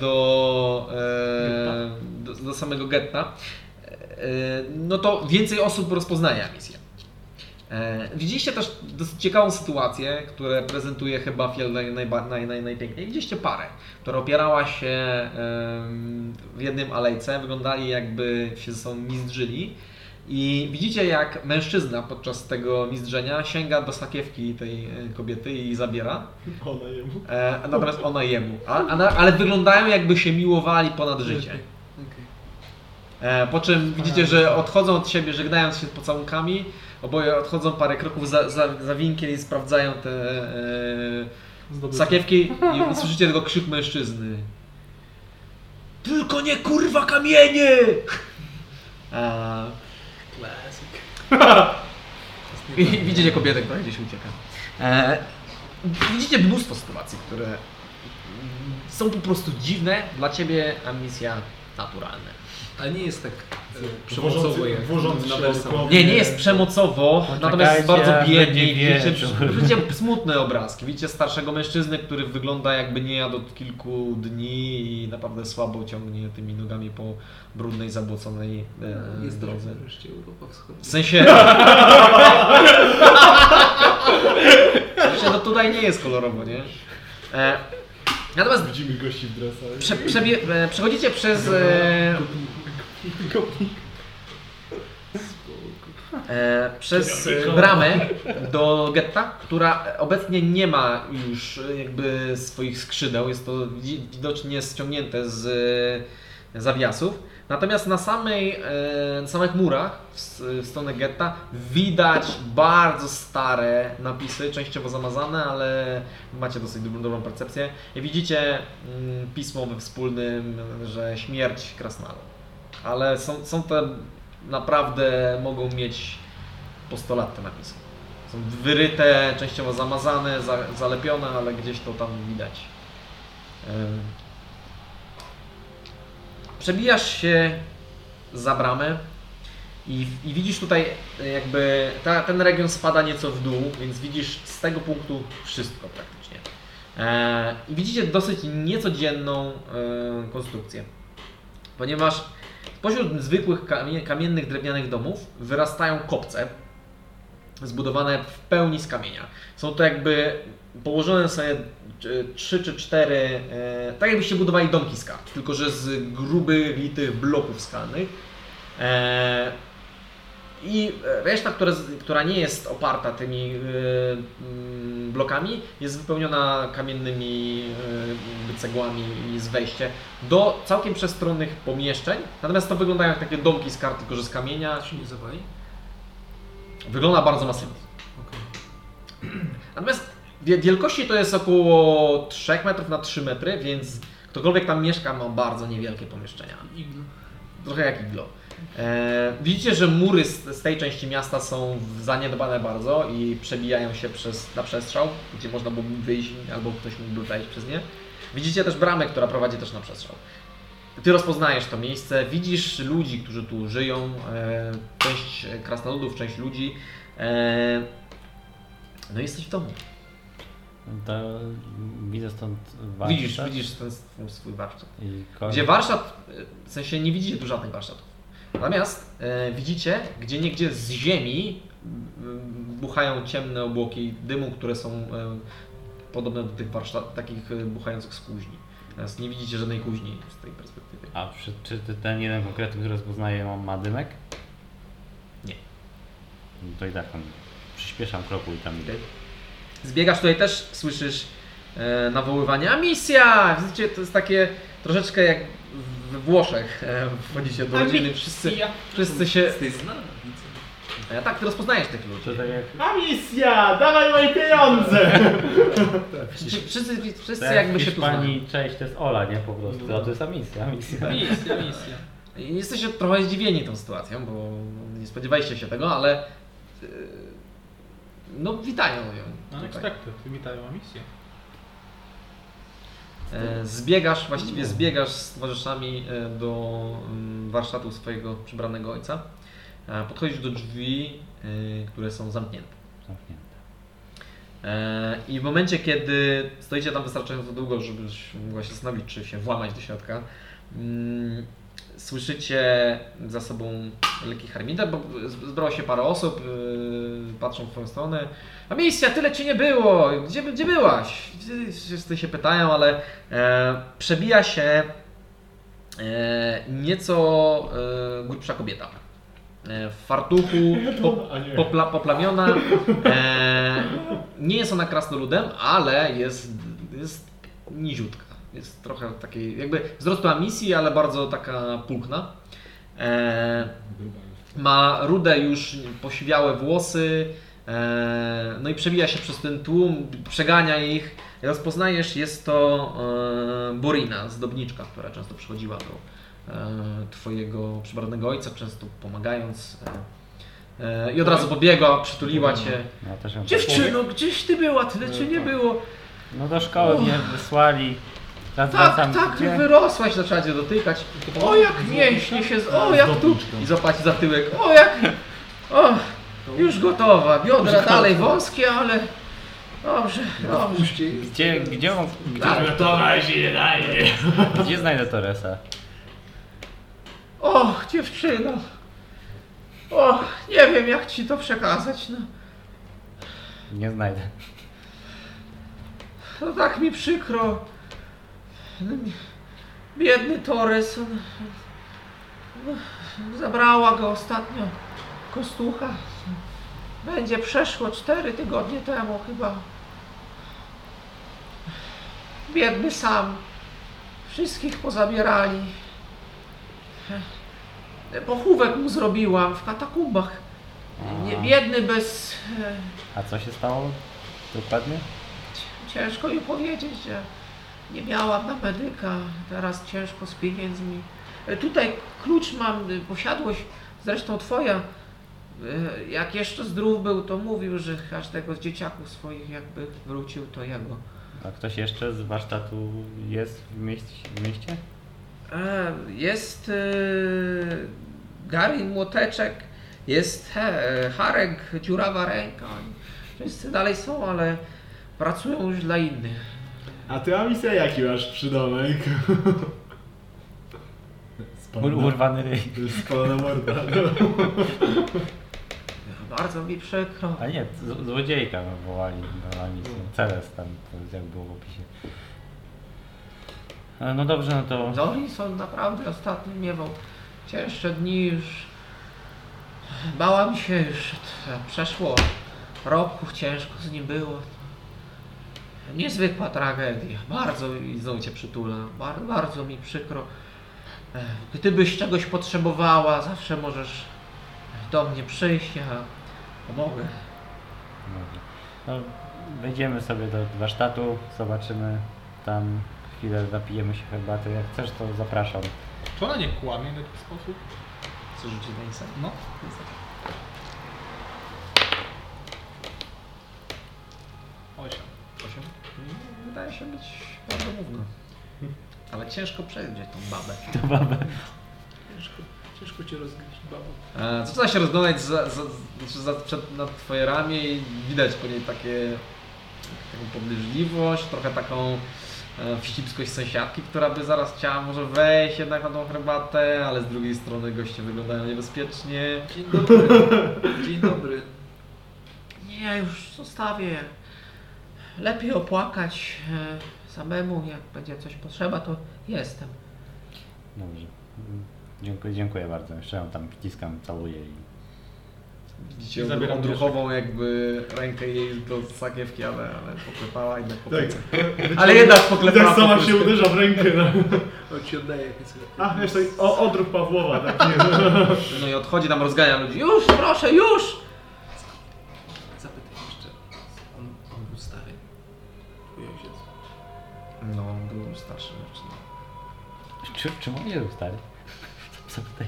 Speaker 1: do samego getta, no to więcej osób rozpoznaje misję. Widzieliście też dosyć ciekawą sytuację, która prezentuje chyba Fiel najpiękniej. Widzieliście parę, która opierała się w jednym alejce, wyglądali jakby się ze sobą mizdrzyli. I widzicie, jak mężczyzna podczas tego mizdrzenia sięga do sakiewki tej kobiety i zabiera,
Speaker 5: Ona jemu.
Speaker 1: natomiast ona jemu. Ale wyglądają, jakby się miłowali ponad życie.
Speaker 4: Okej.
Speaker 1: Po czym widzicie, że odchodzą od siebie, żegnając się pocałunkami. Oboje odchodzą parę kroków za winkiel i sprawdzają te sakiewki i słyszycie tylko krzyk mężczyzny. Tylko nie kurwa kamienie! I widzicie kobietę, która gdzieś ucieka. Widzicie mnóstwo sytuacji, które są po prostu dziwne. Dla ciebie misja naturalna.
Speaker 4: Ale nie jest tak przemocowo jak
Speaker 5: Włożący
Speaker 4: na
Speaker 5: się
Speaker 4: Wersach.
Speaker 5: około-
Speaker 1: Nie jest przemocowo, natomiast jest bardzo
Speaker 3: aż
Speaker 1: biednie.
Speaker 3: będzie
Speaker 1: Widzicie,
Speaker 3: wieczór.
Speaker 1: widzicie smutne obrazki. Widzicie starszego mężczyznę, który wygląda jakby nie jadł od kilku dni i naprawdę słabo ciągnie tymi nogami po brudnej, zabłoconej
Speaker 4: Jest
Speaker 1: drodze.
Speaker 4: wreszcie Europa Wschodnia.
Speaker 1: W sensie... no tutaj nie jest kolorowo, nie? Natomiast
Speaker 5: Widzimy gości w dresach.
Speaker 1: przechodzicie przez... przez bramę do getta, która obecnie nie ma już jakby swoich skrzydeł, jest to widocznie ściągnięte z zawiasów. Natomiast na samych murach w stronę getta widać bardzo stare napisy, częściowo zamazane, ale macie dosyć dobrą percepcję. I widzicie pismo we wspólnym, że śmierć Krasnala. Ale są te naprawdę mogą mieć po 100 lat te napisy. Są wyryte, częściowo zamazane, zalepione, ale gdzieś to tam widać. Przebijasz się za bramę i widzisz tutaj jakby ten region spada nieco w dół, więc widzisz z tego punktu wszystko praktycznie. I widzicie dosyć niecodzienną konstrukcję, ponieważ spośród zwykłych kamiennych, drewnianych domów wyrastają kopce zbudowane w pełni z kamienia. Są to jakby położone sobie 3 czy 4, tak jakbyście budowali domki z kart, tylko że z grubych, litych bloków skalnych. I reszta, która nie jest oparta tymi blokami, jest wypełniona kamiennymi cegłami i jest wejście do całkiem przestronnych pomieszczeń. Natomiast to wyglądają jak takie domki z kart, tylko że z kamienia.
Speaker 4: To się nie zawali?
Speaker 1: Wygląda bardzo masywnie.
Speaker 4: Okay.
Speaker 1: Natomiast wielkości to jest około 3 metrów na 3 metry, więc ktokolwiek tam mieszka ma bardzo niewielkie pomieszczenia.
Speaker 4: Iglo.
Speaker 1: Trochę jak iglo. Widzicie, że mury z tej części miasta są zaniedbane bardzo i przebijają się na przestrzał, gdzie można byłoby wyjść albo ktoś mógłby wejść przez nie. Widzicie też bramę, która prowadzi też na przestrzał. Ty rozpoznajesz to miejsce, widzisz ludzi, którzy tu żyją, część krasnoludów, część ludzi. No i jesteś w domu.
Speaker 3: To widzę stąd warsztat.
Speaker 1: Widzisz ten swój warsztat.
Speaker 3: Gdzie
Speaker 1: warsztat, w sensie nie widzicie tu żadnych warsztatów. Natomiast widzicie, gdzieniegdzie z ziemi buchają ciemne obłoki dymu, które są podobne do tych takich buchających z kuźni. Natomiast nie widzicie żadnej kuźni z tej perspektywy.
Speaker 3: A czy ten jeden konkretny, który rozpoznaje, ma dymek?
Speaker 1: Nie.
Speaker 3: To i tak przyspieszam kroku i tam idę.
Speaker 1: Zbiegasz tutaj też, słyszysz nawoływania. Misja! Widzicie, to jest takie troszeczkę jak we Włoszech. Wchodzicie do rodziny, wszyscy się... Tak, ty rozpoznajesz tych ludzi.
Speaker 3: To tak jak...
Speaker 5: A misja! Dawaj moje pieniądze!
Speaker 1: Wszyscy jakby się tu znają.
Speaker 3: Pani, cześć, to jest Ola, nie? Po prostu. A to jest misja.
Speaker 2: Misja.
Speaker 1: I jesteście trochę zdziwieni tą sytuacją, bo nie spodziewaliście się tego, ale no witają ją.
Speaker 2: Unexpected, witają misję.
Speaker 1: Zbiegasz z towarzyszami do warsztatu swojego przybranego ojca. Podchodzisz do drzwi, które są zamknięte. I w momencie, kiedy stoicie tam wystarczająco długo, żebyś mogła się zastanowić, czy się włamać do środka, słyszycie za sobą lekki harmider, bo zbrało się parę osób, patrzą w twoją stronę. A misja, tyle ci nie było! Gdzie byłaś? Wszyscy się pytają, ale przebija się nieco grubsza kobieta. W fartuchu, poplamiona. Nie jest ona krasnoludem, ale jest niziutka. Jest trochę takiej, jakby wzrostu misji, ale bardzo taka pulchna. Ma rude już posiwiałe włosy. No i przebija się przez ten tłum, przegania ich. Rozpoznajesz, jest to Borina, zdobniczka, która często przychodziła do twojego przybranego ojca, często pomagając. I od razu pobiegła, przytuliła cię.
Speaker 3: Ja
Speaker 1: Dziewczyno, gdzieś ty była, tyle cię nie było.
Speaker 3: No do szkoły mnie wysłali.
Speaker 1: Tak, wyrosłaś, zaczęła cię dotykać. O, jak mięśnie się, o, jak tu. I złapać za tyłek. O, jak. O, już gotowa. Biodra dalej wąskie, ale. Dobrze.
Speaker 3: Gdzie on...
Speaker 6: Gotowa się nie daje.
Speaker 3: Gdzie znajdę Torresa?
Speaker 1: Och, dziewczyno. Och, nie wiem jak ci to przekazać, no.
Speaker 3: Nie znajdę.
Speaker 1: No tak mi przykro. Biedny Torres. Zabrała go ostatnio kostucha. Będzie przeszło 4 tygodnie temu chyba. Biedny sam. Wszystkich pozabierali. Pochówek mu zrobiłam w katakumbach. Biedny bez...
Speaker 3: A co się stało dokładnie?
Speaker 1: Ciężko mi powiedzieć, że nie miałam na medyka. Teraz ciężko z pieniędzmi. Tutaj klucz mam, posiadłość, zresztą twoja. Jak jeszcze zdrów był, to mówił, że każdego z dzieciaków swoich jakby wrócił, to jego.
Speaker 3: A ktoś jeszcze z warsztatu jest w mieście?
Speaker 1: Jest Gary Młoteczek, jest Harek, Dziurawa Ręka. Wszyscy dalej są, ale pracują już dla innych.
Speaker 5: A ty, Amisja, jaki masz przydomek?
Speaker 3: Urwany ryj.
Speaker 5: Spalona morda.
Speaker 1: Bardzo mi przykro.
Speaker 3: A nie, złodziejka wołali na misję. Ceres tam, to jak było w opisie. No dobrze, no to...
Speaker 1: Zorison naprawdę ostatnio miewał cięższe dni już. Bałam się już, przeszło roku, ciężko z nim było. Niezwykła tragedia, bardzo mi znowu cię przytula, bardzo mi przykro. Gdybyś czegoś potrzebowała, zawsze możesz do mnie przyjść, ja pomogę.
Speaker 3: Dobrze. No, wejdziemy sobie do warsztatu, zobaczymy tam chwilę, napijemy się herbaty. Jak chcesz, to zapraszam.
Speaker 2: Czy ona nie kłamie w jakiś sposób?
Speaker 1: Co rzuci na insight?
Speaker 2: No. Osiem.
Speaker 1: 8? Wydaje się być prawdomówna. Ale ciężko przejdzie tą babę.
Speaker 3: To babę.
Speaker 2: Ciężko cię rozgryźć, babo.
Speaker 1: Zaczyna się rozglądać nad twoje ramię i widać po niej taką podejrzliwość, trochę taką wścibskość sąsiadki, która by zaraz chciała może wejść jednak na tą herbatę, ale z drugiej strony goście wyglądają niebezpiecznie.
Speaker 4: Dzień dobry. Dzień dobry.
Speaker 1: Nie, ja już zostawię. Lepiej opłakać samemu, jak będzie coś potrzeba, to jestem.
Speaker 3: Dobrze. Dziękuję bardzo. Jeszcze ją tam ściskam, całuję i...
Speaker 1: Widzicie
Speaker 2: Zabieram
Speaker 1: odruchową jakby rękę jej do sakiewki, ale poklepała i tak po
Speaker 5: Tak.
Speaker 1: plecach. Ale jednak poklepała
Speaker 5: Tak sama
Speaker 1: po
Speaker 5: się
Speaker 1: plecach.
Speaker 5: uderza w rękę. No.
Speaker 4: On ci oddaje jakieś...
Speaker 5: A, wiesz, tak, odruch Pawłowa, tak nie.
Speaker 1: No i odchodzi, tam rozgania ludzi. Już, proszę, już!
Speaker 4: Zapytaj jeszcze. On był stary. Twój ojciec.
Speaker 1: No, on był starszy mężczyzna.
Speaker 3: Czym on nie był stary? Zapytaj.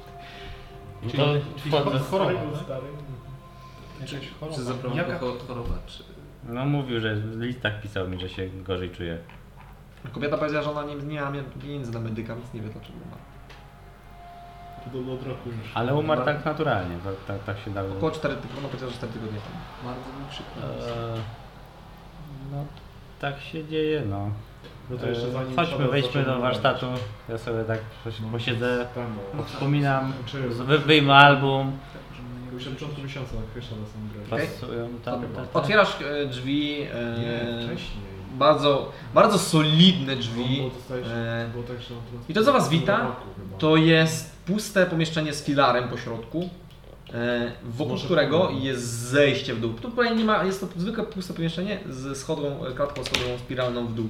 Speaker 2: Choroba,
Speaker 5: Stary był
Speaker 2: tak?
Speaker 5: stary.
Speaker 2: Jakaś choroba.
Speaker 4: Czy zabrał
Speaker 2: Jaka?
Speaker 4: choroba, czy...
Speaker 3: No mówił, że w listach pisał mi, że się gorzej czuje.
Speaker 1: Kobieta powiedziała, że ona nie miała pieniędzy na medyka, więc nie wie dlaczego ma.
Speaker 5: Podobno od roku już.
Speaker 3: Ale umarł tak naturalnie, tak się dało.
Speaker 1: Około 4 tygodnie, ona powiedziała, że 4 tygodnie temu.
Speaker 4: Bardzo mi przykro.
Speaker 3: No tak się dzieje, no.
Speaker 5: No to jeszcze zanim
Speaker 3: Chodźmy,
Speaker 5: trzeba
Speaker 3: wejdźmy
Speaker 5: zacząć
Speaker 3: do
Speaker 5: mówić.
Speaker 3: warsztatu. Ja sobie tak posiedzę,
Speaker 5: Tam, no.
Speaker 3: wspominam,
Speaker 5: Czy
Speaker 3: wyjmę album.
Speaker 5: już na początku miesiąca na Krysza na sam grać.
Speaker 1: Okej.
Speaker 3: Pasują tam.
Speaker 1: Otwierasz drzwi,
Speaker 5: Nie, wcześniej.
Speaker 1: bardzo solidne drzwi.
Speaker 5: Bo dostałeś, było tak, że on
Speaker 1: I to, co was wita,
Speaker 5: roku chyba.
Speaker 1: To jest puste pomieszczenie z filarem po środku, wokół
Speaker 5: Może
Speaker 1: którego
Speaker 5: powiem.
Speaker 1: jest zejście w dół. Tutaj nie ma, jest to zwykłe puste pomieszczenie z klatką schodową spiralną w dół.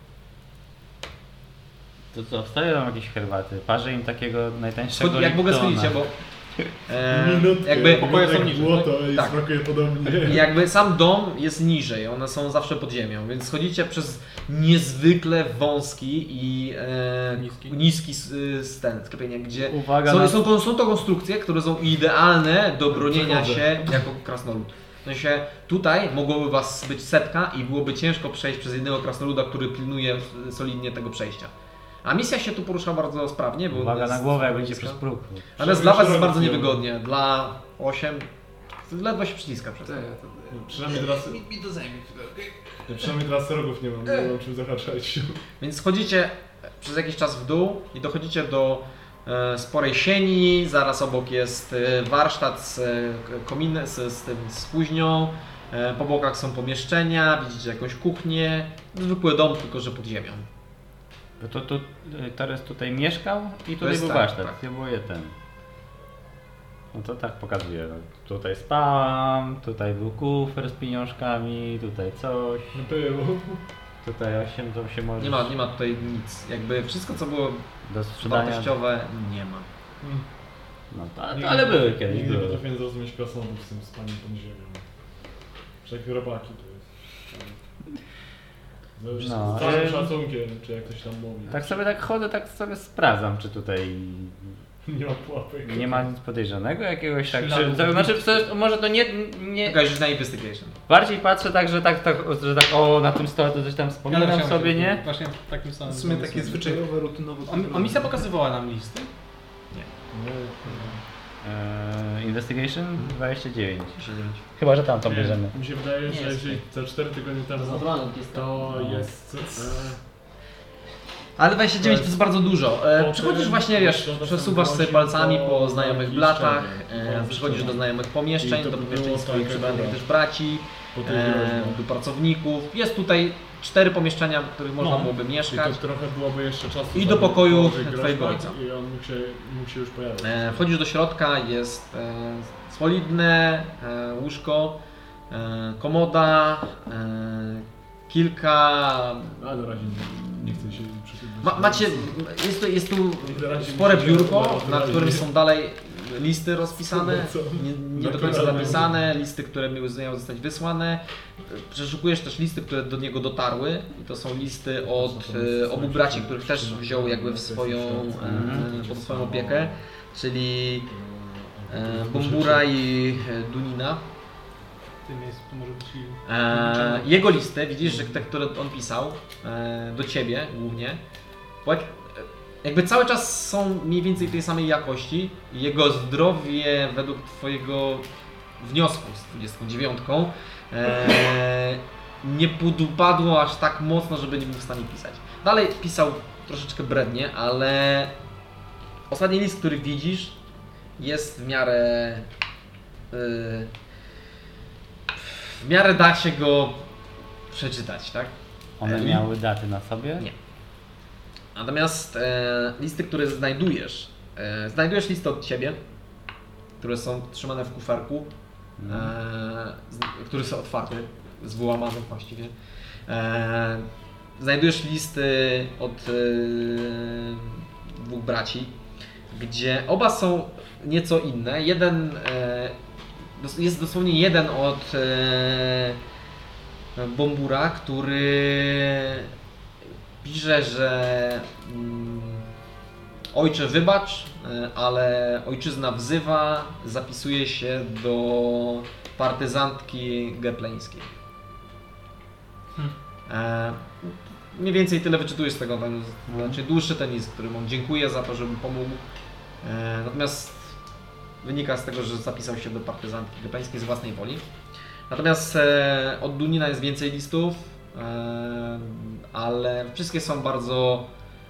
Speaker 3: To co, wstaję tam jakieś herbaty, parzę im takiego najtańszego
Speaker 1: Jak mogę
Speaker 3: Liptona.
Speaker 1: schodzicie, bo
Speaker 5: Minutkę,
Speaker 1: jakby
Speaker 2: pokoje są
Speaker 5: jak
Speaker 2: niżej,
Speaker 5: błoto i
Speaker 1: tak.
Speaker 5: smakuje podobnie.
Speaker 1: jakby sam dom jest niżej, one są zawsze pod ziemią, więc schodzicie przez niezwykle wąski i niski sklepienie, gdzie
Speaker 3: Uwaga na...
Speaker 1: są to konstrukcje, które są idealne do bronienia
Speaker 5: Przechodzę.
Speaker 1: się jako krasnolud. W sensie tutaj mogłoby was być setka i byłoby ciężko przejść przez jednego krasnoluda, który pilnuje solidnie tego przejścia. A misja się tu porusza bardzo sprawnie, bo
Speaker 3: Uwaga
Speaker 1: jest
Speaker 3: na głowę, jak będzie
Speaker 1: bliska.
Speaker 3: przez próg.
Speaker 1: Natomiast dla was jest
Speaker 5: Szeroko
Speaker 1: bardzo
Speaker 5: nie
Speaker 1: niewygodnie. Dla 8 ledwo się przyciska przez to.
Speaker 4: Tak,
Speaker 5: Przynajmniej teraz,
Speaker 4: mi to zajmie chwilę, okej?
Speaker 5: przynajmniej teraz rogów nie mam czym zahaczać.
Speaker 1: Więc schodzicie przez jakiś czas w dół i dochodzicie do sporej sieni, zaraz obok jest warsztat z kominem, z kuźnią, po bokach są pomieszczenia, widzicie jakąś kuchnię, zwykły dom, tylko że pod ziemią.
Speaker 3: Bo to Torres tutaj mieszkał i tutaj
Speaker 1: jest
Speaker 3: był
Speaker 1: tak,
Speaker 3: warsztat,
Speaker 1: tak.
Speaker 3: nie było jeden. No to tak pokazuje, no. Tutaj spałam, tutaj był kufer z pieniążkami, tutaj coś,
Speaker 5: Było.
Speaker 3: tutaj 8 to się może
Speaker 1: Nie ma tutaj nic, jakby wszystko co było
Speaker 3: do sprzedania.
Speaker 1: wartościowe nie ma.
Speaker 3: No ale były kiedyś,
Speaker 5: Nigdy nie
Speaker 3: były.
Speaker 5: potrafiłem zrozumieć krasnoludów z tym spaniem pod ziemią. Wszak robaki to jest.
Speaker 3: No,
Speaker 5: Z całym szacunkiem, czy jak ktoś tam mówi.
Speaker 3: Tak sobie tak chodzę, tak sobie sprawdzam, czy tutaj
Speaker 5: Nie ma pułapek.
Speaker 3: Nie ma nic podejrzanego jakiegoś tak,
Speaker 2: Śladów.
Speaker 3: to znaczy może to nie
Speaker 1: Jakaś już na investigation.
Speaker 3: bardziej patrzę tak, że tak o na tym stole to coś tam wspominam sobie, nie?
Speaker 2: Właśnie takim samym.
Speaker 4: W sumie takie zwyczajowe, rutynowe.
Speaker 2: A misja pokazywała nam listy?
Speaker 3: Investigation 29. Chyba, że tam to bierzemy.
Speaker 5: Mi się wydaje, że jeżeli za 4 tygodnie temu to jest...
Speaker 1: Ale 29 to jest bardzo dużo. Przechodzisz właśnie, wiesz, przesuwasz sobie palcami po znajomych blatach, przychodzisz do znajomych pomieszczeń, do pomieszczeń swoich przybranych też braci, do pracowników. Jest tutaj 4 pomieszczenia, w których można byłoby
Speaker 5: I to
Speaker 1: mieszkać.
Speaker 5: trochę byłoby jeszcze czasu.
Speaker 1: I do pokoju
Speaker 5: żeby
Speaker 1: twojego
Speaker 5: groźbać
Speaker 1: ojca.
Speaker 5: I on mógł się już pojawić.
Speaker 1: Wchodzisz do środka, jest solidne łóżko, komoda, kilka...
Speaker 5: A na razie nie chcę się przesuwać.
Speaker 1: Macie, jest tu spore biurko, na którym są dalej listy rozpisane, nie do końca zapisane, listy, które miały zostać wysłane. Przeszukujesz też listy, które do niego dotarły i to są listy od obu braci, których też wziął jakby w pod swoją opiekę, czyli Bombura i Dunina.
Speaker 2: W tym miejscu to może być i...
Speaker 1: Jego listę, widzisz, że te, które on pisał do ciebie głównie, bo jakby cały czas są mniej więcej tej samej jakości. Jego zdrowie według twojego wniosku z 29 nie podupadło aż tak mocno, żeby nie był w stanie pisać. Dalej pisał troszeczkę brednie, ale ostatni list, który widzisz, jest w miarę da się go przeczytać, tak?
Speaker 3: One miały daty na sobie?
Speaker 1: Nie. Natomiast listy, które znajdujesz listy od ciebie, które są trzymane w kuferku, który są otwarty, z wyłamanym właściwie. Znajdujesz listy od 2 braci, gdzie oba są nieco inne. Jest dosłownie jeden od Bombura, który pisze, że ojcze wybacz, ale ojczyzna wzywa, zapisuje się do partyzantki gepleńskiej. Mniej więcej tyle wyczytujesz z tego, znaczy dłuższy ten list, którym on dziękuję za to, że mu pomógł. Natomiast wynika z tego, że zapisał się do partyzantki gepleńskiej z własnej woli. Natomiast od Dunina jest więcej listów, ale wszystkie są bardzo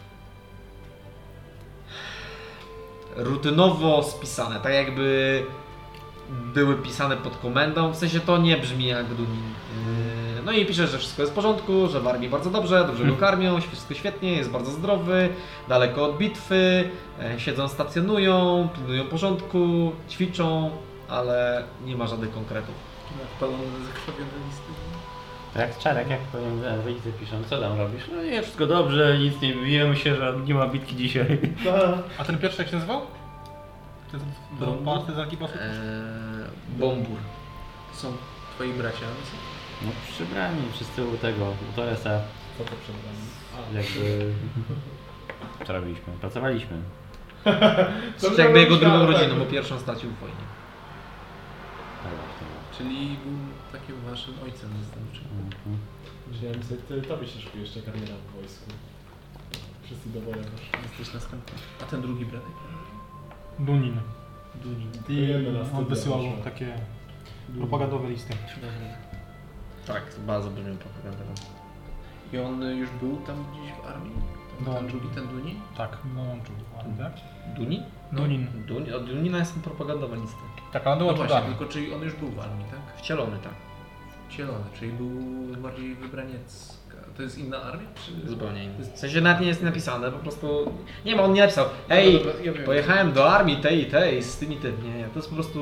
Speaker 1: rutynowo spisane, tak jakby były pisane pod komendą, w sensie to nie brzmi jak Dunin. No i pisze, że wszystko jest w porządku, że w armii bardzo dobrze go karmią, wszystko świetnie, jest bardzo zdrowy, daleko od bitwy, siedzą, stacjonują, pilnują porządku, ćwiczą, ale nie ma żadnych konkretów.
Speaker 4: Palone, zakrwawione listy.
Speaker 3: To jak Czarek, jak powiem, rodzice piszą, co tam robisz? No nie, wszystko dobrze, nic nie bijemy się, że nie ma bitki dzisiaj.
Speaker 2: A ten pierwszy jak się nazywał? Ten do partyzanki poszedł?
Speaker 1: Bombur.
Speaker 4: Są twoi bracia.
Speaker 3: No przybrani wszyscy u tego, u Torresa.
Speaker 5: Co to przed nami?
Speaker 3: Jakby... Co robiliśmy? Pracowaliśmy.
Speaker 1: To jakby jego drugą rodziną, bo pierwszą stracił w wojnie.
Speaker 3: Tak właśnie.
Speaker 4: Czyli był takim waszym ojcem zastępczym.
Speaker 5: Myślałem sobie, tobie się szykuje jeszcze kariera w wojsku. Wszyscy do wojny.
Speaker 4: Jesteś następny. A ten drugi brat?
Speaker 2: Dunin.
Speaker 4: Dunin.
Speaker 2: I
Speaker 5: Jedna na studia
Speaker 2: on wysyłał
Speaker 5: poszła.
Speaker 2: takie propagandowe listy.
Speaker 1: Tak, bardzo brzmią propagandowo.
Speaker 4: I on już był tam gdzieś w armii? Ten
Speaker 2: Dołączył.
Speaker 4: drugi, ten Dunin?
Speaker 2: Tak, dołączył. Tak?
Speaker 1: Dunin?
Speaker 2: Dunin.
Speaker 1: Od Dunina są propagandowe listy.
Speaker 2: Tak, ale
Speaker 4: No
Speaker 2: dołączył do
Speaker 4: właśnie,
Speaker 2: armii.
Speaker 4: tylko czyli on już był w armii, tak?
Speaker 1: Wcielony, tak.
Speaker 4: Wcielony, czyli był bardziej wybraniecka. To jest inna armia? Czy...
Speaker 1: Zupełnie inny. W sensie nawet nie jest napisane, po prostu... Nie ma, on nie napisał. Ej,
Speaker 4: No dobra, ja wiem.
Speaker 1: pojechałem do armii tej i tej, z tymi tym. Nie, to jest po prostu...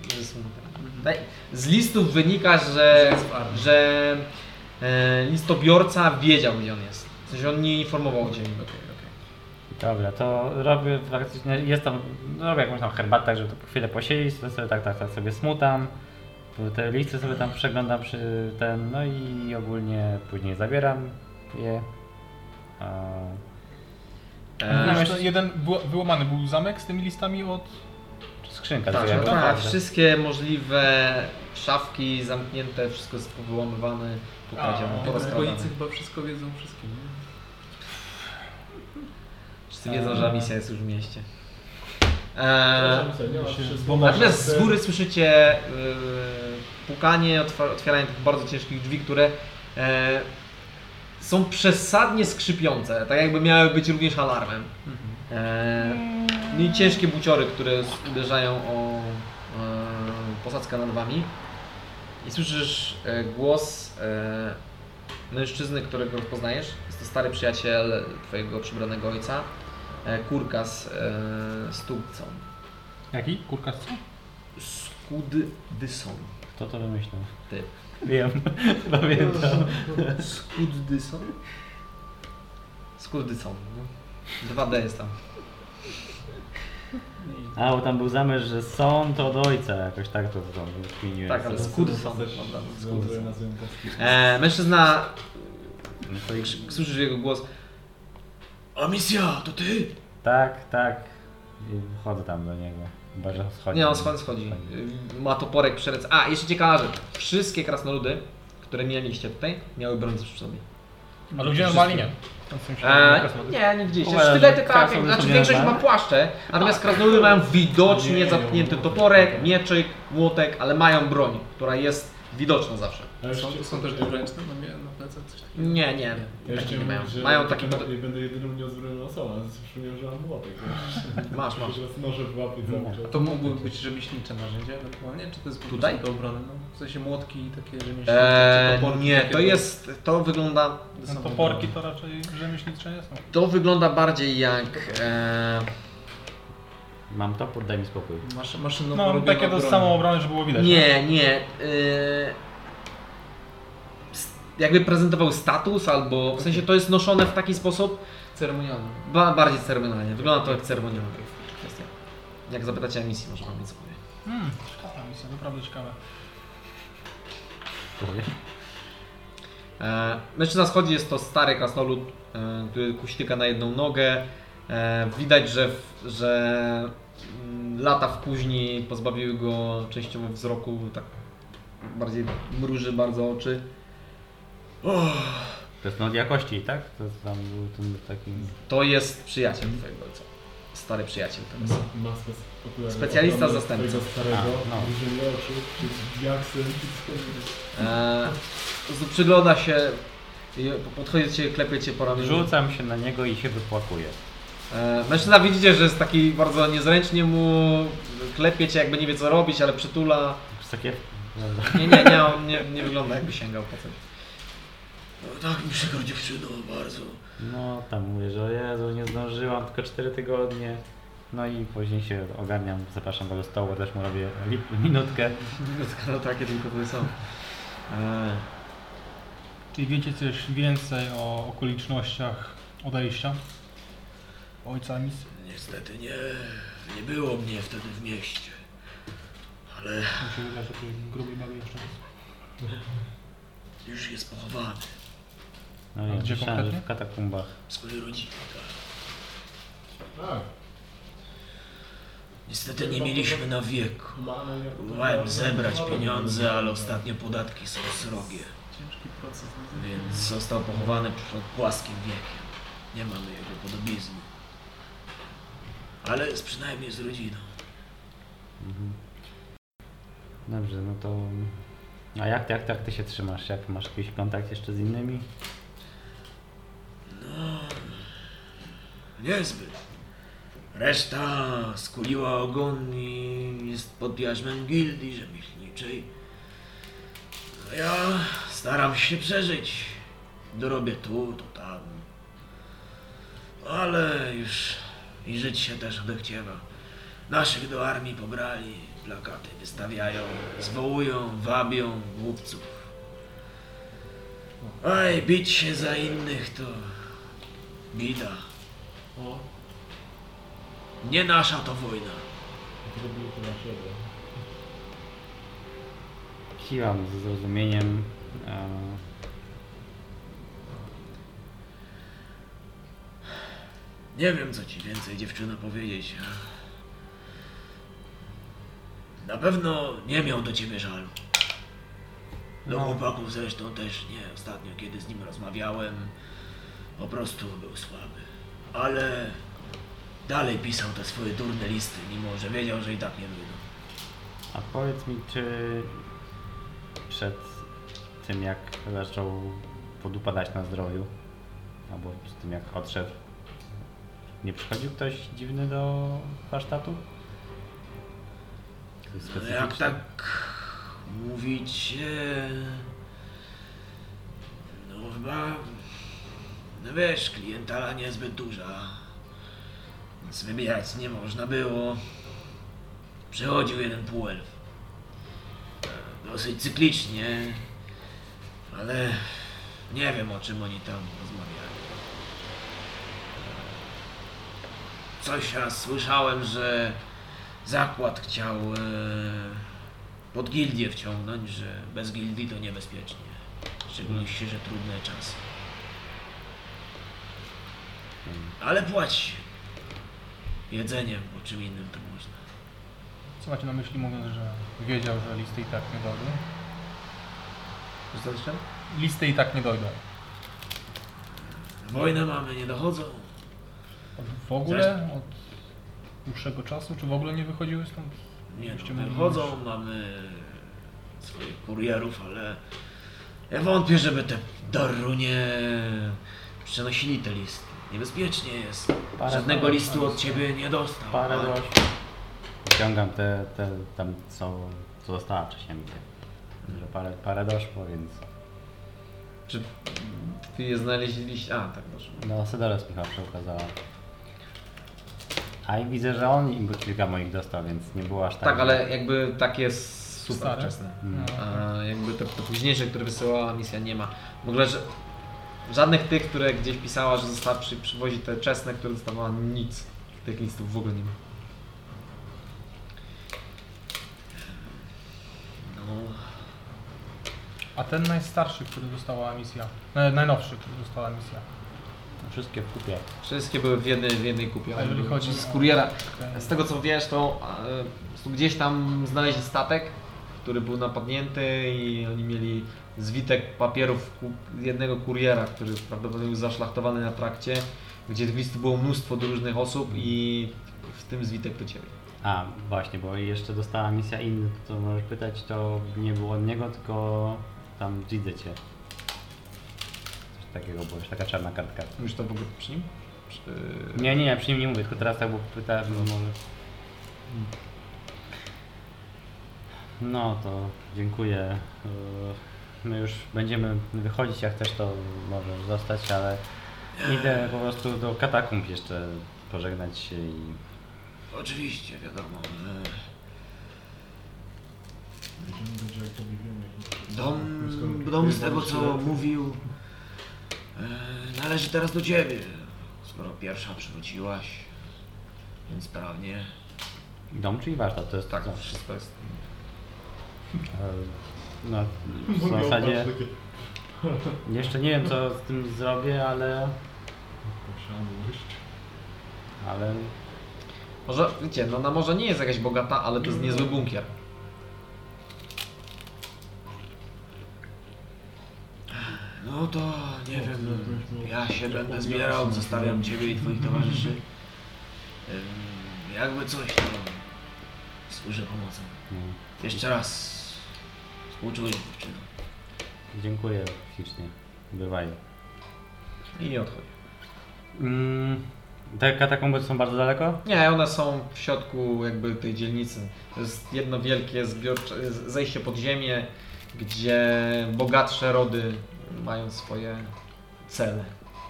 Speaker 1: Z listów wynika, że listobiorca wiedział, gdzie on jest. W sensie on nie informował, gdzie.
Speaker 3: Dobra, to robię praktycznie, jest tam, robię jakąś tam herbatę, żeby to chwilę posiedzieć, to sobie tak sobie smutam, te listy sobie tam przeglądam przy no i ogólnie później zabieram je.
Speaker 2: Jeden wyłamany był zamek z tymi listami od...
Speaker 3: Skrzynka,
Speaker 1: Tak,
Speaker 3: to ja
Speaker 1: tak, wszystkie możliwe szafki zamknięte, wszystko jest powyłamywane, pokradzione,
Speaker 4: W
Speaker 1: porozkradane.
Speaker 4: okolicy chyba wszystko wiedzą wszystkim, nie?
Speaker 1: Wszyscy wiedzą, że misja jest już w mieście.
Speaker 5: Nie ma
Speaker 1: Natomiast z góry słyszycie pukanie, otwieranie tych bardzo ciężkich drzwi, które są przesadnie skrzypiące, tak jakby miały być również alarmem. I ciężkie buciory, które uderzają o posadzkę nad wami. I słyszysz głos mężczyzny, którego rozpoznajesz. Jest to stary przyjaciel twojego przybranego ojca, Kurkas Stubcą.
Speaker 2: Jaki? Kurka z co?
Speaker 1: Skuddyson.
Speaker 3: Kto to wymyślił?
Speaker 1: Ty.
Speaker 3: Wiem, pamiętam.
Speaker 1: Skuddyson? Skuddyson. 2D jest tam.
Speaker 3: A, bo tam był zamysł, że son to od ojca, jakoś tak to zmieniłem.
Speaker 1: Tak, ale Skuddyson.
Speaker 5: Skuddyson.
Speaker 1: Mężczyzna,
Speaker 3: No to i-
Speaker 1: słyszysz jego głos.
Speaker 6: A misja, to ty?
Speaker 3: Tak, tak. I wchodzę tam do niego. Chyba, że schodzi.
Speaker 1: Nie, on schodzi. Ma toporek przy ręce. A, jeszcze ciekawa rzecz. Wszystkie krasnoludy, które mieliście tutaj, miały broń przy sobie.
Speaker 2: A ludzie normalnie nie. W sensie,
Speaker 1: Nie widzieliście.
Speaker 3: Uważam,
Speaker 1: Sztylety
Speaker 3: że
Speaker 1: tak,
Speaker 3: krasnoludy
Speaker 1: znaczy
Speaker 3: są
Speaker 1: większość ma
Speaker 3: nienormalne.
Speaker 1: płaszcze, natomiast krasnoludy mają widocznie zatknięty toporek, mieczyk, młotek, ale mają broń, która jest widoczna zawsze.
Speaker 4: Są też dwuręczne na plecach? Coś takiego?
Speaker 1: Nie,
Speaker 5: Ja
Speaker 1: takich
Speaker 5: jeszcze
Speaker 1: nie mają.
Speaker 5: mówię, że
Speaker 1: Mają taki...
Speaker 5: będę jedyną nieozbrojoną osobą, ale przypomniałem, że mam młotek.
Speaker 1: Masz.
Speaker 5: Teraz noże w łapie cały czas.
Speaker 4: A to mogłyby być rzemieślnicze narzędzia ewentualnie? Czy to jest po
Speaker 1: Tutaj?
Speaker 4: prostu do obrony? No, w sensie młotki i takie rzemieślnicze, czy toporki
Speaker 1: Nie,
Speaker 4: takie
Speaker 1: to wygląda...
Speaker 4: do
Speaker 2: No,
Speaker 4: samego-
Speaker 2: toporki to raczej rzemieślnicze nie są.
Speaker 1: To wygląda bardziej jak...
Speaker 3: Mam topór, daj mi spokój.
Speaker 4: Maszynowo
Speaker 2: No,
Speaker 4: robiona
Speaker 2: takie do
Speaker 4: broń.
Speaker 2: samoobrony, żeby było widać.
Speaker 1: Nie. Jakby prezentował status, albo w sensie to jest noszone w taki sposób
Speaker 4: Ceremonialne.
Speaker 1: bardziej ceremonialnie. Wygląda to jak ceremonialna kwestia. Jak zapytacie emisji, może wam nic powie.
Speaker 2: Ciekawa misja, naprawdę ciekawe.
Speaker 1: Mężczyzna schodzi, jest to stary krasnolud, który kuśtyka na jedną nogę. Widać, że lata w kuźni pozbawiły go częściowo wzroku, tak bardziej mruży bardzo oczy.
Speaker 3: To jest no od jakości, tak? To tam był ten taki...
Speaker 1: To jest przyjaciel twojego ojca. Stary przyjaciel teraz.
Speaker 5: Maska z okularami.
Speaker 1: Specjalista
Speaker 5: Ochrony
Speaker 1: zastępca.
Speaker 5: Twojego starego,
Speaker 3: A, no.
Speaker 5: mrużenie oczu, czy diaksem.
Speaker 1: Po prostu przygląda się, i podchodzi do ciebie, klepie cię po ramieniu.
Speaker 3: Rzucam się na niego i się wypłakuję.
Speaker 1: Mężczyzna widzicie, że jest taki bardzo niezręcznie mu, klepie cię jakby nie wie co robić, ale przytula.
Speaker 3: Już takie...
Speaker 1: On nie wygląda jakby sięgał po coś.
Speaker 6: No, tak mi przykro, dziewczyno, bardzo.
Speaker 3: No tam mówię, że o Jezu, nie zdążyłam, tylko 4 tygodnie. No i później się ogarniam, zapraszam go do stołu, też mu robię minutkę.
Speaker 1: No takie tylko tu są.
Speaker 2: Czyli wiecie coś więcej o okolicznościach odejścia ojca misji?
Speaker 6: Niestety nie było mnie wtedy w mieście. Ale
Speaker 2: Mi się wydaje, że tej grubej baby jeszcze jest.
Speaker 6: już jest pochowany
Speaker 3: No
Speaker 2: A
Speaker 3: i
Speaker 2: gdzie
Speaker 3: myślałem, że
Speaker 2: konkretnie?
Speaker 3: w katakumbach.
Speaker 6: w swojej rodzinie.
Speaker 5: Tak.
Speaker 6: Niestety nie mieliśmy na wiek. Próbowałem zebrać pieniądze, ale ostatnio podatki są srogie.
Speaker 4: Ciężki proces.
Speaker 6: Więc został pochowany przed płaskim wiekiem. Nie mamy jego podobizny. Ale jest przynajmniej z rodziną.
Speaker 3: Mhm. Dobrze, no to... A jak ty się trzymasz? Jak masz jakiś kontakt jeszcze z innymi?
Speaker 6: No, niezbyt. Reszta skuliła ogon i jest pod jarzmem gildii rzemieślniczej. A ja staram się przeżyć. Dorobię tu, to tam. Ale już i żyć się też odechciewa. Naszych do armii pobrali, plakaty wystawiają, zwołują, wabią głupców. Oj, bić się za innych to bida.
Speaker 5: O,
Speaker 6: Nie nasza to wojna.
Speaker 5: zrobił to na siebie.
Speaker 3: Kiwam ze zrozumieniem.
Speaker 6: Nie wiem, co ci więcej, dziewczyno, powiedzieć. Na pewno nie miał do ciebie żalu. Do chłopaków zresztą też nie. Ostatnio, kiedy z nim rozmawiałem, po prostu był słaby. Ale dalej pisał te swoje durne listy, mimo że wiedział, że i tak nie wyjdą.
Speaker 3: A powiedz mi, czy przed tym jak zaczął podupadać na zdrowiu, albo z tym jak odszedł, nie przychodził ktoś dziwny do warsztatu? Ktoś
Speaker 6: No
Speaker 3: specyficzny?
Speaker 6: jak tak mówić, no chyba, no wiesz, klientela niezbyt duża, więc wybierać nie można było. Przychodził jeden półelf, dosyć cyklicznie, ale nie wiem, o czym oni tam rozmawiali. Coś raz słyszałem, że zakład chciał pod gildię wciągnąć, że bez gildii to niebezpiecznie. Szczególnie, że trudne czasy. Ale płać jedzeniem, bo czym innym to można.
Speaker 2: Co macie na myśli, mówiąc, że wiedział, że listy i tak nie dojdą?
Speaker 1: Co jeszcze?
Speaker 2: Listy i tak nie dojdą.
Speaker 6: Wojnę mamy, nie dochodzą.
Speaker 2: W ogóle od dłuższego czasu, czy w ogóle nie wychodziły stąd?
Speaker 6: Nie
Speaker 2: Jeszcze
Speaker 6: no,
Speaker 2: mówisz-
Speaker 6: wychodzą, mamy swoich kurierów, ale ja wątpię, żeby te Darunie przenosili te listy. Niebezpiecznie jest. Żadnego listu od ciebie nie dostał.
Speaker 3: Parę
Speaker 6: ale-
Speaker 3: dość. Wyciągam te tam, co została wcześniej. Że parę doszło, więc...
Speaker 1: Czy ty je znaleźliście? A, tak, doszło.
Speaker 3: No, Sedores Michał się ukazała. A i widzę, że on im kilka moich dostał, więc nie było aż tak...
Speaker 1: Tak, ale jakby tak jest super
Speaker 2: Stare?
Speaker 1: wczesne.
Speaker 3: Mm.
Speaker 1: A jakby te późniejsze, które wysyłała misja, nie ma. W ogóle, że żadnych tych, które gdzieś pisała, że została przywozi te wczesne, które dostawała, nic. Tych listów w ogóle nie ma.
Speaker 6: No,
Speaker 2: A ten najstarszy, który dostała misja, najnowszy, który dostała misja.
Speaker 3: Wszystkie w kupie.
Speaker 1: Wszystkie były w jednej kupie.
Speaker 2: A jeżeli chodzi
Speaker 1: z
Speaker 2: o-
Speaker 1: kuriera.
Speaker 2: Okej.
Speaker 1: Z tego co wiesz, to po prostu gdzieś tam znaleźli statek, który był napadnięty i oni mieli zwitek papierów jednego kuriera, który prawdopodobnie był zaszlachtowany na trakcie, gdzie tych listów było mnóstwo do różnych osób i w tym zwitek do ciebie.
Speaker 3: A, właśnie, bo jeszcze dostała misja inna, to możesz pytać, to nie było od niego, tylko tam widzę cię. Coś takiego było, już taka czarna kartka.
Speaker 1: Już to w ogóle przy nim?
Speaker 3: Nie, przy nim nie mówię, tylko teraz tak, bo pytałem, no może... No to dziękuję. My już będziemy wychodzić, jak też to możesz zostać, ale idę po prostu do katakumb jeszcze pożegnać się i...
Speaker 6: oczywiście, wiadomo. Dom z tego, co mówił, należy teraz do ciebie. Skoro pierwsza przywróciłaś, więc sprawnie.
Speaker 3: Dom, czyli warsztat, to jest
Speaker 1: Tak,
Speaker 3: to.
Speaker 1: wszystko jest.
Speaker 3: No, w zasadzie jeszcze nie wiem, co z tym zrobię, ale
Speaker 1: Może, wiecie, no na morze nie jest jakaś bogata, ale to jest niezły bunkier.
Speaker 6: No to nie wiem, ja się będę zbierał, zostawiam ciebie i twoich towarzyszy. Jakby coś, to służę pomocą.
Speaker 3: no,
Speaker 6: Jeszcze raz współczuję dziewczynom.
Speaker 3: dziękuję ślicznie. Bywaj.
Speaker 1: I odchodzi.
Speaker 3: Te katakumby są bardzo daleko?
Speaker 1: Nie, one są w środku jakby tej dzielnicy. To jest jedno wielkie zbiorcze, zejście pod ziemię, gdzie bogatsze rody mają swoje cele.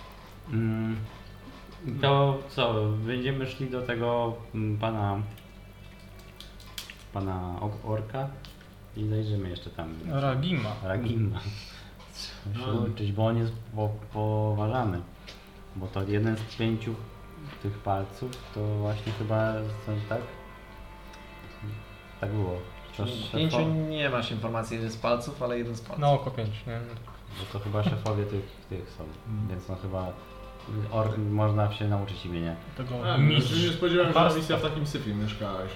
Speaker 3: To co, będziemy szli do tego pana orka i zajrzymy jeszcze tam.
Speaker 2: Ragima.
Speaker 3: Ragima. Trzeba się uczyć, bo on jest poważany. Bo to jeden z 5 tych palców to właśnie chyba, tak? Tak było. To
Speaker 1: W pięciu nie masz informacji, że z palców, ale jeden z palców.
Speaker 2: Na oko 5, nie?
Speaker 3: Bo to chyba szefowie tych są, więc no chyba można się nauczyć imienia.
Speaker 2: Tego
Speaker 5: Nie
Speaker 2: mistrz.
Speaker 5: spodziewałem się, że misja w takim syfie mieszkałeś.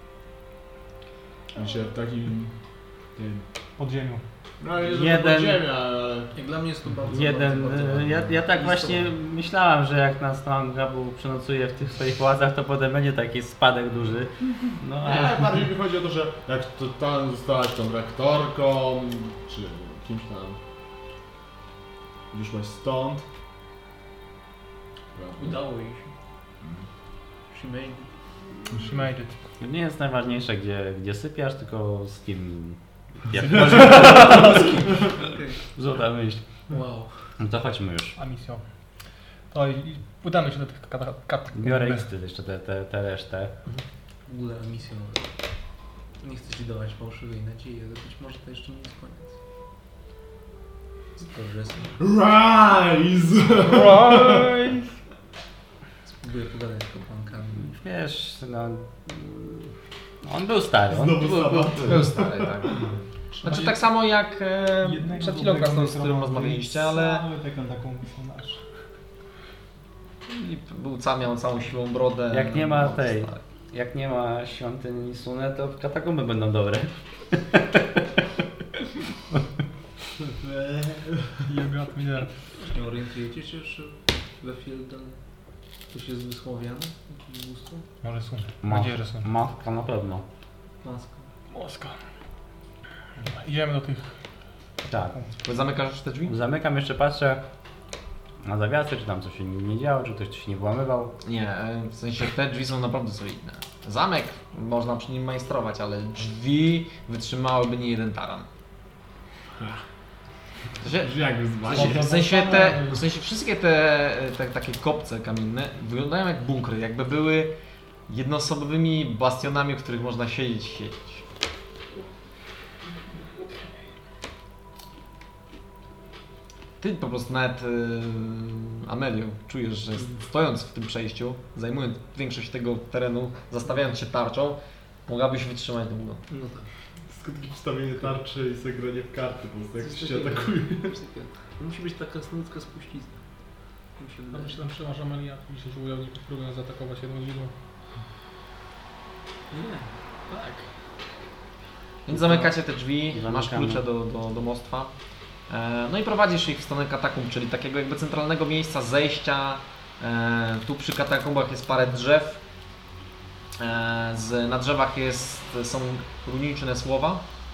Speaker 5: Się w takim... tym...
Speaker 2: Podziemiu.
Speaker 5: No jest
Speaker 3: Jeden-
Speaker 5: podziemia, ale...
Speaker 4: Jak dla mnie jest to bardzo,
Speaker 3: Jeden,
Speaker 4: bardzo, bardzo
Speaker 3: ja tak właśnie
Speaker 4: istotowe.
Speaker 3: myślałem, że jak nas tam Gabu przenocuje w tych swoich władzach, to potem będzie taki spadek duży. No
Speaker 5: Nie,
Speaker 3: a
Speaker 5: bardziej mi chodzi o to, że jak to tam zostałaś tą rektorką, czy kimś tam wyszłaś stąd.
Speaker 4: Udało jej się. She made it.
Speaker 2: She made it.
Speaker 3: nie jest najważniejsze gdzie sypiasz, tylko z kim. Jak Złota myśl.
Speaker 4: Wow.
Speaker 3: No to chodźmy już.
Speaker 2: A misją. To i udamy się do tych
Speaker 3: Biorę listy jeszcze tę resztę.
Speaker 4: W ogóle misją. Nie chcę ci dawać fałszywej nadziei, ale być może to jeszcze nie jest koniec. Dobrze jest.
Speaker 5: Rise!
Speaker 4: Spróbuję pogadać z kopankami.
Speaker 3: Wiesz, no... On był stary.
Speaker 5: Znowu sabat.
Speaker 1: Był stary, tak. Znaczy tak samo jak przed chwilą z którym rozmawialiście, ale
Speaker 2: taką misjonarz.
Speaker 1: i miał całą siłą brodę.
Speaker 3: Jak nie ma
Speaker 1: no,
Speaker 3: tej-
Speaker 1: stary.
Speaker 3: Jak nie ma świątyni Sune, to katakomby będą dobre.
Speaker 2: Jebrat Miller.
Speaker 4: Nie orientujecie się, że we Fielden ktoś jest wysławiany? Jakieś bóstwo?
Speaker 2: Może są. Mam nadzieję, że są.
Speaker 3: Maska na pewno.
Speaker 4: Maska.
Speaker 2: Moska. Idziemy do tych...
Speaker 3: Tak.
Speaker 1: Zamykasz już te drzwi?
Speaker 3: Zamykam, jeszcze patrzę na zawiasy, czy tam coś się nie działo, czy ktoś coś nie włamywał.
Speaker 1: Nie, w sensie te drzwi są naprawdę solidne. Zamek można przy nim majstrować, ale drzwi wytrzymałyby nie jeden taran. W sensie wszystkie te takie kopce kamienne wyglądają jak bunkry, jakby były jednoosobowymi bastionami, w których można siedzieć. Ty po prostu nawet, Amelio, czujesz, że stojąc w tym przejściu, zajmując większość tego terenu, zastawiając się tarczą, mogłabyś wytrzymać długo.
Speaker 4: No tak.
Speaker 5: Skutki wstawienie tarczy i zagranie w karty, po prostu jak
Speaker 4: Coś
Speaker 5: się
Speaker 4: takiego.
Speaker 5: atakuje.
Speaker 4: Musi być taka snudzka spuścizna. Mi się wydaje.
Speaker 2: Dobrze, tam trzymasz Amelia, widzisz, że wojowników próbują zaatakować jedną z widłą.
Speaker 4: Nie.
Speaker 2: Tak.
Speaker 1: Więc zamykacie te drzwi, masz
Speaker 3: Zamykamy.
Speaker 1: klucze do mostwa. No i prowadzisz ich w stronę katakumb, czyli takiego jakby centralnego miejsca zejścia. Tu przy katakumbach jest parę drzew. Na drzewach są runiczne słowa.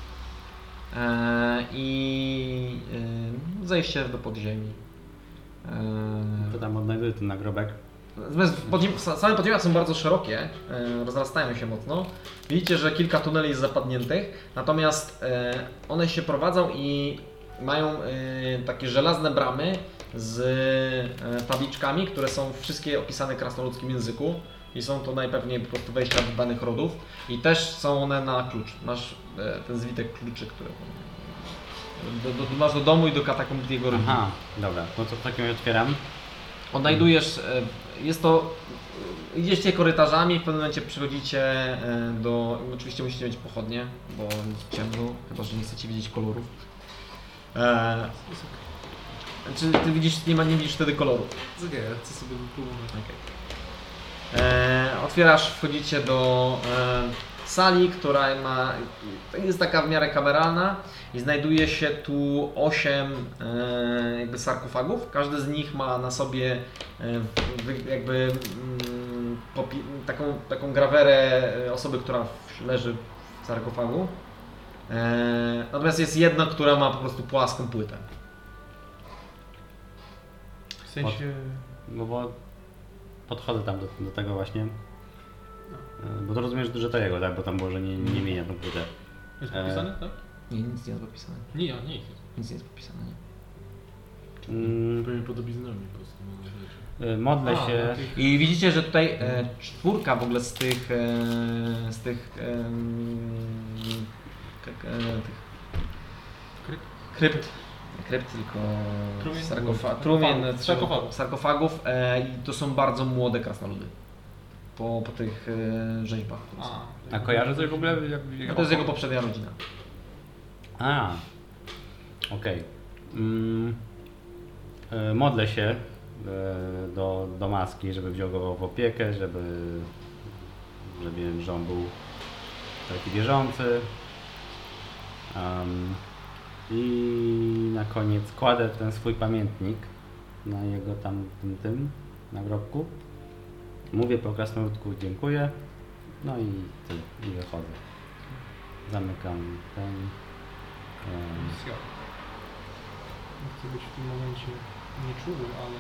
Speaker 1: I zejście do podziemi.
Speaker 3: To tam odnajduję ten nagrobek.
Speaker 1: Same podziemia są bardzo szerokie, rozrastają się mocno. Widzicie, że kilka tuneli jest zapadniętych, natomiast one się prowadzą i mają takie żelazne bramy z tabliczkami, które są wszystkie opisane w krasnoludzkim języku i są to najpewniej po prostu wejścia do danych rodów i też są one na klucz. Masz ten zwitek kluczy, który masz do domu i do katakumb jego rodziny.
Speaker 3: Aha, dobra, no to w takim razie otwieram.
Speaker 1: Odnajdujesz, jest to, idziecie korytarzami, w pewnym momencie przychodzicie oczywiście musicie mieć pochodnie, bo jest ciemno, chyba że nie chcecie widzieć kolorów. Czy ty widzisz, nie widzisz wtedy kolorów?
Speaker 4: Zagraj, chcę sobie wypróbować.
Speaker 1: Otwierasz, wchodzicie do sali, która jest taka w miarę kameralna i znajduje się tu 8 jakby sarkofagów. Każdy z nich ma na sobie jakby taką grawerę osoby, która leży w sarkofagu. Natomiast jest jedna, która ma po prostu płaską płytę.
Speaker 2: W sensie...
Speaker 3: No bo podchodzę tam do tego właśnie. Bo to rozumiesz, że to jego, tak? Bo tam było, że nie mienia tą płytę.
Speaker 2: Jest podpisane, tak?
Speaker 1: Nie, nic nie jest podpisane.
Speaker 2: Nie, ja nie.
Speaker 1: Nic nie jest podpisane, nie.
Speaker 5: Pewnie podobiznami po prostu.
Speaker 3: Modlę się.
Speaker 1: I widzicie, że tutaj czwórka w ogóle z tych krypt, tylko
Speaker 2: Trumien.
Speaker 1: sarkofagów i to są bardzo młode krasnoludy po tych rzeźbach.
Speaker 3: A kojarzę coś w ogóle?
Speaker 1: No to jest jego poprzednia rodzina.
Speaker 3: A, okej. Modlę się do maski, żeby wziął go w opiekę, żeby że on był taki wierzący. I na koniec kładę ten swój pamiętnik na jego tam tym nagrobku. Mówię po krasnoludku dziękuję. No i tyle, i wychodzę. Zamykam ten.
Speaker 2: Misja. Nie chcę być w tym momencie nieczuły, ale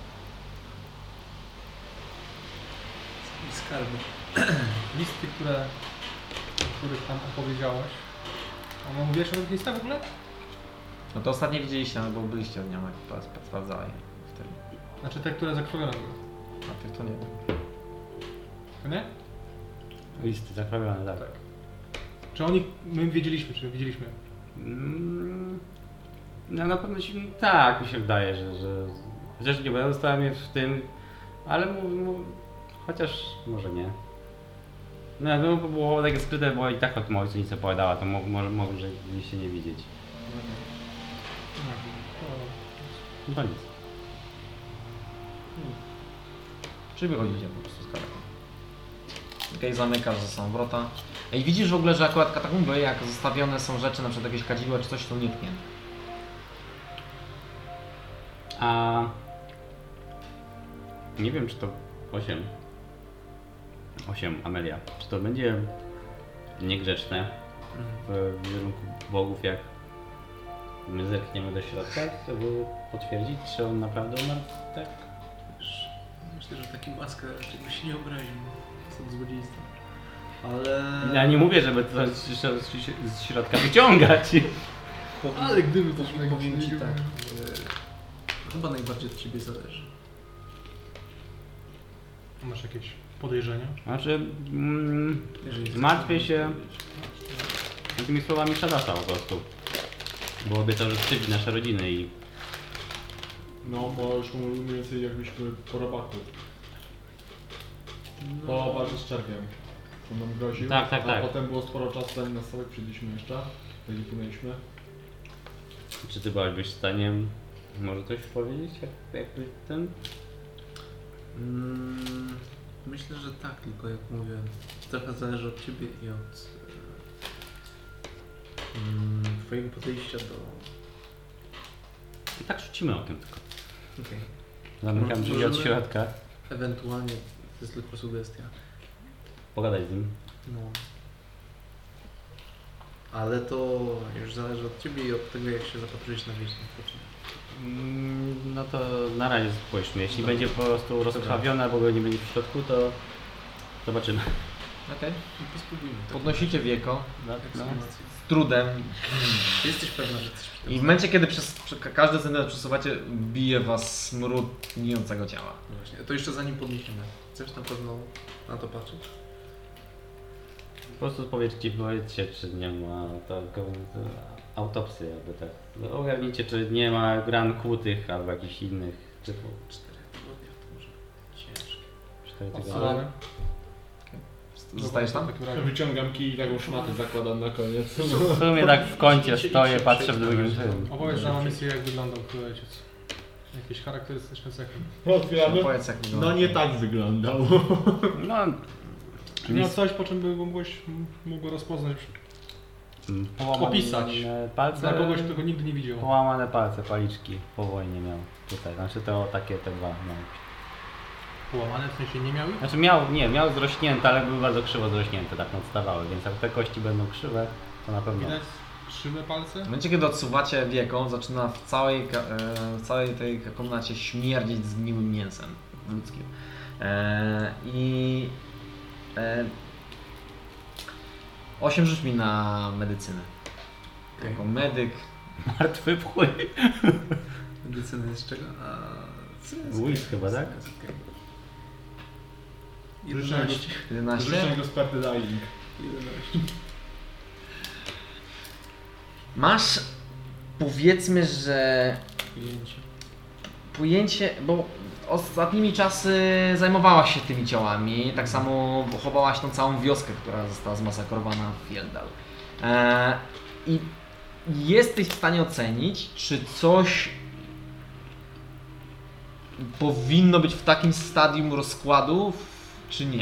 Speaker 4: I skarby.
Speaker 2: listy, o których tam opowiedziałeś, a mówiłeś o tych listach w ogóle?
Speaker 1: No to ostatnio widzieliście, albo byliście z nią, jak sprawdzali wtedy.
Speaker 2: Znaczy te, które zakrwawione były.
Speaker 1: A tych to nie wiem.
Speaker 2: To nie?
Speaker 3: Listy zakrawione, tak.
Speaker 2: Czy oni, my wiedzieliśmy, czy widzieliśmy?
Speaker 3: No na pewno tak mi się wydaje, że chociaż nie będę zostałem je w tym, ale chociaż może nie. No bo było takie skryte, bo i tak o tym ojcu nic opowiadała, to może się nie widzieć. No to nic.
Speaker 1: Czyli wychodzicie po prostu z karaką. Okej, zamykasz za sobą wrota. I widzisz w ogóle, że akurat katakumby, jak zostawione są rzeczy, na przykład jakieś kadzidła czy coś, to niknie.
Speaker 3: A nie wiem, czy to 8 Amelia, czy to będzie niegrzeczne w wizerunku bogów, jak my zerkniemy do środka, żeby potwierdzić, czy on naprawdę umarł tak?
Speaker 4: Myślę, że taki maska raczej by się nie obraził. Co od złodziejstwa. Ale...
Speaker 3: Ja nie mówię, żeby to z środka wyciągać.
Speaker 5: Ale gdyby coś
Speaker 4: powiem ci tak, chyba najbardziej od ciebie zależy.
Speaker 2: Masz jakieś podejrzenia?
Speaker 3: Znaczy,
Speaker 4: Jeżeli
Speaker 3: martwię się tymi słowami Shadasa po prostu. Bo obiecał, że skrzywdzi nasze rodziny i...
Speaker 5: No, bo już mniej więcej jakbyśmy po robaku. Po walce z czerwiem. On nam groził.
Speaker 3: Tak, tak,
Speaker 5: a
Speaker 3: tak.
Speaker 5: potem było sporo czasu, zanim na stołek przyjdziemy jeszcze. Wtedy płynęliśmy.
Speaker 3: Czy ty byłbyś w stanie może coś powiedzieć, jak ten?
Speaker 4: Myślę, że tak, tylko jak mówię, trochę zależy od ciebie i od twojego podejścia do...
Speaker 3: I tak rzucimy o tym tylko.
Speaker 4: Okej.
Speaker 3: Zamykam drzwi od
Speaker 4: Możemy-
Speaker 3: środka.
Speaker 4: Ewentualnie to jest tylko sugestia.
Speaker 3: Pogadać z nim.
Speaker 4: No. Ale to już zależy od ciebie i od tego, jak się zapatrzysz na wieś.
Speaker 3: No to na razie spójrzmy. Jeśli będzie po prostu rozkrwawione, albo go nie będzie w środku, to zobaczymy.
Speaker 1: Okej.
Speaker 4: No spróbujmy.
Speaker 1: Podnosicie wieko
Speaker 3: No.
Speaker 1: z trudem.
Speaker 4: Ty jesteś pewna, że jesteś przy tym.
Speaker 1: I w momencie, kiedy każdy centymetr przesuwacie, bije was smród gnijącego ciała.
Speaker 4: No właśnie, to jeszcze zanim podniesiemy. Chcesz na pewno na to patrzeć?
Speaker 3: Po prostu powiedzcie, czy nie ma autopsji, jakby tak. No, ogarnijcie, czy nie ma ran kłutych albo jakichś innych typu.
Speaker 4: 4 tygodnie to może być ciężkie.
Speaker 3: 4 tygodnie.
Speaker 2: Odsuwamy.
Speaker 1: Zostajesz tam?
Speaker 2: W takim razie.
Speaker 5: Wyciągam kij i taką szmatę zakładam na koniec.
Speaker 3: W sumie tak w kącie stoję, patrzę w drugim tym.
Speaker 2: Opowiedz nam na misję, jak wyglądał twój ojciec. Jakieś charakterystyczne cechy.
Speaker 5: Otwieramy.
Speaker 1: Powiedz, jak wygląda.
Speaker 5: No nie tak wyglądał.
Speaker 3: No,
Speaker 2: Czy miał coś, po czym mógłbyś mógł go rozpoznać?
Speaker 3: połamane
Speaker 2: Opisać.
Speaker 3: palce.
Speaker 2: Za kogoś, kto go nigdy nie widział.
Speaker 3: Połamane palce, paliczki po wojnie miał tutaj. Znaczy to takie te dwa miał.
Speaker 2: Połamane, w sensie nie miał ich?
Speaker 3: Znaczy miał zrośnięte, ale były bardzo krzywo zrośnięte, tak odstawały, więc jak te kości będą krzywe, to na pewno.
Speaker 2: Widać krzywe palce?
Speaker 1: W momencie, kiedy odsuwacie wieko, zaczyna w całej tej komnacie śmierdzić zgniłym mięsem ludzkim. I 8 rzuć mi na medycynę.
Speaker 4: Okej.
Speaker 1: Jako medyk.
Speaker 3: Martwy w chuj.
Speaker 4: Medycyny z czego? Co jest?
Speaker 3: Whis chyba, tak?
Speaker 4: Jest okej.
Speaker 5: Życzę
Speaker 1: 11.
Speaker 5: Życzę go sperty dying.
Speaker 4: 11.
Speaker 1: Masz, powiedzmy, że pojęcie, bo ostatnimi czasy zajmowałaś się tymi ciałami, tak samo chowałaś tą całą wioskę, która została zmasakrowana w Fjeldal. I jesteś w stanie ocenić, czy coś powinno być w takim stadium rozkładu, czy nie.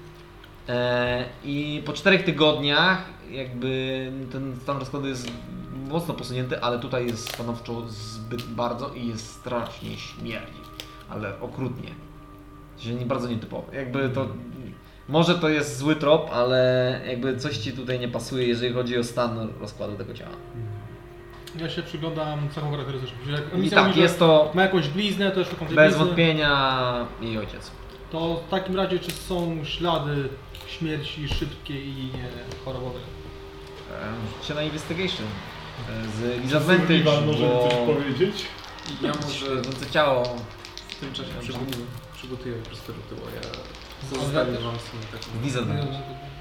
Speaker 1: I po 4 tygodniach jakby ten stan rozkładu jest mocno posunięty, ale tutaj jest stanowczo zbyt bardzo i jest strasznie śmierdzi, ale okrutnie. Czyli nie bardzo nietypowe. Jakby to, może to jest zły trop, ale jakby coś Ci tutaj nie pasuje, jeżeli chodzi o stan rozkładu tego ciała.
Speaker 2: Ja się przyglądam cechą charakterystyczną.
Speaker 1: I tak, jest to
Speaker 2: ma jakąś bliznę, to ja szukam tej
Speaker 1: bez
Speaker 2: blizny.
Speaker 1: wątpienia jej ojciec.
Speaker 2: To w takim razie, czy są ślady śmierci szybkiej i chorobowej?
Speaker 1: Rzućcie na investigation. Z disadvantage,
Speaker 5: Survival może
Speaker 1: bo
Speaker 5: coś powiedzieć?
Speaker 4: I ja może
Speaker 1: śledzące ciało.
Speaker 4: w tym czasie przygotuję po prostu rytuał. Ja
Speaker 2: Ale
Speaker 4: zostawię
Speaker 2: też?
Speaker 4: wam w sumie taką...
Speaker 1: Disadvantage.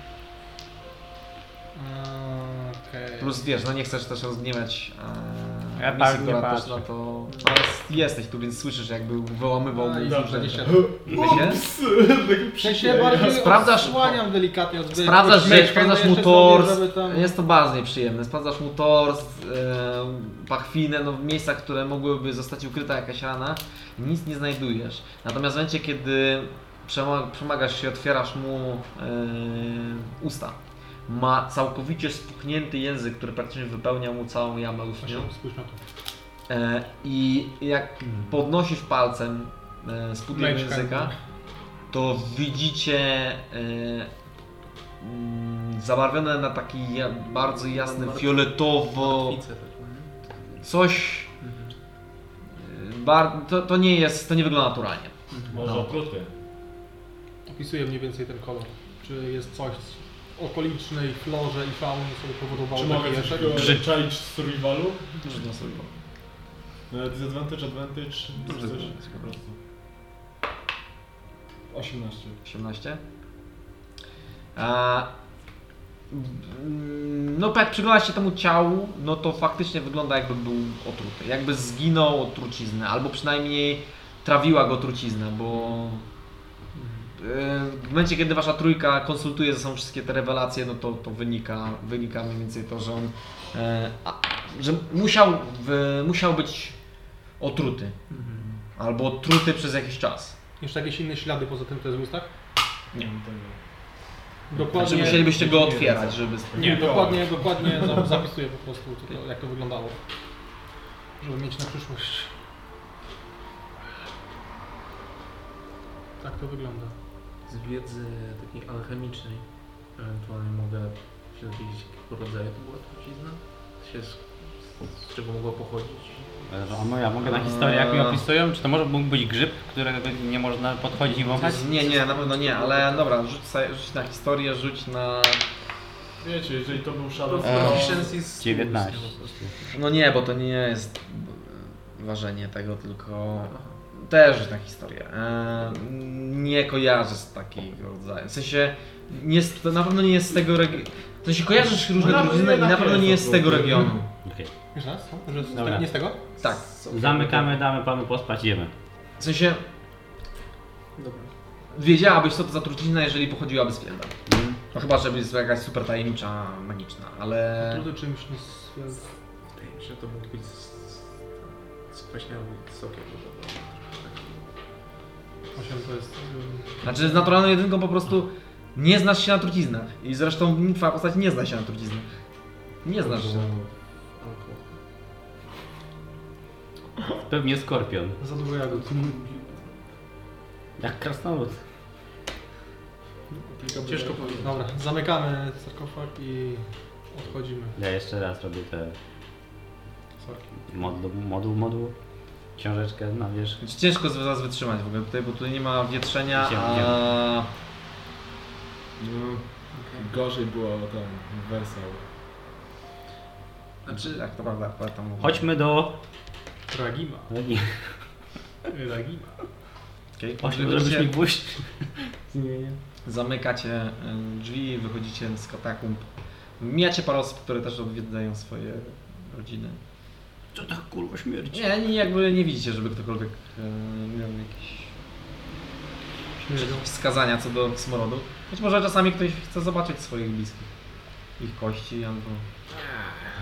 Speaker 2: Okej.
Speaker 1: Plus wiesz, no nie chcesz też rozgniewać
Speaker 3: Ja
Speaker 1: misji,
Speaker 3: tak nie
Speaker 1: która też
Speaker 3: patrzę.
Speaker 1: na to... No, jesteś tu, więc słyszysz jakby wyłamywał
Speaker 2: A, i
Speaker 1: mu
Speaker 2: dobrze,
Speaker 1: że-
Speaker 2: nie się.
Speaker 1: Wiecie?
Speaker 2: Ja się bardziej
Speaker 1: Sprawdzasz-
Speaker 2: odsłaniam delikatnie od
Speaker 1: Sprawdzasz,
Speaker 2: śmierci,
Speaker 1: sprawdzasz mu
Speaker 2: jeszcze
Speaker 1: tors,
Speaker 2: sobie, żeby tam...
Speaker 1: jest to bardzo nieprzyjemne, sprawdzasz mu tors, pachwinę, no w miejscach, które mogłyby zostać ukryta jakaś rana, nic nie znajdujesz. Natomiast w momencie, kiedy przemagasz się, otwierasz mu usta, ma całkowicie spuchnięty język, który praktycznie wypełnia mu całą jamę ustnią.
Speaker 2: Spójrz na to.
Speaker 1: I jak podnosisz palcem spód jego
Speaker 2: Męczka.
Speaker 1: języka, to widzicie zabarwione na taki bardzo jasny, fioletowo
Speaker 4: Martwicę taką.
Speaker 1: coś. To nie jest, to nie wygląda naturalnie.
Speaker 5: Może opruty.
Speaker 2: Opisuję mniej więcej ten kolor. Czy jest coś w okolicznej florze i faunie sobie powodowało
Speaker 5: Czy mogę
Speaker 2: taki
Speaker 5: coś
Speaker 2: efekt?
Speaker 5: takiego czaić z survivalu?
Speaker 1: Trudno sobie
Speaker 5: Disadvantage, advantage,
Speaker 1: Dużo
Speaker 5: coś
Speaker 1: disadvantage.
Speaker 5: po prostu. 18.
Speaker 1: 18. No jak przyglądasz się temu ciału, no to faktycznie wygląda jakby był otruty. Jakby zginął od trucizny, albo przynajmniej trawiła go trucizna, bo w momencie, kiedy wasza trójka konsultuje ze sobą wszystkie te rewelacje, no to wynika mniej więcej to, że on że musiał być otruty. Albo otruty przez jakiś czas.
Speaker 2: Jeszcze jakieś inne ślady poza tym, to jest w ustach?
Speaker 1: Nie.
Speaker 2: Dokładnie.
Speaker 1: Znaczy musielibyście go otwierać, żeby...
Speaker 2: Nie, dokładnie zapisuję po prostu, tylko jak to wyglądało. Żeby mieć na przyszłość. Tak to wygląda.
Speaker 4: Z wiedzy takiej alchemicznej ewentualnie mogę się dowiedzieć, jakiego rodzaju to była trucizna? Z czego mogła pochodzić?
Speaker 3: A ja mogę na historię, jak mi opisują? Czy to może mógł być grzyb, którego nie można podchodzić i wąchać?
Speaker 1: Nie, na pewno nie, ale dobra, rzuć na historię, rzuć na...
Speaker 5: Wiecie, jeżeli to był Shadow
Speaker 4: Proficiency jest
Speaker 3: 19.
Speaker 4: po prostu.
Speaker 1: No nie, bo to nie jest ważenie tego, tylko też rzuć na historię. Nie kojarzę z takiego rodzaju, w sensie to na pewno nie jest z tego regionu. W sensie kojarzysz różne
Speaker 5: No,
Speaker 1: drużyny i na pewno nie jest z tego regionu.
Speaker 3: Okej.
Speaker 2: Wiesz raz? Co? Że
Speaker 3: Dobra.
Speaker 2: nie z tego?
Speaker 1: Tak,
Speaker 3: Zamykamy, damy panu pospać, idziemy.
Speaker 1: w sensie
Speaker 4: Dobra.
Speaker 1: wiedziałabyś co to za trucizna, jeżeli pochodziłaby z Fielda. No chyba, żeby jest jakaś super tajemnicza, magiczna, ale...
Speaker 2: Trudno czymś nie
Speaker 4: Wydaje mi się, że to mógł być skwaśniały sokiem.
Speaker 2: 8 to jest...
Speaker 1: Znaczy z naturalną jedynką po prostu nie znasz się na truciznach. I zresztą twoja postać nie zna się na truciznach. Nie znasz się.
Speaker 3: Pewnie skorpion.
Speaker 2: Za dużo jagód.
Speaker 3: Jak krasnolud.
Speaker 4: Ciężko powiedzieć.
Speaker 2: Dobra, zamykamy sarkofag i odchodzimy.
Speaker 3: Ja jeszcze raz robię te
Speaker 2: Sorki.
Speaker 3: moduł. Książeczkę na wierzch.
Speaker 1: Ciężko zaraz wytrzymać w ogóle tutaj, bo tutaj nie ma wietrzenia,
Speaker 3: Idziemy,
Speaker 1: a...
Speaker 5: Gorzej było tam wersał.
Speaker 1: Znaczy, tak, to prawda, akurat tam mówię.
Speaker 3: Chodźmy do...
Speaker 2: Ragima.
Speaker 3: Ragima.
Speaker 1: Okay.
Speaker 3: Chodźmy, żebyś mi gwóźdź.
Speaker 1: Zamykacie drzwi, wychodzicie z katakumb. Mijacie parę osób, które też odwiedzają swoje rodziny.
Speaker 3: Co tak kurwa śmierci?
Speaker 1: Nie, jakby nie widzicie, żeby ktokolwiek miał jakieś wskazania co do smorodu. Być może czasami ktoś chce zobaczyć swoich bliskich. Ich kości albo...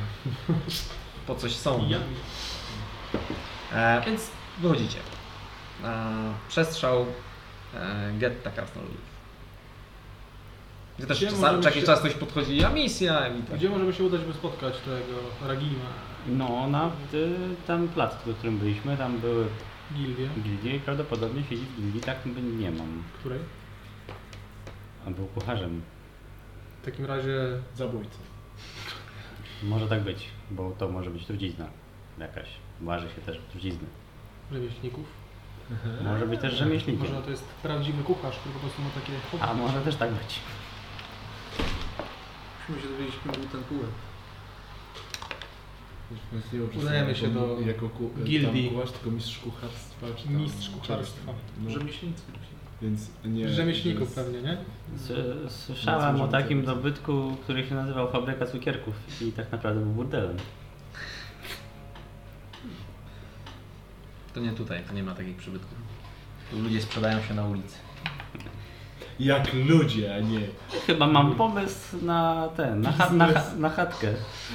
Speaker 1: po coś są. Więc wychodzicie. przestrzał getta krasnoludów. Gdzie też
Speaker 2: Gdzie
Speaker 1: czasami,
Speaker 2: możemy
Speaker 1: co jakiś
Speaker 2: się-
Speaker 1: czas ktoś podchodzi, a misja i tak.
Speaker 2: Gdzie możemy się udać, by spotkać tego Ragima,
Speaker 3: No, na tam plac, w którym byliśmy, tam były
Speaker 2: gildię?
Speaker 3: gildie i prawdopodobnie siedzi w gildii, tak nie mam.
Speaker 2: Której?
Speaker 3: A był kucharzem.
Speaker 2: W takim razie
Speaker 5: Zabójca.
Speaker 3: Może tak być, bo to może być trucizna jakaś. Waży się też trucizny.
Speaker 2: rzemieślników.
Speaker 3: Może być też rzemieślnikiem.
Speaker 2: Może to jest prawdziwy kucharz, który po prostu ma takie hobby.
Speaker 3: A może też tak być.
Speaker 4: Musimy się dowiedzieć, kim był ten kułem.
Speaker 2: Udajemy się do gildii.
Speaker 5: Tam kucharz, tylko mistrz kucharstwa. Czy tam,
Speaker 2: Mistrz kucharstwa.
Speaker 5: No,
Speaker 4: Rzemieślnicy.
Speaker 5: więc nie.
Speaker 2: Rzemieślników
Speaker 5: jest-
Speaker 2: pewnie, nie?
Speaker 3: Słyszałem o
Speaker 5: możemy
Speaker 3: takim
Speaker 5: zrobić.
Speaker 3: dobytku, który się nazywał Fabryka Cukierków i tak naprawdę był burdelem.
Speaker 1: To nie tutaj, to nie ma takich przybytków. Tu ludzie sprzedają się na ulicy.
Speaker 5: Jak ludzie, a nie.
Speaker 3: Chyba mam pomysł na ten, na chatkę.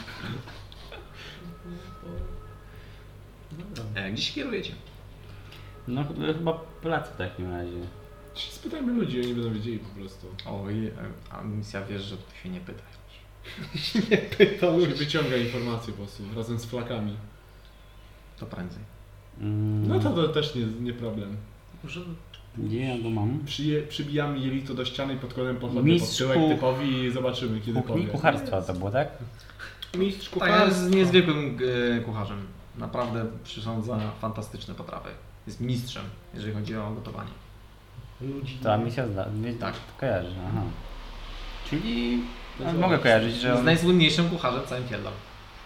Speaker 1: Gdzie się kierujecie?
Speaker 3: No chyba plac w takim razie.
Speaker 5: Spytajmy ludzi, oni będą wiedzieli po prostu.
Speaker 1: Oj, a misja wiesz, że tu się nie pyta.
Speaker 5: To się wyciąga informacje po prostu, razem z flakami.
Speaker 1: To prędzej.
Speaker 5: No to też nie problem.
Speaker 4: Możemy
Speaker 3: Gdzie ja go mam?
Speaker 5: Przybijamy jelito do ściany i podkładamy pochodnie pod
Speaker 3: Mistrz
Speaker 5: tyłek
Speaker 3: ku-
Speaker 5: typowi i zobaczymy, kiedy
Speaker 3: Kuchni
Speaker 5: powie.
Speaker 3: kucharstwa to było, tak?
Speaker 2: Mistrz
Speaker 1: Tak,
Speaker 2: kucharstwa.
Speaker 1: jest niezwykłym kucharzem. Naprawdę przyrządza fantastyczne potrawy. Jest mistrzem, jeżeli chodzi o gotowanie.
Speaker 5: Ludzi.
Speaker 3: Ta misja
Speaker 1: Tak.
Speaker 3: kojarzy, aha. Czyli mogę kojarzyć, że
Speaker 1: Jest
Speaker 3: on...
Speaker 1: najsłynniejszym kucharzem w całym Fieldal.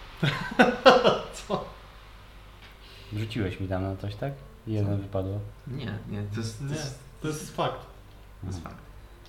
Speaker 3: Rzuciłeś mi tam na coś, tak? Jeden wypadło.
Speaker 1: Nie, to jest,
Speaker 2: Nie, to jest fakt.
Speaker 1: To jest fakt.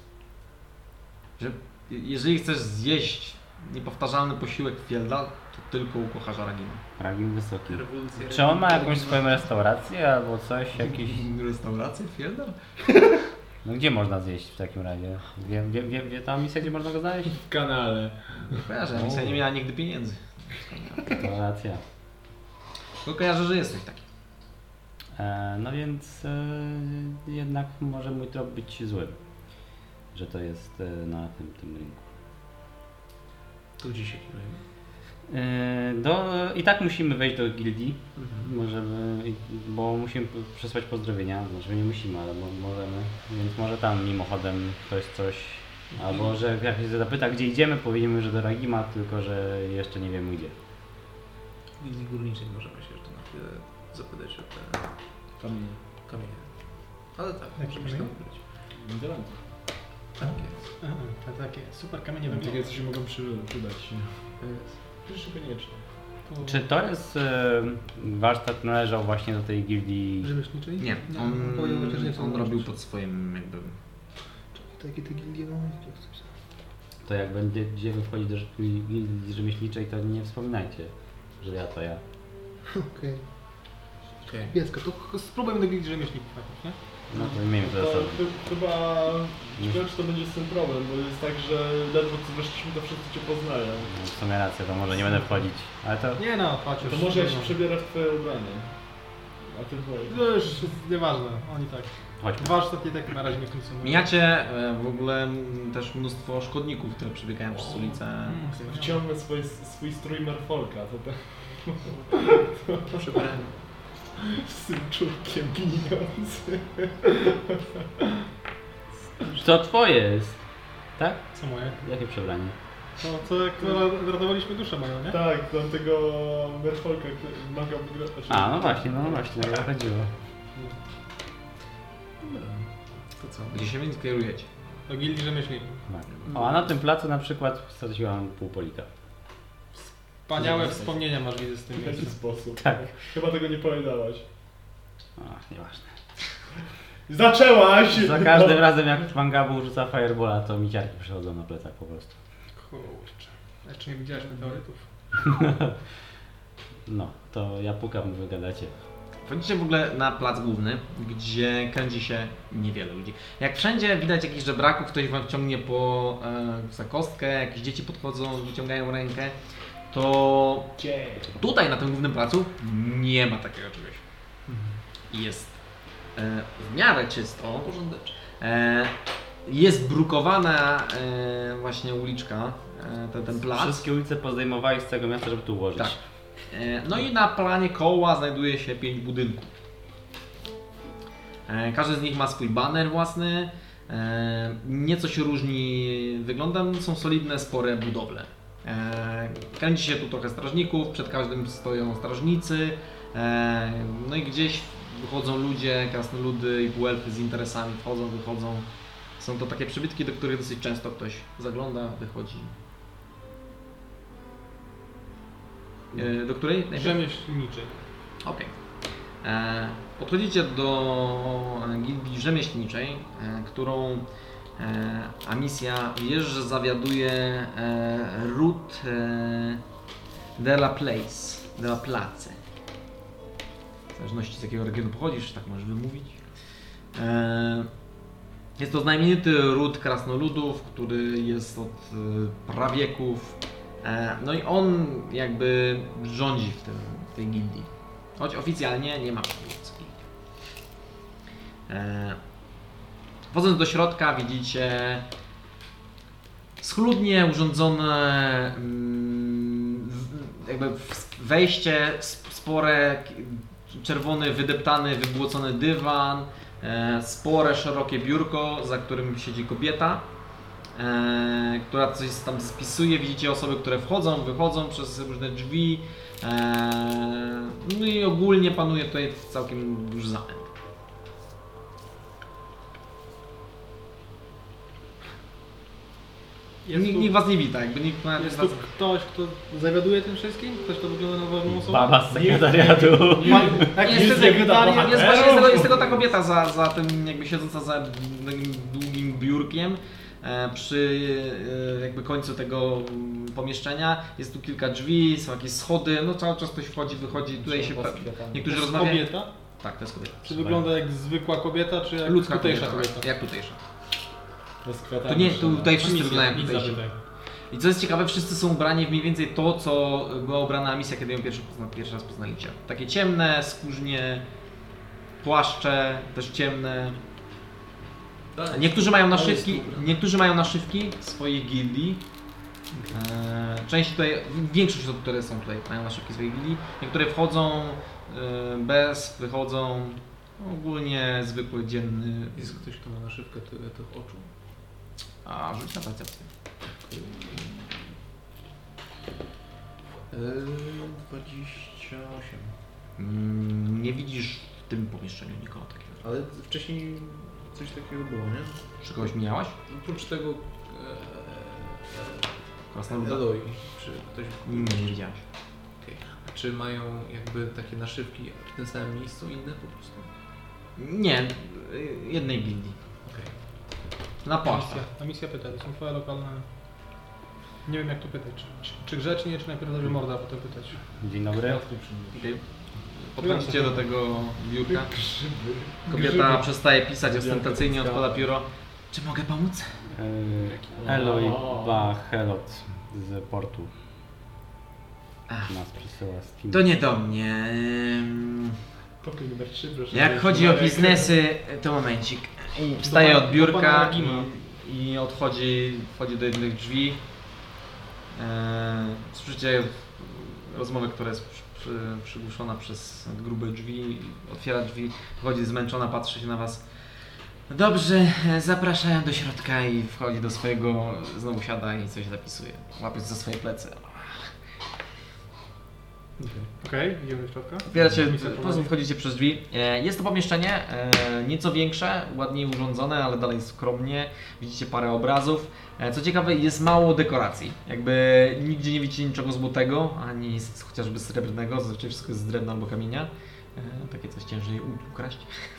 Speaker 1: Że jeżeli chcesz zjeść niepowtarzalny posiłek Fieldal, to tylko u kucharza Ragina.
Speaker 3: Ragin wysoki.
Speaker 4: rewolucję.
Speaker 3: Czy on ma jakąś swoją restaurację albo coś, jakiś...
Speaker 1: Restaurację Fieldal?
Speaker 3: No gdzie można zjeść w takim razie? Wie ta misja, gdzie można go znaleźć?
Speaker 5: W kanale.
Speaker 1: Nie kojarzę, misja nie miała nigdy pieniędzy.
Speaker 3: To racja.
Speaker 1: Tylko kojarzę, że jest coś taki.
Speaker 3: No więc jednak może mój trop być zły, że to jest na tym rynku.
Speaker 4: Tu gdzie się kierujemy?
Speaker 3: I tak musimy wejść do gildii, możemy, bo musimy przesłać pozdrowienia, znaczy nie musimy, ale możemy, więc może tam mimochodem ktoś coś, albo że jak się zapyta gdzie idziemy, powiemy, że do Ragima, tylko że jeszcze nie wiemy gdzie.
Speaker 4: W gildii górniczej możemy się jeszcze na chwilę zapytać o te
Speaker 5: Kamienie.
Speaker 4: kamienie. Ale tak,
Speaker 2: Jakie
Speaker 4: możemy się tam
Speaker 2: kamienie?
Speaker 4: ukryć.
Speaker 5: Niderlandów.
Speaker 4: Tak jest.
Speaker 2: To takie super kamienie
Speaker 5: Takie
Speaker 2: węglowe.
Speaker 5: co się mogą przydać. Przecież koniecznie.
Speaker 3: Czy to jest warsztat należał właśnie do tej gildii?
Speaker 2: Rzemieślniczej?
Speaker 1: Nie,
Speaker 2: powiedział właśnie, że nie chcą
Speaker 1: on robił
Speaker 2: łączyć.
Speaker 1: pod swoim jakby...
Speaker 2: Takie te gildie, no jakie chcesz.
Speaker 3: To jak będziemy wchodzić do gildii rzemieślniczej, to nie wspominajcie, że ja to ja.
Speaker 2: Okej.
Speaker 4: Okej.
Speaker 2: Pieska, to spróbujmy do gildii rzemieślników jakoś, nie?
Speaker 3: No to miejmy to
Speaker 5: To
Speaker 3: zasadę.
Speaker 5: chyba ciekawe, czy to będzie z tym problem, bo jest tak, że ledwo co weszliśmy, to wszyscy cię poznają.
Speaker 3: W sumie rację, to może nie będę wchodzić, ale to...
Speaker 2: Nie no, chodź już.
Speaker 5: To może ja się
Speaker 2: no.
Speaker 5: przebiorę w twoje ubranie. A ty twoje.
Speaker 2: No już nieważne, oni tak.
Speaker 3: Chodźmy.
Speaker 2: Warsztat i tak na razie nie funkcjonuje.
Speaker 1: Mijacie w ogóle też mnóstwo szkodników, które przebiegają przez ulicę.
Speaker 5: Wyciągnę swój strój Merfolka, to tak
Speaker 4: Przebrany.
Speaker 5: z tym czubkiem gnijący.
Speaker 3: To twoje jest, tak?
Speaker 2: Co moje?
Speaker 3: Jakie przebranie?
Speaker 2: To jak ratowaliśmy duszę moją, nie?
Speaker 5: Tak, tam tego Merfolka, który maga
Speaker 3: A, no właśnie, o to chodziło.
Speaker 4: To co?
Speaker 1: Gdzie się więc kierujecie?
Speaker 2: Do gildii rzemieślników.
Speaker 3: Tak. O, a na tym placu na przykład straciłam pół polika.
Speaker 2: Wspaniałe wspomnienia masz widzę z tym
Speaker 5: w taki
Speaker 2: miejscem.
Speaker 5: sposób.
Speaker 3: Tak.
Speaker 5: Chyba tego nie powiedziałaś.
Speaker 3: Ach, nieważne.
Speaker 5: Zaczęłaś!
Speaker 3: Za każdym razem jak Mangabu rzuca firebola, to mi ciarki przychodzą na plecach po prostu.
Speaker 2: Kurczę. Jeszcze nie widziałeś meteorytów.
Speaker 3: No, to ja pukam, wy gadacie.
Speaker 1: Wchodzicie w ogóle na plac główny, gdzie kręci się niewiele ludzi. Jak wszędzie widać jakichś żebraków, ktoś wam ciągnie po za kostkę, jakieś dzieci podchodzą, wyciągają rękę, to tutaj na tym głównym placu nie ma takiego czegoś. I jest w miarę czysto.
Speaker 4: Porządeczek.
Speaker 1: Jest brukowana właśnie uliczka, ten plac.
Speaker 3: Wszystkie ulice pozdejmowali z całego miasta, żeby tu ułożyć.
Speaker 1: Tak. No i na planie koła znajduje się 5 budynków. Każdy z nich ma swój baner własny. Nieco się różni wyglądem, są solidne, spore budowle. Kręci się tu trochę strażników, przed każdym stoją strażnicy. No i gdzieś wychodzą ludzie, krasnoludy i półelfy z interesami, wchodzą, wychodzą. Są to takie przybytki, do których dosyć często ktoś zagląda, wychodzi. Do której?
Speaker 2: Rzemieślniczej.
Speaker 1: Okej. Podchodzicie do gildii rzemieślniczej, którą Amicia wiesz, że zawiaduje Ruth de la Place. W zależności z jakiego regionu pochodzisz, tak możesz wymówić. Jest to znamienity ród krasnoludów, który jest od prawieków. No i on jakby rządzi w tej gildii. Choć oficjalnie nie ma przywódcy. Wchodząc do środka widzicie schludnie urządzone jakby wejście, spore, czerwony, wydeptany, wybłocony dywan, spore, szerokie biurko, za którym siedzi kobieta, która coś tam spisuje. Widzicie osoby, które wchodzą, wychodzą przez różne drzwi. No i ogólnie panuje tutaj całkiem duży zamęt. Nikt was nie wita, jakby nikt nawet
Speaker 2: Jest
Speaker 1: was...
Speaker 2: tu ktoś, kto zawiaduje tym wszystkim? Ktoś, kto wygląda na ważną osobę?
Speaker 3: Baba z sekretariatu.
Speaker 1: Jest tego ta kobieta za tym, jakby siedząca za takim długim biurkiem. Przy jakby końcu tego pomieszczenia jest tu kilka drzwi, są jakieś schody, no cały czas ktoś wchodzi, wychodzi, tutaj się niektórzy
Speaker 2: To jest
Speaker 1: rozmawiają.
Speaker 2: kobieta?
Speaker 1: Tak, to jest kobieta.
Speaker 2: Czy wygląda jak zwykła kobieta, czy jak
Speaker 1: Ludzka
Speaker 2: tutejsza
Speaker 1: kobieta. Jak tutejsza.
Speaker 5: Rozkwiatamy
Speaker 1: To nie,
Speaker 5: się.
Speaker 1: tutaj wszyscy
Speaker 2: Misja,
Speaker 1: wyglądają
Speaker 2: nic
Speaker 1: tutejsi.
Speaker 2: zapytaj.
Speaker 1: I co jest ciekawe, wszyscy są ubrani w mniej więcej to, co była ubrana misja, kiedy ją pierwszy raz poznaliście. Takie ciemne, skórznie, płaszcze, też ciemne. Niektórzy mają naszywki swoich gildii. Część tutaj, większość osób, które są tutaj, mają naszywki swoich gildii. Niektóre wchodzą bez, wychodzą. Ogólnie zwykły, dzienny.
Speaker 4: Jest ktoś, kto ma naszywkę tych oczu?
Speaker 1: A, rzuć na percepcję.
Speaker 4: 28.
Speaker 1: Nie widzisz w tym pomieszczeniu nikogo takiego.
Speaker 4: Ale wcześniej coś takiego było, nie?
Speaker 1: Czy kogoś mijałaś?
Speaker 4: Oprócz tego
Speaker 1: Krasnoluda?
Speaker 4: Eloi, czy ktoś...
Speaker 1: Nie widziałaś.
Speaker 4: Okay. A czy mają jakby takie naszywki w tym samym miejscu, inne po prostu?
Speaker 1: Nie, jednej gildii.
Speaker 4: Okej.
Speaker 1: Na płaszczach.
Speaker 2: Ta misja pyta, to są twoje lokalne... Nie wiem jak to pytać, czy grzecznie, czy najpierw żeby morda, a potem pytać.
Speaker 3: Dzień dobry.
Speaker 1: Podchodzicie do tego biurka. Kobieta przestaje pisać, ostentacyjnie odkłada pióro. Czy mogę pomóc?
Speaker 3: Eloi Bachelot z portu.
Speaker 1: Ach.
Speaker 3: Nas przesyła z kim.
Speaker 1: To nie do mnie.
Speaker 5: proszę.
Speaker 1: Jak chodzi o biznesy, to momencik. I wstaje od biurka i wchodzi do jednych drzwi. Słyszycie rozmowę, która jest przygłuszona przez grube drzwi. Otwiera drzwi, wchodzi zmęczona, patrzy się na was. Dobrze, zapraszają do środka i wchodzi do swojego, znowu siada i coś zapisuje. Łapiąc za swoje plecy.
Speaker 2: Okej, idziemy do środka.
Speaker 1: Otwieracie, po prostu wchodzicie przez drzwi. Jest to pomieszczenie nieco większe, ładniej urządzone, ale dalej skromnie. Widzicie parę obrazów. Co ciekawe, jest mało dekoracji. Jakby nigdzie nie widzicie niczego złotego, ani chociażby srebrnego. Zazwyczaj wszystko jest z drewna albo kamienia. Takie coś ciężej ukraść.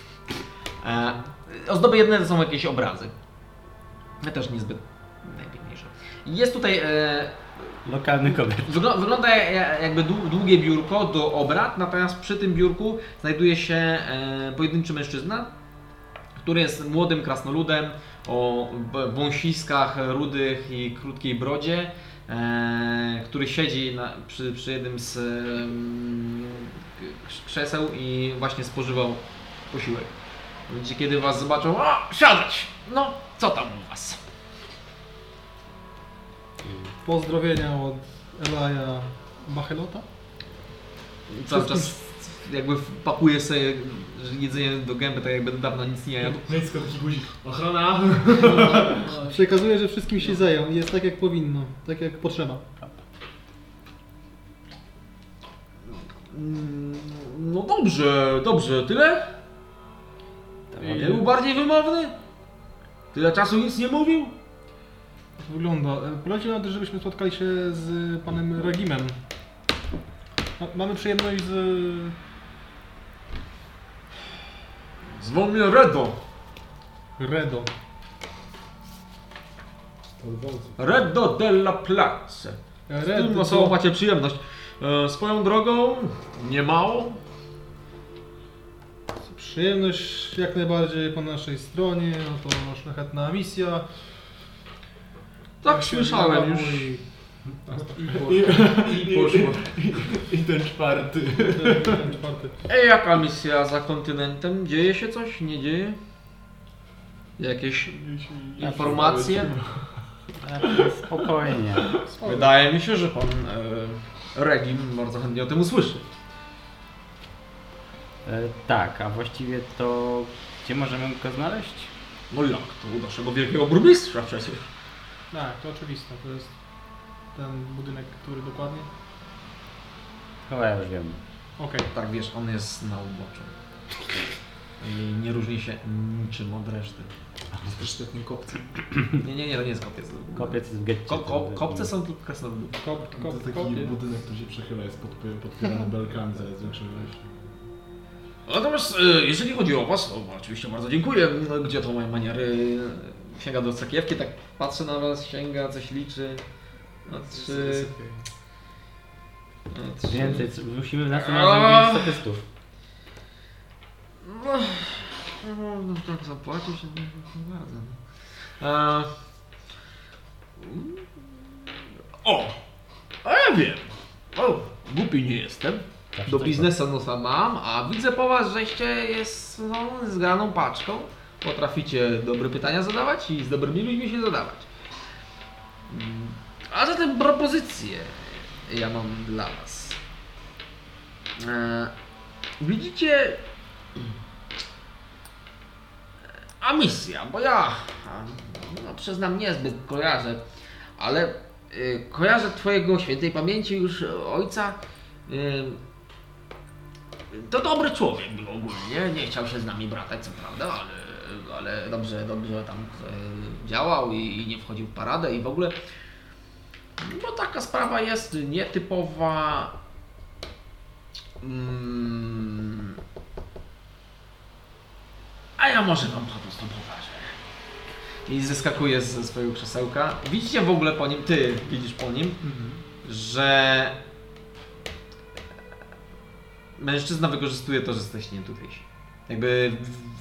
Speaker 1: Ozdoby jedne to są jakieś obrazy. Też niezbyt najpiękniejsze. Jest tutaj...
Speaker 3: Lokalny kobiet.
Speaker 1: Wygląda jakby długie biurko do obrad, natomiast przy tym biurku znajduje się pojedynczy mężczyzna, który jest młodym krasnoludem o wąsiskach rudych i krótkiej brodzie, który siedzi przy jednym z krzeseł i właśnie spożywał posiłek. W momencie, kiedy was zobaczą, o, siadać! No, co tam u was?
Speaker 2: Pozdrowienia od Elaja Bachelota.
Speaker 1: Cały czas jakby pakuje sobie jedzenie do gęby, tak jakby dawno nic nie jadł.
Speaker 5: No i tylko taki guzik. Ochrona!
Speaker 2: Przekazuję, że wszystkim się zajął i jest tak jak powinno, tak jak potrzeba.
Speaker 1: No dobrze, tyle? Nie był bardziej wymowny? Tyle czasu nic nie mówił?
Speaker 2: Wygląda. Polecił nam też, żebyśmy spotkali się z panem Regimem. Mamy przyjemność z...
Speaker 1: Zwał mnie Redo.
Speaker 2: Redo.
Speaker 1: Redo della Place. Z tym osobą macie przyjemność. Swoją drogą, nie mało.
Speaker 2: Przyjemność jak najbardziej po naszej stronie, no to szlachetna misja.
Speaker 1: Tak słyszałem już.
Speaker 5: I poszło. I ten czwarty.
Speaker 2: Ten czwarty.
Speaker 1: Jaka misja za kontynentem? Dzieje się coś? Nie dzieje? Jakieś informacje?
Speaker 3: Spokojnie.
Speaker 1: Wydaje mi się, że pan Regim bardzo chętnie o tym usłyszy.
Speaker 3: Tak, a właściwie to gdzie możemy go znaleźć?
Speaker 1: No jak to u naszego wielkiego burmistrza przecież.
Speaker 2: Tak, to oczywiste. To jest ten budynek, który dokładnie.
Speaker 3: Chyba ja już wiem.
Speaker 2: Okej.
Speaker 1: Tak wiesz, on jest na uboczu. I nie różni się niczym od reszty.
Speaker 4: Jest też takim kopcem.
Speaker 1: Nie, to nie jest kopiec.
Speaker 3: Kopiec w getcie.
Speaker 1: Kopce są tylko krasnoludów.
Speaker 5: To taki budynek, który się przechyla, jest podpierany belkami za zwiększoność.
Speaker 1: Natomiast jeżeli chodzi o was, to oczywiście bardzo dziękuję. No, gdzie to moje maniery? Sięga do sakiewki, tak patrzy na was, sięga, coś liczy. No trzy. No, trzy.
Speaker 3: Więcej, musimy w następnym razem więcej statystów.
Speaker 1: No, tak zapłacić się nie bardzo. A ja wiem. O, głupi nie jestem. Do biznesu nosa mam, a widzę po was, żeście jest zgraną paczką. Potraficie dobre pytania zadawać i z dobrymi ludźmi się zadawać. A zatem propozycje ja mam dla was. Widzicie... A misja, bo ja no, przyznam niezbyt kojarzę, ale kojarzę twojego świętej pamięci już ojca. To dobry człowiek był ogólnie, nie chciał się z nami bratać, co prawda, ale dobrze tam działał i nie wchodził w paradę i w ogóle. No taka sprawa jest nietypowa. A ja może wam po prostu pokażę. I zeskakuje ze swojego krzesełka. Widzicie w ogóle po nim, ty widzisz po nim, że mężczyzna wykorzystuje to, że jesteś nie tutejsi. Jakby...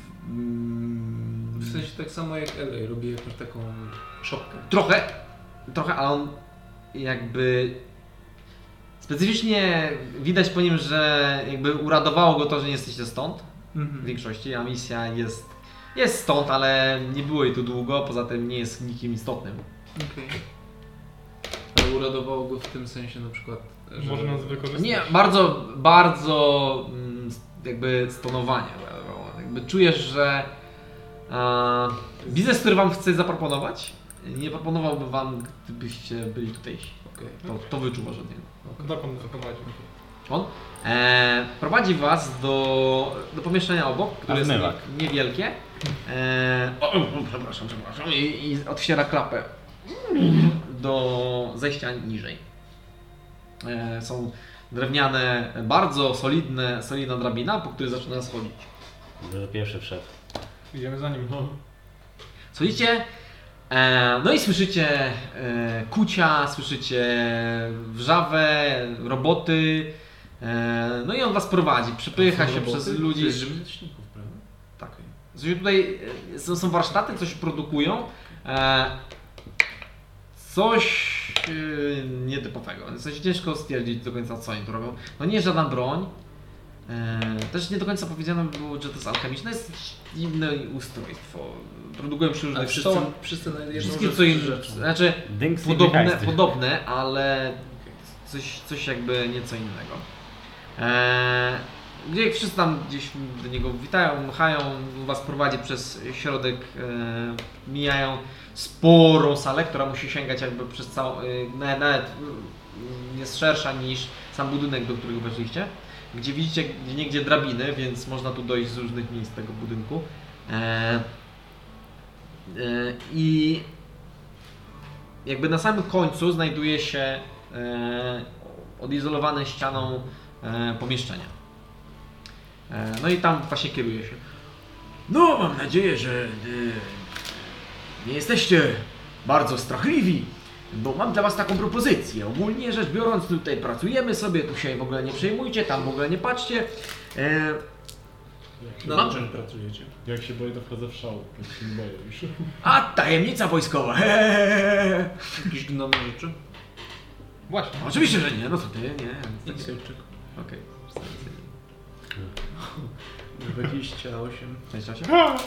Speaker 4: W sensie tak samo jak LA robi jakąś taką szopkę.
Speaker 1: Trochę, ale on jakby... Specyficznie widać po nim, że jakby uradowało go to, że nie jesteście stąd. W większości, a misja jest stąd, ale nie było jej tu długo, poza tym nie jest nikim istotnym.
Speaker 4: Okej. Ale uradowało go w tym sensie na przykład, że...
Speaker 2: Może nas wykorzystać.
Speaker 1: Nie, bardzo jakby stonowanie. Jakby czujesz, że biznes, który wam chcę zaproponować, nie proponowałby wam, gdybyście byli tutejsi.
Speaker 4: Okej.
Speaker 1: To wyczuwasz od niego.
Speaker 2: Dokąd prowadzi?
Speaker 1: On prowadzi was do pomieszczenia obok, które jest
Speaker 3: zmywak.
Speaker 1: niewielkie. Przepraszam. I otwiera klapę do zejścia niżej. Są drewniane, bardzo solidna drabina, po której zaczyna schodzić.
Speaker 3: Że pierwszy wszedł.
Speaker 2: Idziemy za nim.
Speaker 1: Schodzicie, no i słyszycie kucia, słyszycie wrzawę, roboty. No i on was prowadzi, przepycha się przez ludzi.
Speaker 4: Rzemieślników, prawda?
Speaker 1: Tak. Tutaj są warsztaty, coś produkują. Coś nietypowego. Coś ciężko stwierdzić do końca, co oni tu robią. No nie jest żadna broń. Też nie do końca powiedziano było, że to jest alchemiczne. Jest dziwne ustrojstwo. Produkują przy różnych
Speaker 4: Wszyscy na jedną
Speaker 1: wszystkie
Speaker 4: rzecz
Speaker 1: co inne.
Speaker 4: rzeczą.
Speaker 1: Znaczy
Speaker 3: Dynks i
Speaker 1: podobne,
Speaker 3: Michajsty.
Speaker 1: podobne, ale coś jakby nieco innego. Gdzie wszyscy tam gdzieś do niego witają, machają, was prowadzi przez środek, mijają sporą salę, która musi sięgać jakby przez całą, nawet jest szersza niż sam budynek, do którego weszliście, gdzie widzicie gdzieniegdzie drabiny, więc można tu dojść z różnych miejsc tego budynku. I jakby na samym końcu znajduje się odizolowane ścianą pomieszczenia. No i tam właśnie kieruje się.
Speaker 6: No, mam nadzieję, że nie jesteście bardzo strachliwi, bo mam dla was taką propozycję. Ogólnie rzecz biorąc, tutaj pracujemy sobie, tu się w ogóle nie przejmujcie, tam w ogóle nie patrzcie.
Speaker 4: Na czym pracujecie?
Speaker 5: Jak się boję, to wchodzę w szał, jak się nie boję już.
Speaker 6: A tajemnica wojskowa.
Speaker 4: Jakiś gnom rzeczy?
Speaker 2: Właśnie.
Speaker 6: Oczywiście, że nie, no co ty, nie.
Speaker 4: Insekczyk.
Speaker 1: Okej.
Speaker 4: 28.
Speaker 1: 28?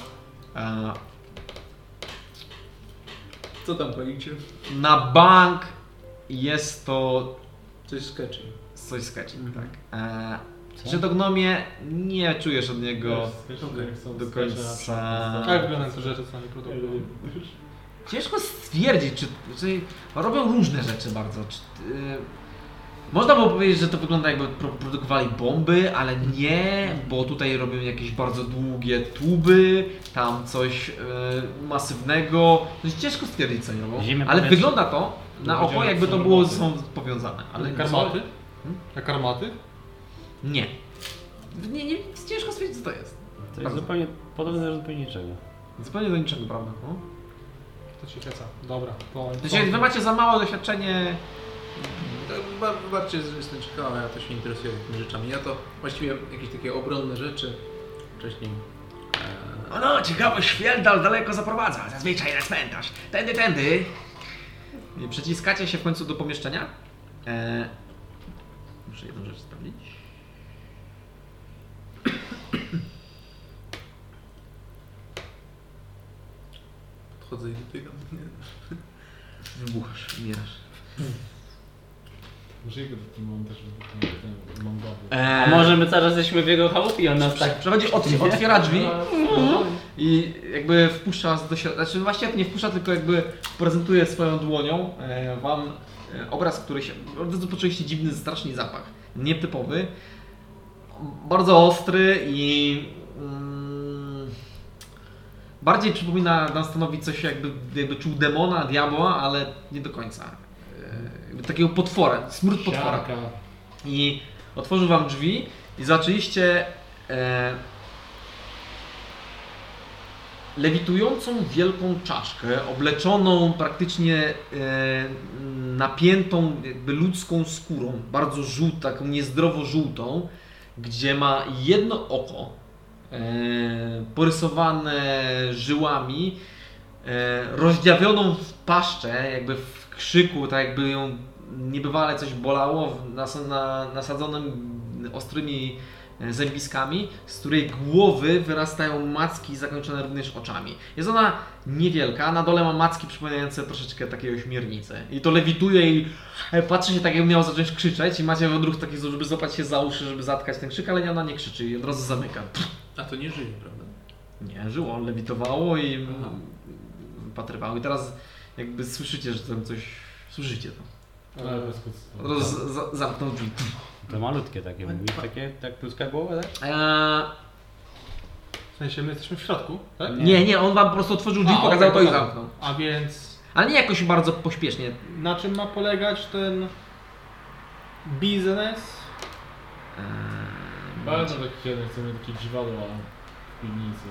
Speaker 4: Co tam palicie?
Speaker 1: Na bank jest to
Speaker 4: Coś sketchy.
Speaker 1: coś sketchy,
Speaker 4: Mhm.
Speaker 1: tak. Że to gnomie nie czujesz od niego do końca.
Speaker 2: Jak wyglądają te rzeczy, co oni produkują?
Speaker 1: Ciężko stwierdzić, czy robią różne rzeczy bardzo. Można było powiedzieć, że to wygląda jakby produkowali bomby, ale nie, bo tutaj robią jakieś bardzo długie tuby, tam coś masywnego. No ciężko stwierdzić, co oni robią,
Speaker 3: Ziemia
Speaker 1: ale
Speaker 3: powietrze.
Speaker 1: wygląda to na oko, jakby to było ze sobą powiązane. Ale
Speaker 2: Jak armaty? Jak armaty?
Speaker 1: Nie. Nie, ciężko stwierdzić, co to jest.
Speaker 3: To jest zupełnie podobne do zupełnie niczego.
Speaker 1: Zupełnie do niczego, prawda? No?
Speaker 2: To ci heca. Dobra, to...
Speaker 1: Znaczy, wy macie za małe doświadczenie.
Speaker 4: Wybaczcie, że jestem ciekawy, ja to się interesuję takimi rzeczami. Ja to właściwie jakieś takie obronne rzeczy wcześniej.
Speaker 6: No, ciekawość Fjeldal daleko zaprowadza, zazwyczaj na cmentarz. Tędy.
Speaker 1: I przeciskacie się w końcu do pomieszczenia. Muszę jedną rzecz sprawdzić.
Speaker 4: Podchodzę i dotykam.
Speaker 1: Wybuchasz, umierasz.
Speaker 5: Może jego mam też mam głowy.
Speaker 3: A może my cały czas jesteśmy w jego chałupie i on nas tak...
Speaker 1: Przechodzi, otwiera drzwi i jakby wpuszcza was do środka. Znaczy właściwie nie wpuszcza, tylko jakby prezentuje swoją dłonią wam obraz, który się... Od razu poczuliście dziwny, straszny zapach. Nietypowy. Bardzo ostry i... bardziej przypomina Dunstanowi coś jakby czuł demona, diabła, ale nie do końca. Jakby takiego potwora, smród potwora.
Speaker 5: Siarka.
Speaker 1: I otworzył wam drzwi i zaczęliście lewitującą wielką czaszkę, obleczoną praktycznie napiętą jakby ludzką skórą, bardzo żółtą, taką niezdrowo żółtą, gdzie ma jedno oko porysowane żyłami, rozdziawioną w paszczę, jakby w krzyku, tak jakby ją niebywale coś bolało, nasadzonym ostrymi zębiskami, z której głowy wyrastają macki zakończone również oczami. Jest ona niewielka, na dole ma macki przypominające troszeczkę takiej ośmiornicy. I to lewituje i patrzy się tak, jakby miało zacząć krzyczeć i macie odruch taki, żeby złapać się za uszy, żeby zatkać ten krzyk, ale ona nie krzyczy i od razu zamyka.
Speaker 4: A to nie żyje, prawda?
Speaker 1: Nie, żyło, lewitowało i wypatrywało. I teraz jakby słyszycie, że tam coś... Słyszycie to.
Speaker 5: Ale bez kuc.
Speaker 1: Od razu zamknął drzwi.
Speaker 3: To malutkie takie, mówisz, takie jak ludzka głowa, tak?
Speaker 2: W sensie my jesteśmy w środku, tak?
Speaker 1: Nie, on wam po prostu otworzył drzwi,
Speaker 2: A,
Speaker 1: pokazał
Speaker 2: okej,
Speaker 1: to i
Speaker 2: dobra.
Speaker 1: zamknął.
Speaker 2: A więc
Speaker 1: Ale nie jakoś bardzo pośpiesznie.
Speaker 2: na czym ma polegać ten biznes?
Speaker 5: Bardzo tak kiedyś chcemy takie dziwadła w piwnicy.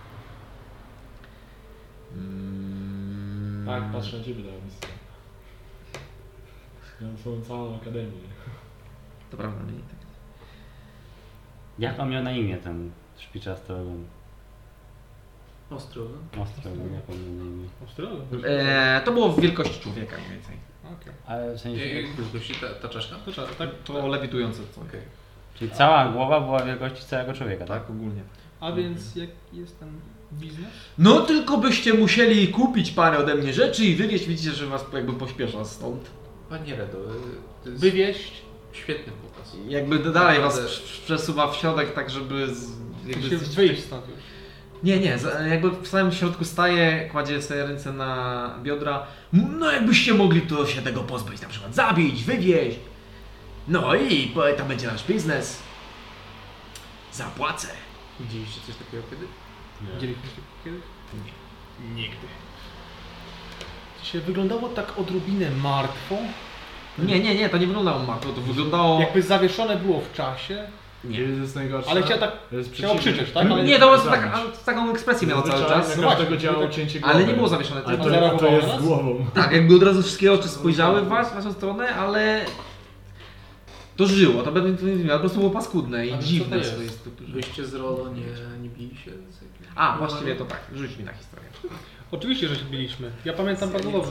Speaker 5: Tak, patrzę na ciebie, dałem mi sobie. Miałem swoją całą akademię.
Speaker 1: To prawda, nie tak.
Speaker 3: Jak on miał na imię ten szpiczasty ogon?
Speaker 4: Ostro, no?
Speaker 3: Ostry ogon, jak on miał na imię?
Speaker 2: Ostro?
Speaker 1: To było w wielkości człowieka mniej więcej.
Speaker 2: Okej.
Speaker 3: Ale w sensie...
Speaker 4: Jak wielkości ta czaszka?
Speaker 2: To trzeba, tak?
Speaker 1: To lewitujące coś.
Speaker 4: Okej.
Speaker 3: Czyli cała głowa była wielkości całego człowieka, tak?
Speaker 1: Tak, ogólnie.
Speaker 2: A więc jak jest ten biznes?
Speaker 1: No tylko byście musieli kupić parę ode mnie rzeczy i wywieźć, widzicie, że was jakby pośpiesza stąd.
Speaker 4: Panie Redo, to jest
Speaker 2: Wywieźć?
Speaker 4: świetny pokaz.
Speaker 1: Jakby dalej was
Speaker 4: Naprawdę.
Speaker 1: przesuwa w środek, tak żeby...
Speaker 2: Jakby się wyjść stąd już.
Speaker 1: Nie, jakby w samym środku staje, kładzie sobie ręce na biodra. No jakbyście mogli to się tego pozbyć, na przykład zabić, wywieźć. No i to będzie nasz biznes. Zapłacę.
Speaker 4: Widzieliście coś takiego kiedy?
Speaker 2: Widzieliście się kiedyś? Nigdy. Dzisiaj wyglądało tak odrobinę martwo.
Speaker 1: Nie, to nie wyglądało martwo, to wyglądało...
Speaker 2: Jakby zawieszone było w czasie.
Speaker 1: Nie.
Speaker 5: To jest najgorsze.
Speaker 2: Ale chciał tak,
Speaker 5: jest
Speaker 2: chciał
Speaker 5: przeciwnie.
Speaker 2: krzyczeć, tak? Ale
Speaker 1: Nie, to było
Speaker 5: zabić.
Speaker 1: taką ekspresję miało cały
Speaker 5: Zazwyczaj
Speaker 1: czas.
Speaker 5: na każdego działo cięcie głowy.
Speaker 1: Ale nie było zawieszone.
Speaker 5: Ale
Speaker 1: tylko-
Speaker 5: to
Speaker 2: zareagowało
Speaker 5: jest
Speaker 2: na nas?
Speaker 5: głową.
Speaker 1: Tak, jakby od razu wszystkie oczy spojrzały w waszą stronę, ale... To żyło, to po prostu było paskudne i
Speaker 2: Ale co to
Speaker 1: dziwne w
Speaker 2: jest?
Speaker 1: swojej strukturze.
Speaker 4: Byście z Rolo nie bili się z jakimś...
Speaker 1: A, właściwie to tak, rzuć mi na historię.
Speaker 2: Oczywiście, że się byliśmy. Ja pamiętam bardzo dobrze.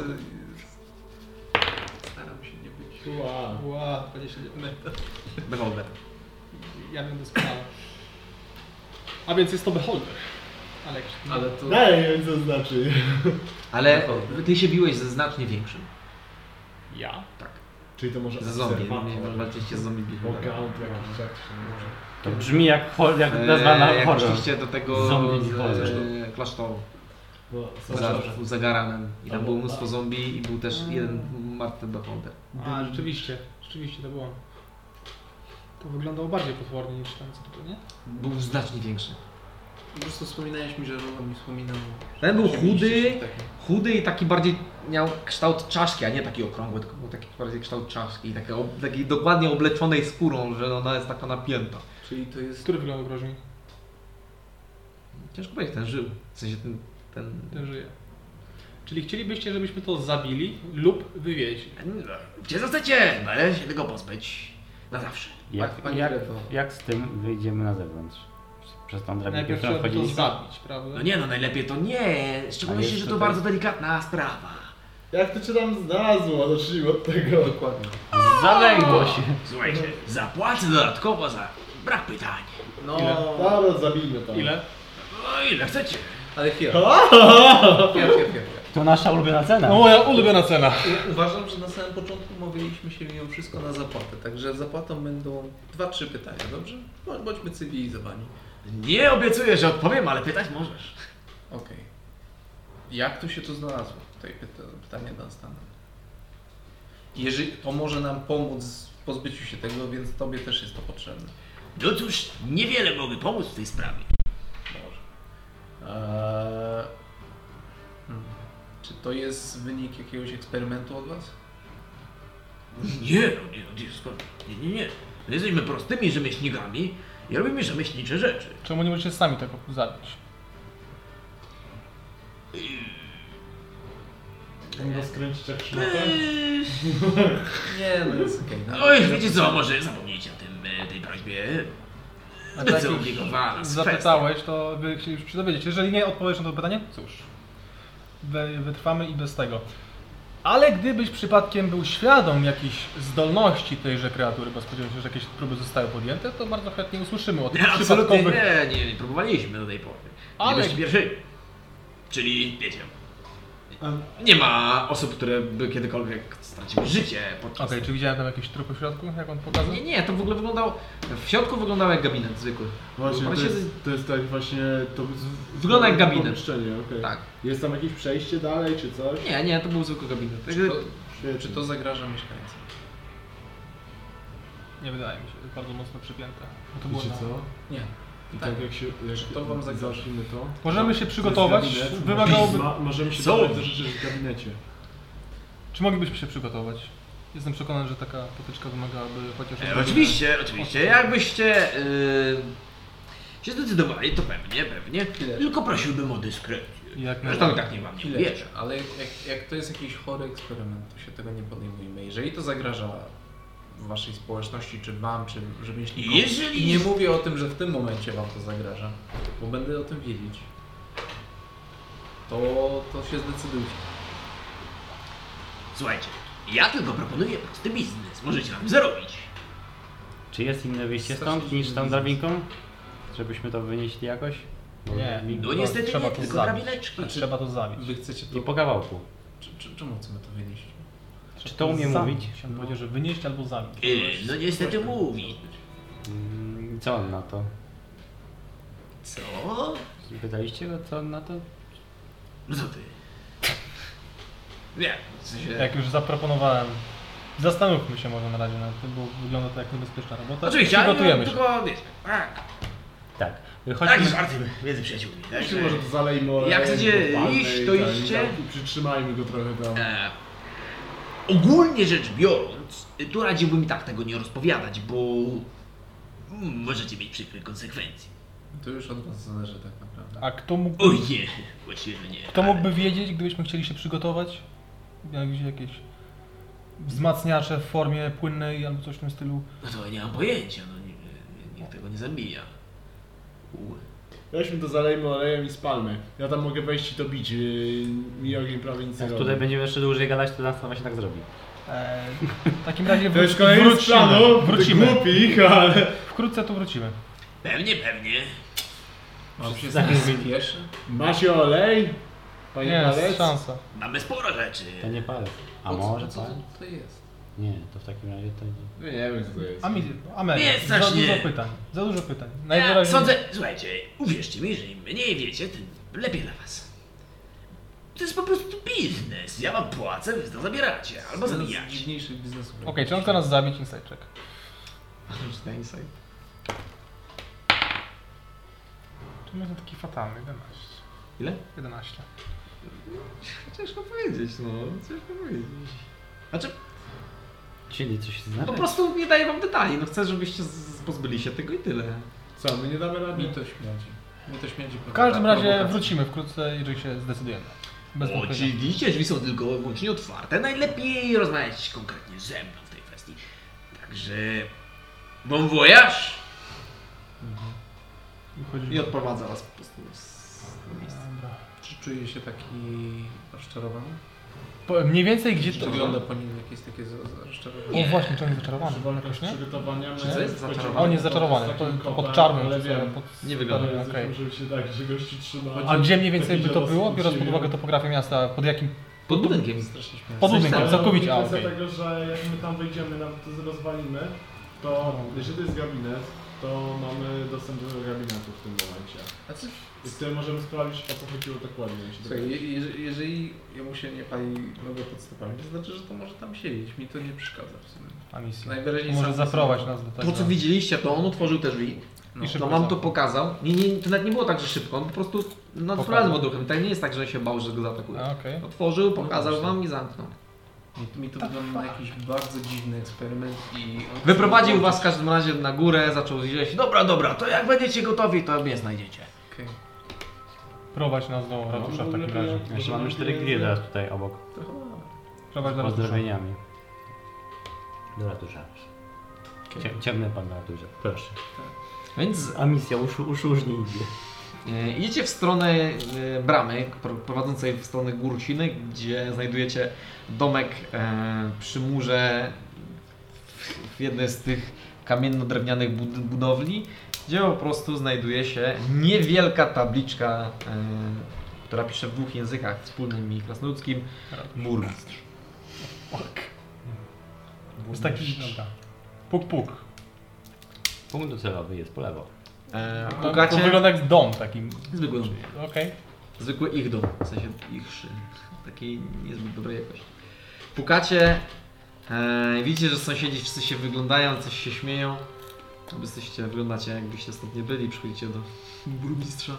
Speaker 4: Staram się nie być.
Speaker 5: Wow.
Speaker 2: Wow, 29 metrów.
Speaker 1: Beholder.
Speaker 2: Ja wiem doskonale. A więc jest to beholder. Ale jakiś...
Speaker 4: Ale to...
Speaker 5: Daj, nie wiem co znaczy.
Speaker 1: Ale ty się biłeś ze znacznie większym.
Speaker 2: Ja?
Speaker 1: Tak.
Speaker 5: Czyli to może
Speaker 1: Ze zombie.
Speaker 5: obserwator.
Speaker 1: Walczyliście z zombie beholderem.
Speaker 5: Walkout jakiś tak się może.
Speaker 3: To brzmi jak nazwa na
Speaker 1: Jak
Speaker 3: horror.
Speaker 1: poszliście do tego
Speaker 3: Zombie beholder.
Speaker 1: klasztoru.
Speaker 5: Bo
Speaker 1: Za Garanem. I tam było mnóstwo zombie i był też jeden martwy beholder.
Speaker 2: A, rzeczywiście. Rzeczywiście to było. To wyglądało bardziej potwornie niż ten, co tu, nie?
Speaker 1: Był znacznie większy.
Speaker 4: Po prostu wspominałeś mi, że Rolo mi wspominał...
Speaker 1: Ten był
Speaker 4: że mieliście
Speaker 1: chudy,
Speaker 4: coś takiego.
Speaker 1: chudy i taki bardziej miał kształt czaszki, a nie taki okrągły, tylko był taki bardziej kształt czaszki, takiej dokładnie obleczonej skórą, że ona jest taka napięta.
Speaker 4: Czyli to jest...
Speaker 2: Który wyglądał groźniej?
Speaker 1: Ciężko powiedzieć, ten żył. W sensie
Speaker 2: Ten żyje. Czyli chcielibyście, żebyśmy to zabili lub wywieźli.
Speaker 6: Gdzie zostacie? Należy się tego pozbyć. Na zawsze.
Speaker 3: Jak z tym wyjdziemy na zewnątrz? Przez tą drabinkę,
Speaker 2: Najpierw
Speaker 3: którą
Speaker 2: trzeba by to
Speaker 3: wchodziliśmy?
Speaker 2: zabić, prawda?
Speaker 6: No nie, no najlepiej to nie. W szczególności,
Speaker 3: jeszcze
Speaker 6: że to
Speaker 3: to
Speaker 6: bardzo delikatna sprawa.
Speaker 5: Jak to cię tam znalazło? Zacznijmy od tego.
Speaker 4: Dokładnie.
Speaker 3: Zalęgło się.
Speaker 6: Słuchajcie, zapłacę dodatkowo za brak pytań.
Speaker 4: No...
Speaker 5: Dobra, zabijmy to.
Speaker 2: Ile?
Speaker 6: No ile chcecie?
Speaker 4: Ale chwila. Chwila.
Speaker 3: To nasza ulubiona cena.
Speaker 2: No moja ulubiona cena.
Speaker 4: Ja uważam, że na samym początku umawialiśmy się mimo wszystko na zapłatę, także zapłatą będą 2-3 pytania, dobrze? Bądźmy cywilizowani.
Speaker 6: Nie obiecuję, że odpowiem, ale pytać możesz.
Speaker 4: Okej. Jak to się tu znalazło? Tutaj pytanie do Stana. Jeżeli to może nam pomóc w pozbyciu się tego, więc tobie też jest to potrzebne.
Speaker 6: No cóż, niewiele mogę pomóc w tej sprawie.
Speaker 4: Może. Czy to jest wynik jakiegoś eksperymentu od was?
Speaker 6: Nie, skąd? Nie. My jesteśmy prostymi rzemieślnikami i robimy rzemieślnicze rzeczy.
Speaker 2: Czemu nie możecie sami tego zabić?
Speaker 5: Mogę skręcić jak szmatę?
Speaker 4: Nie, no jest okej. No.
Speaker 6: Oj, wiecie co, może zapomnijcie o tej prośbie.
Speaker 2: A
Speaker 6: To
Speaker 2: tak
Speaker 6: skomplikowana
Speaker 2: zapytałeś, to by chcielibyśmy się dowiedzieć. Jeżeli nie odpowiesz na to pytanie, cóż, wytrwamy i bez tego. Ale gdybyś przypadkiem był świadom jakichś zdolności tejże kreatury, bo spodziewam się, że jakieś próby zostały podjęte, to bardzo chętnie usłyszymy o tych
Speaker 6: Nie, absolutnie
Speaker 2: przypadkowych...
Speaker 6: nie próbowaliśmy do tej pory.
Speaker 2: Ale-
Speaker 6: Nie byliście pierwszy. Czyli, wiecie, nie ma osób, które by kiedykolwiek straciły życie podczas...
Speaker 2: Okej, czy widziałem tam jakieś trupy w środku, jak on pokazał?
Speaker 1: Nie, to w ogóle wyglądało... W środku wyglądał jak gabinet zwykły.
Speaker 5: Właśnie,
Speaker 1: Ale się-
Speaker 5: to jest tak właśnie... To
Speaker 1: Wygląda jak gabinet.
Speaker 5: Pomieszczenie, okej.
Speaker 1: Tak.
Speaker 5: Jest tam jakieś przejście dalej, czy coś?
Speaker 1: Nie, to był zwykły gabinet.
Speaker 4: Czy to zagraża mieszkańcom?
Speaker 2: Nie wydaje mi się, jest bardzo mocno przypięte. Bo to było
Speaker 5: Wiecie
Speaker 2: na...
Speaker 5: co?
Speaker 4: Nie.
Speaker 5: I tak jak się... Jak
Speaker 4: to wam zagraża?
Speaker 5: zacznijmy to...
Speaker 2: Możemy się
Speaker 5: To jest
Speaker 2: przygotować,
Speaker 5: gabinet.
Speaker 2: wymagałoby...
Speaker 5: Możemy się
Speaker 6: Co?
Speaker 5: dobrać do rzeczy w gabinecie.
Speaker 2: Czy moglibyśmy się przygotować? Jestem przekonany, że taka potyczka wymagałaby chociaż...
Speaker 6: Oczywiście, jakbyście się zdecydowali, to pewnie. Tylko prosiłbym o dyskrecję.
Speaker 2: Jak
Speaker 6: Zresztą i tak nie wam nie
Speaker 4: Chwileczkę,
Speaker 6: wierzę.
Speaker 4: ale jak to jest jakiś chory eksperyment, to się tego nie podejmujmy. Jeżeli to zagraża w waszej społeczności, czy wam, czy rzemieślnikom,
Speaker 6: Jeżeli-
Speaker 4: i nie mówię o tym, że w tym momencie wam to zagraża, bo będę o tym wiedzieć, to się zdecydujcie.
Speaker 6: Słuchajcie, ja tylko proponuję prosty biznes. Możecie nam zarobić.
Speaker 3: Czy jest inne wyjście stąd niż tą drabinką? Żebyśmy to wynieśli jakoś?
Speaker 2: Nie.
Speaker 6: No niestety
Speaker 2: trzeba
Speaker 6: nie,
Speaker 2: to
Speaker 6: tylko
Speaker 2: zabić.
Speaker 6: drabineczki.
Speaker 2: Trzeba to zabić.
Speaker 4: Wy chcecie
Speaker 3: I
Speaker 4: to...
Speaker 3: po kawałku.
Speaker 4: Czemu chcemy to wynieść?
Speaker 3: Czy to umie
Speaker 2: Zabić.
Speaker 3: mówić?
Speaker 2: Chciałem powiedzieć, że wynieść albo zabić.
Speaker 6: No niestety mówi.
Speaker 3: Co on na to?
Speaker 6: Co?
Speaker 3: Pytaliście go, co on na to?
Speaker 6: No co ty? Nie, w sensie...
Speaker 2: Jak już zaproponowałem, zastanówmy się może na razie nad tym, bo wygląda to jak niebezpieczna robota.
Speaker 6: Oczywiście, ale
Speaker 2: Przygotujemy się.
Speaker 6: tylko wiesz, tak.
Speaker 3: Tak.
Speaker 6: Tak,
Speaker 3: Chodźmy.
Speaker 6: jest arty między przyjaciółmi.
Speaker 5: Jeśli może to zalejmy olejem,
Speaker 6: Jak chcecie
Speaker 5: podpalmy
Speaker 6: iść,
Speaker 5: i
Speaker 6: to
Speaker 5: tak,
Speaker 6: idźcie.
Speaker 5: i przytrzymajmy go trochę tam.
Speaker 6: Ogólnie rzecz biorąc, tu radziłbym i tak tego nie rozpowiadać, bo możecie mieć przykre konsekwencje.
Speaker 4: To już od was zależy tak naprawdę.
Speaker 2: A kto mógłby,
Speaker 6: Oj nie, właściwie nie.
Speaker 2: kto mógłby wiedzieć, gdybyśmy chcieli się przygotować? Jakieś wzmacniacze w formie płynnej albo coś w tym stylu?
Speaker 6: No to ja nie mam pojęcia, no nikt tego nie zabija.
Speaker 5: Weźmy to zalejmy olejem i spalmy. Ja tam mogę wejść i to bić. Mi ogień prawie nic nie
Speaker 3: Jak
Speaker 5: robi.
Speaker 3: tutaj będziemy jeszcze dłużej gadać, to nas właśnie tak zrobi.
Speaker 2: W takim razie
Speaker 5: To jest kolejny z planu,
Speaker 2: wrócimy.
Speaker 5: głupich, ale...
Speaker 2: Wkrótce tu wrócimy.
Speaker 6: Pewnie.
Speaker 4: Mam się
Speaker 3: Zaraz
Speaker 4: spieszy?
Speaker 5: Macie olej? Panie
Speaker 2: Nie,
Speaker 5: palec?
Speaker 2: jest szansa.
Speaker 6: Mamy sporo rzeczy.
Speaker 3: To nie palec. A
Speaker 4: Po co-
Speaker 3: może
Speaker 4: po co
Speaker 3: palec?
Speaker 4: to jest?
Speaker 3: Nie, to w takim razie to nie.
Speaker 5: Nie wiem co to jest.
Speaker 2: Amelia,
Speaker 6: Nie,
Speaker 2: za
Speaker 6: strasznie.
Speaker 2: dużo pytań. Za dużo pytań.
Speaker 6: Ja
Speaker 2: Najwyraźniej...
Speaker 6: sądzę, słuchajcie, uwierzcie mi, że im mniej wiecie, tym lepiej dla was. To jest po prostu biznes. Ja wam płacę, wy to zabieracie albo
Speaker 4: Jeden z
Speaker 6: zabijacie.
Speaker 4: dziwniejszych biznesów.
Speaker 2: Okej, czy on chce nas zabić? Inside check.
Speaker 1: Na insight.
Speaker 2: To jest taki fatalny, 11.
Speaker 1: Ile?
Speaker 2: 11.
Speaker 1: Ciężko powiedzieć, no. Ciężko powiedzieć. Znaczy,
Speaker 3: Czyli coś
Speaker 1: po
Speaker 3: znaczy?
Speaker 1: prostu nie daję wam detali. No chcę, żebyście pozbyli się tego i tyle.
Speaker 5: Co, my nie damy rady?
Speaker 4: Mi to śmierdzi. Mi to śmierdzi.
Speaker 2: W każdym razie wrócimy wkrótce, jeżeli się zdecydujemy. Bez wątpienia.
Speaker 6: Oczywiście, drzwi są tylko i wyłącznie otwarte. Najlepiej rozmawiać konkretnie ze mną w tej kwestii. Także... Bon voyage!
Speaker 2: Wychodzimy.
Speaker 1: I odprowadza was po prostu z tego miejsca.
Speaker 2: Dobra.
Speaker 4: Czy czuję się taki rozczarowany?
Speaker 2: Mniej więcej gdzie
Speaker 4: Czy
Speaker 2: to...
Speaker 4: wygląda po nim jakieś takie rozczarowanie?
Speaker 2: O właśnie, czy on jest zaczarowany?
Speaker 5: Walka z
Speaker 2: Jakoś, nie?
Speaker 5: przygotowaniami.
Speaker 1: Czy co jest zaczarowany?
Speaker 2: A on jest zaczarowany, to pod czarną,
Speaker 5: ale
Speaker 2: czy
Speaker 5: wiem.
Speaker 2: pod...
Speaker 1: Nie wygląda.
Speaker 2: Okej.
Speaker 5: Okay. Żeby się tak, że gości trzyma.
Speaker 2: A gdzie mniej więcej by to było, biorąc pod uwagę topografię miasta, pod jakim...
Speaker 1: Pod budynkiem.
Speaker 4: Strasznie śmieszne.
Speaker 2: Pod budynkiem,
Speaker 5: Ale
Speaker 2: całkowicie, a
Speaker 5: kwestia
Speaker 2: okej.
Speaker 5: tego, że jak my tam wejdziemy, nam to rozwalimy, to jeżeli to jest gabinet, to mamy dostęp do gabinetu w tym momencie.
Speaker 4: A co?
Speaker 5: I wtedy możemy sprawdzić, o co chodziło dokładnie. jeśli to
Speaker 4: Słuchaj,
Speaker 5: będzie.
Speaker 4: jeżeli jemu się nie pali nowe pod stopami, to znaczy, że to może tam siedzieć. Mi to nie przeszkadza w sumie.
Speaker 2: A misja.
Speaker 4: Najwyraźniej
Speaker 2: Może
Speaker 4: sam
Speaker 2: zaprowadź
Speaker 4: sobie-
Speaker 2: nas do tego.
Speaker 1: To co widzieliście, to on otworzył te drzwi.
Speaker 4: No.
Speaker 2: I szybko
Speaker 1: To wam to
Speaker 2: zamknął.
Speaker 1: pokazał. Nie, to nawet nie było tak, że szybko. On po prostu naturalnym odruchem. Tak nie jest tak, że się bał, że go zaatakuje.
Speaker 2: A, okej.
Speaker 1: Otworzył, pokazał
Speaker 4: właśnie.
Speaker 1: wam i zamknął.
Speaker 4: Mi to wygląda na jakiś bardzo dziwny eksperyment i...
Speaker 1: Wyprowadził was w każdym razie na górę, zaczął zjeść. Dobra, to jak będziecie gotowi, to mnie znajdziecie.
Speaker 4: Okej.
Speaker 2: Prowadź nas do ratusza w takim razie.
Speaker 3: Jeszcze mamy 4 gry teraz tutaj obok.
Speaker 2: Prowadź
Speaker 3: Z
Speaker 2: do ratusza.
Speaker 3: pozdrowieniami. Do ratusza. Ciemny pan na ratusza. Proszę.
Speaker 1: Więc
Speaker 3: A misja usłużnie idzie.
Speaker 1: idziecie w stronę bramy prowadzącej w stronę Górciny, gdzie znajdujecie domek przy murze w jednej z tych kamienno-drewnianych budowli, gdzie po prostu znajduje się niewielka tabliczka, która pisze w 2 językach, wspólnym i krasnoludzkim, burmistrz.
Speaker 2: Jest taki... Dobra. Puk.
Speaker 3: Punkt docelowy jest po lewo.
Speaker 2: To
Speaker 1: Pukacie,
Speaker 2: wygląda jak dom taki.
Speaker 1: zwykły dom.
Speaker 2: Okej.
Speaker 1: Zwykły ich dom, w sensie ich szy, takiej niezbyt dobrej jakości. Pukacie, widzicie, że sąsiedzi wszyscy się wyglądają, coś się śmieją. Wyglądacie jakbyście stąd nie byli, przychodzicie do burmistrza.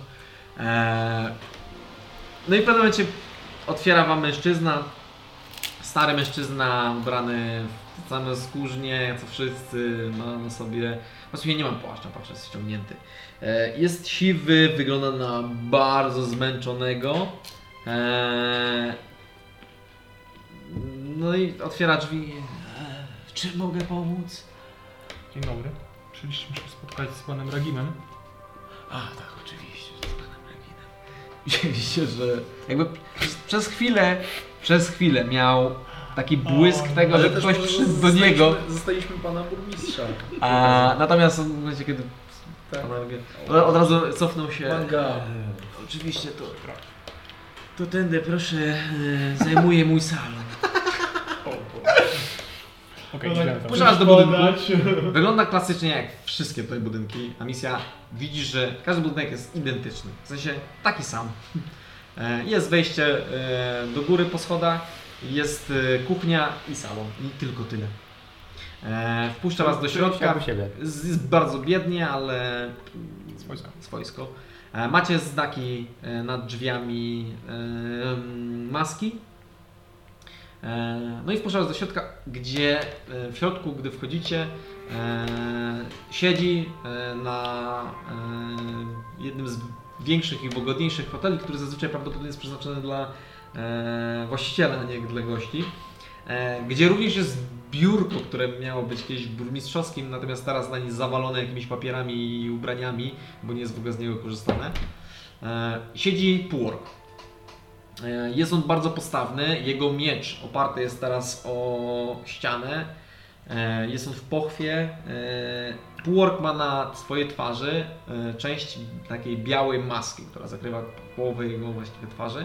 Speaker 1: No i w pewnym momencie otwiera wam mężczyzna, stary mężczyzna ubrany w to same skórznie, co wszyscy, ma na sobie, właściwie nie mam płaszcza, patrzę, jest ściągnięty. Jest siwy, wygląda na bardzo zmęczonego. No i otwiera drzwi. Czy mogę pomóc?
Speaker 2: Dzień dobry. Przyszliśmy się spotkać z panem Ragimem.
Speaker 1: A tak, oczywiście, z panem Reginem. Widzieliście, że jakby przez chwilę miał taki błysk tego,
Speaker 4: Ale
Speaker 1: że
Speaker 4: też
Speaker 1: ktoś
Speaker 4: może
Speaker 1: przyszedł do niego.
Speaker 4: Zostaliśmy pana burmistrza.
Speaker 1: Natomiast w momencie, kiedy
Speaker 4: Tak.
Speaker 1: od razu cofnął się.
Speaker 4: Manga.
Speaker 6: Oczywiście to tędy proszę, zajmuje mój salon.
Speaker 2: Okej,
Speaker 5: No tak,
Speaker 2: źle to.
Speaker 1: Pożarz do budynku.
Speaker 5: Podać.
Speaker 1: Wygląda klasycznie jak wszystkie tutaj budynki, a misja widzisz, że każdy budynek jest identyczny. W sensie taki sam. Jest wejście do góry po schodach, jest kuchnia i salon. I tylko tyle. Wpuszcza was do środka.
Speaker 3: Jak u siebie.
Speaker 1: Jest bardzo biednie, ale swojsko. Macie znaki nad drzwiami maski. No i wpuszcza was do środka, gdzie w środku, gdy wchodzicie, siedzi na jednym z większych i wygodniejszych hoteli, który zazwyczaj prawdopodobnie jest przeznaczony dla właściciela, a nie dla gości. Gdzie również jest biurko, które miało być kiedyś burmistrzowskim, natomiast teraz na nim zawalone jakimiś papierami i ubraniami, bo nie jest w ogóle z niego korzystane. Siedzi Półork. Jest on bardzo postawny, jego miecz oparty jest teraz o ścianę. Jest on w pochwie. Półork ma na swojej twarzy część takiej białej maski, która zakrywa połowę jego właściwie twarzy.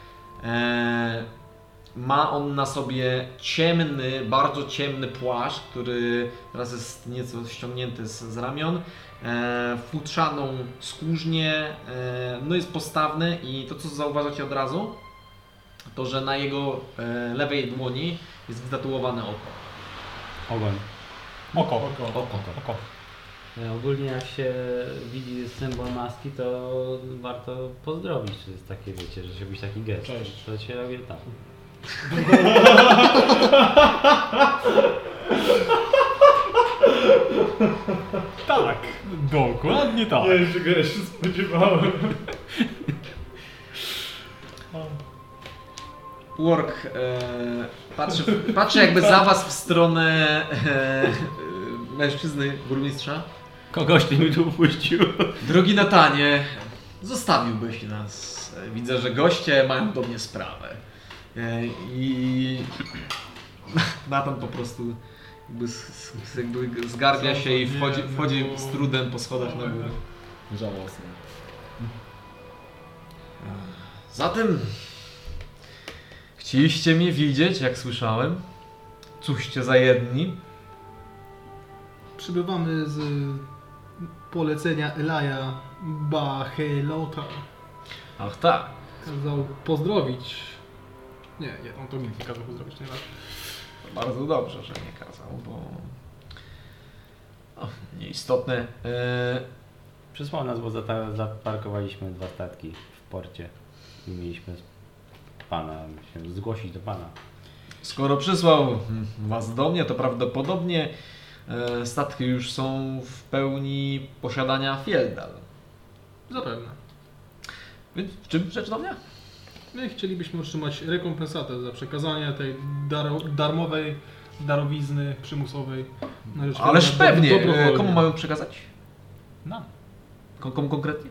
Speaker 1: Ma on na sobie ciemny, bardzo ciemny płaszcz, który teraz jest nieco ściągnięty z ramion. Futrzaną skórznię, no jest postawny i to co zauważacie od razu, to że na jego lewej dłoni jest wytatuowane oko.
Speaker 3: Ogoń.
Speaker 2: Oko.
Speaker 3: Ogólnie jak się widzi symbol maski, to warto pozdrowić, to jest takie, wiecie, że się robić taki gest.
Speaker 5: Cześć.
Speaker 3: To się robi tak.
Speaker 2: Tak, dokładnie tak.
Speaker 5: Nie wiem, czego ja się spodziewałem.
Speaker 1: Półork patrzy jakby za was w stronę mężczyzny burmistrza.
Speaker 3: Kogoś ty mi tu upuścił.
Speaker 1: Drogi Natanie, zostawiłbyś nas. Widzę, że goście mają do mnie sprawę. I Natan po prostu jakby zgarnia się i wchodzi z trudem po schodach na górę.
Speaker 5: Żałosne.
Speaker 1: Zatem chcieliście mnie widzieć, jak słyszałem. Cóżście za jedni?
Speaker 2: Przybywamy z polecenia Elaja Bachelota.
Speaker 1: Ach tak.
Speaker 2: Kazał pozdrowić. Nie, on to nie kazał pozdrowić, nie raz.
Speaker 1: Bardzo dobrze, że nie kazał, bo... nieistotne.
Speaker 3: Przysłał nas, bo zaparkowaliśmy 2 statki w porcie i mieliśmy pana się zgłosić do pana.
Speaker 1: Skoro przysłał was do mnie, to prawdopodobnie statki już są w pełni posiadania Fjeldal.
Speaker 2: Zapewne.
Speaker 1: Więc w czym rzecz do mnie?
Speaker 2: My chcielibyśmy otrzymać rekompensatę za przekazanie tej darmowej darowizny przymusowej. na rzecz
Speaker 1: Ależ
Speaker 2: Fjeldal
Speaker 1: pewnie.
Speaker 2: dobrowolnie.
Speaker 1: Komu mamy przekazać?
Speaker 2: Nam.
Speaker 1: Komu konkretnie?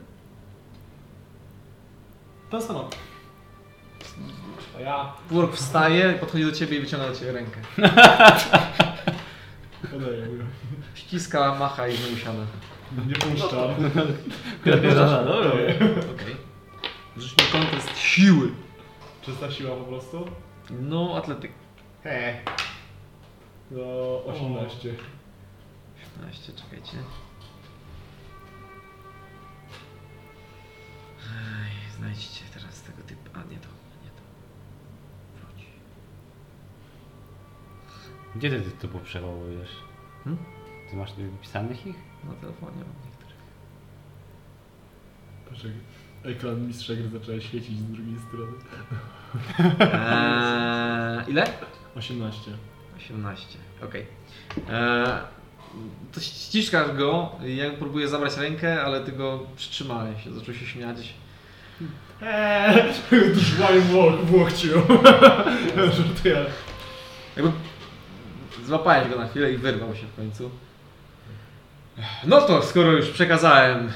Speaker 2: Ten samolot. To ja.
Speaker 1: Półork wstaje, podchodzi do ciebie i wyciąga do ciebie rękę.
Speaker 5: Podaję go.
Speaker 1: Ściska, macha i znowu siada.
Speaker 5: Nie puszczam.
Speaker 3: Dobra.
Speaker 1: Okej. Rzuć mi kontest siły.
Speaker 5: Czysta siła po prostu?
Speaker 1: No, atletyk.
Speaker 5: Do 18.
Speaker 1: 15, czekajcie. Znajdźcie teraz tego typu. A nie to. Wróć.
Speaker 3: Gdzie ty typów przewołujesz? Ty masz tu pisanych ich?
Speaker 1: Na telefonie mam niektórych.
Speaker 5: Patrz, jak ekran mistrza gry zaczęła świecić z drugiej strony.
Speaker 1: Ile?
Speaker 5: 18.
Speaker 1: 18, okej. To ściskasz go, ja próbuję zabrać rękę, ale ty go przytrzymałeś, zaczął się śmiać.
Speaker 5: Drżłają w łokciu. Żartuję.
Speaker 1: Jakby złapałeś go na chwilę i wyrwał się w końcu. No to skoro już przekazałem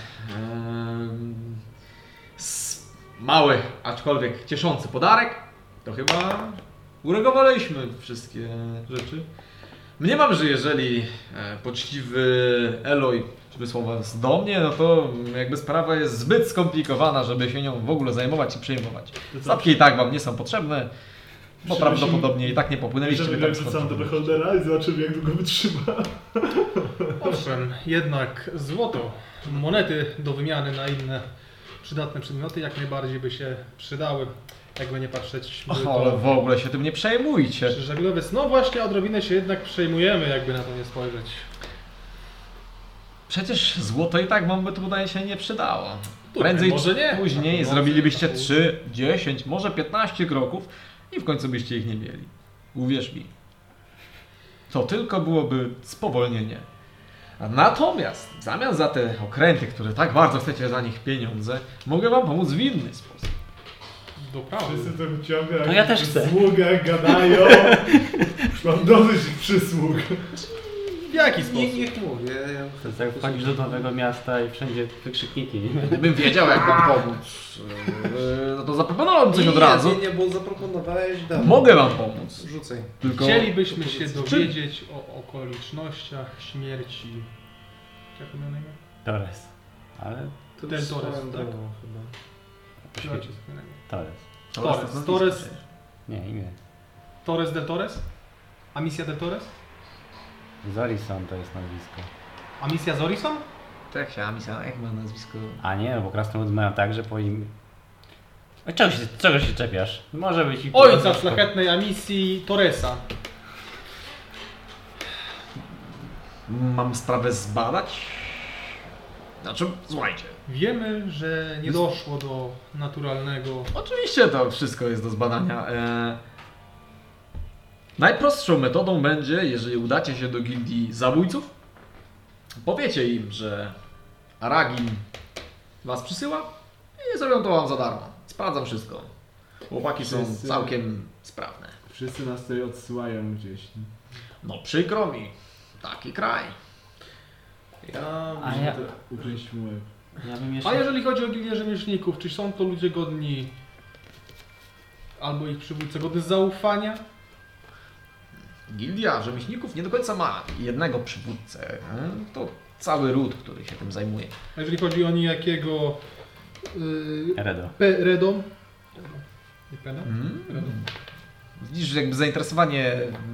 Speaker 1: mały, aczkolwiek cieszący podarek, to chyba Uregowaliśmy wszystkie
Speaker 5: Rzeczy?
Speaker 1: Mniemam, że jeżeli poczciwy Eloy wysłał was do mnie, no to jakby sprawa jest zbyt skomplikowana, żeby się nią w ogóle zajmować i przejmować. Statki i tak wam nie są potrzebne, bo prawdopodobnie i tak nie popłynęliście.
Speaker 5: Możemy grać sam do beholdera i zobaczymy, jak długo wytrzyma.
Speaker 2: Owszem, jednak złoto, monety do wymiany na inne przydatne przedmioty jak najbardziej by się przydały. Jakby nie patrzeć...
Speaker 1: Ale w ogóle się tym nie przejmujcie.
Speaker 2: Żaglowiec, no właśnie odrobinę się jednak przejmujemy, jakby na to nie spojrzeć.
Speaker 1: Przecież złoto i tak wam by tutaj się nie przydało. Prędzej
Speaker 2: może
Speaker 1: czy
Speaker 2: nie.
Speaker 1: później
Speaker 2: No,
Speaker 1: zrobilibyście
Speaker 2: może.
Speaker 1: 3, 10, może 15 kroków i w końcu byście ich nie mieli. Uwierz mi. To tylko byłoby spowolnienie. A natomiast w zamian za te okręty, które tak bardzo chcecie za nich pieniądze, mogę wam pomóc w inny sposób.
Speaker 2: Doprawdy.
Speaker 5: Wszyscy to ciągle
Speaker 3: No ja też chcę.
Speaker 5: w przysługach gadają. Już mam dosyć ich przysług.
Speaker 2: W jaki sposób?
Speaker 4: Niech mówię.
Speaker 3: To jest jak wchodzisz do nowego miasta i wszędzie wykrzykniki.
Speaker 1: Gdybym wiedział, jak wam pomóc, no to zaproponowałbym coś od razu.
Speaker 4: Nie, bo zaproponowałeś dawno.
Speaker 1: Mogę wam pomóc.
Speaker 4: Rzucaj.
Speaker 1: Tylko
Speaker 2: Chcielibyśmy się dowiedzieć o okolicznościach śmierci... Jak to miał na imię?
Speaker 3: Torres. Ale
Speaker 4: To
Speaker 2: Del
Speaker 4: jest
Speaker 2: Torres,
Speaker 4: swoją
Speaker 2: tak?
Speaker 4: drogą chyba.
Speaker 2: Przyjaciel wspólnego.
Speaker 3: Torres.
Speaker 2: Torres.
Speaker 3: Nie, imię.
Speaker 2: Torres del Torres? Amicia del Torres?
Speaker 3: Zorison to jest nazwisko.
Speaker 2: Amicia Zorison?
Speaker 1: Tak się, Amisa, jak ma nazwisko?
Speaker 3: A nie, bo krasnolud mają tak, że po im... A czego się czepiasz? Może być i...
Speaker 2: Ojca szlachetnej Amici Torresa.
Speaker 1: Mam sprawę zbadać? Znaczy, słuchajcie.
Speaker 2: Wiemy, że nie doszło do naturalnego...
Speaker 1: Oczywiście to wszystko jest do zbadania. Najprostszą metodą będzie, jeżeli udacie się do gildii zabójców, powiecie im, że Aragin was przysyła i zrobią to wam za darmo. Sprawdzam wszystko. Chłopaki są
Speaker 5: Wszyscy-
Speaker 1: całkiem sprawne.
Speaker 5: Wszyscy nas tutaj odsyłają gdzieś.
Speaker 1: No przykro mi. Taki kraj.
Speaker 3: A ja...
Speaker 5: Ukręcić mu łeb.
Speaker 3: Ja bym jeszcze...
Speaker 2: A jeżeli chodzi o gildię rzemieślników, czy są to ludzie godni... Albo ich przywódca godny zaufania?
Speaker 1: Gildia rzemieślników nie do końca ma jednego przywódcę. To cały ród, który się tym zajmuje.
Speaker 2: A jeżeli chodzi o niejakiego...
Speaker 3: Redo.
Speaker 2: Redo? Nie Pena? Redo.
Speaker 1: Widzisz, jakby zainteresowanie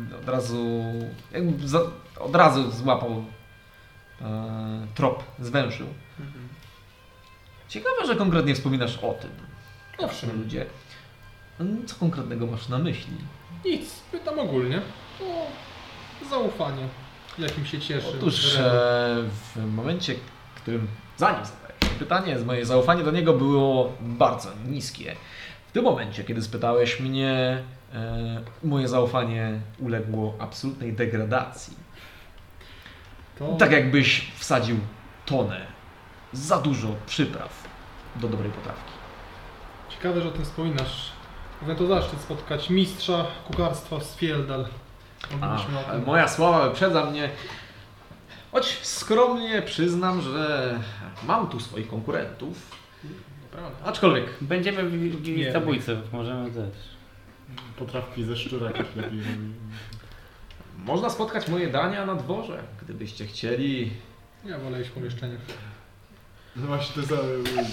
Speaker 1: od razu złapał trop, zwęszył. Ciekawe, że konkretnie wspominasz o tym.
Speaker 2: Owszem.
Speaker 1: Ludzie. Co konkretnego masz na myśli?
Speaker 2: Nic, pytam ogólnie. O zaufanie, jakim się cieszy.
Speaker 1: Otóż
Speaker 2: Redo.
Speaker 1: w momencie, w którym zanim zadałeś to pytanie, moje zaufanie do niego było bardzo niskie. W tym momencie, kiedy spytałeś mnie, moje zaufanie uległo absolutnej degradacji.
Speaker 2: To...
Speaker 1: Tak jakbyś wsadził tonę, za dużo przypraw do dobrej potrawki.
Speaker 2: Ciekawe, że o tym wspominasz. Powiem to zaszczyt spotkać mistrza kucharstwa z Fieldal. Moglibyśmy o tym...
Speaker 1: Moja sława wyprzedza mnie. Choć skromnie przyznam, że mam tu swoich konkurentów.
Speaker 2: Prawda.
Speaker 1: Aczkolwiek
Speaker 3: Będziemy w
Speaker 2: Nie.
Speaker 3: gildii zabójców, możemy też.
Speaker 5: Potrawki ze szczuraka lepiej robi.
Speaker 1: można spotkać moje dania na dworze, gdybyście chcieli.
Speaker 2: Ja wolę iść w pomieszczenie.
Speaker 5: No właśnie to za...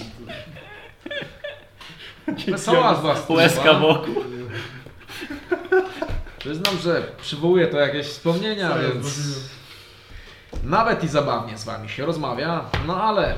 Speaker 1: Wesoła z was
Speaker 3: Łezka
Speaker 1: służba.
Speaker 3: wokół.
Speaker 1: Przyznam, że przywołuje to jakieś wspomnienia, więc nawet i zabawnie z wami się rozmawia, no ale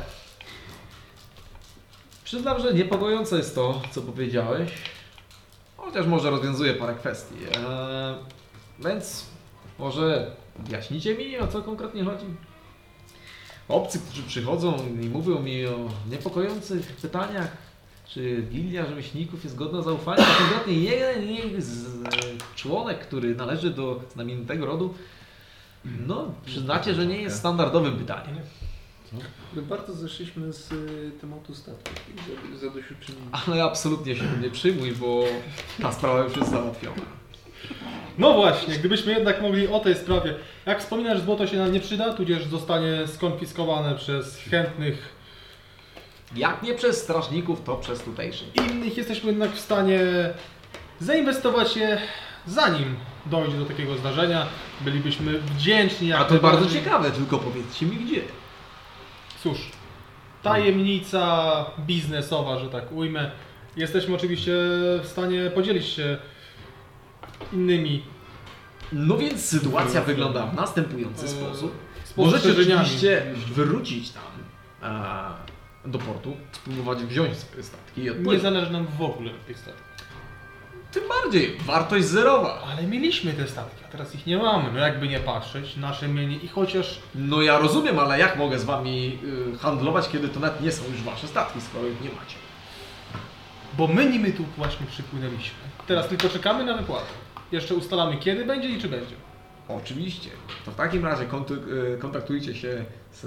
Speaker 1: przyznam, że niepokojące jest to, co powiedziałeś, chociaż może rozwiązuje parę kwestii, więc może wyjaśnicie mi, o co konkretnie chodzi? Obcy, którzy przychodzą i mówią mi o niepokojących pytaniach, czy gildia rzemieślników jest godna zaufania, a konkretnie jeden członek, który należy do znamienitego rodu, no przyznacie, że nie jest standardowym pytaniem.
Speaker 4: My bardzo zeszliśmy z tematu statków i zadośćuczynienia.
Speaker 1: Ale absolutnie się tym nie przyjmuj, bo ta sprawa już jest załatwiona.
Speaker 2: No właśnie, gdybyśmy jednak mogli o tej sprawie. Jak wspominasz, złoto się nam nie przyda, tudzież zostanie skonfiskowane przez chętnych
Speaker 1: Jak nie przez strażników, to przez tutejszych.
Speaker 2: innych. Jesteśmy jednak w stanie zainwestować je zanim dojdzie do takiego zdarzenia, bylibyśmy wdzięczni jak
Speaker 1: A to bardzo
Speaker 2: najbardziej.
Speaker 1: ciekawe, tylko powiedzcie mi gdzie.
Speaker 2: Cóż, tajemnica biznesowa, że tak ujmę. Jesteśmy oczywiście w stanie podzielić się innymi
Speaker 1: No więc sytuacja wygląda w następujący sposób. Możecie
Speaker 2: spostrzeżeniami.
Speaker 1: rzeczywiście wrócić tam do portu, spróbować wziąć swoje statki i
Speaker 2: Nie
Speaker 1: odpłynąć.
Speaker 2: zależy nam w ogóle od tych statków.
Speaker 1: Tym bardziej, wartość zerowa.
Speaker 2: Ale mieliśmy te statki, a teraz ich nie mamy. No jakby nie patrzeć, nasze mienie i chociaż
Speaker 1: No ja rozumiem, ale jak mogę z wami handlować, kiedy to nawet nie są już wasze statki, skoro ich nie macie?
Speaker 2: bo my nimi tu właśnie przypłynęliśmy. Teraz tylko czekamy na wypłatę. Jeszcze ustalamy kiedy będzie i czy będzie.
Speaker 1: Oczywiście. To w takim razie kontaktujcie się z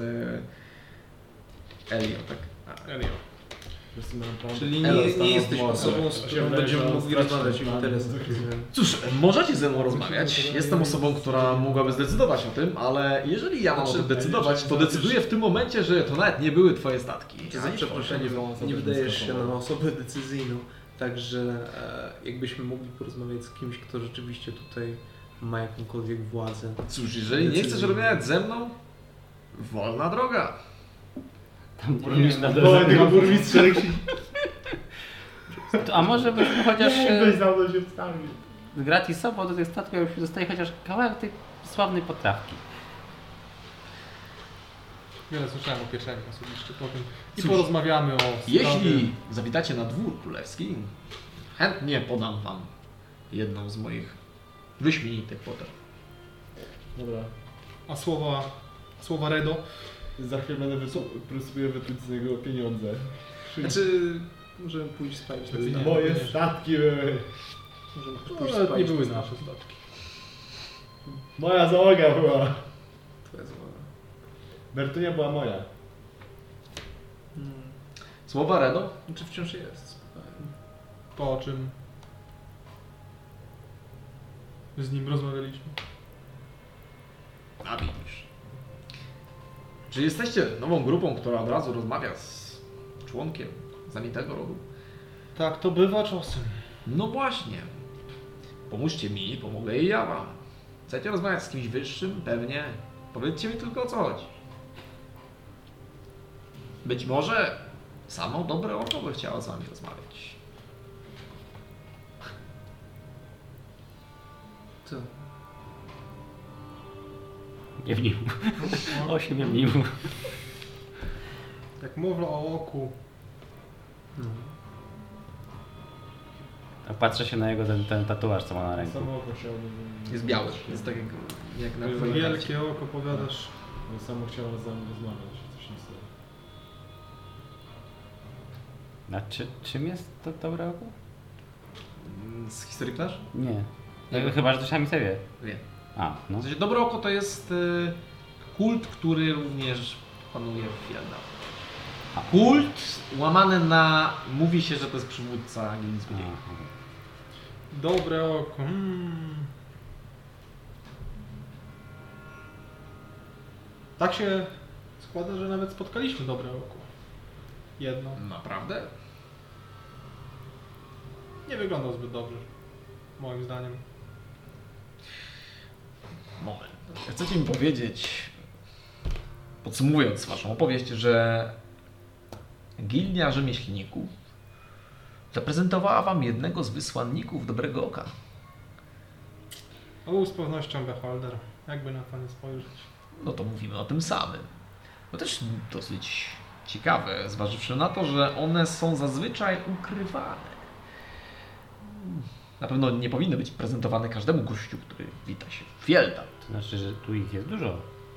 Speaker 1: Elio, tak?
Speaker 2: Elio.
Speaker 4: Czyli
Speaker 1: Elo
Speaker 4: nie jesteś osobą, z którą będziemy mogli rozmawiać o interesach.
Speaker 1: Cóż, możecie ze mną rozmawiać. Jestem osobą, która mogłaby zdecydować o tym, ale jeżeli ja mam o tym decydować, to decyduję w tym momencie, że to nawet nie były twoje statki.
Speaker 4: Za przeproszeniem, nie wydajesz się na osobę decyzyjną, także jakbyśmy mogli porozmawiać z kimś, kto rzeczywiście tutaj ma jakąkolwiek władzę.
Speaker 1: Cóż, jeżeli nie chcesz rozmawiać ze mną, wolna droga.
Speaker 3: Tam burmistrz na
Speaker 5: Wołaj tego burmistrza, jak się
Speaker 3: A może byśmy chociaż
Speaker 5: ktoś za mną się wstawi.
Speaker 3: gratisowo do tych statków już dostali chociaż kawałek tej sławnej potrawki.
Speaker 2: Wiele słyszałem o pieczeniu osobiście po tym. I
Speaker 1: Cóż,
Speaker 2: porozmawiamy o
Speaker 1: Jeśli zawitacie na dwór królewski, chętnie podam wam jedną z moich wyśmienitych potraw.
Speaker 5: Dobra.
Speaker 2: A słowa Redo.
Speaker 5: Za chwilę będę próbuję wytłuc z niego pieniądze.
Speaker 4: Znaczy, możemy pójść spalić te statki.
Speaker 5: Moje statki były.
Speaker 4: Możemy
Speaker 2: No,
Speaker 4: pójść
Speaker 2: nawet nie
Speaker 4: spalić
Speaker 2: były
Speaker 4: te
Speaker 2: nasze statki.
Speaker 5: Moja załoga była.
Speaker 4: Twoja zabawa.
Speaker 5: Bertunia była moja.
Speaker 1: Słowa Redo?
Speaker 4: Znaczy wciąż jest. spokojnie.
Speaker 2: Po czym z nim rozmawialiśmy.
Speaker 1: A widzisz. Czy jesteście nową grupą, która od razu rozmawia z członkiem zanitego rodu?
Speaker 2: Tak to bywa czasem.
Speaker 1: No właśnie. Pomóżcie mi, pomogę i ja wam. Chcecie rozmawiać z kimś wyższym? Pewnie. Powiedzcie mi tylko o co chodzi. Być może samo dobre oko by chciało z wami rozmawiać.
Speaker 4: Co?
Speaker 3: Nie w nim. 8 w nim.
Speaker 2: Jak mówię o oku,
Speaker 4: No.
Speaker 3: A patrzę się na jego ten tatuaż, co ma na ręku.
Speaker 5: Samo oko chciałbym.
Speaker 1: Jest biały. Jest tak jak na
Speaker 5: Jest
Speaker 1: twojej
Speaker 2: wielkie oko powiadasz.
Speaker 5: Samo chciałem z nami rozmawiać. Coś nie stało.
Speaker 3: A czym jest to dobre oko?
Speaker 1: Z historii plaż?
Speaker 3: Nie. Chyba, że to sami sobie.
Speaker 1: Wiem.
Speaker 3: A, no.
Speaker 1: W sensie dobre oko to jest kult, który również panuje w Fjelda. Kult łamany na... Mówi się, że to jest przywódca Gildii Złodziejów.
Speaker 2: Dobre oko. Tak się składa, że nawet spotkaliśmy dobre oko. Jedno.
Speaker 1: Naprawdę?
Speaker 2: Nie wyglądał zbyt dobrze. Moim zdaniem.
Speaker 1: Moment. Chcecie mi powiedzieć, podsumowując waszą opowieść, że Gildia Rzemieślników zaprezentowała wam jednego z wysłanników Dobrego Oka.
Speaker 2: Był z pewnością beholder. Jakby na to nie spojrzeć.
Speaker 1: No to mówimy o tym samym. To też dosyć ciekawe, zważywszy na to, że one są zazwyczaj ukrywane. Na pewno nie powinny być prezentowane każdemu gościu, który wita się w Fjelda.
Speaker 3: To znaczy, że tu ich jest dużo.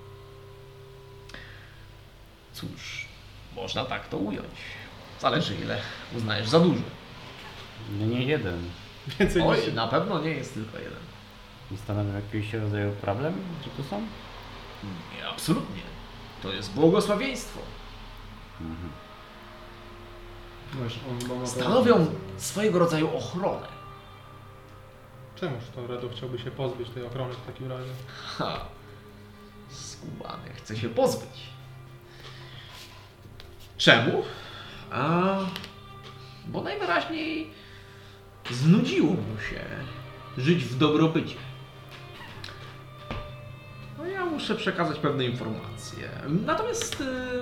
Speaker 1: Cóż, można tak to ująć. Zależy ile uznajesz za dużo.
Speaker 3: No nie jeden.
Speaker 2: Więcej
Speaker 1: Oj,
Speaker 2: niż...
Speaker 1: na pewno nie jest tylko jeden.
Speaker 3: Nie stanowią jakiegoś rodzaju problem, że tu są?
Speaker 1: Nie, absolutnie. To jest błogosławieństwo. Stanowią swojego rodzaju ochronę.
Speaker 2: Czemuż to Redo chciałby się pozbyć tej ochrony w takim razie?
Speaker 1: Ha! Skubany chce się pozbyć. Czemu? Bo najwyraźniej znudziło mu się żyć w dobrobycie. No ja muszę przekazać pewne informacje. Natomiast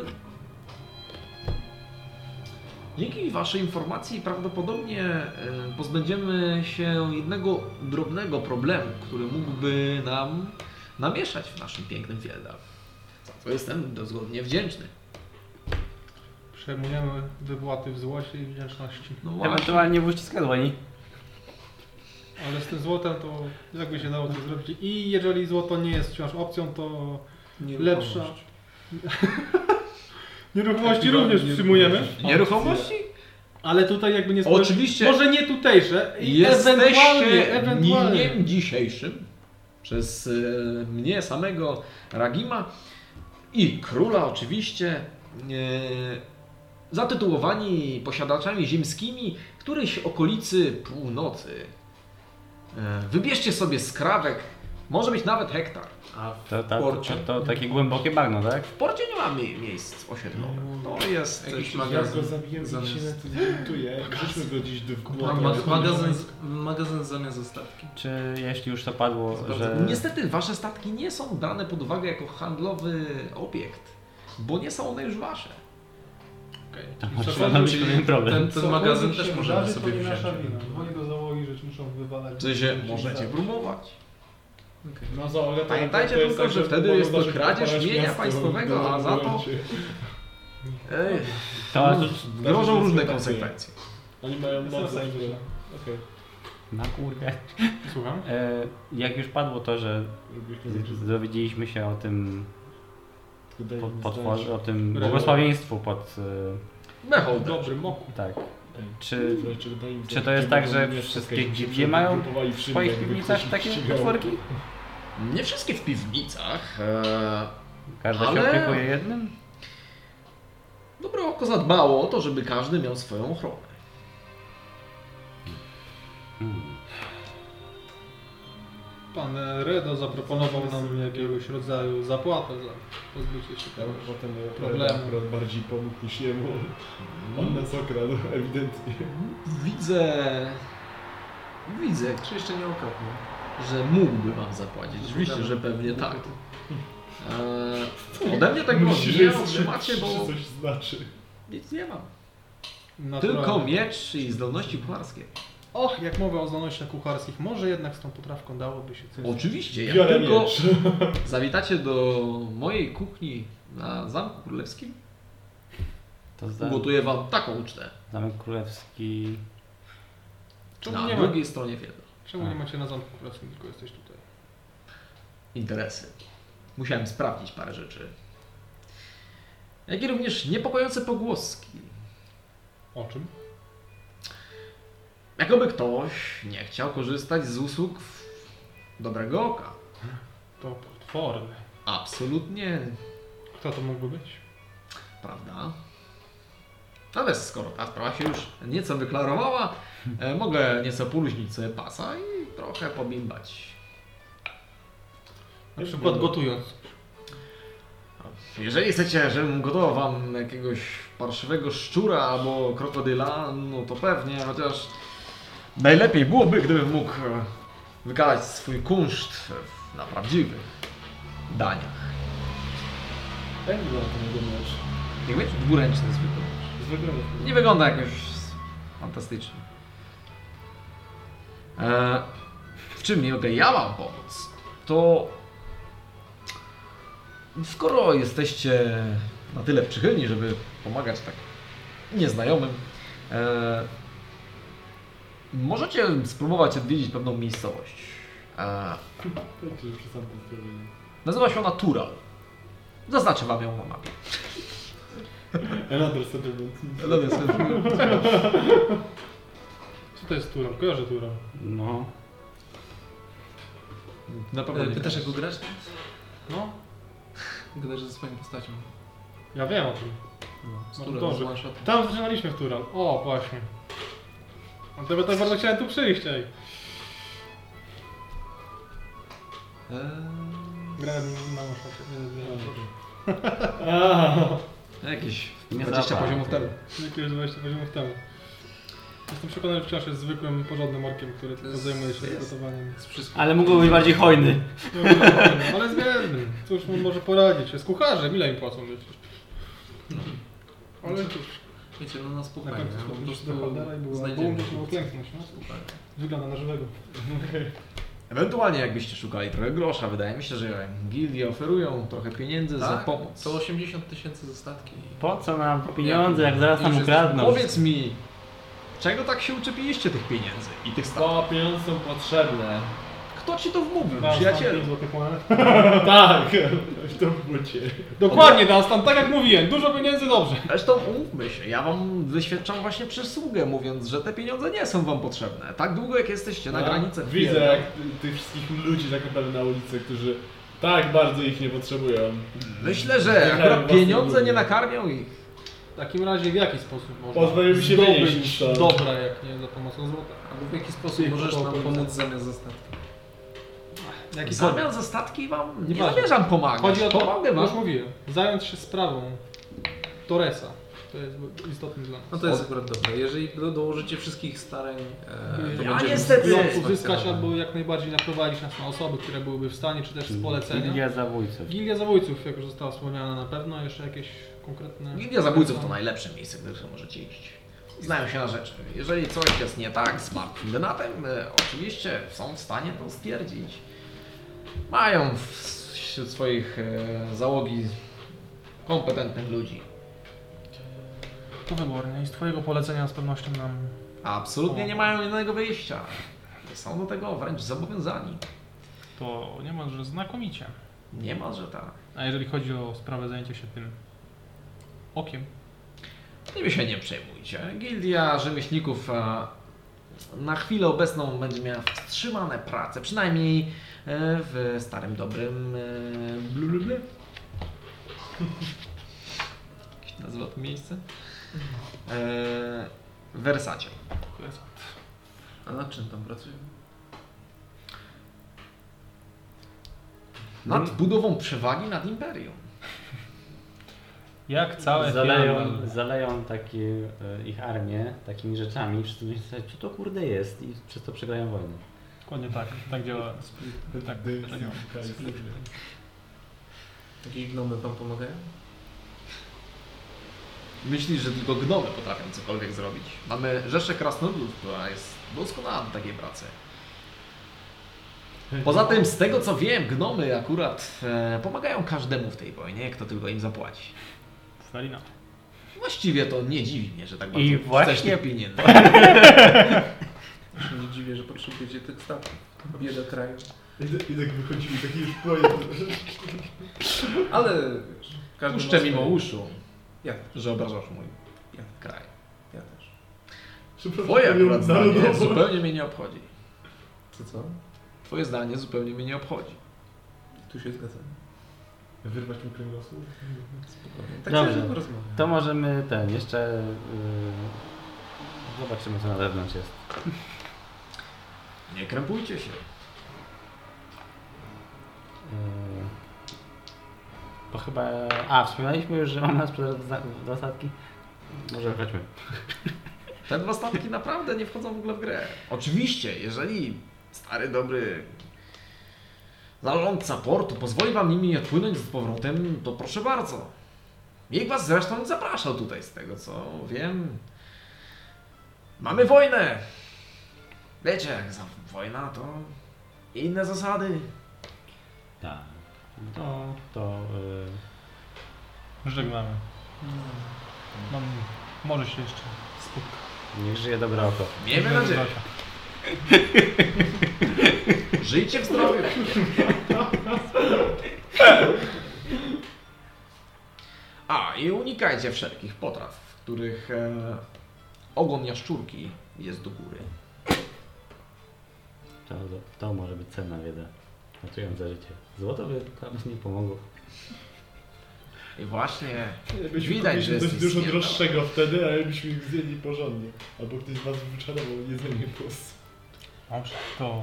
Speaker 1: dzięki waszej informacji prawdopodobnie pozbędziemy się jednego drobnego problemu, który mógłby nam namieszać w naszym pięknym Fieldach. Za co jestem dozgodnie wdzięczny.
Speaker 2: Przejmujemy wypłaty w złocie i wdzięczności.
Speaker 1: No właśnie.
Speaker 3: Ewentualnie w uściskach dłoni.
Speaker 2: Ale z tym złotem to jakby się dało to zrobić. I jeżeli złoto nie jest wciąż opcją, to lepsza. Nieruchomości również przyjmujemy.
Speaker 1: Nieruchomości?
Speaker 2: Ale tutaj jakby nie
Speaker 1: Oczywiście.
Speaker 2: Może nie tutejsze.
Speaker 1: Jesteście
Speaker 2: Ewentualnie.
Speaker 1: dniem dzisiejszym przez mnie samego Ragima i króla oczywiście zatytułowani posiadaczami ziemskimi którejś okolicy północy. Wybierzcie sobie skrawek, może być nawet hektar.
Speaker 4: A
Speaker 3: To takie głębokie bagno, tak?
Speaker 1: W porcie nie ma miejsc osiedlowych. To jest
Speaker 4: jakiś
Speaker 5: Jak
Speaker 4: magazyn.
Speaker 5: go zabijemy,
Speaker 4: zamiast-
Speaker 5: się na to zbuntuje. Wrzućmy go gdzieś do
Speaker 4: Magazyn zamiast ostatki.
Speaker 3: Czy jeśli już to padło,
Speaker 4: Bardzo-
Speaker 3: że...
Speaker 1: Niestety wasze statki nie są brane pod uwagę jako handlowy obiekt, bo nie są one już wasze.
Speaker 3: To
Speaker 2: I
Speaker 3: może
Speaker 2: czasami,
Speaker 3: być pewien problem.
Speaker 4: Ten magazyn też
Speaker 2: się
Speaker 4: możemy
Speaker 2: wydarzy,
Speaker 4: sobie
Speaker 2: to nie
Speaker 4: wziąć.
Speaker 2: nasza wina. Dwoje do załogi rzecz muszą wywalać.
Speaker 1: W sensie możecie próbować.
Speaker 5: No załoga to
Speaker 1: Pamiętajcie
Speaker 5: to jest
Speaker 1: tylko,
Speaker 5: tak,
Speaker 1: że wtedy
Speaker 5: mogą
Speaker 1: jest to
Speaker 5: naszych
Speaker 1: kradzież
Speaker 5: poparać
Speaker 1: mienia
Speaker 5: miasto
Speaker 1: państwowego, a za to-
Speaker 5: momencie.
Speaker 3: To
Speaker 1: Grożą różne konsekwencje.
Speaker 5: Oni mają moc
Speaker 2: Sensacja.
Speaker 5: zagrożenia. Okej.
Speaker 3: na kurkę.
Speaker 2: Słucham?
Speaker 3: Jak już padło to, że dowiedzieliśmy się o tym o tym błogosławieństwu pod...
Speaker 1: Beholder.
Speaker 2: Dobry moku.
Speaker 3: tak. Czy to jest tak, że wszystkie gildie mają w swoich piwnicach takie potworki?
Speaker 1: Nie wszystkie w piwnicach.
Speaker 3: Każda się
Speaker 1: Ale-
Speaker 3: opiekuje jednym?
Speaker 1: Dobre oko zadbało o to, żeby każdy miał swoją ochronę.
Speaker 2: Pan Redo zaproponował nam jakiegoś rodzaju zapłatę za pozbycie się tego.
Speaker 5: Potem
Speaker 2: Problemu.
Speaker 5: akurat bardziej pomógł niż jemu. On nas okradł, ewidentnie.
Speaker 1: Widzę,
Speaker 4: Czy jeszcze nie okropnie?
Speaker 1: że mógłby wam zapłacić. Rzeczywiście, że pewnie tak. Ode mnie tego nie otrzymacie, bo
Speaker 5: Czy coś znaczy.
Speaker 1: nic nie mam.
Speaker 2: Naturalnie.
Speaker 1: Tylko miecz i zdolności kucharskie.
Speaker 2: Och, jak mowa o zdolnościach kucharskich, może jednak z tą potrawką dałoby się coś.
Speaker 1: Oczywiście, jak
Speaker 5: Biorę
Speaker 1: tylko
Speaker 5: miecz.
Speaker 1: zawitacie do mojej kuchni na Zamku Królewskim,
Speaker 3: To
Speaker 1: ugotuję wam taką ucztę
Speaker 3: Zamek Królewski...
Speaker 2: Czemu
Speaker 1: na
Speaker 2: nie ma?
Speaker 1: drugiej stronie Fielda.
Speaker 2: Czemu nie macie na Zamku Królewskim, tylko jesteś tutaj?
Speaker 1: Interesy. Musiałem sprawdzić parę rzeczy. Jak i również niepokojące pogłoski.
Speaker 2: O czym?
Speaker 1: Jakoby ktoś nie chciał korzystać z usług dobrego oka.
Speaker 2: To potworne.
Speaker 1: Absolutnie,
Speaker 2: Kto to mógłby być?
Speaker 1: prawda? Natomiast skoro ta sprawa się już nieco wyklarowała, mogę nieco poluźnić sobie pasa i trochę pobimbać.
Speaker 2: Na przykład gotując.
Speaker 1: Jeżeli chcecie, żebym gotował wam jakiegoś parszywego szczura albo krokodyla, no to pewnie, chociaż najlepiej byłoby, gdybym mógł wykazać swój kunszt na prawdziwych daniach.
Speaker 5: Jak wygląda ten jego miecz?
Speaker 1: Jak wiecie, dwuręczny zwykły.
Speaker 5: Zwykle
Speaker 1: Nie wygląda jakoś fantastycznie. W czym nie mogę ja wam pomóc, to skoro jesteście na tyle przychylni, żeby pomagać tak nieznajomym, możecie spróbować odwiedzić pewną miejscowość.
Speaker 5: Wiecie, że przesadzam to zrobienie.
Speaker 1: Nazywa się ona Tural. Zaznaczę wam ją na mapie.
Speaker 5: Another settlement.
Speaker 2: Co to jest Turam? Kojarzę Turam.
Speaker 3: No...
Speaker 1: Na pewno nie
Speaker 4: Pytasz jak go grać?
Speaker 2: No,
Speaker 4: Gadasz ze swoją postacią.
Speaker 2: ja wiem o tym.
Speaker 4: Z
Speaker 2: No
Speaker 4: którą
Speaker 2: dobrze.
Speaker 4: z one shot.
Speaker 2: Tam zaczynaliśmy w Turam. O, właśnie. A to tak bardzo chciałem tu przyjść, ej. Grałem na maszacie,
Speaker 1: Jakieś
Speaker 3: Nie
Speaker 1: 20
Speaker 3: zapach.
Speaker 1: poziomów temu.
Speaker 2: Jakieś 20 poziomów temu. Jestem przekonany, że wciąż jest zwykłym, porządnym orkiem, który tylko zajmuje się
Speaker 4: jest.
Speaker 2: gotowaniem.
Speaker 4: Jest wszystko.
Speaker 3: Ale mógłby być bardziej hojny.
Speaker 2: Ale jest biedny. Cóż mu może poradzić? Jest kucharzem, ile im płacą myślisz? Ale cóż,
Speaker 4: Wiecie, no na
Speaker 2: na
Speaker 4: spokojnie.
Speaker 2: końcu
Speaker 4: Po
Speaker 2: skończysz
Speaker 4: prostu
Speaker 2: do Holdera i było
Speaker 4: znajdziemy
Speaker 2: album,
Speaker 4: się.
Speaker 2: to uklęknąć, no? Wygląda na żywego.
Speaker 1: Ewentualnie jakbyście szukali trochę grosza, wydaje mi się, że gildie oferują trochę pieniędzy za
Speaker 4: Tak?
Speaker 1: pomoc.
Speaker 4: To 80 000 za statki.
Speaker 3: Po co nam pieniądze, jak zaraz nam
Speaker 4: Już
Speaker 3: ukradną?
Speaker 1: Powiedz mi, czego tak się uczepiliście tych pieniędzy i tych statków?
Speaker 5: Bo pieniądze są potrzebne.
Speaker 1: Kto ci to wmówił,
Speaker 2: Dał
Speaker 1: przyjacielu?
Speaker 2: stan 5 złotych monet.
Speaker 5: Tak, to w bucie.
Speaker 2: Dokładnie, Dunstan, tak jak mówiłem, dużo pieniędzy dobrze.
Speaker 1: Zresztą umówmy się, ja wam wyświadczam właśnie przysługę, mówiąc, że te pieniądze nie są wam potrzebne. Tak długo jak jesteście na granicy.
Speaker 5: Widzę jak tych wszystkich ludzi tak naprawdę na ulicy, którzy tak bardzo ich nie potrzebują.
Speaker 1: Myślę, że
Speaker 5: Zbierają
Speaker 1: akurat
Speaker 5: własne
Speaker 1: pieniądze
Speaker 5: ludy.
Speaker 1: nie nakarmią ich.
Speaker 2: W takim razie w jaki sposób można
Speaker 5: Pozwolimy się
Speaker 2: zdobyć
Speaker 5: wynieść stąd.
Speaker 2: dobra, jak nie za pomocą złota?
Speaker 4: Albo w jaki sposób możesz nam pomóc zamiast za statki?
Speaker 2: W jaki
Speaker 1: Zamiast za statki wam nie
Speaker 2: Nieważne.
Speaker 1: zamierzam pomagać.
Speaker 2: Chodzi o to,
Speaker 1: Pomogę wam.
Speaker 2: już mówiłem, zająć się sprawą Torresa. To jest istotne dla nas.
Speaker 4: No to jest akurat dobre. Jeżeli dołożycie wszystkich starań, to
Speaker 1: Ja
Speaker 4: będziemy
Speaker 1: niestety-
Speaker 2: Lub
Speaker 4: satysfakcjonować.
Speaker 2: uzyskać albo jak najbardziej naprowadzić nas na osoby, które byłyby w stanie, czy też z polecenia.
Speaker 3: Gildia zabójców.
Speaker 2: Gildia zabójców, jak już została wspomniana na pewno, jeszcze jakieś konkretne...
Speaker 1: Gildia zabójców to najlepsze miejsce, gdzie możecie iść. Znają się na rzeczy. Jeżeli coś jest nie tak z martwym denatem, oczywiście są w stanie to stwierdzić. Mają wśród swoich załogi kompetentnych ludzi.
Speaker 2: To wybornie i z twojego polecenia z pewnością nam...
Speaker 1: Absolutnie nie mają innego wyjścia. Są do tego wręcz zobowiązani.
Speaker 2: To niemalże znakomicie.
Speaker 1: Niemalże tak.
Speaker 2: A jeżeli chodzi o sprawę zajęcia się tym okiem,
Speaker 1: Wy się nie przejmujcie. Gildia rzemieślników na chwilę obecną będzie miała wstrzymane prace, przynajmniej w starym, dobrym blablabla. Jak się nazywa to miejsce? W Wersacie.
Speaker 2: to jest...
Speaker 4: A nad czym tam pracują?
Speaker 1: Nad budową przewagi nad Imperium.
Speaker 2: Jak całe
Speaker 3: Zaleją takie ich armię takimi rzeczami i wszyscy myślą, co to kurde jest i przez to przegrają wojnę.
Speaker 2: Dokładnie tak, tak działa. Tak, to działa.
Speaker 4: Jakieś gnomy wam pomagają?
Speaker 1: Myślisz, że tylko gnomy potrafią cokolwiek zrobić. Mamy rzeszę krasnoludów, która jest doskonała do takiej pracy. Poza tym, z tego co wiem, gnomy akurat pomagają każdemu w tej wojnie, kto tylko im zapłaci.
Speaker 2: Starina.
Speaker 1: Właściwie to nie dziwi mnie, że tak bardzo
Speaker 3: I właśnie-
Speaker 1: chcesz tych pieniędzy.
Speaker 4: Ja się nie dziwię, że potrzebujecie tych statków. Bieda kraju.
Speaker 5: I tak wychodzili taki już projekt.
Speaker 4: Ale wiesz, każdy
Speaker 1: Puszczę
Speaker 4: ma
Speaker 1: mimo
Speaker 4: swoje.
Speaker 1: uszu,
Speaker 4: Ja,
Speaker 1: że obrażasz mój
Speaker 4: ja,
Speaker 1: kraj.
Speaker 4: ja też.
Speaker 1: Twoje akurat zdanie zupełnie mnie nie obchodzi.
Speaker 4: Co?
Speaker 1: Twoje zdanie zupełnie mnie nie obchodzi.
Speaker 4: Tu się zgadzamy.
Speaker 5: Wyrwać mi kręgosłup?
Speaker 4: Spokojnie. Tak
Speaker 3: Dobrze.
Speaker 4: sobie porozmawiam.
Speaker 3: To możemy jeszcze zobaczymy co na zewnątrz jest.
Speaker 1: Nie krępujcie się.
Speaker 3: Bo chyba... A, wspominaliśmy już, że mam nas sprzedać do statki? Może chodźmy.
Speaker 1: Te dwa statki naprawdę nie wchodzą w ogóle w grę. Oczywiście, jeżeli stary, dobry zarządca portu pozwoli wam nimi odpłynąć z powrotem, to proszę bardzo. Niech was zresztą nie zapraszał tutaj, z tego co wiem. Mamy wojnę. Wiecie, jak za wojna to inne zasady.
Speaker 3: Tak. To
Speaker 2: Żegnamy. No, może się jeszcze spotka.
Speaker 3: niech żyje dobre oko.
Speaker 1: Miejmy nadzieję. Żyjcie w zdrowiu. A, i unikajcie wszelkich potraw, w których ogon jaszczurki jest do góry.
Speaker 3: To może być cenna wiedza. Ratująca życie. Złoto by tam nie pomogło.
Speaker 1: I właśnie
Speaker 5: Byśmy
Speaker 1: widać,
Speaker 5: kupili
Speaker 1: że
Speaker 5: coś
Speaker 1: jest
Speaker 5: dużo
Speaker 1: istnienie.
Speaker 5: droższego wtedy, ale byśmy ich zjedli porządnie. Albo ktoś z was wyczarował jedzenie po prostu.
Speaker 2: Dobrze, to...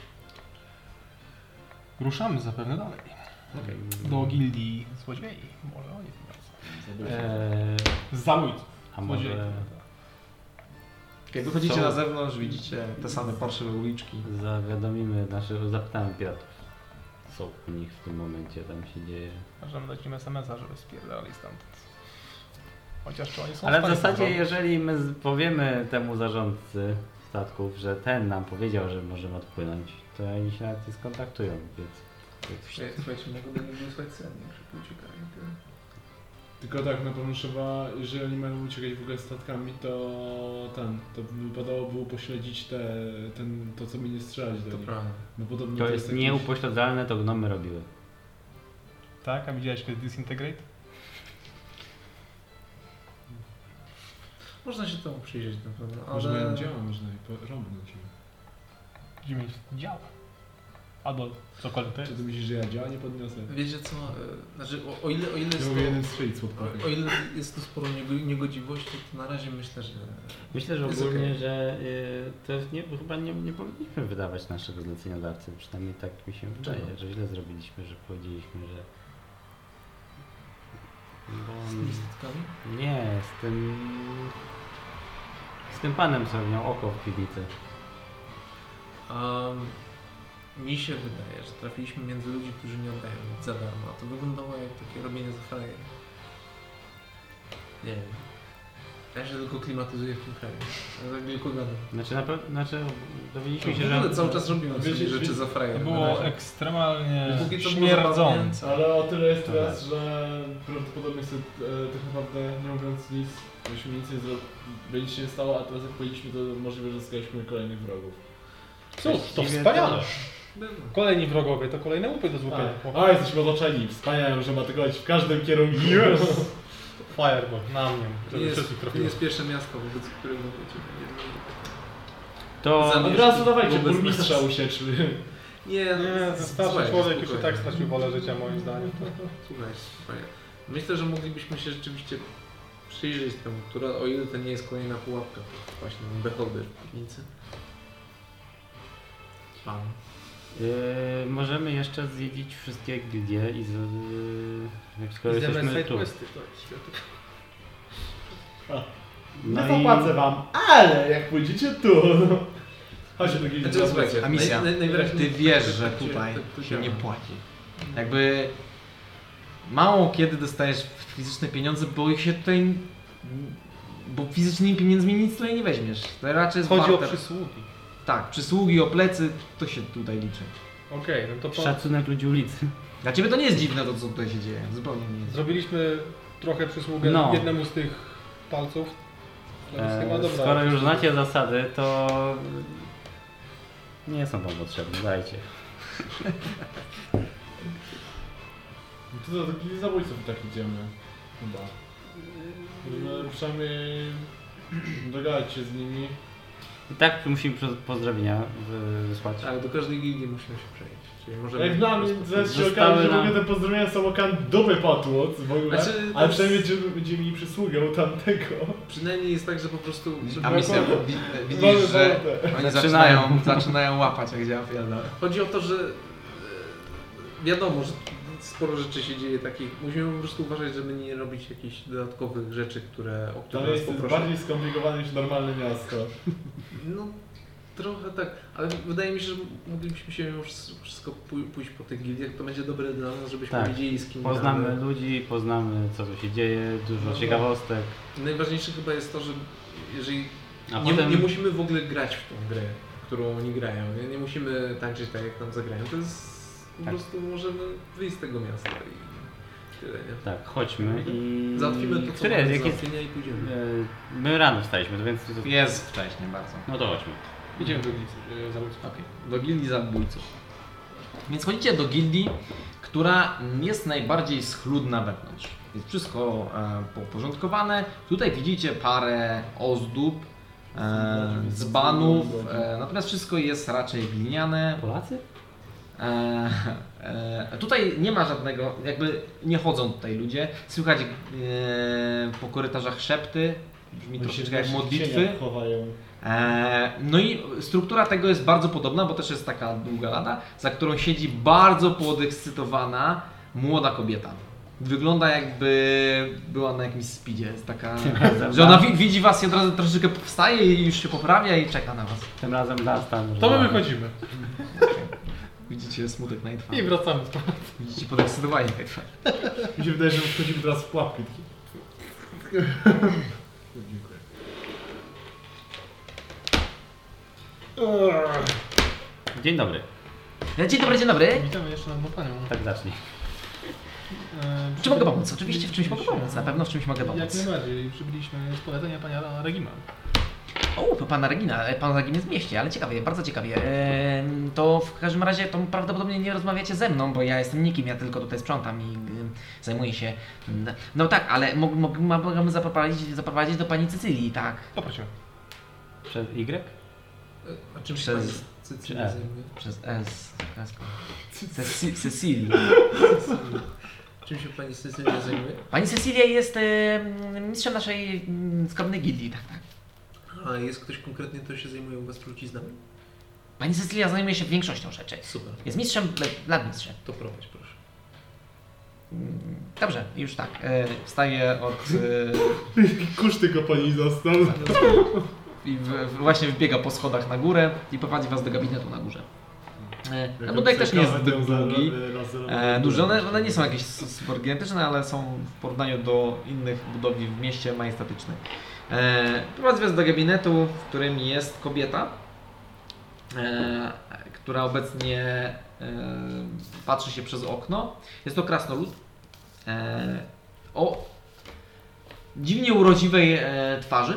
Speaker 2: Ruszamy zapewne dalej.
Speaker 1: Okej.
Speaker 2: Do gildii złodziei. Może oni tym razem.
Speaker 3: Eee,
Speaker 2: Zabójców.
Speaker 3: a może...
Speaker 2: Złodziei.
Speaker 1: Jak wychodzicie
Speaker 3: Są-
Speaker 1: na zewnątrz, widzicie te same parszywe uliczki.
Speaker 3: Zapytamy piratów. Co u nich w tym momencie tam się dzieje.
Speaker 2: Możemy dać im SMS-a, żeby spierdali stamtąd. Chociaż czy oni są
Speaker 3: Ale w
Speaker 2: stanie
Speaker 3: zasadzie,
Speaker 2: to zrobić?
Speaker 3: jeżeli my powiemy temu zarządcy statków, że ten nam powiedział, że możemy odpłynąć, to oni się nawet nie skontaktują, więc...
Speaker 4: Słuchajcie, mogę do nich wysłać cennik, żeby uciekali.
Speaker 5: Tylko tak, na pewno trzeba, jeżeli oni mają uciekać w ogóle statkami, to wypadałoby upośledzić to co mnie strzelać do
Speaker 4: To
Speaker 5: nich.
Speaker 4: prawda.
Speaker 5: Bo podobnie
Speaker 3: To jest
Speaker 5: jakiś-
Speaker 3: nieupośledzalne, to gnomy robiły.
Speaker 2: Tak? A widziałeś kiedyś Disintegrate?
Speaker 4: Można się temu przyjrzeć na pewno,
Speaker 5: Może
Speaker 4: ale...
Speaker 5: mają działa, można je rąbnąć.
Speaker 2: Gdzie mieć działa? Albo cokolwiek to
Speaker 5: Czy
Speaker 2: jest.
Speaker 5: ty myślisz, że ja działa nie podniosę?
Speaker 4: Wiecie co, znaczy o ile
Speaker 5: Ja
Speaker 4: jest
Speaker 5: mogę jeden
Speaker 4: to...
Speaker 5: strzelić słodkowy.
Speaker 4: O ile jest tu sporo niegodziwości, to na razie myślę, że...
Speaker 3: Myślę, że
Speaker 4: Jest
Speaker 3: ogólnie,
Speaker 4: okej.
Speaker 3: że to jest chyba nie powinniśmy wydawać naszego zleceniodawcy. Przynajmniej tak mi się wydaje, że źle zrobiliśmy, że powiedzieliśmy, że... Bo
Speaker 4: Z tymi statkami?
Speaker 3: nie, z tym panem, co miał oko w piwnicy.
Speaker 4: Mi się wydaje, że trafiliśmy między ludzi, którzy nie oddają nic za darmo, a to wyglądało jak takie robienie za frajer. Nie wiem. Ja się tylko klimatyzuję w tym kraju. Ja tak tylko gadam.
Speaker 3: Znaczy dowiedzieliśmy
Speaker 4: W
Speaker 3: się, że...
Speaker 4: ogóle cały czas robimy
Speaker 5: Wiecie,
Speaker 4: sobie rzeczy za
Speaker 2: To
Speaker 4: frajer. na
Speaker 2: było
Speaker 4: razie.
Speaker 2: ekstremalnie
Speaker 4: Póki co było
Speaker 2: śmierdzące.
Speaker 5: Ale o tyle jest
Speaker 3: Dobra.
Speaker 5: teraz, że prawdopodobnie sobie, tak naprawdę nie mówiąc nic, myśmy nic nie zrobili, nic się nie stało, a teraz jak powiedzieliśmy, to możliwe, że zyskaliśmy kolejnych wrogów.
Speaker 2: Cóż, to
Speaker 3: Właściwie
Speaker 2: wspaniale.
Speaker 4: Bywa.
Speaker 2: Kolejni wrogowie to kolejne łupy do złupienia.
Speaker 5: A, jesteśmy otoczeni, wspaniale, możemy atakować w każdym kierunku.
Speaker 2: Fireball, na mnie, żeby
Speaker 4: To
Speaker 2: wszystkich
Speaker 4: jest, to
Speaker 2: trafiło.
Speaker 4: jest pierwsze miasto, wobec którego wiecie, będzie.
Speaker 3: To...
Speaker 4: Za-
Speaker 5: Od razu dawajcie,
Speaker 4: Wobec
Speaker 5: burmistrza
Speaker 4: nas.
Speaker 5: usieczli.
Speaker 4: Nie,
Speaker 2: Nie, ten starszy
Speaker 4: słuchaj,
Speaker 2: człowiek już i
Speaker 4: spokojnie.
Speaker 2: tak stracił wolę życia moim zdaniem.
Speaker 4: Słuchaj, spokojnie. Myślę, że moglibyśmy się rzeczywiście przyjrzeć temu, która, o ile to nie jest kolejna pułapka, to właśnie ten beholder w piwnicy. Pan.
Speaker 3: Możemy jeszcze zwiedzić wszystkie gildie i skoro jesteśmy tu.
Speaker 5: Nie
Speaker 3: No
Speaker 5: zapłacę wam, ale jak pójdziecie tu... Chodźcie do gildii.
Speaker 4: Znaczy, słuchajcie,
Speaker 1: A misja,
Speaker 4: najwyraźniej
Speaker 1: ty wiesz,
Speaker 4: tak-
Speaker 1: że
Speaker 4: tak
Speaker 1: tutaj
Speaker 4: tak
Speaker 1: się nie
Speaker 4: działa.
Speaker 1: płaci. Jakby mało kiedy dostajesz fizyczne pieniądze, bo ich się tutaj... Bo fizycznymi pieniędzmi nic tutaj nie weźmiesz. To raczej jest
Speaker 2: Chodzi o
Speaker 1: barter.
Speaker 2: przysługi.
Speaker 1: Tak, przysługi, o plecy, to się tutaj liczy.
Speaker 2: Okej, no to
Speaker 3: Szacunek ludzi ulicy.
Speaker 1: Dla ciebie to nie jest dziwne to, co tutaj się dzieje. Zupełnie nie jest.
Speaker 2: zrobiliśmy trochę przysługę
Speaker 3: No.
Speaker 2: jednemu z tych palców. To jest chyba dobra.
Speaker 3: Skoro już znacie zasady, to nie są wam potrzebne, dajcie.
Speaker 5: No to do gildii zabójców i tak idziemy. Chyba. No, przynajmniej dogadać się z nimi.
Speaker 3: I tak musimy pozdrowienia wysłać.
Speaker 4: Tak, do każdej gildii musimy się przejść. Czyli możemy...
Speaker 5: Jak dla mnie
Speaker 4: po prostu-
Speaker 5: zaraz się
Speaker 3: Zostały
Speaker 5: okaże, że w
Speaker 3: nam-
Speaker 5: ogóle te pozdrowienia są okan dupy potłuc w ogóle,
Speaker 4: Znaczy, to
Speaker 5: ale
Speaker 4: jest-
Speaker 5: przynajmniej będziemy mieli przysługę u tamtego.
Speaker 4: Przynajmniej jest tak, że po prostu...
Speaker 1: A misja, widzisz,
Speaker 5: Mamy
Speaker 1: że
Speaker 5: złote.
Speaker 1: oni
Speaker 3: Zaczynają.
Speaker 1: zaczynają łapać, jak działa fielda.
Speaker 4: Chodzi o to, że wiadomo, że sporo rzeczy się dzieje takich. Musimy po prostu uważać, żeby nie robić jakichś dodatkowych rzeczy, o które
Speaker 5: To
Speaker 4: nas
Speaker 5: jest
Speaker 4: poproszą.
Speaker 5: bardziej skomplikowane niż normalne miasto.
Speaker 4: No trochę tak, ale wydaje mi się, że moglibyśmy się już wszystko pójść po tych gildiach. To będzie dobre dla nas, żebyśmy
Speaker 3: Tak.
Speaker 4: wiedzieli, z kim
Speaker 3: Poznamy
Speaker 4: gramy.
Speaker 3: ludzi, poznamy co tu się dzieje, dużo
Speaker 4: No,
Speaker 3: ciekawostek.
Speaker 4: Najważniejsze chyba jest to, że jeżeli
Speaker 3: A
Speaker 4: nie,
Speaker 3: potem
Speaker 4: nie musimy w ogóle grać w tą grę, którą oni grają. Nie musimy tańczyć tak, jak nam zagrają. To jest po
Speaker 3: Tak.
Speaker 4: prostu możemy wyjść z tego miasta i tyle, nie?
Speaker 3: tak, chodźmy i...
Speaker 4: Załatwimy to, co
Speaker 3: Które
Speaker 4: mamy
Speaker 3: jest?
Speaker 4: do
Speaker 3: Jak jest?
Speaker 4: załatwienia i pójdziemy.
Speaker 3: My rano wstaliśmy, to więc...
Speaker 1: Jest wcześnie bardzo.
Speaker 3: No to chodźmy.
Speaker 2: Idziemy do ulicy zabójców.
Speaker 1: Okej, do gildii zabójców. Więc chodzicie do gildii, która jest najbardziej schludna wewnątrz. Jest wszystko uporządkowane. Tutaj widzicie parę ozdób, dzbanów, natomiast wszystko jest raczej gliniane.
Speaker 3: Polacy?
Speaker 1: Tutaj nie ma żadnego, jakby nie chodzą tutaj ludzie. Słychać po korytarzach szepty, brzmi troszeczkę jak modlitwy.
Speaker 5: Chowają.
Speaker 1: No i struktura tego jest bardzo podobna, bo też jest taka długa lada, za którą siedzi bardzo podekscytowana młoda kobieta. wygląda jakby była na jakimś speedzie. Jest taka, że ona widzi was i od razu troszeczkę wstaje i już się poprawia i czeka na was.
Speaker 3: Tym razem Dunstan.
Speaker 2: To my wychodzimy.
Speaker 1: Widzicie smutek na jej twarzy.
Speaker 2: I wracamy.
Speaker 1: Widzicie podekscytowanie na jej twarzy.
Speaker 5: Mi się wydaje, że wchodzimy teraz w pułapkę. Dziękuję.
Speaker 3: Dzień dobry.
Speaker 1: Dzień dobry, dzień dobry.
Speaker 2: Witamy jeszcze nad panią.
Speaker 3: Tak zacznij.
Speaker 1: Czy mogę pomóc? Oczywiście w czymś mogę pomóc, na pewno w czymś mogę pomóc.
Speaker 2: Jak najbardziej. Przybyliśmy z polecenia pana Regima.
Speaker 1: O, to pana Regina. Pan Regin jest w mieście, ale ciekawie, bardzo ciekawie. To w każdym razie to prawdopodobnie nie rozmawiacie ze mną, bo ja jestem nikim, ja tylko tutaj sprzątam i zajmuję się... No tak, ale mogę zaprowadzić do pani Cecylii, tak.
Speaker 2: Poprosimy.
Speaker 3: Przez Y?
Speaker 4: A czym się
Speaker 1: Przez-
Speaker 4: pani Cecylia zajmuje?
Speaker 1: Przez S. Cecylii.
Speaker 4: Czym się pani Cecylia zajmuje?
Speaker 1: Pani Cecilia jest mistrzem naszej skromnej gildii, tak, tak.
Speaker 4: A jest ktoś konkretnie, kto się zajmuje u was truciznami?
Speaker 1: Pani Cecilia zajmuje się większością rzeczy.
Speaker 4: Super,
Speaker 1: Jest mistrzem, nadmistrzem.
Speaker 4: to prowadź proszę.
Speaker 1: Dobrze, już tak. Wstaję od...
Speaker 5: Kurz tylko pani został.
Speaker 1: I właśnie wbiega po schodach na górę i prowadzi was do gabinetu na górze. No budynek też nie jest zbyt długi. Duży. One nie są jakieś super gigantyczne, ale są w porównaniu do innych budowli w mieście majestatyczne. Prowadzi was do gabinetu, w którym jest kobieta, która obecnie patrzy się przez okno. Jest to krasnolud o dziwnie urodziwej twarzy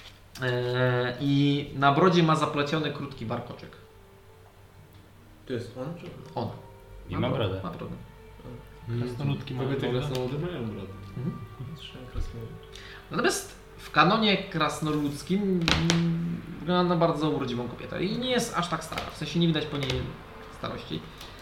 Speaker 1: i na brodzie ma zapleciony krótki warkoczek.
Speaker 4: To jest on czy?
Speaker 1: On.
Speaker 3: I ma brodę.
Speaker 1: Ma brodę.
Speaker 2: Krasnoludki mają
Speaker 5: Kobiety
Speaker 2: brodę.
Speaker 5: krasnoludy mają brodę.
Speaker 4: Trzymaj krasnolud.
Speaker 1: Natomiast w kanonie krasnoludzkim wygląda na bardzo urodziwą kobietę i nie jest aż tak stara, w sensie nie widać po niej starości.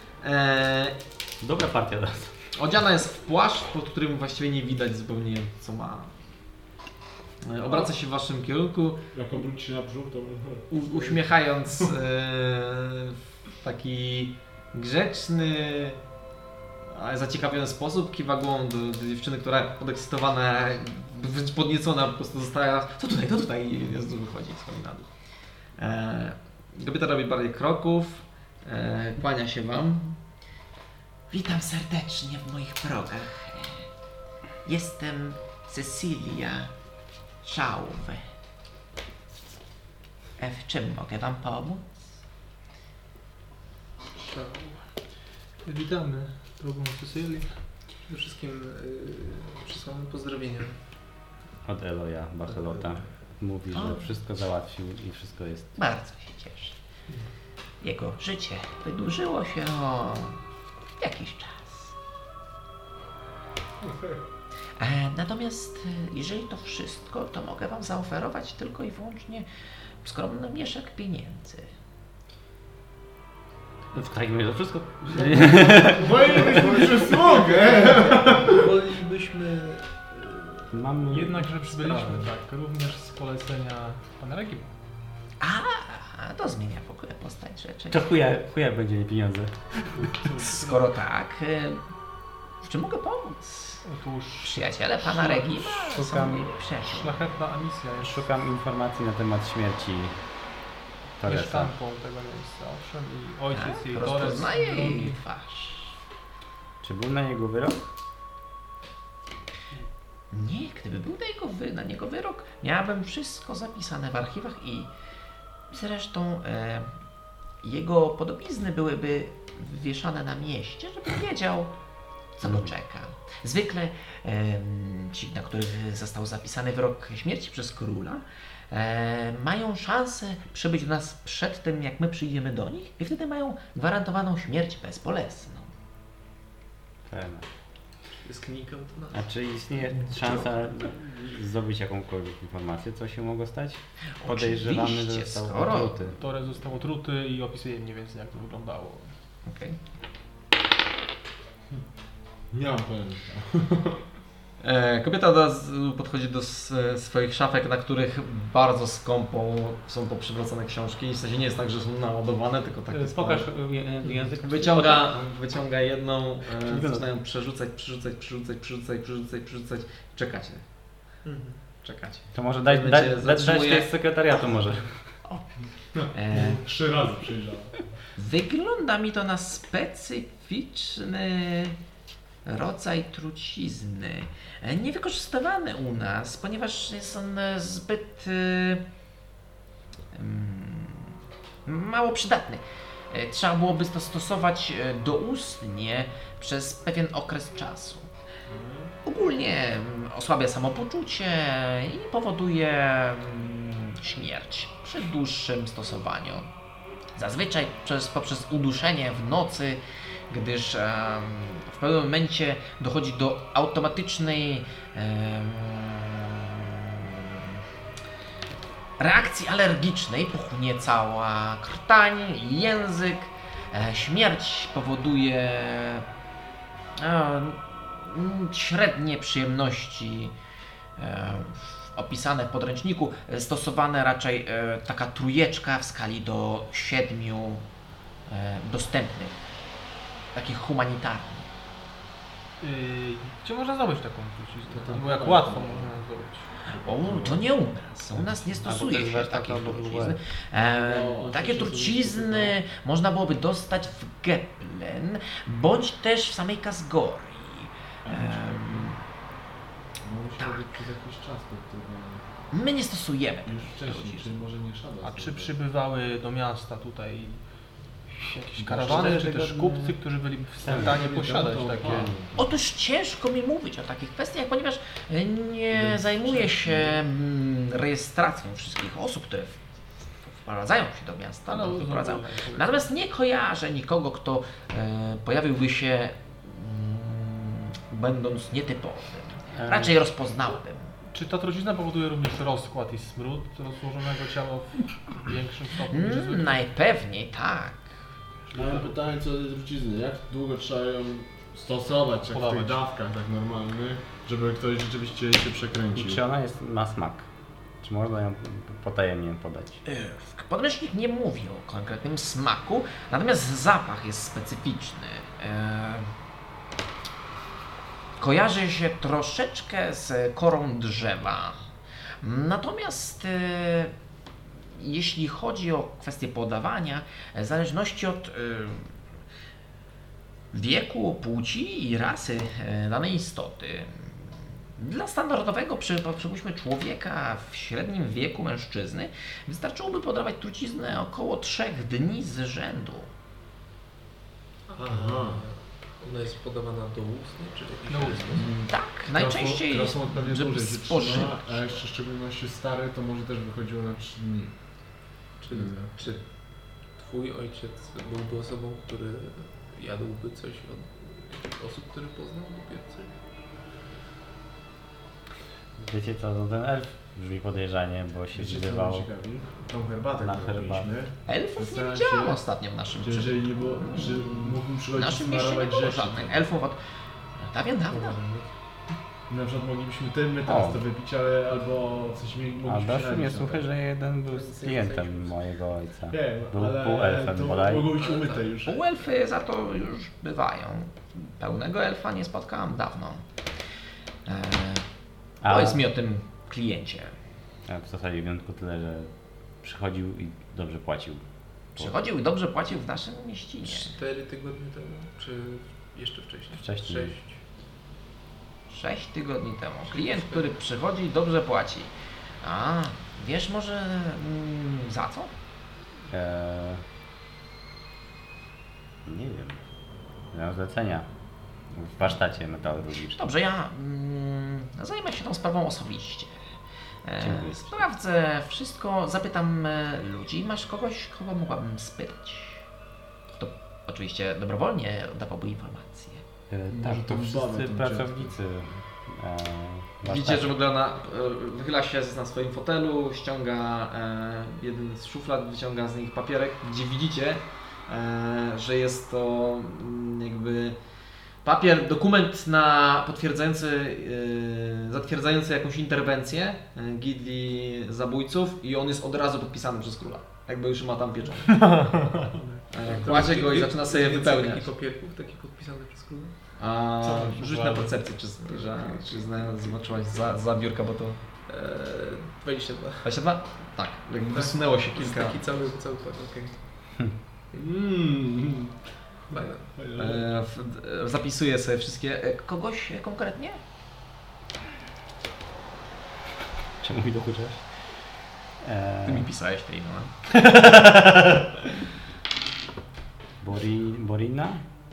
Speaker 3: Dobra partia teraz.
Speaker 1: Odziana jest w płaszcz, pod którym właściwie nie widać zupełnie co ma. Obraca się w waszym kierunku,
Speaker 5: Jak obróci się na brzuch, to...
Speaker 1: uśmiechając w taki grzeczny, ale zaciekawiony sposób, kiwa głową do dziewczyny, która podekscytowana, wręcz podniecona po prostu została. To tutaj i wychodzi schodzi na dół. Kobieta robi parę kroków, kłania się wam. Witam serdecznie w moich progach. Jestem Cecilia Szałw. W czym mogę wam pomóc?
Speaker 2: Witamy drogą Cecylii.
Speaker 4: Przede wszystkim przysłamy pozdrowienia.
Speaker 3: Od Eloja Barcelota. Mówi, że wszystko załatwił i wszystko jest.
Speaker 1: Bardzo się cieszę. Jego życie wydłużyło się o jakiś czas. Natomiast jeżeli to wszystko, to mogę wam zaoferować tylko i wyłącznie skromny mieszek pieniędzy.
Speaker 3: W takim razie to wszystko.
Speaker 5: Moje przysługę!
Speaker 4: Wolelibyśmy...
Speaker 3: Mamy.
Speaker 2: Jednakże przybyliśmy, tak, również z polecenia pana Regima.
Speaker 1: To zmienia w ogóle postać rzeczy.
Speaker 3: To chuja będzie nie pieniądze.
Speaker 1: Skoro tak, w czym mogę pomóc?
Speaker 2: Otóż
Speaker 1: Przyjaciele pana Regima są
Speaker 3: Szukam-
Speaker 1: moi przyjaciół.
Speaker 2: szlachetna Amisja jest
Speaker 3: Szukam informacji na temat śmierci Torresa.
Speaker 2: mieszkanką tego miejsca, owszem, i ojciec jej Torres,
Speaker 1: Rozpoznaję jej
Speaker 2: drogi.
Speaker 1: twarz.
Speaker 3: Czy był na niego wyrok?
Speaker 1: Nie, gdyby był na niego wyrok, miałabym wszystko zapisane w archiwach i zresztą jego podobizny byłyby wywieszane na mieście, żeby wiedział, co go czeka. Zwykle ci, na których został zapisany wyrok śmierci przez króla, mają szansę przybyć do nas przed tym, jak my przyjdziemy do nich i wtedy mają gwarantowaną śmierć bezbolesną.
Speaker 3: Pewnie.
Speaker 4: Jest kniga to na...
Speaker 3: A czy istnieje szansa zdobyć jakąkolwiek informację, co się mogło stać? Podejrzewamy, że
Speaker 1: Oczywiście,
Speaker 3: został
Speaker 1: skoro-
Speaker 3: otruty.
Speaker 2: Torres został otruty i opisuje mniej więcej, jak to wyglądało.
Speaker 1: Okej.
Speaker 5: Nie mam pojęcia.
Speaker 1: Kobieta od razu podchodzi do swoich szafek, na których bardzo skąpo są poprzywracane książki. W sensie nie jest tak, że są naładowane, tylko tak jest.
Speaker 3: Pokaż język.
Speaker 1: Wyciąga jedną, zaczynają przerzucać. Czekacie. Czekacie.
Speaker 3: To może dać z sekretariatu może.
Speaker 5: 3 razy przyjrzałem.
Speaker 6: Wygląda mi to na specyficzny rodzaj trucizny. Niewykorzystywany u nas, ponieważ jest on zbyt mało przydatny. Trzeba byłoby to stosować doustnie przez pewien okres czasu. Ogólnie osłabia samopoczucie i powoduje śmierć przy dłuższym stosowaniu. Zazwyczaj poprzez uduszenie w nocy, gdyż w pewnym momencie dochodzi do automatycznej reakcji alergicznej, puchnie cała krtań, język, śmierć powoduje średnie przyjemności opisane w podręczniku, stosowane raczej taka trójeczka w skali do 7 dostępnych, takich humanitarnych.
Speaker 2: Gdzie można zdobyć taką truciznę? Bo jak łatwo można zdobyć?
Speaker 6: O, to nie u nas. U nas nie stosuje się takich trucizn. Takie trucizny można byłoby dostać w Geplen, bądź też w samej Kasgorii.
Speaker 5: Musiał być przez jakiś czas podtrywane.
Speaker 6: My nie stosujemy.
Speaker 5: Już wcześniej, czyli może nie szada.
Speaker 2: A czy przybywały do miasta tutaj jakieś karawany, czy też kupcy, którzy byli w stanie posiadać takie?
Speaker 6: Otóż ciężko mi mówić o takich kwestiach, ponieważ nie zajmuję się rejestracją wszystkich osób, które wprowadzają się do miasta. Natomiast nie kojarzę nikogo, kto pojawiłby się będąc nietypowym. Raczej rozpoznałbym.
Speaker 2: Czy ta trucizna powoduje również rozkład i smród rozłożonego ciała w większym stopniu niż zwykle?
Speaker 6: Najpewniej tak.
Speaker 5: Mam pytanie co do tej trucizny. Jak długo trzeba ją stosować, jak w tych dawkach tak normalnych, żeby ktoś rzeczywiście się przekręcił?
Speaker 3: I czy ona ma smak? Czy można ją potajemnie podać?
Speaker 6: Podręcznik nie mówi o konkretnym smaku, natomiast zapach jest specyficzny. Kojarzy się troszeczkę z korą drzewa. Natomiast jeśli chodzi o kwestię podawania, w zależności od wieku, płci i rasy danej istoty, dla standardowego, przypuśćmy, człowieka w średnim wieku, mężczyzny, wystarczyłoby podawać truciznę około 3 dni z rzędu.
Speaker 4: Aha. Ona jest podawana do ustnie, czy w jakiś sposób?
Speaker 6: Tak, najczęściej żeby spożywać.
Speaker 5: A jeszcze w szczególności stary, to może też wychodziło na 3 dni.
Speaker 4: Czy twój ojciec byłby osobą, który jadłby coś od osób, które poznał dopiero coś?
Speaker 3: Wiecie co, no ten elf brzmi podejrzanie, bo się zbywał
Speaker 5: tą herbatę,
Speaker 3: na
Speaker 5: którą piliśmy.
Speaker 6: Elfów nie widziałam ostatnio w naszym mieście.
Speaker 5: Jeżeli nie było, czy mógłbym
Speaker 6: W
Speaker 5: przychodzić
Speaker 6: naszym mieście nie
Speaker 5: smarować
Speaker 6: było
Speaker 5: rzeczy.
Speaker 6: żadnych elfów od dawien dawna.
Speaker 5: Na przykład moglibyśmy my teraz to wypić, ale albo coś mogliśmy
Speaker 3: A doszły mnie
Speaker 5: napić,
Speaker 3: słuchy, że jeden był z klientem mojego ojca.
Speaker 5: Nie,
Speaker 3: Był
Speaker 5: ale
Speaker 3: półelfem
Speaker 5: to
Speaker 3: bodaj.
Speaker 5: mogło być umyte już.
Speaker 6: Półelfy za to już bywają. Pełnego elfa nie spotkałam dawno. Powiedz mi o tym kliencie.
Speaker 3: A w zasadzie wyjątku tyle, że przychodził i dobrze płacił.
Speaker 6: Przychodził i dobrze płacił w naszym mieścinie.
Speaker 4: 4 tygodnie temu, czy jeszcze wcześniej?
Speaker 3: Wcześniej.
Speaker 6: 6 tygodni temu. Klient, który przychodzi i dobrze płaci. A, wiesz może za co?
Speaker 3: Nie wiem. Miał zlecenia w warsztacie metalurgicznym.
Speaker 6: Dobrze, ja zajmę się tą sprawą osobiście.
Speaker 3: Dziękuję.
Speaker 6: Sprawdzę wszystko, zapytam ludzi. Masz kogoś, kogo mogłabym spytać? To oczywiście dobrowolnie dawałby informacje.
Speaker 3: Tak, to
Speaker 5: to
Speaker 3: wszyscy
Speaker 5: wbawę tą
Speaker 3: pracownicy.
Speaker 1: Widzicie, że wychyla się na swoim fotelu, ściąga jeden z szuflad, wyciąga z nich papierek, gdzie widzicie, że jest to jakby papier, dokument na potwierdzający, zatwierdzający jakąś interwencję gildii zabójców i on jest od razu podpisany przez króla. Jakby już ma tam pieczęć. Kładzie go i zaczyna sobie wypełniać.
Speaker 4: Takich papierków, takich podpisanych przez króla?
Speaker 1: A
Speaker 5: Co tam
Speaker 1: rzuć na percepcję, czy zobaczyłaś za biurka, bo to...
Speaker 4: 22.
Speaker 1: 22? Tak, jakby wysunęło się kilka.
Speaker 4: Taki cały kład, okej. Fajne.
Speaker 1: Zapisuję sobie wszystkie. Kogoś konkretnie?
Speaker 3: Czemu mi dokuczasz?
Speaker 1: Ty mi pisałeś tej, no.
Speaker 3: Borina?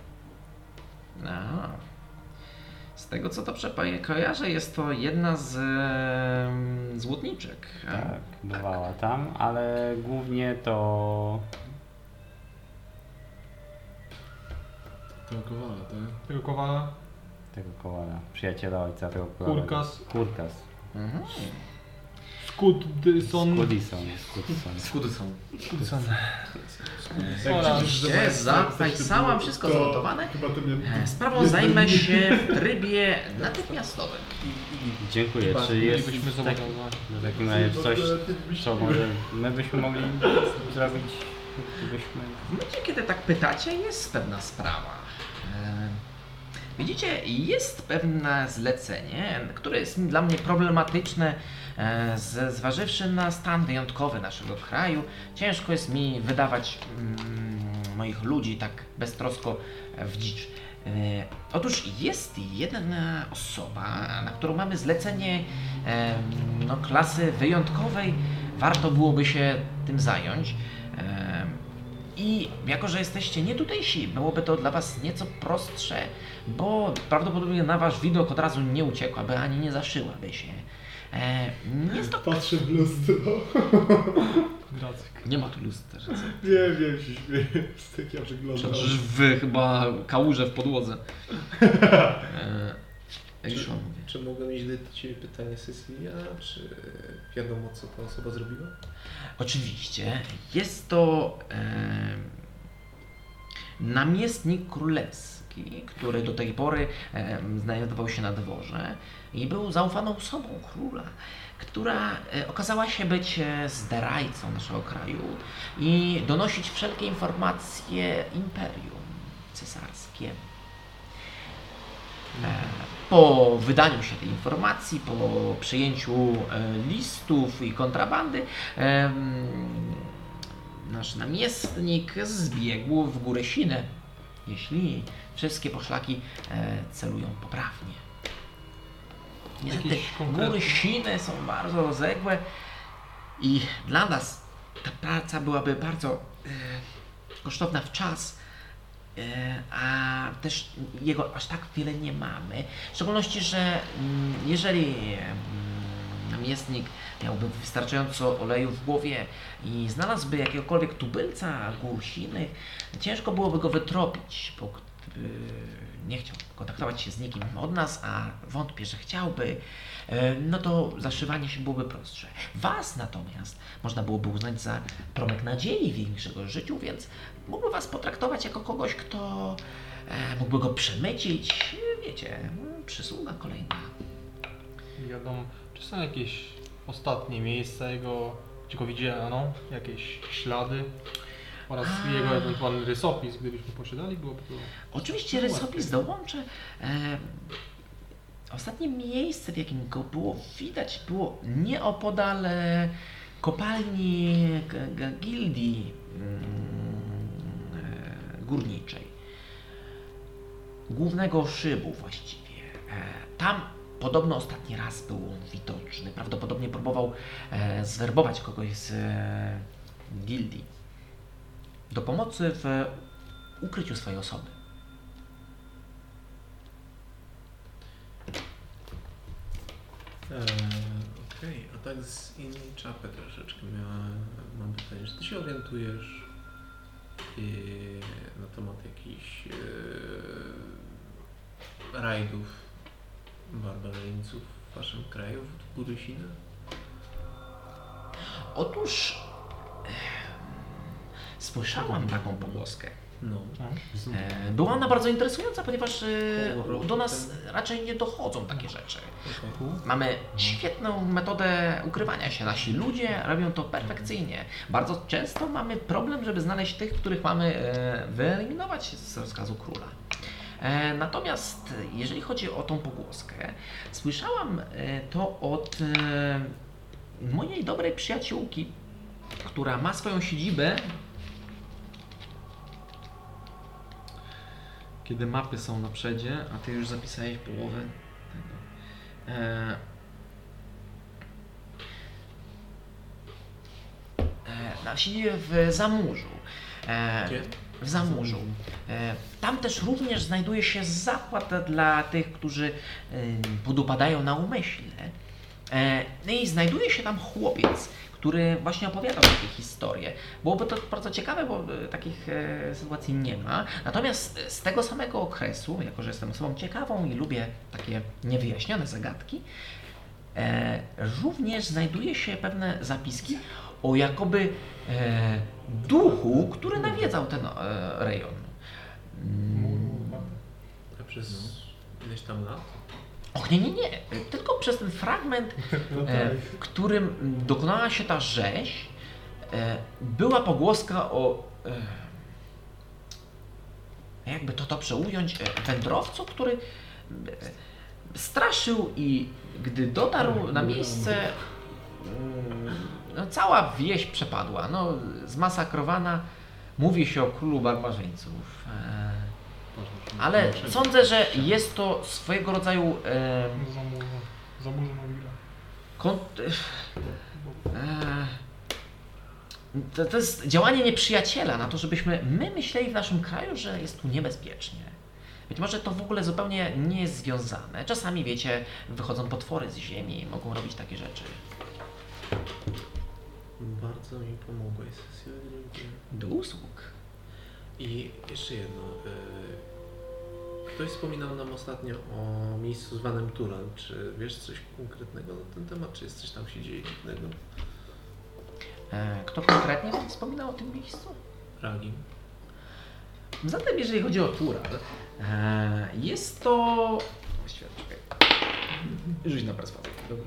Speaker 1: A. Z tego co dobrze kojarzę, jest to jedna z złotniczek.
Speaker 3: Tak, bywała tam, ale głównie to...
Speaker 5: To Kowala, tak?
Speaker 2: Tego Kowala.
Speaker 3: tego Kowala, przyjaciela ojca tego Kowala. Kurkas.
Speaker 1: Mhm.
Speaker 2: Skudson.
Speaker 3: Skudison.
Speaker 1: Zapisałam wszystko
Speaker 5: To
Speaker 1: zanotowane.
Speaker 5: chyba to mnie...
Speaker 1: Sprawą zajmę się w trybie natychmiastowym.
Speaker 3: Dziękuję. Czy jest
Speaker 2: Bylibyśmy zobowiązani.
Speaker 3: w takim razie coś, co może my byśmy mogli zrobić?
Speaker 1: W momencie, kiedy tak pytacie, jest pewna sprawa. Widzicie, jest pewne zlecenie, które jest dla mnie problematyczne, zważywszy na stan wyjątkowy naszego kraju. Ciężko jest mi wydawać moich ludzi tak beztrosko w dzicz. Otóż jest jedna osoba, na którą mamy zlecenie klasy wyjątkowej. Warto byłoby się tym zająć. I jako, że jesteście nie tutejsi, byłoby to dla was nieco prostsze, bo prawdopodobnie na wasz widok od razu nie uciekłaby, ani nie zaszyłaby się. Jest to...
Speaker 5: Patrzę w lustro.
Speaker 2: Gracek.
Speaker 1: Nie ma tu lustra.
Speaker 5: Wiem, się śmieję. Jak ja wyglądam.
Speaker 1: Przecież wy chyba kałuże w podłodze. Już wam mówię.
Speaker 4: Czy mogę mieć do Ciebie pytanie, Cecilia? Czy wiadomo, co ta osoba zrobiła?
Speaker 1: Oczywiście. Jest to namiestnik królewski, który do tej pory znajdował się na dworze i był zaufaną osobą króla, która okazała się być zdrajcą naszego kraju i donosić wszelkie informacje imperium cesarskiemu. Po wydaniu się tej informacji, po przyjęciu listów i kontrabandy, nasz namiestnik zbiegł w górę Sinę, jeśli wszystkie poszlaki celują poprawnie. Niestety góry Siny są bardzo rozległe i dla nas ta praca byłaby bardzo kosztowna w czas, a też jego aż tak wiele nie mamy. W szczególności, że jeżeli namiestnik miałby wystarczająco oleju w głowie i znalazłby jakiegokolwiek tubylca gór Siny, ciężko byłoby go wytropić, bo gdyby nie chciał kontaktować się z nikim od nas, a wątpię, że chciałby, no to zaszywanie się byłoby prostsze. Was natomiast można byłoby uznać za promyk nadziei w większego życiu, więc mógłby was potraktować jako kogoś, kto mógłby go przemycić, wiecie, przysługa kolejna.
Speaker 2: Wiadomo, czy są jakieś ostatnie miejsca jego, gdzie go widziano, jakieś ślady oraz jego ewentualny rysopis, gdybyśmy posiadali, byłoby to...
Speaker 1: Oczywiście rysopis dołączę. Ostatnie miejsce, w jakim go było widać, było nieopodal kopalni gildii górniczej. Głównego szybu właściwie. Tam podobno ostatni raz był on widoczny. Prawdopodobnie próbował zwerbować kogoś z gildii do pomocy w ukryciu swojej osoby.
Speaker 4: Okej, a tak z innej czapy troszeczkę mam pytanie, czy ty się orientujesz na temat jakichś rajdów barbarzyńców w waszym kraju, w góry Siny?
Speaker 1: Otóż słyszałam taką pogłoskę.
Speaker 4: No.
Speaker 1: Była ona bardzo interesująca, ponieważ do nas raczej nie dochodzą takie rzeczy. Mamy świetną metodę ukrywania się. Nasi ludzie robią to perfekcyjnie. Bardzo często mamy problem, żeby znaleźć tych, których mamy wyeliminować z rozkazu króla. Natomiast jeżeli chodzi o tą pogłoskę, słyszałam to od mojej dobrej przyjaciółki, która ma swoją siedzibę. Kiedy mapy są na przedzie, a ty już zapisałeś połowę tego. Na siedzibie w Zamurzu.
Speaker 4: Gdzie?
Speaker 1: W Zamurzu. Tam też również znajduje się zakład dla tych, którzy podupadają na umyśle. No i znajduje się tam chłopiec, który właśnie opowiadał takie historie. Byłoby to bardzo ciekawe, bo takich sytuacji nie ma. Natomiast z tego samego okresu, jako że jestem osobą ciekawą i lubię takie niewyjaśnione zagadki, również znajduje się pewne zapiski o jakoby duchu, który nawiedzał ten rejon.
Speaker 4: A przez ileś tam lat?
Speaker 1: Och, nie. Tylko przez ten fragment, w którym dokonała się ta rzeź, była pogłoska o, jakby to przeująć, wędrowcu, który straszył i gdy dotarł na miejsce, no, cała wieś przepadła, no, zmasakrowana. Mówi się o królu barbarzyńców. Ale sądzę, że jest to swojego rodzaju
Speaker 2: Zamurza na Willa.
Speaker 1: To jest działanie nieprzyjaciela na to, żebyśmy my myśleli w naszym kraju, że jest tu niebezpiecznie. Być może to w ogóle zupełnie nie jest związane. Czasami, wiecie, wychodzą potwory z ziemi i mogą robić takie rzeczy.
Speaker 4: Bardzo mi pomogłeś, Cecil, dziękuję.
Speaker 1: Do usług.
Speaker 4: I jeszcze jedno. Ktoś wspominał nam ostatnio o miejscu zwanym Turan. Czy wiesz coś konkretnego na ten temat? Czy jest coś tam się dzieje dziwnego?
Speaker 1: Kto konkretnie wspominał o tym miejscu?
Speaker 4: Ragim.
Speaker 1: Zatem jeżeli chodzi o Tural, jest to... Właściwie, czekaj. Rzuć na perswazję.
Speaker 4: Dobra.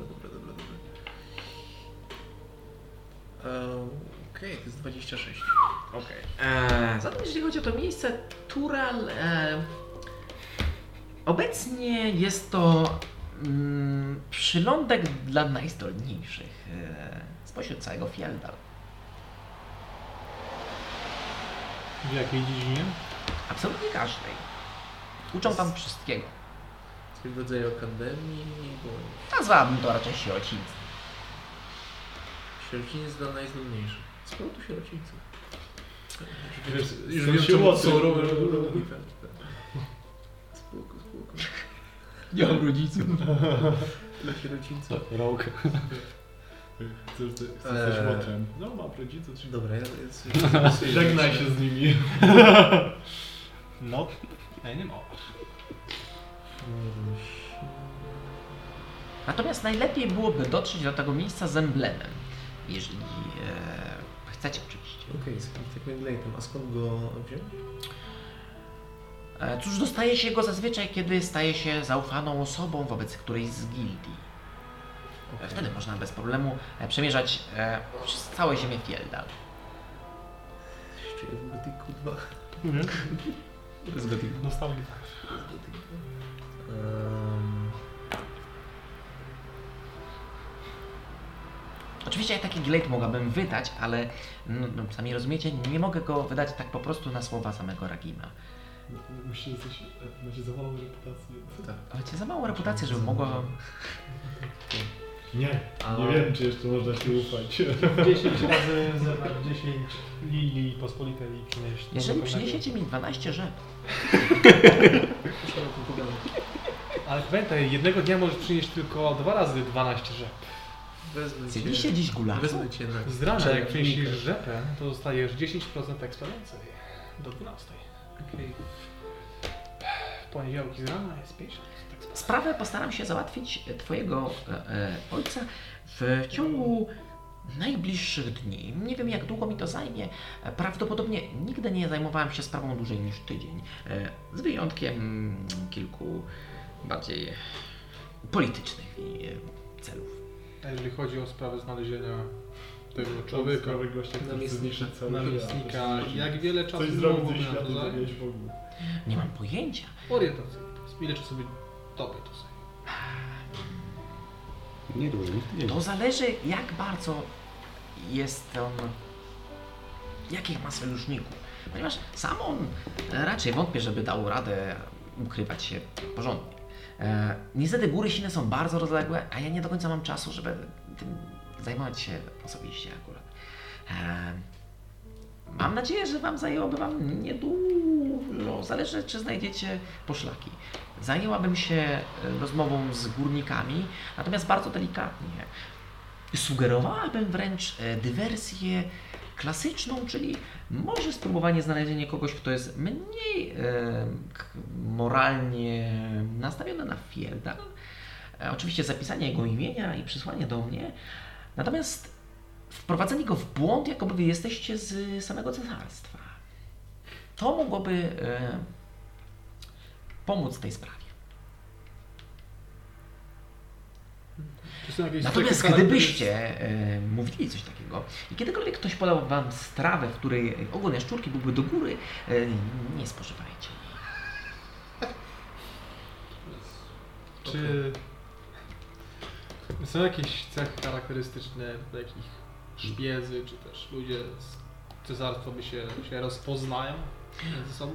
Speaker 4: Okej, to jest 26.
Speaker 1: Okej. Zatem jeżeli chodzi o to miejsce, Tural... obecnie jest to przylądek dla najzdolniejszych spośród całego Fjeldal.
Speaker 2: W jakiej dziedzinie?
Speaker 1: Absolutnie każdej. Uczą tam wszystkiego.
Speaker 4: Coś w rodzaju akademii, bo
Speaker 1: Nazwałabym to raczej sierocińcem.
Speaker 4: sierociniec dla najzdolniejszych. Sporo tu sierocińców.
Speaker 5: Wiesz,
Speaker 4: Już
Speaker 5: wiem,
Speaker 4: wiem,
Speaker 5: czemu
Speaker 4: czemu
Speaker 5: są
Speaker 4: są
Speaker 5: rowy.
Speaker 4: Spoko.
Speaker 1: Nie mam rodziców.
Speaker 4: Dla sierocińców.
Speaker 3: Rok.
Speaker 5: Chcesz coś łoczem? No, mam rodziców.
Speaker 4: Dobra, ja
Speaker 5: Żegnaj się z nimi.
Speaker 2: No, nie ma.
Speaker 1: Natomiast najlepiej byłoby dotrzeć do tego miejsca z emblemem. Jeżeli chcecie oczywiście.
Speaker 4: Okej, z takim Glade'em. A skąd go wziąć?
Speaker 1: Cóż, dostaje się go zazwyczaj, kiedy staje się zaufaną osobą wobec którejś z gildii. Wtedy można bez problemu przemierzać przez całe ziemię Fjeldal.
Speaker 4: Jeszcze jest gotyku 2.
Speaker 1: Z gotyku.
Speaker 2: Nostalgia.
Speaker 1: Oczywiście ja taki glade mogłabym wydać, ale sami rozumiecie, nie mogę go wydać tak po prostu na słowa samego Ragima.
Speaker 5: Musicie coś... Macie za małą reputację.
Speaker 4: Tak.
Speaker 1: Ale cię za małą reputację, żeby mogła wam...
Speaker 5: Nie wiem, czy jeszcze można się ufać.
Speaker 2: 10 razy zebrać 10 lilii pospolitej i przynieść.
Speaker 1: Jeżeli przyniesiecie mi 12 rzep,
Speaker 2: Ale pamiętaj, jednego dnia możesz przynieść tylko 2 razy 12 rzep.
Speaker 4: Wezmę
Speaker 1: zjedliście dziś gulasz?
Speaker 4: Wezmę cię na...
Speaker 2: Z rana, jak przyniesiesz
Speaker 4: Czerwnika.
Speaker 2: rzepę, to dostajesz 10% ekstra więcej. Do 12.
Speaker 4: Okej.
Speaker 2: W poniedziałki z rana jest 5%.
Speaker 1: Sprawę postaram się załatwić twojego ojca w ciągu
Speaker 6: najbliższych dni. Nie wiem, jak długo mi to zajmie. Prawdopodobnie nigdy nie zajmowałem się sprawą dłużej niż tydzień. Z wyjątkiem kilku bardziej politycznych celów.
Speaker 2: A jeżeli chodzi o sprawę znalezienia tego człowieka,
Speaker 5: Sprawy gościa, który
Speaker 4: Namiestnika.
Speaker 5: chce zniszczyć cały
Speaker 2: namiestnika,
Speaker 5: świat.
Speaker 2: jak wiele czasu
Speaker 5: Coś zrobić
Speaker 2: mogłoby
Speaker 5: ze
Speaker 2: na to
Speaker 5: światem,
Speaker 2: zająć?
Speaker 5: zabijać w ogóle.
Speaker 6: Nie mam pojęcia.
Speaker 2: Orientacja. Ile czasu by tobie to zajęło?
Speaker 3: Nie dłużej niż tydzień.
Speaker 6: To zależy, jak bardzo jest on... jakich ma sojuszników. Ponieważ sam on raczej wątpię, żeby dał radę ukrywać się porządnie. Niestety góry Siny są bardzo rozległe, a ja nie do końca mam czasu, żeby tym zajmować się osobiście akurat. Mam nadzieję, że zajęłoby Wam niedużo. Zależy, czy znajdziecie poszlaki. Zajęłabym się rozmową z górnikami, natomiast bardzo delikatnie. Sugerowałabym wręcz dywersję klasyczną, czyli może spróbowanie znalezienia kogoś, kto jest mniej moralnie nastawiony na Fjeldal. Oczywiście zapisanie jego imienia i przysłanie do mnie. Natomiast wprowadzenie go w błąd, jakoby wy jesteście z samego cesarstwa. To mogłoby pomóc w tej sprawie.
Speaker 2: Czy są jakieś
Speaker 6: Natomiast
Speaker 2: cechy
Speaker 6: gdybyście mówili coś takiego i kiedykolwiek ktoś podał wam strawę, w której ogon jaszczurki byłby do góry, nie spożywajcie jej.
Speaker 2: Czy są jakieś cechy charakterystyczne dla jakich szpiedzy, czy też ludzie z cesarstwa by się rozpoznają między sobą?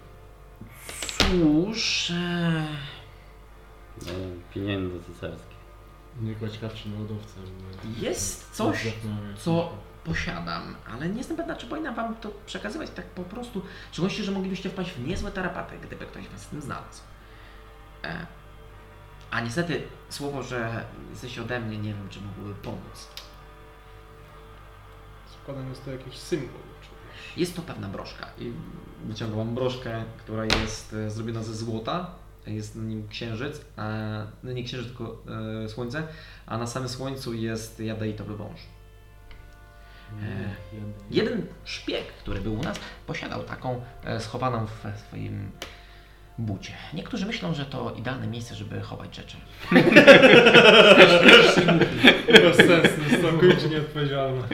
Speaker 6: Cóż,
Speaker 3: Pieniądze cesarskie.
Speaker 5: Nie kładź kapci lodowcem.
Speaker 6: jest coś, co posiadam, ale nie jestem pewna, czy powinnam wam to przekazywać tak po prostu. W szczególności, że moglibyście wpaść w niezłe tarapaty, gdyby ktoś was z tym znalazł. A niestety słowo, że jesteście ode mnie, nie wiem, czy mogłoby pomóc.
Speaker 2: Zakładam, jest to jakiś symbol. Czy...
Speaker 1: Jest to pewna broszka i wyciągam wam broszkę, która jest zrobiona ze złota. Jest na nim księżyc, no nie księżyc, tylko słońce, a na samym słońcu jest jadeitowy wąż. Jeden szpieg, który był u nas, posiadał taką schowaną w swoim bucie. Niektórzy myślą, że to idealne miejsce, żeby chować rzeczy.
Speaker 2: Bezsensne, całkowicie nieodpowiedzialne.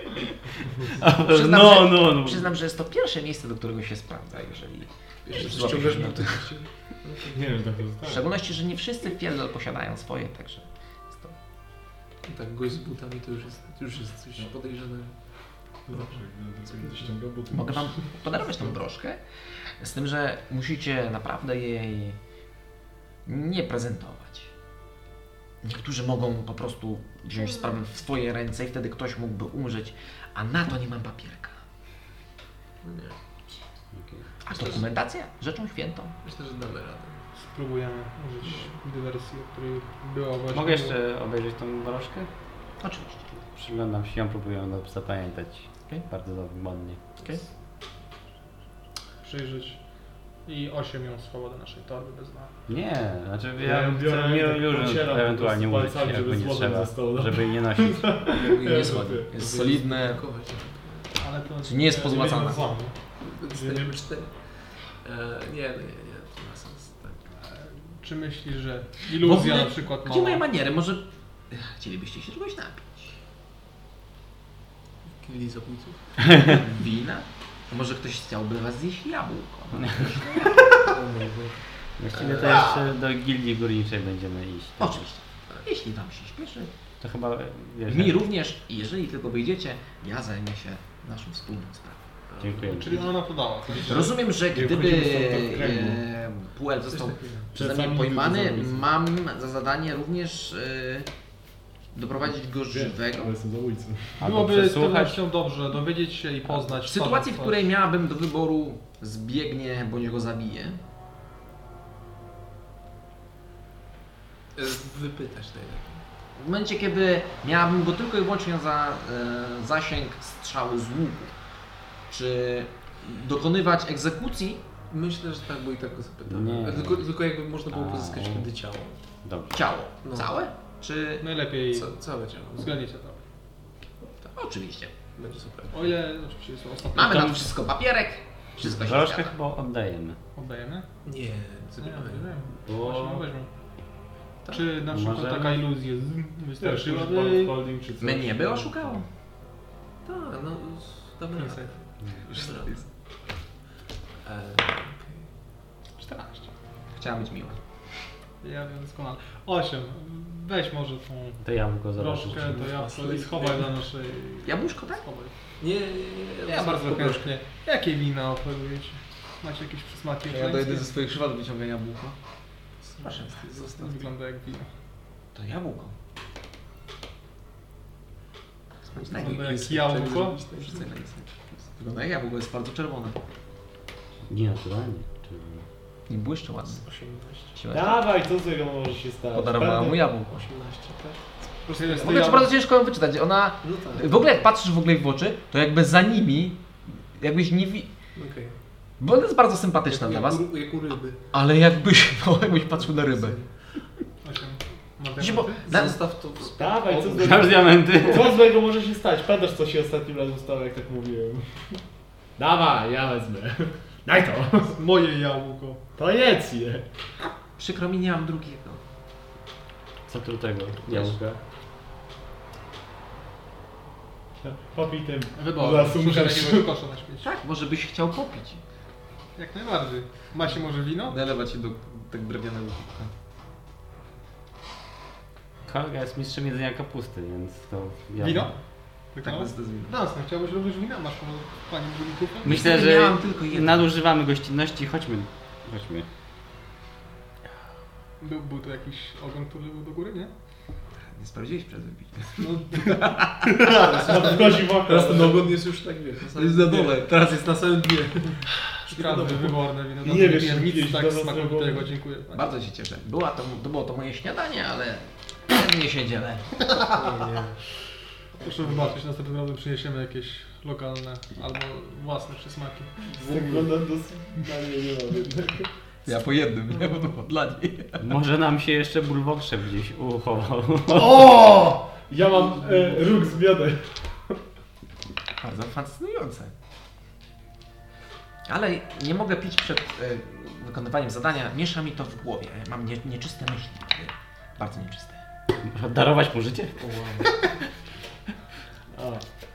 Speaker 6: Przyznam, że jest to pierwsze miejsce, do którego się sprawdza, jeżeli
Speaker 4: Ściągasz buty.
Speaker 5: Nie wiem, tak to
Speaker 6: w
Speaker 5: zostało.
Speaker 6: szczególności, że nie wszyscy w Fjeldal posiadają swoje, także jest to...
Speaker 4: Tak, gość z butami to już jest coś podejrzanego.
Speaker 5: Dobrze, gdy sobie ściąga buty.
Speaker 6: Mogę Wam podarować tą broszkę, z tym, że musicie naprawdę jej nie prezentować. Niektórzy mogą po prostu wziąć sprawę w swoje ręce i wtedy ktoś mógłby umrzeć, a na to nie mam papierka.
Speaker 4: Nie,
Speaker 6: A dokumentacja? Rzeczą świętą.
Speaker 4: myślę, że damy radę.
Speaker 2: Spróbujemy użyć dywersji, o której była właśnie...
Speaker 3: Mogę jeszcze obejrzeć tą broszkę?
Speaker 6: Oczywiście.
Speaker 3: Przyglądam się ją, próbuję ją zapamiętać.
Speaker 6: Okej.
Speaker 3: Bardzo modnie.
Speaker 6: Okay.
Speaker 2: Przyjrzeć. I 8 ją schowa do naszej torby bez nas.
Speaker 3: Nie, znaczy
Speaker 5: Ja
Speaker 3: ja
Speaker 5: ją biorę
Speaker 3: chcę
Speaker 5: i tak
Speaker 3: już
Speaker 5: pocieram
Speaker 3: ewentualnie
Speaker 5: po prostu
Speaker 3: użyć,
Speaker 5: palcami,
Speaker 3: jak
Speaker 5: żeby
Speaker 3: będzie
Speaker 5: złotem
Speaker 3: trzeba,
Speaker 5: zostało, no.
Speaker 3: żeby jej nie nosić.
Speaker 1: Nie schodzi. Jest solidne.
Speaker 2: Ale to...
Speaker 1: Czy nie jest pozłacane?
Speaker 4: Dostaniemy 4. Nie, to ma sens. Tak.
Speaker 2: Czy myślisz, że
Speaker 1: W
Speaker 2: iluzja
Speaker 1: ogóle,
Speaker 2: na przykład
Speaker 1: Gdzie moje
Speaker 2: mała...
Speaker 1: maniery? Może chcielibyście się czegoś napić?
Speaker 4: Killi zabójców.
Speaker 1: Wina? A może ktoś chciałby was zjeść jabłko?
Speaker 3: Właściwie to jeszcze do gildii górniczej będziemy iść.
Speaker 1: Oczywiście. Jeśli wam się śpieszy,
Speaker 3: To chyba, wiesz,
Speaker 1: mi również i jeżeli tylko wyjdziecie, ja zajmę się naszą wspólną sprawą.
Speaker 3: dziękuję.
Speaker 2: Czyli ona podała.
Speaker 1: Rozumiem, że gdyby
Speaker 5: wchodzimy stąd do kręgu.
Speaker 1: Puel został przeze mnie
Speaker 5: Plecami
Speaker 1: pojmany,
Speaker 5: do zabójcy.
Speaker 1: mam za zadanie również doprowadzić go żywego.
Speaker 5: Ale jestem zabójcą.
Speaker 3: Albo
Speaker 2: Byłoby z
Speaker 3: przesłuchać.
Speaker 2: pewnością dobrze dowiedzieć się i poznać...
Speaker 1: W sytuacji, w
Speaker 2: twarz.
Speaker 1: której miałabym do wyboru zbiegnie, bądź go zabiję,
Speaker 4: Wypytać najlepiej.
Speaker 1: w momencie, kiedy miałabym go tylko i wyłącznie za zasięg strzały z łuku, czy dokonywać egzekucji,
Speaker 4: Myślę, że tak, bo i tak go zapytamy.
Speaker 3: Nie.
Speaker 4: Tylko jakby można było pozyskać
Speaker 3: A.
Speaker 4: wtedy ciało.
Speaker 3: Dobrze.
Speaker 1: ciało
Speaker 4: No.
Speaker 1: Całe? Czy
Speaker 2: Najlepiej
Speaker 4: Całe ciało.
Speaker 2: względnie to.
Speaker 1: Oczywiście.
Speaker 4: Będzie super.
Speaker 2: O ile oczywiście jest ostatnio.
Speaker 1: Mamy na to wszystko papierek, wszystko się
Speaker 3: Troszkę
Speaker 1: zgadza.
Speaker 3: chyba oddajemy.
Speaker 2: Oddajemy?
Speaker 4: Nie,
Speaker 2: Nie,
Speaker 4: zabieramy.
Speaker 2: Właśnie weźmy.
Speaker 4: Tak.
Speaker 2: Czy na przykład
Speaker 3: Możemy?
Speaker 2: taka iluzja wystarczyłaby?
Speaker 5: Holding czy coś.
Speaker 1: Mnie by oszukało.
Speaker 4: Tak, no damy
Speaker 2: Free
Speaker 4: radę.
Speaker 2: save.
Speaker 4: Już zrobię.
Speaker 2: 14.
Speaker 1: Chciałam być miła.
Speaker 2: Ja wiem doskonale. 8. Weź może tą
Speaker 3: To jabłko zobaczysz.
Speaker 2: troszkę, to jabłko i schowaj dla naszej...
Speaker 1: Jabłuszko, tak?
Speaker 2: Schowaj.
Speaker 4: Nie.
Speaker 2: Ja bardzo chętnie. Jakie wina oferujecie? Macie jakieś przysmaki?
Speaker 1: Ja dojdę ze swoich szwad wyciągam jabłko.
Speaker 4: Proszę, zostaw.
Speaker 2: Wygląda jak wino.
Speaker 1: To jabłko.
Speaker 2: Wygląda jak jabłko.
Speaker 1: Wrzucaj na listę. Wygląda jak jabłko, jest bardzo czerwone.
Speaker 3: Nienaturalnie.
Speaker 1: I błyszczy ładnie.
Speaker 4: 18.
Speaker 5: Dawaj, co z tego może się stać?
Speaker 1: Podarowała mu jabłko.
Speaker 4: 18, tak?
Speaker 2: Jest
Speaker 1: W ogóle trzeba bardzo ciężko ją wyczytać. Ona...
Speaker 4: No tak.
Speaker 1: W ogóle jak patrzysz w ogóle w oczy, to jakby za nimi, jakbyś nie
Speaker 4: Okej.
Speaker 1: Bo ona jest bardzo sympatyczna dla was,
Speaker 4: Jak u ryby.
Speaker 1: ale jakbyś patrzył na rybę.
Speaker 2: 8.
Speaker 1: Widzicie, bo na,
Speaker 4: Zostaw to w
Speaker 5: Dawaj, co z
Speaker 3: Masz
Speaker 5: tego?
Speaker 3: diamenty.
Speaker 5: Co złego może się stać? Pamiętasz, co się ostatnim razem stało, jak tak mówiłem? Dawaj, ja wezmę. Daj to.
Speaker 2: Moje jabłko.
Speaker 5: To jedz je.
Speaker 1: przykro mi, nie mam drugiego.
Speaker 3: Co tu tego jabłka?
Speaker 5: Popij tym.
Speaker 2: Wybor.
Speaker 5: Zaraz umrzesz.
Speaker 2: Jakiegoś kosza na śmieci.
Speaker 1: Tak, może byś chciał popić.
Speaker 2: Jak najbardziej. Ma się może wino?
Speaker 1: Nalewać się do tak drewnianego kubka.
Speaker 3: Kolega jest mistrzem jedzenia kapusty, więc to...
Speaker 2: Wino?
Speaker 1: Tak,
Speaker 2: no.
Speaker 1: bez wina.
Speaker 2: Jasne, chciałbyś również wina? Masz może pani drugi kufel?
Speaker 3: Myślę,
Speaker 1: Niestety
Speaker 3: że
Speaker 1: miałam tylko jedno.
Speaker 3: nadużywamy gościnności. Chodźmy. Chodźmy.
Speaker 2: Był tu jakiś ogon, który był do góry, nie?
Speaker 1: Nie sprawdziłeś przed wypiciem.
Speaker 2: No,
Speaker 5: Wchodzi w oko.
Speaker 4: Teraz ten ogon jest już tak, wiesz, na samym dnie. Teraz jest na samym dnie.
Speaker 2: Szkoda, wyborne wino.
Speaker 5: Nie wiesz,
Speaker 2: piję nic
Speaker 5: gdzieś
Speaker 2: tak
Speaker 5: do nas
Speaker 2: smakowitego,
Speaker 5: drogą.
Speaker 2: dziękuję. Pani.
Speaker 1: Bardzo się cieszę. Było to moje śniadanie, ale nie się dzielę.
Speaker 4: Nie.
Speaker 2: Proszę wybaczyć, następnym razem przyniesiemy jakieś lokalne albo własne przysmaki.
Speaker 5: Wygląda dosyć... No nie mam jednego.
Speaker 1: Ja po jednym, nie? Bo to było dla niej.
Speaker 3: Może nam się jeszcze bulwokrzew gdzieś uchował.
Speaker 1: O!
Speaker 5: Ja mam róg z miodem.
Speaker 1: Bardzo fascynujące. Ale nie mogę pić przed wykonywaniem zadania. Miesza mi to w głowie. Mam nieczyste myśli. Bardzo nieczyste.
Speaker 3: Darować mu życie?
Speaker 5: A.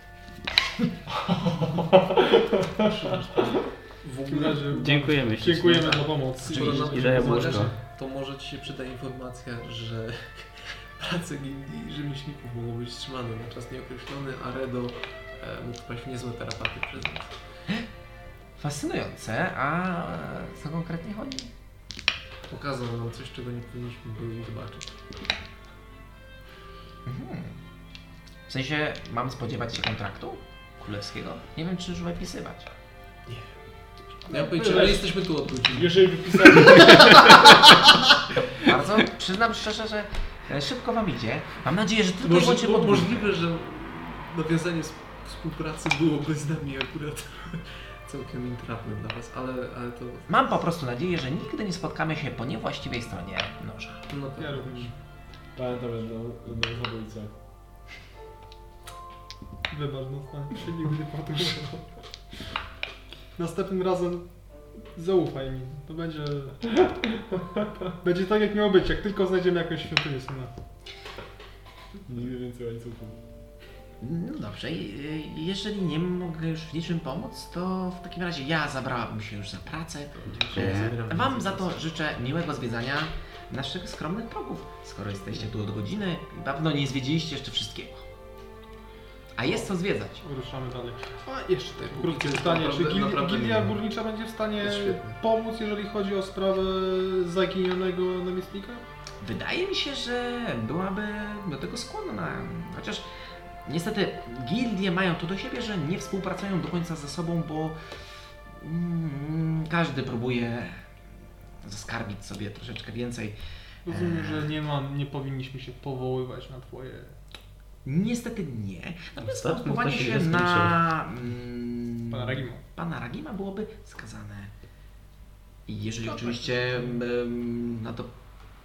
Speaker 2: W takim razie
Speaker 3: Dziękujemy.
Speaker 2: dziękujemy za pomoc.
Speaker 4: Skoro nam
Speaker 3: I za jabłuszko.
Speaker 4: pomagasz, to może Ci się przyda informacja, że prace gildii rzemieślników mogą być wstrzymane na czas nieokreślony, a Redo mógł wpaść w niezłe tarapaty przez nas.
Speaker 1: Fascynujące, a co konkretnie chodzi?
Speaker 4: Pokazał nam coś, czego nie powinniśmy byli zobaczyć.
Speaker 1: W sensie, mam spodziewać się kontraktu królewskiego? Nie wiem, czy już wypisywać.
Speaker 4: Ja powiedziałem, że jesteśmy tu od godziny.
Speaker 5: Jeżeli wypisali...
Speaker 1: Bardzo przyznam szczerze, że szybko wam idzie. Mam nadzieję, że tylko i wyłącznie pod górę.
Speaker 4: Możliwe, że nawiązanie współpracy byłoby z nami akurat całkiem intratne dla Was, ale to...
Speaker 1: Mam po prostu nadzieję, że nigdy nie spotkamy się po niewłaściwej stronie noża.
Speaker 4: No to
Speaker 2: Ja również.
Speaker 5: Pamiętam, że do zabójcę.
Speaker 2: Wybacz, no się nigdy nie powtórzę. Następnym razem zaufaj mi. To będzie... Będzie tak, jak miało być, jak tylko znajdziemy jakąś świątynię syna.
Speaker 5: Nigdy więcej łańcuchów.
Speaker 1: No dobrze, jeżeli nie mogę już w niczym pomóc, to w takim razie ja zabrałabym się już za pracę. Wam za to życzę miłego zwiedzania naszych skromnych progów. Skoro jesteście tu od godziny, pewno nie zwiedziliście jeszcze wszystkiego. A jest co zwiedzać.
Speaker 2: Ruszamy dalej. A jeszcze tutaj krótkie
Speaker 4: jest
Speaker 2: pytanie, czy
Speaker 4: naprawdę
Speaker 2: Gilia
Speaker 4: nie.
Speaker 2: Górnicza będzie w stanie
Speaker 4: Jest świetne.
Speaker 2: pomóc, jeżeli chodzi o sprawę zaginionego namiestnika?
Speaker 1: Wydaje mi się, że byłaby do tego skłonna. Chociaż niestety gildie mają to do siebie, że nie współpracują do końca ze sobą, bo każdy próbuje zaskarbić sobie troszeczkę więcej.
Speaker 2: Rozumiem, że nie powinniśmy się powoływać na twoje...
Speaker 1: Niestety nie. Natomiast
Speaker 3: Ostatnio
Speaker 1: powołanie
Speaker 3: to się
Speaker 1: się
Speaker 3: nie
Speaker 1: na
Speaker 2: Pana Ragima.
Speaker 1: pana Ragima byłoby skazane. I jeżeli oczywiście na to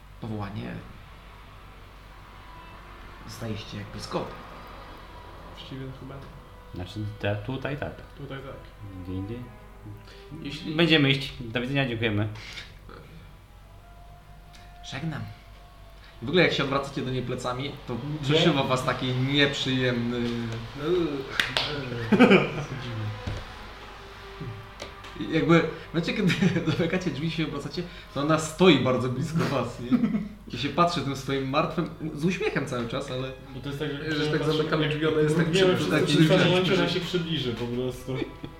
Speaker 1: powołanie dostaliście jakby zgodę.
Speaker 2: właściwie chyba nie.
Speaker 3: Znaczy tutaj tak.
Speaker 2: Tutaj tak.
Speaker 3: Gdzie indziej?
Speaker 4: Jeśli...
Speaker 3: Będziemy iść. Do widzenia, dziękujemy.
Speaker 1: Żegnam. W ogóle jak się odwracacie do niej plecami, to przeszywa was taki nieprzyjemny... I jakby, wiecie, kiedy zamykacie drzwi i się obracacie, to ona stoi bardzo blisko was, nie? I się patrzy tym swoim martwym, z uśmiechem cały czas, ale...
Speaker 5: Bo to jest tak,
Speaker 4: Że tak zamykamy drzwi, ona jest tak
Speaker 5: mrugniemy
Speaker 4: przy-
Speaker 5: wszyscy
Speaker 4: taki
Speaker 5: przy samym
Speaker 4: drzwi.
Speaker 5: momencie, że się przybliży po prostu.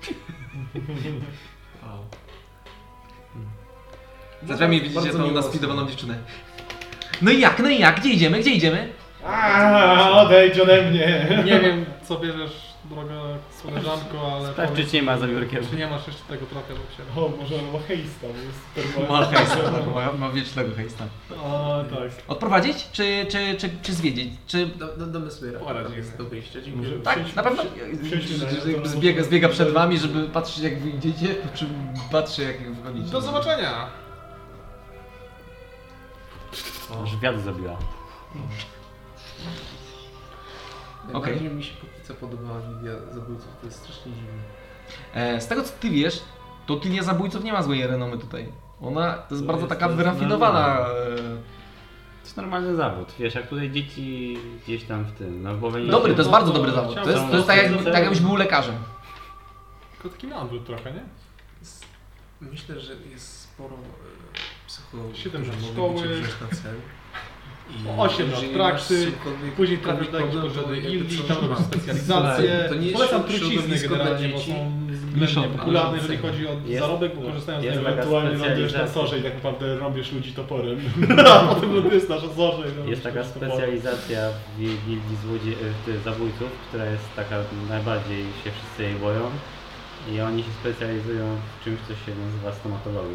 Speaker 1: Za drzwiami widzicie
Speaker 4: Bardzo
Speaker 1: tą
Speaker 4: miło
Speaker 1: naspidowaną dziewczynę. No i jak? Gdzie idziemy? Gdzie idziemy?
Speaker 5: Odejdź ode mnie!
Speaker 2: Nie wiem, co bierzesz, droga koleżanko, ale...
Speaker 3: Sprawdź, czy nie ma za biurkiem.
Speaker 2: Czy nie masz jeszcze tego trochę obok siebie.
Speaker 5: O, może on ma hejsta, bo jest super
Speaker 1: Ma hejsta, ma wiecznego hejsta.
Speaker 5: O, tak.
Speaker 1: Odprowadzić? Czy zwiedzić? Czy...
Speaker 4: Damy sobie radę,
Speaker 5: Poradź,
Speaker 4: tam jest do wyjścia, dziękuję.
Speaker 5: Może-
Speaker 1: Tak,
Speaker 5: Wsiądź-
Speaker 1: na pewno.
Speaker 5: wsiądźmy na nią, to
Speaker 1: Zbiega przed wami, żeby patrzeć jak wyjdziecie, po czym patrzy jak wychodzicie.
Speaker 2: Do zobaczenia!
Speaker 3: Aż wiatr zabiła.
Speaker 4: Najbardziej mi się póki co podobała Lidia Zabójców, to jest strasznie dziwne.
Speaker 1: Z tego co ty wiesz, to Gilia Zabójców nie ma złej renomy tutaj. Ona to jest
Speaker 3: To
Speaker 1: bardzo
Speaker 3: jest-
Speaker 1: taka
Speaker 3: to jest
Speaker 1: wyrafinowana.
Speaker 3: normalne. To jest normalny zawód, wiesz, jak tutaj dzieci gdzieś tam w tym, no bo
Speaker 1: Dobry, to jest bardzo dobry zawód. To jest tak jakbyś był lekarzem.
Speaker 2: Tylko taki nandrut trochę, nie?
Speaker 4: Myślę, że jest sporo psychologów,
Speaker 2: 7
Speaker 4: którzy
Speaker 2: lat
Speaker 4: mogą
Speaker 2: szkoły.
Speaker 4: cię wziąć na cel. I
Speaker 2: 8 lat
Speaker 4: jeżeli
Speaker 2: prakty,
Speaker 4: masz cokolwiek-
Speaker 2: później trafisz do
Speaker 4: cokolwiek
Speaker 2: jakiejś
Speaker 4: problem, to
Speaker 2: gildii,
Speaker 4: jakby
Speaker 2: tam
Speaker 4: co,
Speaker 2: robisz
Speaker 4: ma.
Speaker 2: specjalizację.
Speaker 4: To nie jest
Speaker 2: Polecam
Speaker 4: środowisko
Speaker 2: trucizny
Speaker 4: dla
Speaker 2: generalnie, bo
Speaker 4: dzieci.
Speaker 2: są względnie
Speaker 1: Niszowe.
Speaker 2: popularne, jeżeli chodzi o
Speaker 3: Jest-
Speaker 2: zarobek, bo korzystają z
Speaker 3: jest
Speaker 2: tego.
Speaker 3: taka
Speaker 5: Ewentualnie lądujesz na
Speaker 3: specjalizacja.
Speaker 5: sorze i tak naprawdę rąbiesz ludzi toporem. A potem lądujesz na sorze i
Speaker 3: Jest taka specjalizacja w gildii zabójców, która jest taka najbardziej się wszyscy jej boją. I oni się specjalizują w czymś, co się nazywa stomatologią.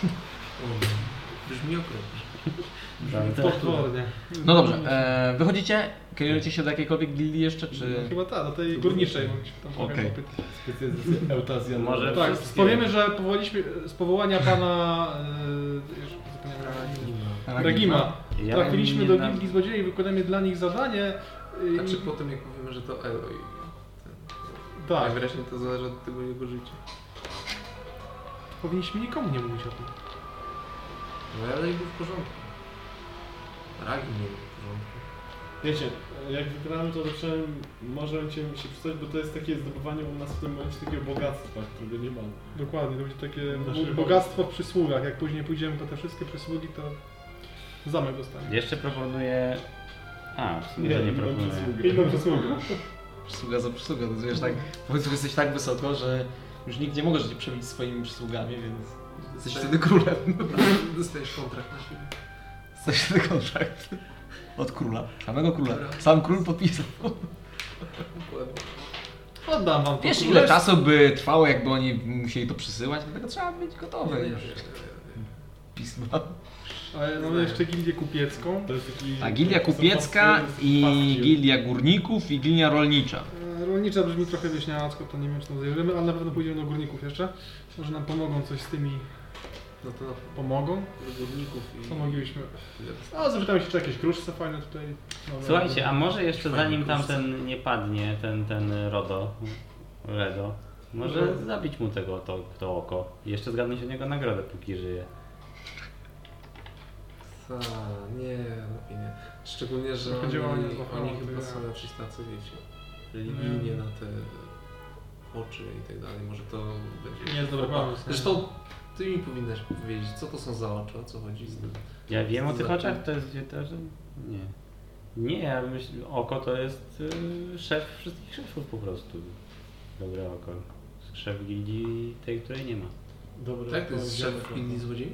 Speaker 4: Brzmi okropnie.
Speaker 2: Potwornie.
Speaker 1: No dobrze, wychodzicie, kierujecie się do jakiejkolwiek gildii jeszcze, czy...
Speaker 2: No, chyba tak, do tej górniczej mogliśmy tam trochę
Speaker 1: Okej.
Speaker 2: popytać.
Speaker 5: Specjalizacja eutazja.
Speaker 3: Może
Speaker 2: Tak,
Speaker 3: wszystkie-
Speaker 2: powiemy, że powołaliśmy z powołania pana już zapomniałem, Regima.
Speaker 3: Ja
Speaker 2: Trafiliśmy
Speaker 3: nie
Speaker 2: do
Speaker 3: na-
Speaker 2: gildii złodziei i wykonujemy dla nich zadanie.
Speaker 4: A czy po tym jak powiemy, że to Elo i
Speaker 2: Tak,
Speaker 4: najwyraźniej to zależy od tego jego życia.
Speaker 2: powinniśmy nikomu nie mówić o tym.
Speaker 4: No Elo był w porządku. Ragi nie był w porządku.
Speaker 5: Wiecie, jak wygramy, to zacząłem, może się przedstawić, bo to jest takie zdobywanie u nas w tym momencie takiego bogactwa, którego nie mamy.
Speaker 2: Dokładnie, to będzie takie
Speaker 5: Naszych
Speaker 2: bogactwo w przysługach. Jak później pójdziemy po te wszystkie przysługi, to zamek dostaniemy.
Speaker 3: Jeszcze proponuję... A, w sumie to nie
Speaker 5: inną
Speaker 3: proponuję.
Speaker 5: przysługę. Inną przysługę.
Speaker 1: Przysługa za przysługę, to wiesz tak, powiedzmy, że jesteś tak wysoko, że już nikt nie możesz cię przebić swoimi przysługami, więc jesteś wtedy królem.
Speaker 4: Dostajesz kontrakt na siebie.
Speaker 1: Jesteś wtedy kontrakt od króla, samego króla.
Speaker 4: Dobra.
Speaker 1: Sam król podpisał.
Speaker 4: Dokładnie.
Speaker 2: Oddam wam to.
Speaker 1: Wiesz ile
Speaker 2: królestwo.
Speaker 1: czasu by trwało, jakby oni musieli to przysyłać, dlatego trzeba być gotowy już. Pisma.
Speaker 2: Ale mamy jeszcze gildię kupiecką.
Speaker 5: To jest taki...
Speaker 1: A gildia kupiecka i gildia górników i gildia rolnicza.
Speaker 2: Rolnicza brzmi trochę wieśniacko, to nie wiem czy to zajrzymy, ale na pewno pójdziemy do górników jeszcze. Może nam pomogą coś z tymi...
Speaker 4: No to
Speaker 2: Pomogą?
Speaker 4: do górników i...
Speaker 2: Co moglibyśmy... A zapytamy się, czy jakieś kruszce fajne tutaj... Dobra.
Speaker 3: Słuchajcie, a może jeszcze
Speaker 4: Fajnie,
Speaker 3: zanim
Speaker 4: kurczę.
Speaker 3: tamten nie padnie, ten Redo, może zabić mu to oko i jeszcze zgadnąć od niego nagrodę, póki żyje.
Speaker 4: Nie, lepiej nie. Szczególnie, że
Speaker 2: Trochę działania
Speaker 4: oni
Speaker 2: złapało,
Speaker 4: chyba
Speaker 2: to
Speaker 4: są
Speaker 2: ja.
Speaker 4: jacyś tacy, wiecie, religijnie na te oczy i tak dalej. Może to będzie...
Speaker 2: Nie jest dobry pomysł.
Speaker 4: Zresztą ty mi powinnaś powiedzieć, co to są za oczy, o co chodzi z tym.
Speaker 3: Ja wiem o tych
Speaker 4: Znaczy-
Speaker 3: oczach, to jest gdzie to, że... Nie. Nie, ja myślę, oko to jest szef wszystkich szefów po prostu. Dobre oko. Szef gildii tej, której nie ma.
Speaker 5: Dobra,
Speaker 4: Tak, to jest szef gildii złodziei?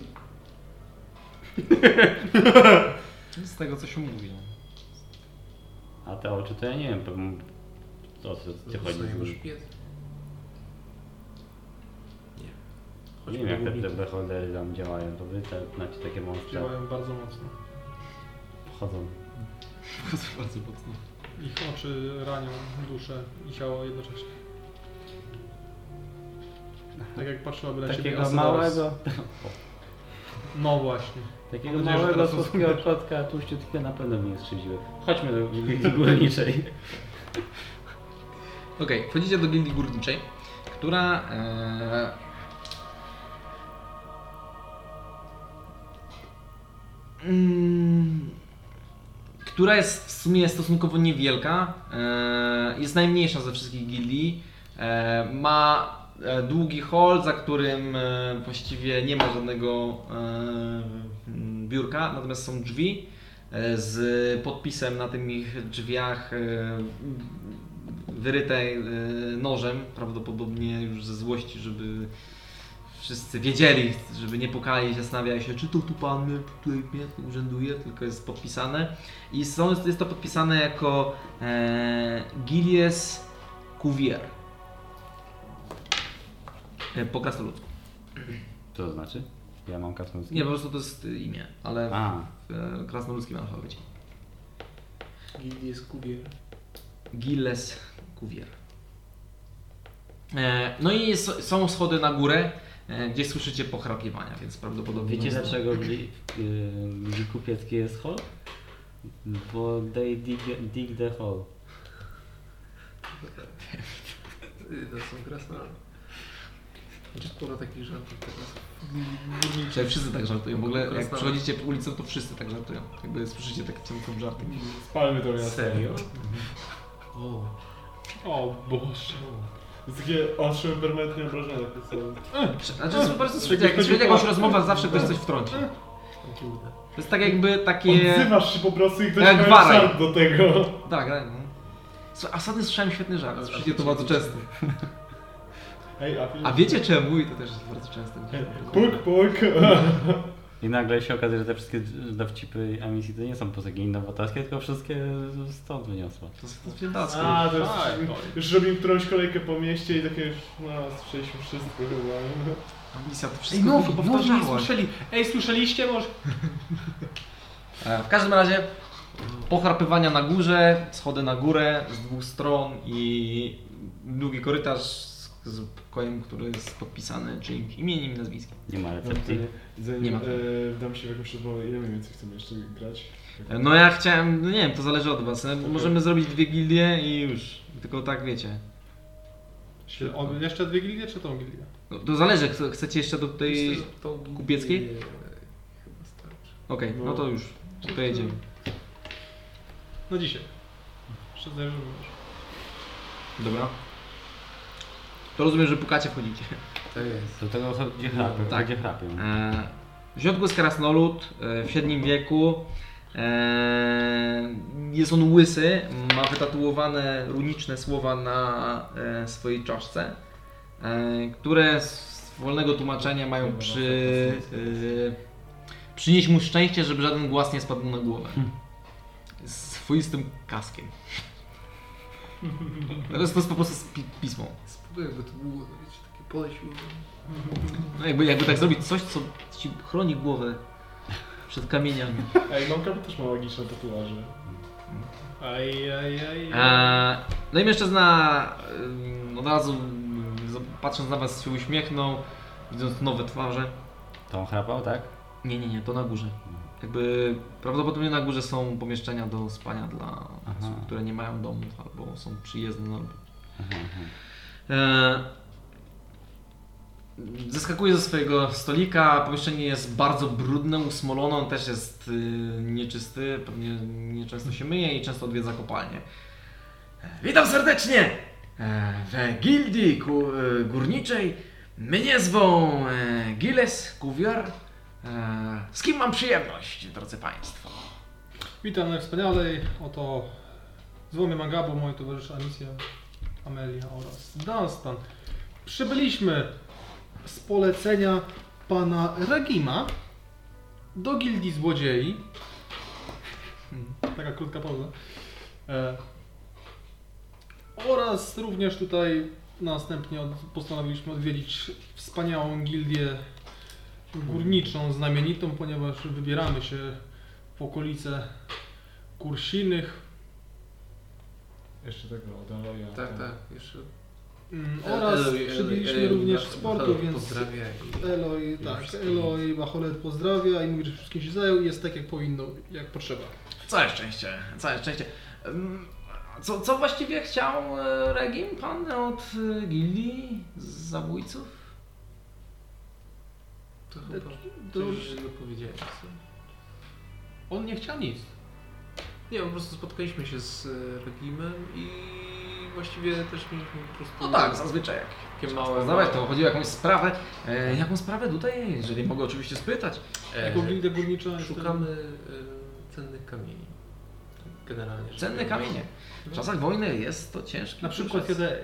Speaker 1: Z tego co się mówi.
Speaker 3: A te oczy to ja nie wiem, pewnie o co ty chodzi
Speaker 4: Zostaje
Speaker 3: z
Speaker 4: jego
Speaker 3: nim.
Speaker 4: szpieg? Nie.
Speaker 3: Nie
Speaker 4: Chodźmy
Speaker 3: wiem
Speaker 4: do
Speaker 3: jak te
Speaker 4: górników.
Speaker 3: beholdery tam działają, to wy znacie takie monstra
Speaker 2: Działają bardzo mocno.
Speaker 3: wchodzą.
Speaker 1: Bardzo mocno.
Speaker 2: Ich oczy ranią duszę i ciało jednocześnie. Tak jak patrzyłaby na ciebie
Speaker 3: Takiego
Speaker 2: osoba
Speaker 3: małego,
Speaker 2: No właśnie.
Speaker 3: takiego
Speaker 2: Mam nadzieję, że
Speaker 3: małego
Speaker 2: teraz
Speaker 3: słodkiego kotka tłuściutkiego na pewno mnie skrzywdziły. Chodźmy do gildii górniczej.
Speaker 1: Okej, wchodzicie do gildii górniczej, która która jest w sumie stosunkowo niewielka, jest najmniejsza ze wszystkich gildii, ma długi hall, za którym właściwie nie ma żadnego biurka, natomiast są drzwi z podpisem na tych ich drzwiach wyryte nożem, prawdopodobnie już ze złości, żeby wszyscy wiedzieli, żeby nie pukali i zastanawiali się, czy to tu pan tutaj mnie urzęduje, tylko jest podpisane. I jest to podpisane jako Gilles Cuvier. Po krasnoludzku.
Speaker 3: Co to znaczy? Ja mam krasnoludzki?
Speaker 1: Nie, po prostu to jest imię, ale
Speaker 3: A.
Speaker 1: w krasnoludzkim alfabecie.
Speaker 4: Gildies Cuvier.
Speaker 1: Gilles Cuvier. No i są schody na górę, gdzie słyszycie pochrapiewania, więc prawdopodobnie...
Speaker 3: Wiecie dlaczego kupiecki jest hall? Bo they dig the hole.
Speaker 4: To są krasnoludy. Jest sporo takich żartów teraz.
Speaker 1: Czyli wszyscy tak żartują. W ogóle jak
Speaker 4: Krasnolud.
Speaker 1: przechodzicie ulicą, to wszyscy tak żartują. Jakby słyszycie takie są żarty.
Speaker 5: Spalmy to miasto.
Speaker 4: Serio? O.
Speaker 2: O Boże.
Speaker 5: To jest takie ostre, permanentnie obrażone.
Speaker 1: Znaczy po prostu słyszeć jakąś rozmowę, zawsze ktoś coś wtrąci.
Speaker 4: O kurde.
Speaker 1: To jest tak jakby takie...
Speaker 5: Odzywasz się po prostu i ktoś
Speaker 1: Jak
Speaker 5: ma
Speaker 1: waraj.
Speaker 5: żart do tego.
Speaker 1: Tak, tak. No. A ostatnio słyszałem świetny żart. Słyszycie to bardzo często.
Speaker 5: Ej,
Speaker 1: A wiecie czemu? I to też jest bardzo często.
Speaker 5: Puk, puk.
Speaker 3: I nagle się okazuje, że te wszystkie dowcipy emisji to nie są po prostu innowatorskie, tylko wszystkie stąd wyniosła.
Speaker 1: To jest biedackie.
Speaker 5: A, to jest,
Speaker 2: Faj,
Speaker 5: już robimy którąś kolejkę po mieście i takie, no, słyszeliśmy wszystko chyba.
Speaker 1: Misja to wszystko
Speaker 2: nie
Speaker 1: powtarzała.
Speaker 2: słyszeli. Ej, słyszeliście może?
Speaker 1: W każdym razie pochrapywania na górze, schody na górę z dwóch stron i długi korytarz z pokojem, który jest podpisany czyimś imieniem i nazwiskiem.
Speaker 3: Nie ma recepcji.
Speaker 5: Zanim
Speaker 1: Nie ma.
Speaker 5: dam się w jakąś rozmowę, ile mniej więcej chcemy jeszcze grać?
Speaker 1: No ja chciałem, no nie wiem, to zależy od was. Możemy zrobić 2 gildie i już. Tylko tak wiecie.
Speaker 2: Jeszcze 2 gildie czy tą gildię?
Speaker 1: No, to zależy, chcecie jeszcze do tej...
Speaker 4: Myślę, że tą
Speaker 1: kupieckiej?
Speaker 4: gildię chyba starczy.
Speaker 1: Okej, no to już. To jedziemy.
Speaker 2: No dzisiaj. Jeszcze zajrzymy.
Speaker 1: Dobra. To rozumiem, że pukacie, wchodzicie.
Speaker 4: Tak jest.
Speaker 3: Do tego gdzie chrapią.
Speaker 1: Tak.
Speaker 3: Gdzie chrapią.
Speaker 1: W środku jest krasnolud w średnim wieku. Jest on łysy, ma wytatuowane runiczne słowa na swojej czaszce, które z wolnego tłumaczenia mają przynieść mu szczęście, żeby żaden głaz nie spadł mu na głowę. Z swoistym kaskiem. To jest po prostu pismo.
Speaker 4: Spróbuję, jakby to było, wiecie, takie pole siłowe.
Speaker 1: No jakby tak zrobić coś, co ci chroni głowę przed kamieniami.
Speaker 5: Ej, mamka też ma magiczne tatuaże.
Speaker 2: Aj.
Speaker 1: No i mężczyzna od razu patrząc na was się uśmiechnął, widząc nowe twarze.
Speaker 3: To on chrapał, tak?
Speaker 1: Nie, to na górze. Jakby prawdopodobnie na górze są pomieszczenia do spania dla osób, które nie mają domów albo są przyjezdne. Zeskakuje ze swojego stolika, pomieszczenie jest bardzo brudne, usmolone, on też jest nieczysty, pewnie nieczęsto się myje i często odwiedza kopalnię. Witam serdecznie w gildii górniczej. Mnie zwą Gilles Cuvier. Z kim mam przyjemność, drodzy Państwo?
Speaker 2: Witam najwspanialej. Oto zwą mnie Mangabu, moi towarzysze Anicja, Amelia oraz Dunstan. Przybyliśmy z polecenia pana Ragima do gildii złodziei. Taka krótka pauza. Oraz również tutaj następnie postanowiliśmy odwiedzić wspaniałą gildię górniczą, znamienitą, ponieważ wybieramy się w okolice Kursinych.
Speaker 5: Jeszcze tego od Aloja.
Speaker 4: Tak, jeszcze.
Speaker 2: Oraz przybyliśmy również z portu, więc
Speaker 4: pozdrawia
Speaker 2: Eloj, tak, Eloj Bacholet pozdrawia i mówi, że wszystkim się zajął i jest tak jak powinno, jak potrzeba.
Speaker 1: Całe szczęście. Co właściwie chciał Regim, pan od gildii zabójców?
Speaker 4: To chyba coś źle powiedziałem. co?
Speaker 2: On nie chciał nic.
Speaker 4: Nie, po prostu spotkaliśmy się z Regimem i właściwie też mieliśmy po prostu...
Speaker 1: No tak, zazwyczaj jak
Speaker 4: Takie małe...
Speaker 1: poznawać, to chodziło o jakąś sprawę. Jaką sprawę tutaj, jeżeli mogę oczywiście spytać?
Speaker 2: Jako gildia górnicza jest
Speaker 4: Szukamy cennych kamieni. Generalnie. rzecz
Speaker 1: Cenne
Speaker 4: biorąc.
Speaker 1: kamienie. W czasach wojny jest to ciężki
Speaker 2: na przykład
Speaker 1: proces.
Speaker 2: kiedy...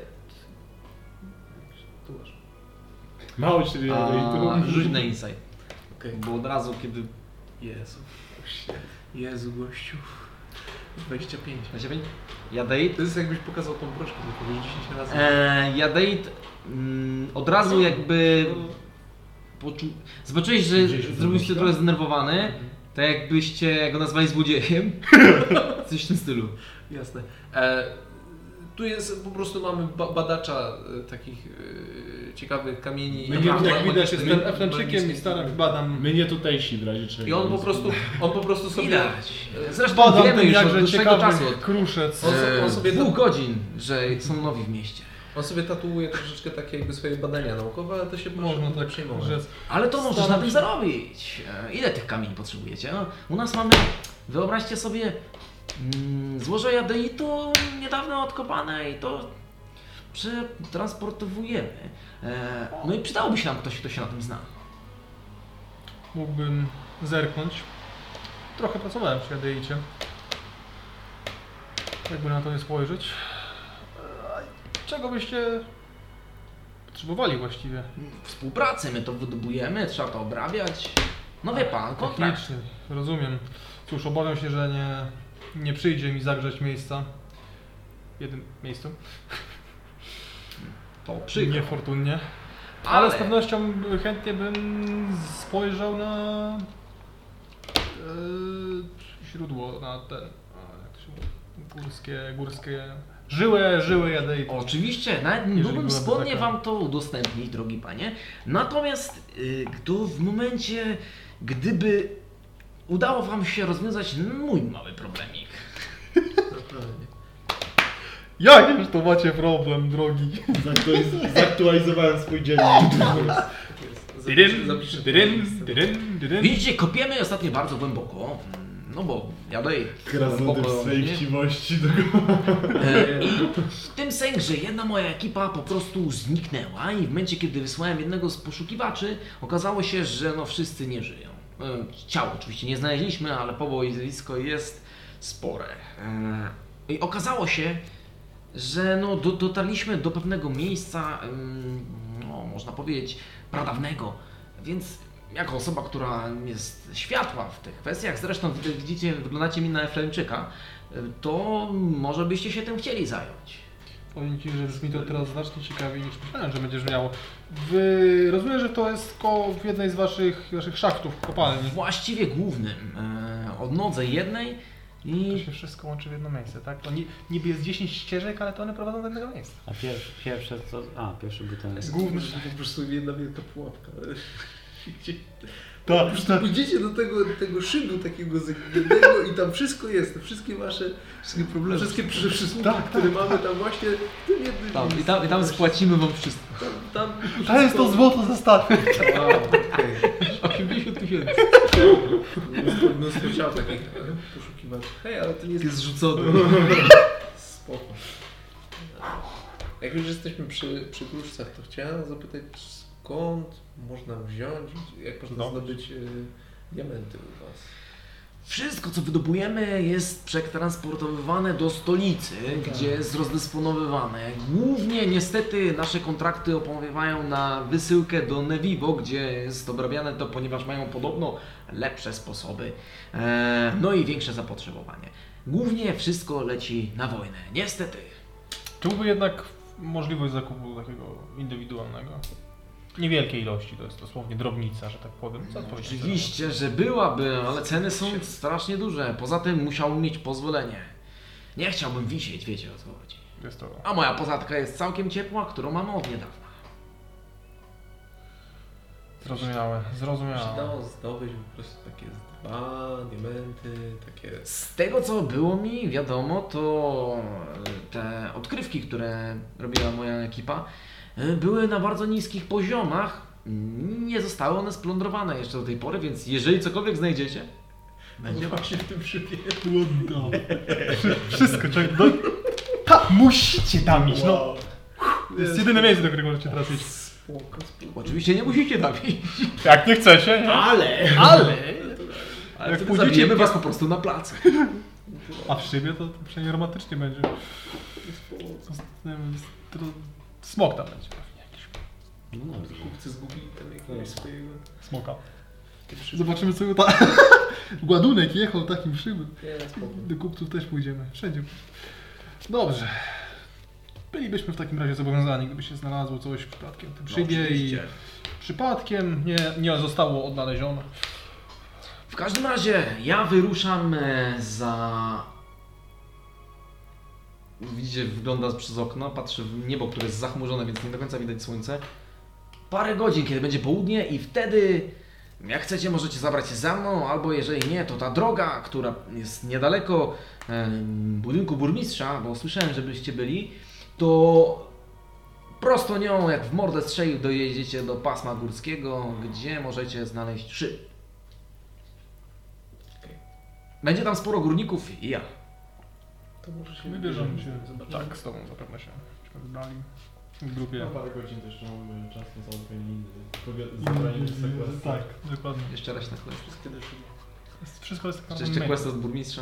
Speaker 4: Tu masz.
Speaker 5: Mało ci
Speaker 1: Rzuć na insight.
Speaker 4: Okej.
Speaker 1: Bo od razu kiedy...
Speaker 4: Jezu. Jezu, gościu. 25.
Speaker 1: Jadeit?
Speaker 4: To jest jakbyś pokazał tą broszkę, tylko już 10 razy.
Speaker 1: Jadeit od razu jakby zobaczyłeś, że zrobił się trochę zdenerwowany, tak jakbyście go nazwali złodziejem. Coś w tym stylu.
Speaker 4: Jasne. Tu jest, po prostu mamy badacza takich ciekawych kamieni.
Speaker 5: My nie- jak
Speaker 2: Jak widać,
Speaker 4: magicznych-
Speaker 2: jestem Eflemczykiem i staram badam.
Speaker 5: My nie tutejsi w razie czego.
Speaker 4: I on po prostu sobie...
Speaker 1: Widać. Zresztą
Speaker 2: Badam
Speaker 1: wiemy
Speaker 2: ten
Speaker 1: już od
Speaker 2: jakże
Speaker 1: dłuższego czasu.
Speaker 2: ciekawy kruszec.
Speaker 4: On sobie
Speaker 1: 2 godzin, że są nowi w mieście.
Speaker 4: On sobie tatuuje troszeczkę takie jakby swoje badania naukowe, ale to się
Speaker 2: Można tak
Speaker 4: przejmować.
Speaker 2: rzec.
Speaker 1: Ale to możesz na
Speaker 2: Staram
Speaker 1: tym
Speaker 2: się-
Speaker 1: zarobić. Ile tych kamieni potrzebujecie? No, u nas mamy, wyobraźcie sobie, złoże jadeitu niedawno odkopane i to przetransportowujemy. No i przydałoby się nam ktoś, kto się na tym zna.
Speaker 2: Mógłbym zerknąć. Trochę pracowałem przy jadeicie. Jakby na to nie spojrzeć. Czego byście potrzebowali właściwie?
Speaker 1: Współpracy, my to wydobujemy, trzeba to obrabiać. No wie pan, kontrakt.
Speaker 2: Technicznie, rozumiem. Cóż, obawiam się, że nie przyjdzie mi zagrzeć miejsca w jednym miejscu.
Speaker 1: To przykro.
Speaker 2: Niefortunnie. Ale z pewnością chętnie bym spojrzał na źródło, na te, jak to się mówi, górskie, żyłe jadeitu.
Speaker 1: Oczywiście, nawet
Speaker 2: Jeżeli
Speaker 1: byłbym
Speaker 2: byłaby
Speaker 1: skłonnie
Speaker 2: taka-
Speaker 1: wam to udostępnić, drogi panie. Natomiast to w momencie, gdyby udało wam się rozwiązać mój mały problemik.
Speaker 4: Naprawdę.
Speaker 2: Jakiż to macie problem, drogi?
Speaker 5: Zaktualizowałem swój dziennik.
Speaker 2: Dyryn.
Speaker 1: Widzicie, kopiemy ostatnio bardzo głęboko. No bo jadej.
Speaker 5: Krasnody w swojej chciwości.
Speaker 1: I w tym sens, że jedna moja ekipa po prostu zniknęła i w momencie, kiedy wysłałem jednego z poszukiwaczy, okazało się, że no wszyscy nie żyją. Ciało oczywiście nie znaleźliśmy, ale pobojowisko jest spore. I okazało się, że no dotarliśmy do pewnego miejsca, no można powiedzieć, pradawnego, więc jako osoba, która jest światła w tych kwestiach, zresztą widzicie, wyglądacie mi na Eflemczyka, to może byście się tym chcieli zająć.
Speaker 2: Powiem Ci, że brzmi to teraz znacznie ciekawiej niż myślałem, że będziesz miał. Rozumiem, że to jest w jednej z waszych szachtów, kopalni.
Speaker 1: Właściwie głównym, odnodze jednej
Speaker 2: To
Speaker 1: i
Speaker 2: się wszystko łączy w jedno miejsce, tak? To niby jest 10 ścieżek, ale to one prowadzą do jednego miejsca.
Speaker 3: A pierwsze co... Pierwszy był ten...
Speaker 2: Główny.
Speaker 4: Po prostu jedna wielka pułapka.
Speaker 2: Tak,
Speaker 4: Pójdziecie do tego szybu takiego zagiętego i tam wszystko jest, te wszystkie wasze problemy, wszystkie przysługi, które mamy tam właśnie w tym jednym
Speaker 1: i tam spłacimy wam wszystko.
Speaker 4: tam
Speaker 2: to jest to złoto zestawy.
Speaker 4: Wow, okej.
Speaker 1: 80 000.
Speaker 4: Mnóstwo ciał takich poszukiwaczy. Hej, ale to nie jest
Speaker 1: Jest zrzucony.
Speaker 4: spoko. Jak już jesteśmy przy gruszcach, to chciałem zapytać, skąd można wziąć, jak można zdobyć diamenty u was?
Speaker 1: Wszystko, co wydobujemy, jest przetransportowywane do stolicy, gdzie jest rozdysponowywane. Głównie niestety nasze kontrakty opływają na wysyłkę do Nevivo, gdzie jest obrabiane to, ponieważ mają podobno lepsze sposoby, no i większe zapotrzebowanie. Głównie wszystko leci na wojnę, niestety.
Speaker 2: Czy byłby jednak możliwość zakupu takiego indywidualnego? Niewielkiej ilości, to jest dosłownie drobnica, że tak powiem. Co odpowiedzieć?
Speaker 1: Oczywiście, że byłaby, ale ceny są strasznie duże. Poza tym musiałbym mieć pozwolenie. Nie chciałbym wisieć, wiecie o co chodzi.
Speaker 2: Jest to...
Speaker 1: A moja posadka jest całkiem ciepła, którą mamy od niedawna.
Speaker 2: Zrozumiałe.
Speaker 4: Się dało zdobyć po prostu takie 2 diamenty, takie...
Speaker 1: Z tego co było mi wiadomo, to te odkrywki, które robiła moja ekipa, były na bardzo niskich poziomach. Nie zostały one splądrowane jeszcze do tej pory, więc jeżeli cokolwiek znajdziecie, będzie
Speaker 5: Właśnie w tym przybiegło. Wszystko, czego... Tak, musicie tam iść, no. To jest jedyne miejsce, do którego możecie trafić.
Speaker 1: Oczywiście nie musicie tam iść,
Speaker 5: Jak nie chcecie, nie?
Speaker 1: ale
Speaker 5: Jak
Speaker 1: wtedy
Speaker 5: pójdziecie-
Speaker 1: zabijemy was po prostu na placu.
Speaker 5: A w szybie to przynajmniej romantycznie będzie. Smok tam będzie pewnie jakiś.
Speaker 3: No dobrze.
Speaker 4: Kupcy zgubili tam jakiegoś swojego...
Speaker 5: Smoka. Zobaczymy co ta... Ładunek jechał takim szybem. Do kupców też pójdziemy. Wszędzie. Dobrze. Bylibyśmy w takim razie zobowiązani, gdyby się znalazło coś przypadkiem w tym szybie i przypadkiem nie zostało odnalezione.
Speaker 1: W każdym razie ja wyruszam Widzicie, wygląda przez okno, patrzę w niebo, które jest zachmurzone, więc nie do końca widać słońce. Parę godzin, kiedy będzie południe i wtedy, jak chcecie, możecie zabrać się za mną, albo jeżeli nie, to ta droga, która jest niedaleko budynku burmistrza, bo słyszałem, żebyście byli, to prosto nią, jak w mordę strzelił, dojedziecie do pasma górskiego, gdzie możecie znaleźć szyb. Będzie tam sporo górników i ja.
Speaker 4: To może się
Speaker 5: Wybierzemy się.
Speaker 4: Zobaczymy.
Speaker 5: Tak, z tobą zapewne się wybrali w grupie.
Speaker 7: Na parę godzin też jeszcze mamy czas na załatwienie innych. Zabranie sekwencji.
Speaker 5: Tak, dokładnie.
Speaker 1: Jeszcze raz na chleb.
Speaker 5: Wszystko jest tak
Speaker 1: Jeszcze quest od burmistrza.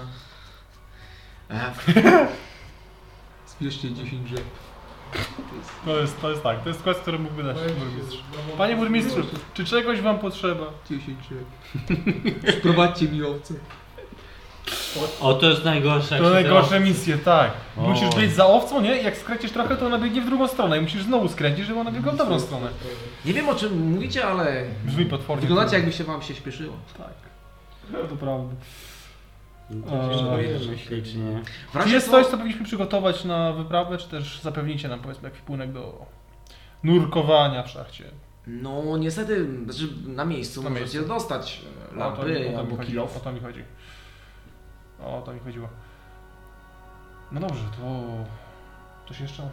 Speaker 1: Zbierzcie 10 rzek.
Speaker 5: To jest tak, to jest quest, który mógłby dać burmistrz. Panie burmistrzu, czy czegoś wam potrzeba?
Speaker 1: 10 rzek. Sprowadźcie mi owce.
Speaker 3: O, to jest najgorsze. jak
Speaker 5: To
Speaker 3: się
Speaker 5: najgorsze misje, tak.
Speaker 3: O.
Speaker 5: Musisz być za owcą, nie? Jak skręcisz trochę, to ona biegnie w drugą stronę i musisz znowu skręcić, żeby ona biegła w dobrą stronę.
Speaker 1: Nie wiem o czym mówicie, ale
Speaker 5: Brzmi potwornie.
Speaker 1: wyglądacie jakby się wam się śpieszyło.
Speaker 5: Tak. To prawda.
Speaker 3: Będziemy myśleć, czy nie.
Speaker 1: W
Speaker 5: Czy
Speaker 1: razie
Speaker 5: jest
Speaker 1: co,
Speaker 5: coś, co powinniśmy przygotować na wyprawę, czy też zapewnicie nam, powiedzmy, ekwipunek do nurkowania w szachcie?
Speaker 1: no niestety, znaczy na miejscu
Speaker 5: Na
Speaker 1: możecie
Speaker 5: miejscu.
Speaker 1: dostać
Speaker 5: O
Speaker 1: lampy
Speaker 5: to
Speaker 1: albo
Speaker 5: mi chodzi.
Speaker 1: kilof.
Speaker 5: O to mi chodzi. O to mi chodziło. No dobrze, to... Coś jeszcze?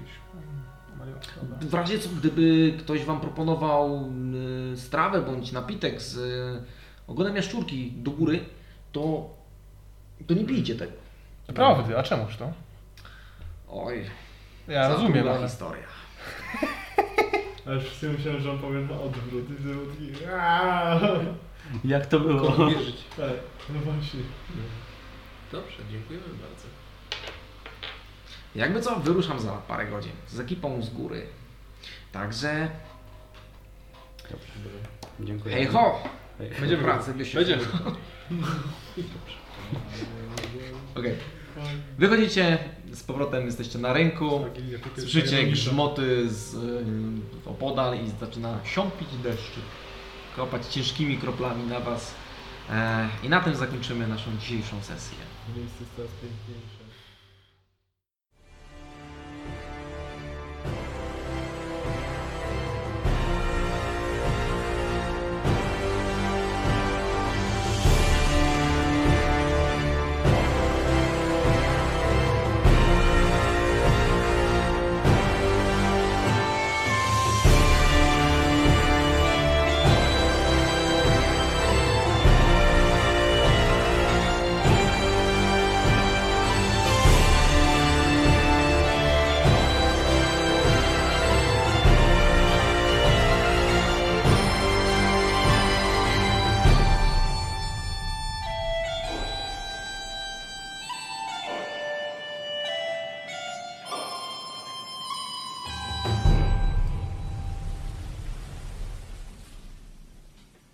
Speaker 1: W razie co, gdyby ktoś wam proponował strawę bądź napitek z ogonem jaszczurki do góry, to nie pijcie tego.
Speaker 5: Prawdy, a czemuż to?
Speaker 1: Oj,
Speaker 5: Ja
Speaker 1: za
Speaker 5: rozumiem,
Speaker 1: długa
Speaker 5: ale...
Speaker 1: historia.
Speaker 7: Aż wszyscy myślałem, że on powie na odwrót i że taki...
Speaker 3: Jak to było?
Speaker 4: Kogo wierzyć?
Speaker 7: Tak, no właśnie.
Speaker 4: Dobrze, dziękujemy bardzo.
Speaker 1: Jakby co, wyruszam za parę godzin z ekipą z góry. Także
Speaker 3: Dziękuję.
Speaker 1: hej ho!
Speaker 3: Hej.
Speaker 1: Będzie pracy,
Speaker 5: Będziemy.
Speaker 1: Okej. Wychodzicie, z powrotem jesteście na rynku, słyszycie grzmoty z opodal i zaczyna siąpić deszcz, kopać ciężkimi kroplami na was. I na tym zakończymy naszą dzisiejszą sesję.
Speaker 7: Miejsce jest coraz piękniejsze.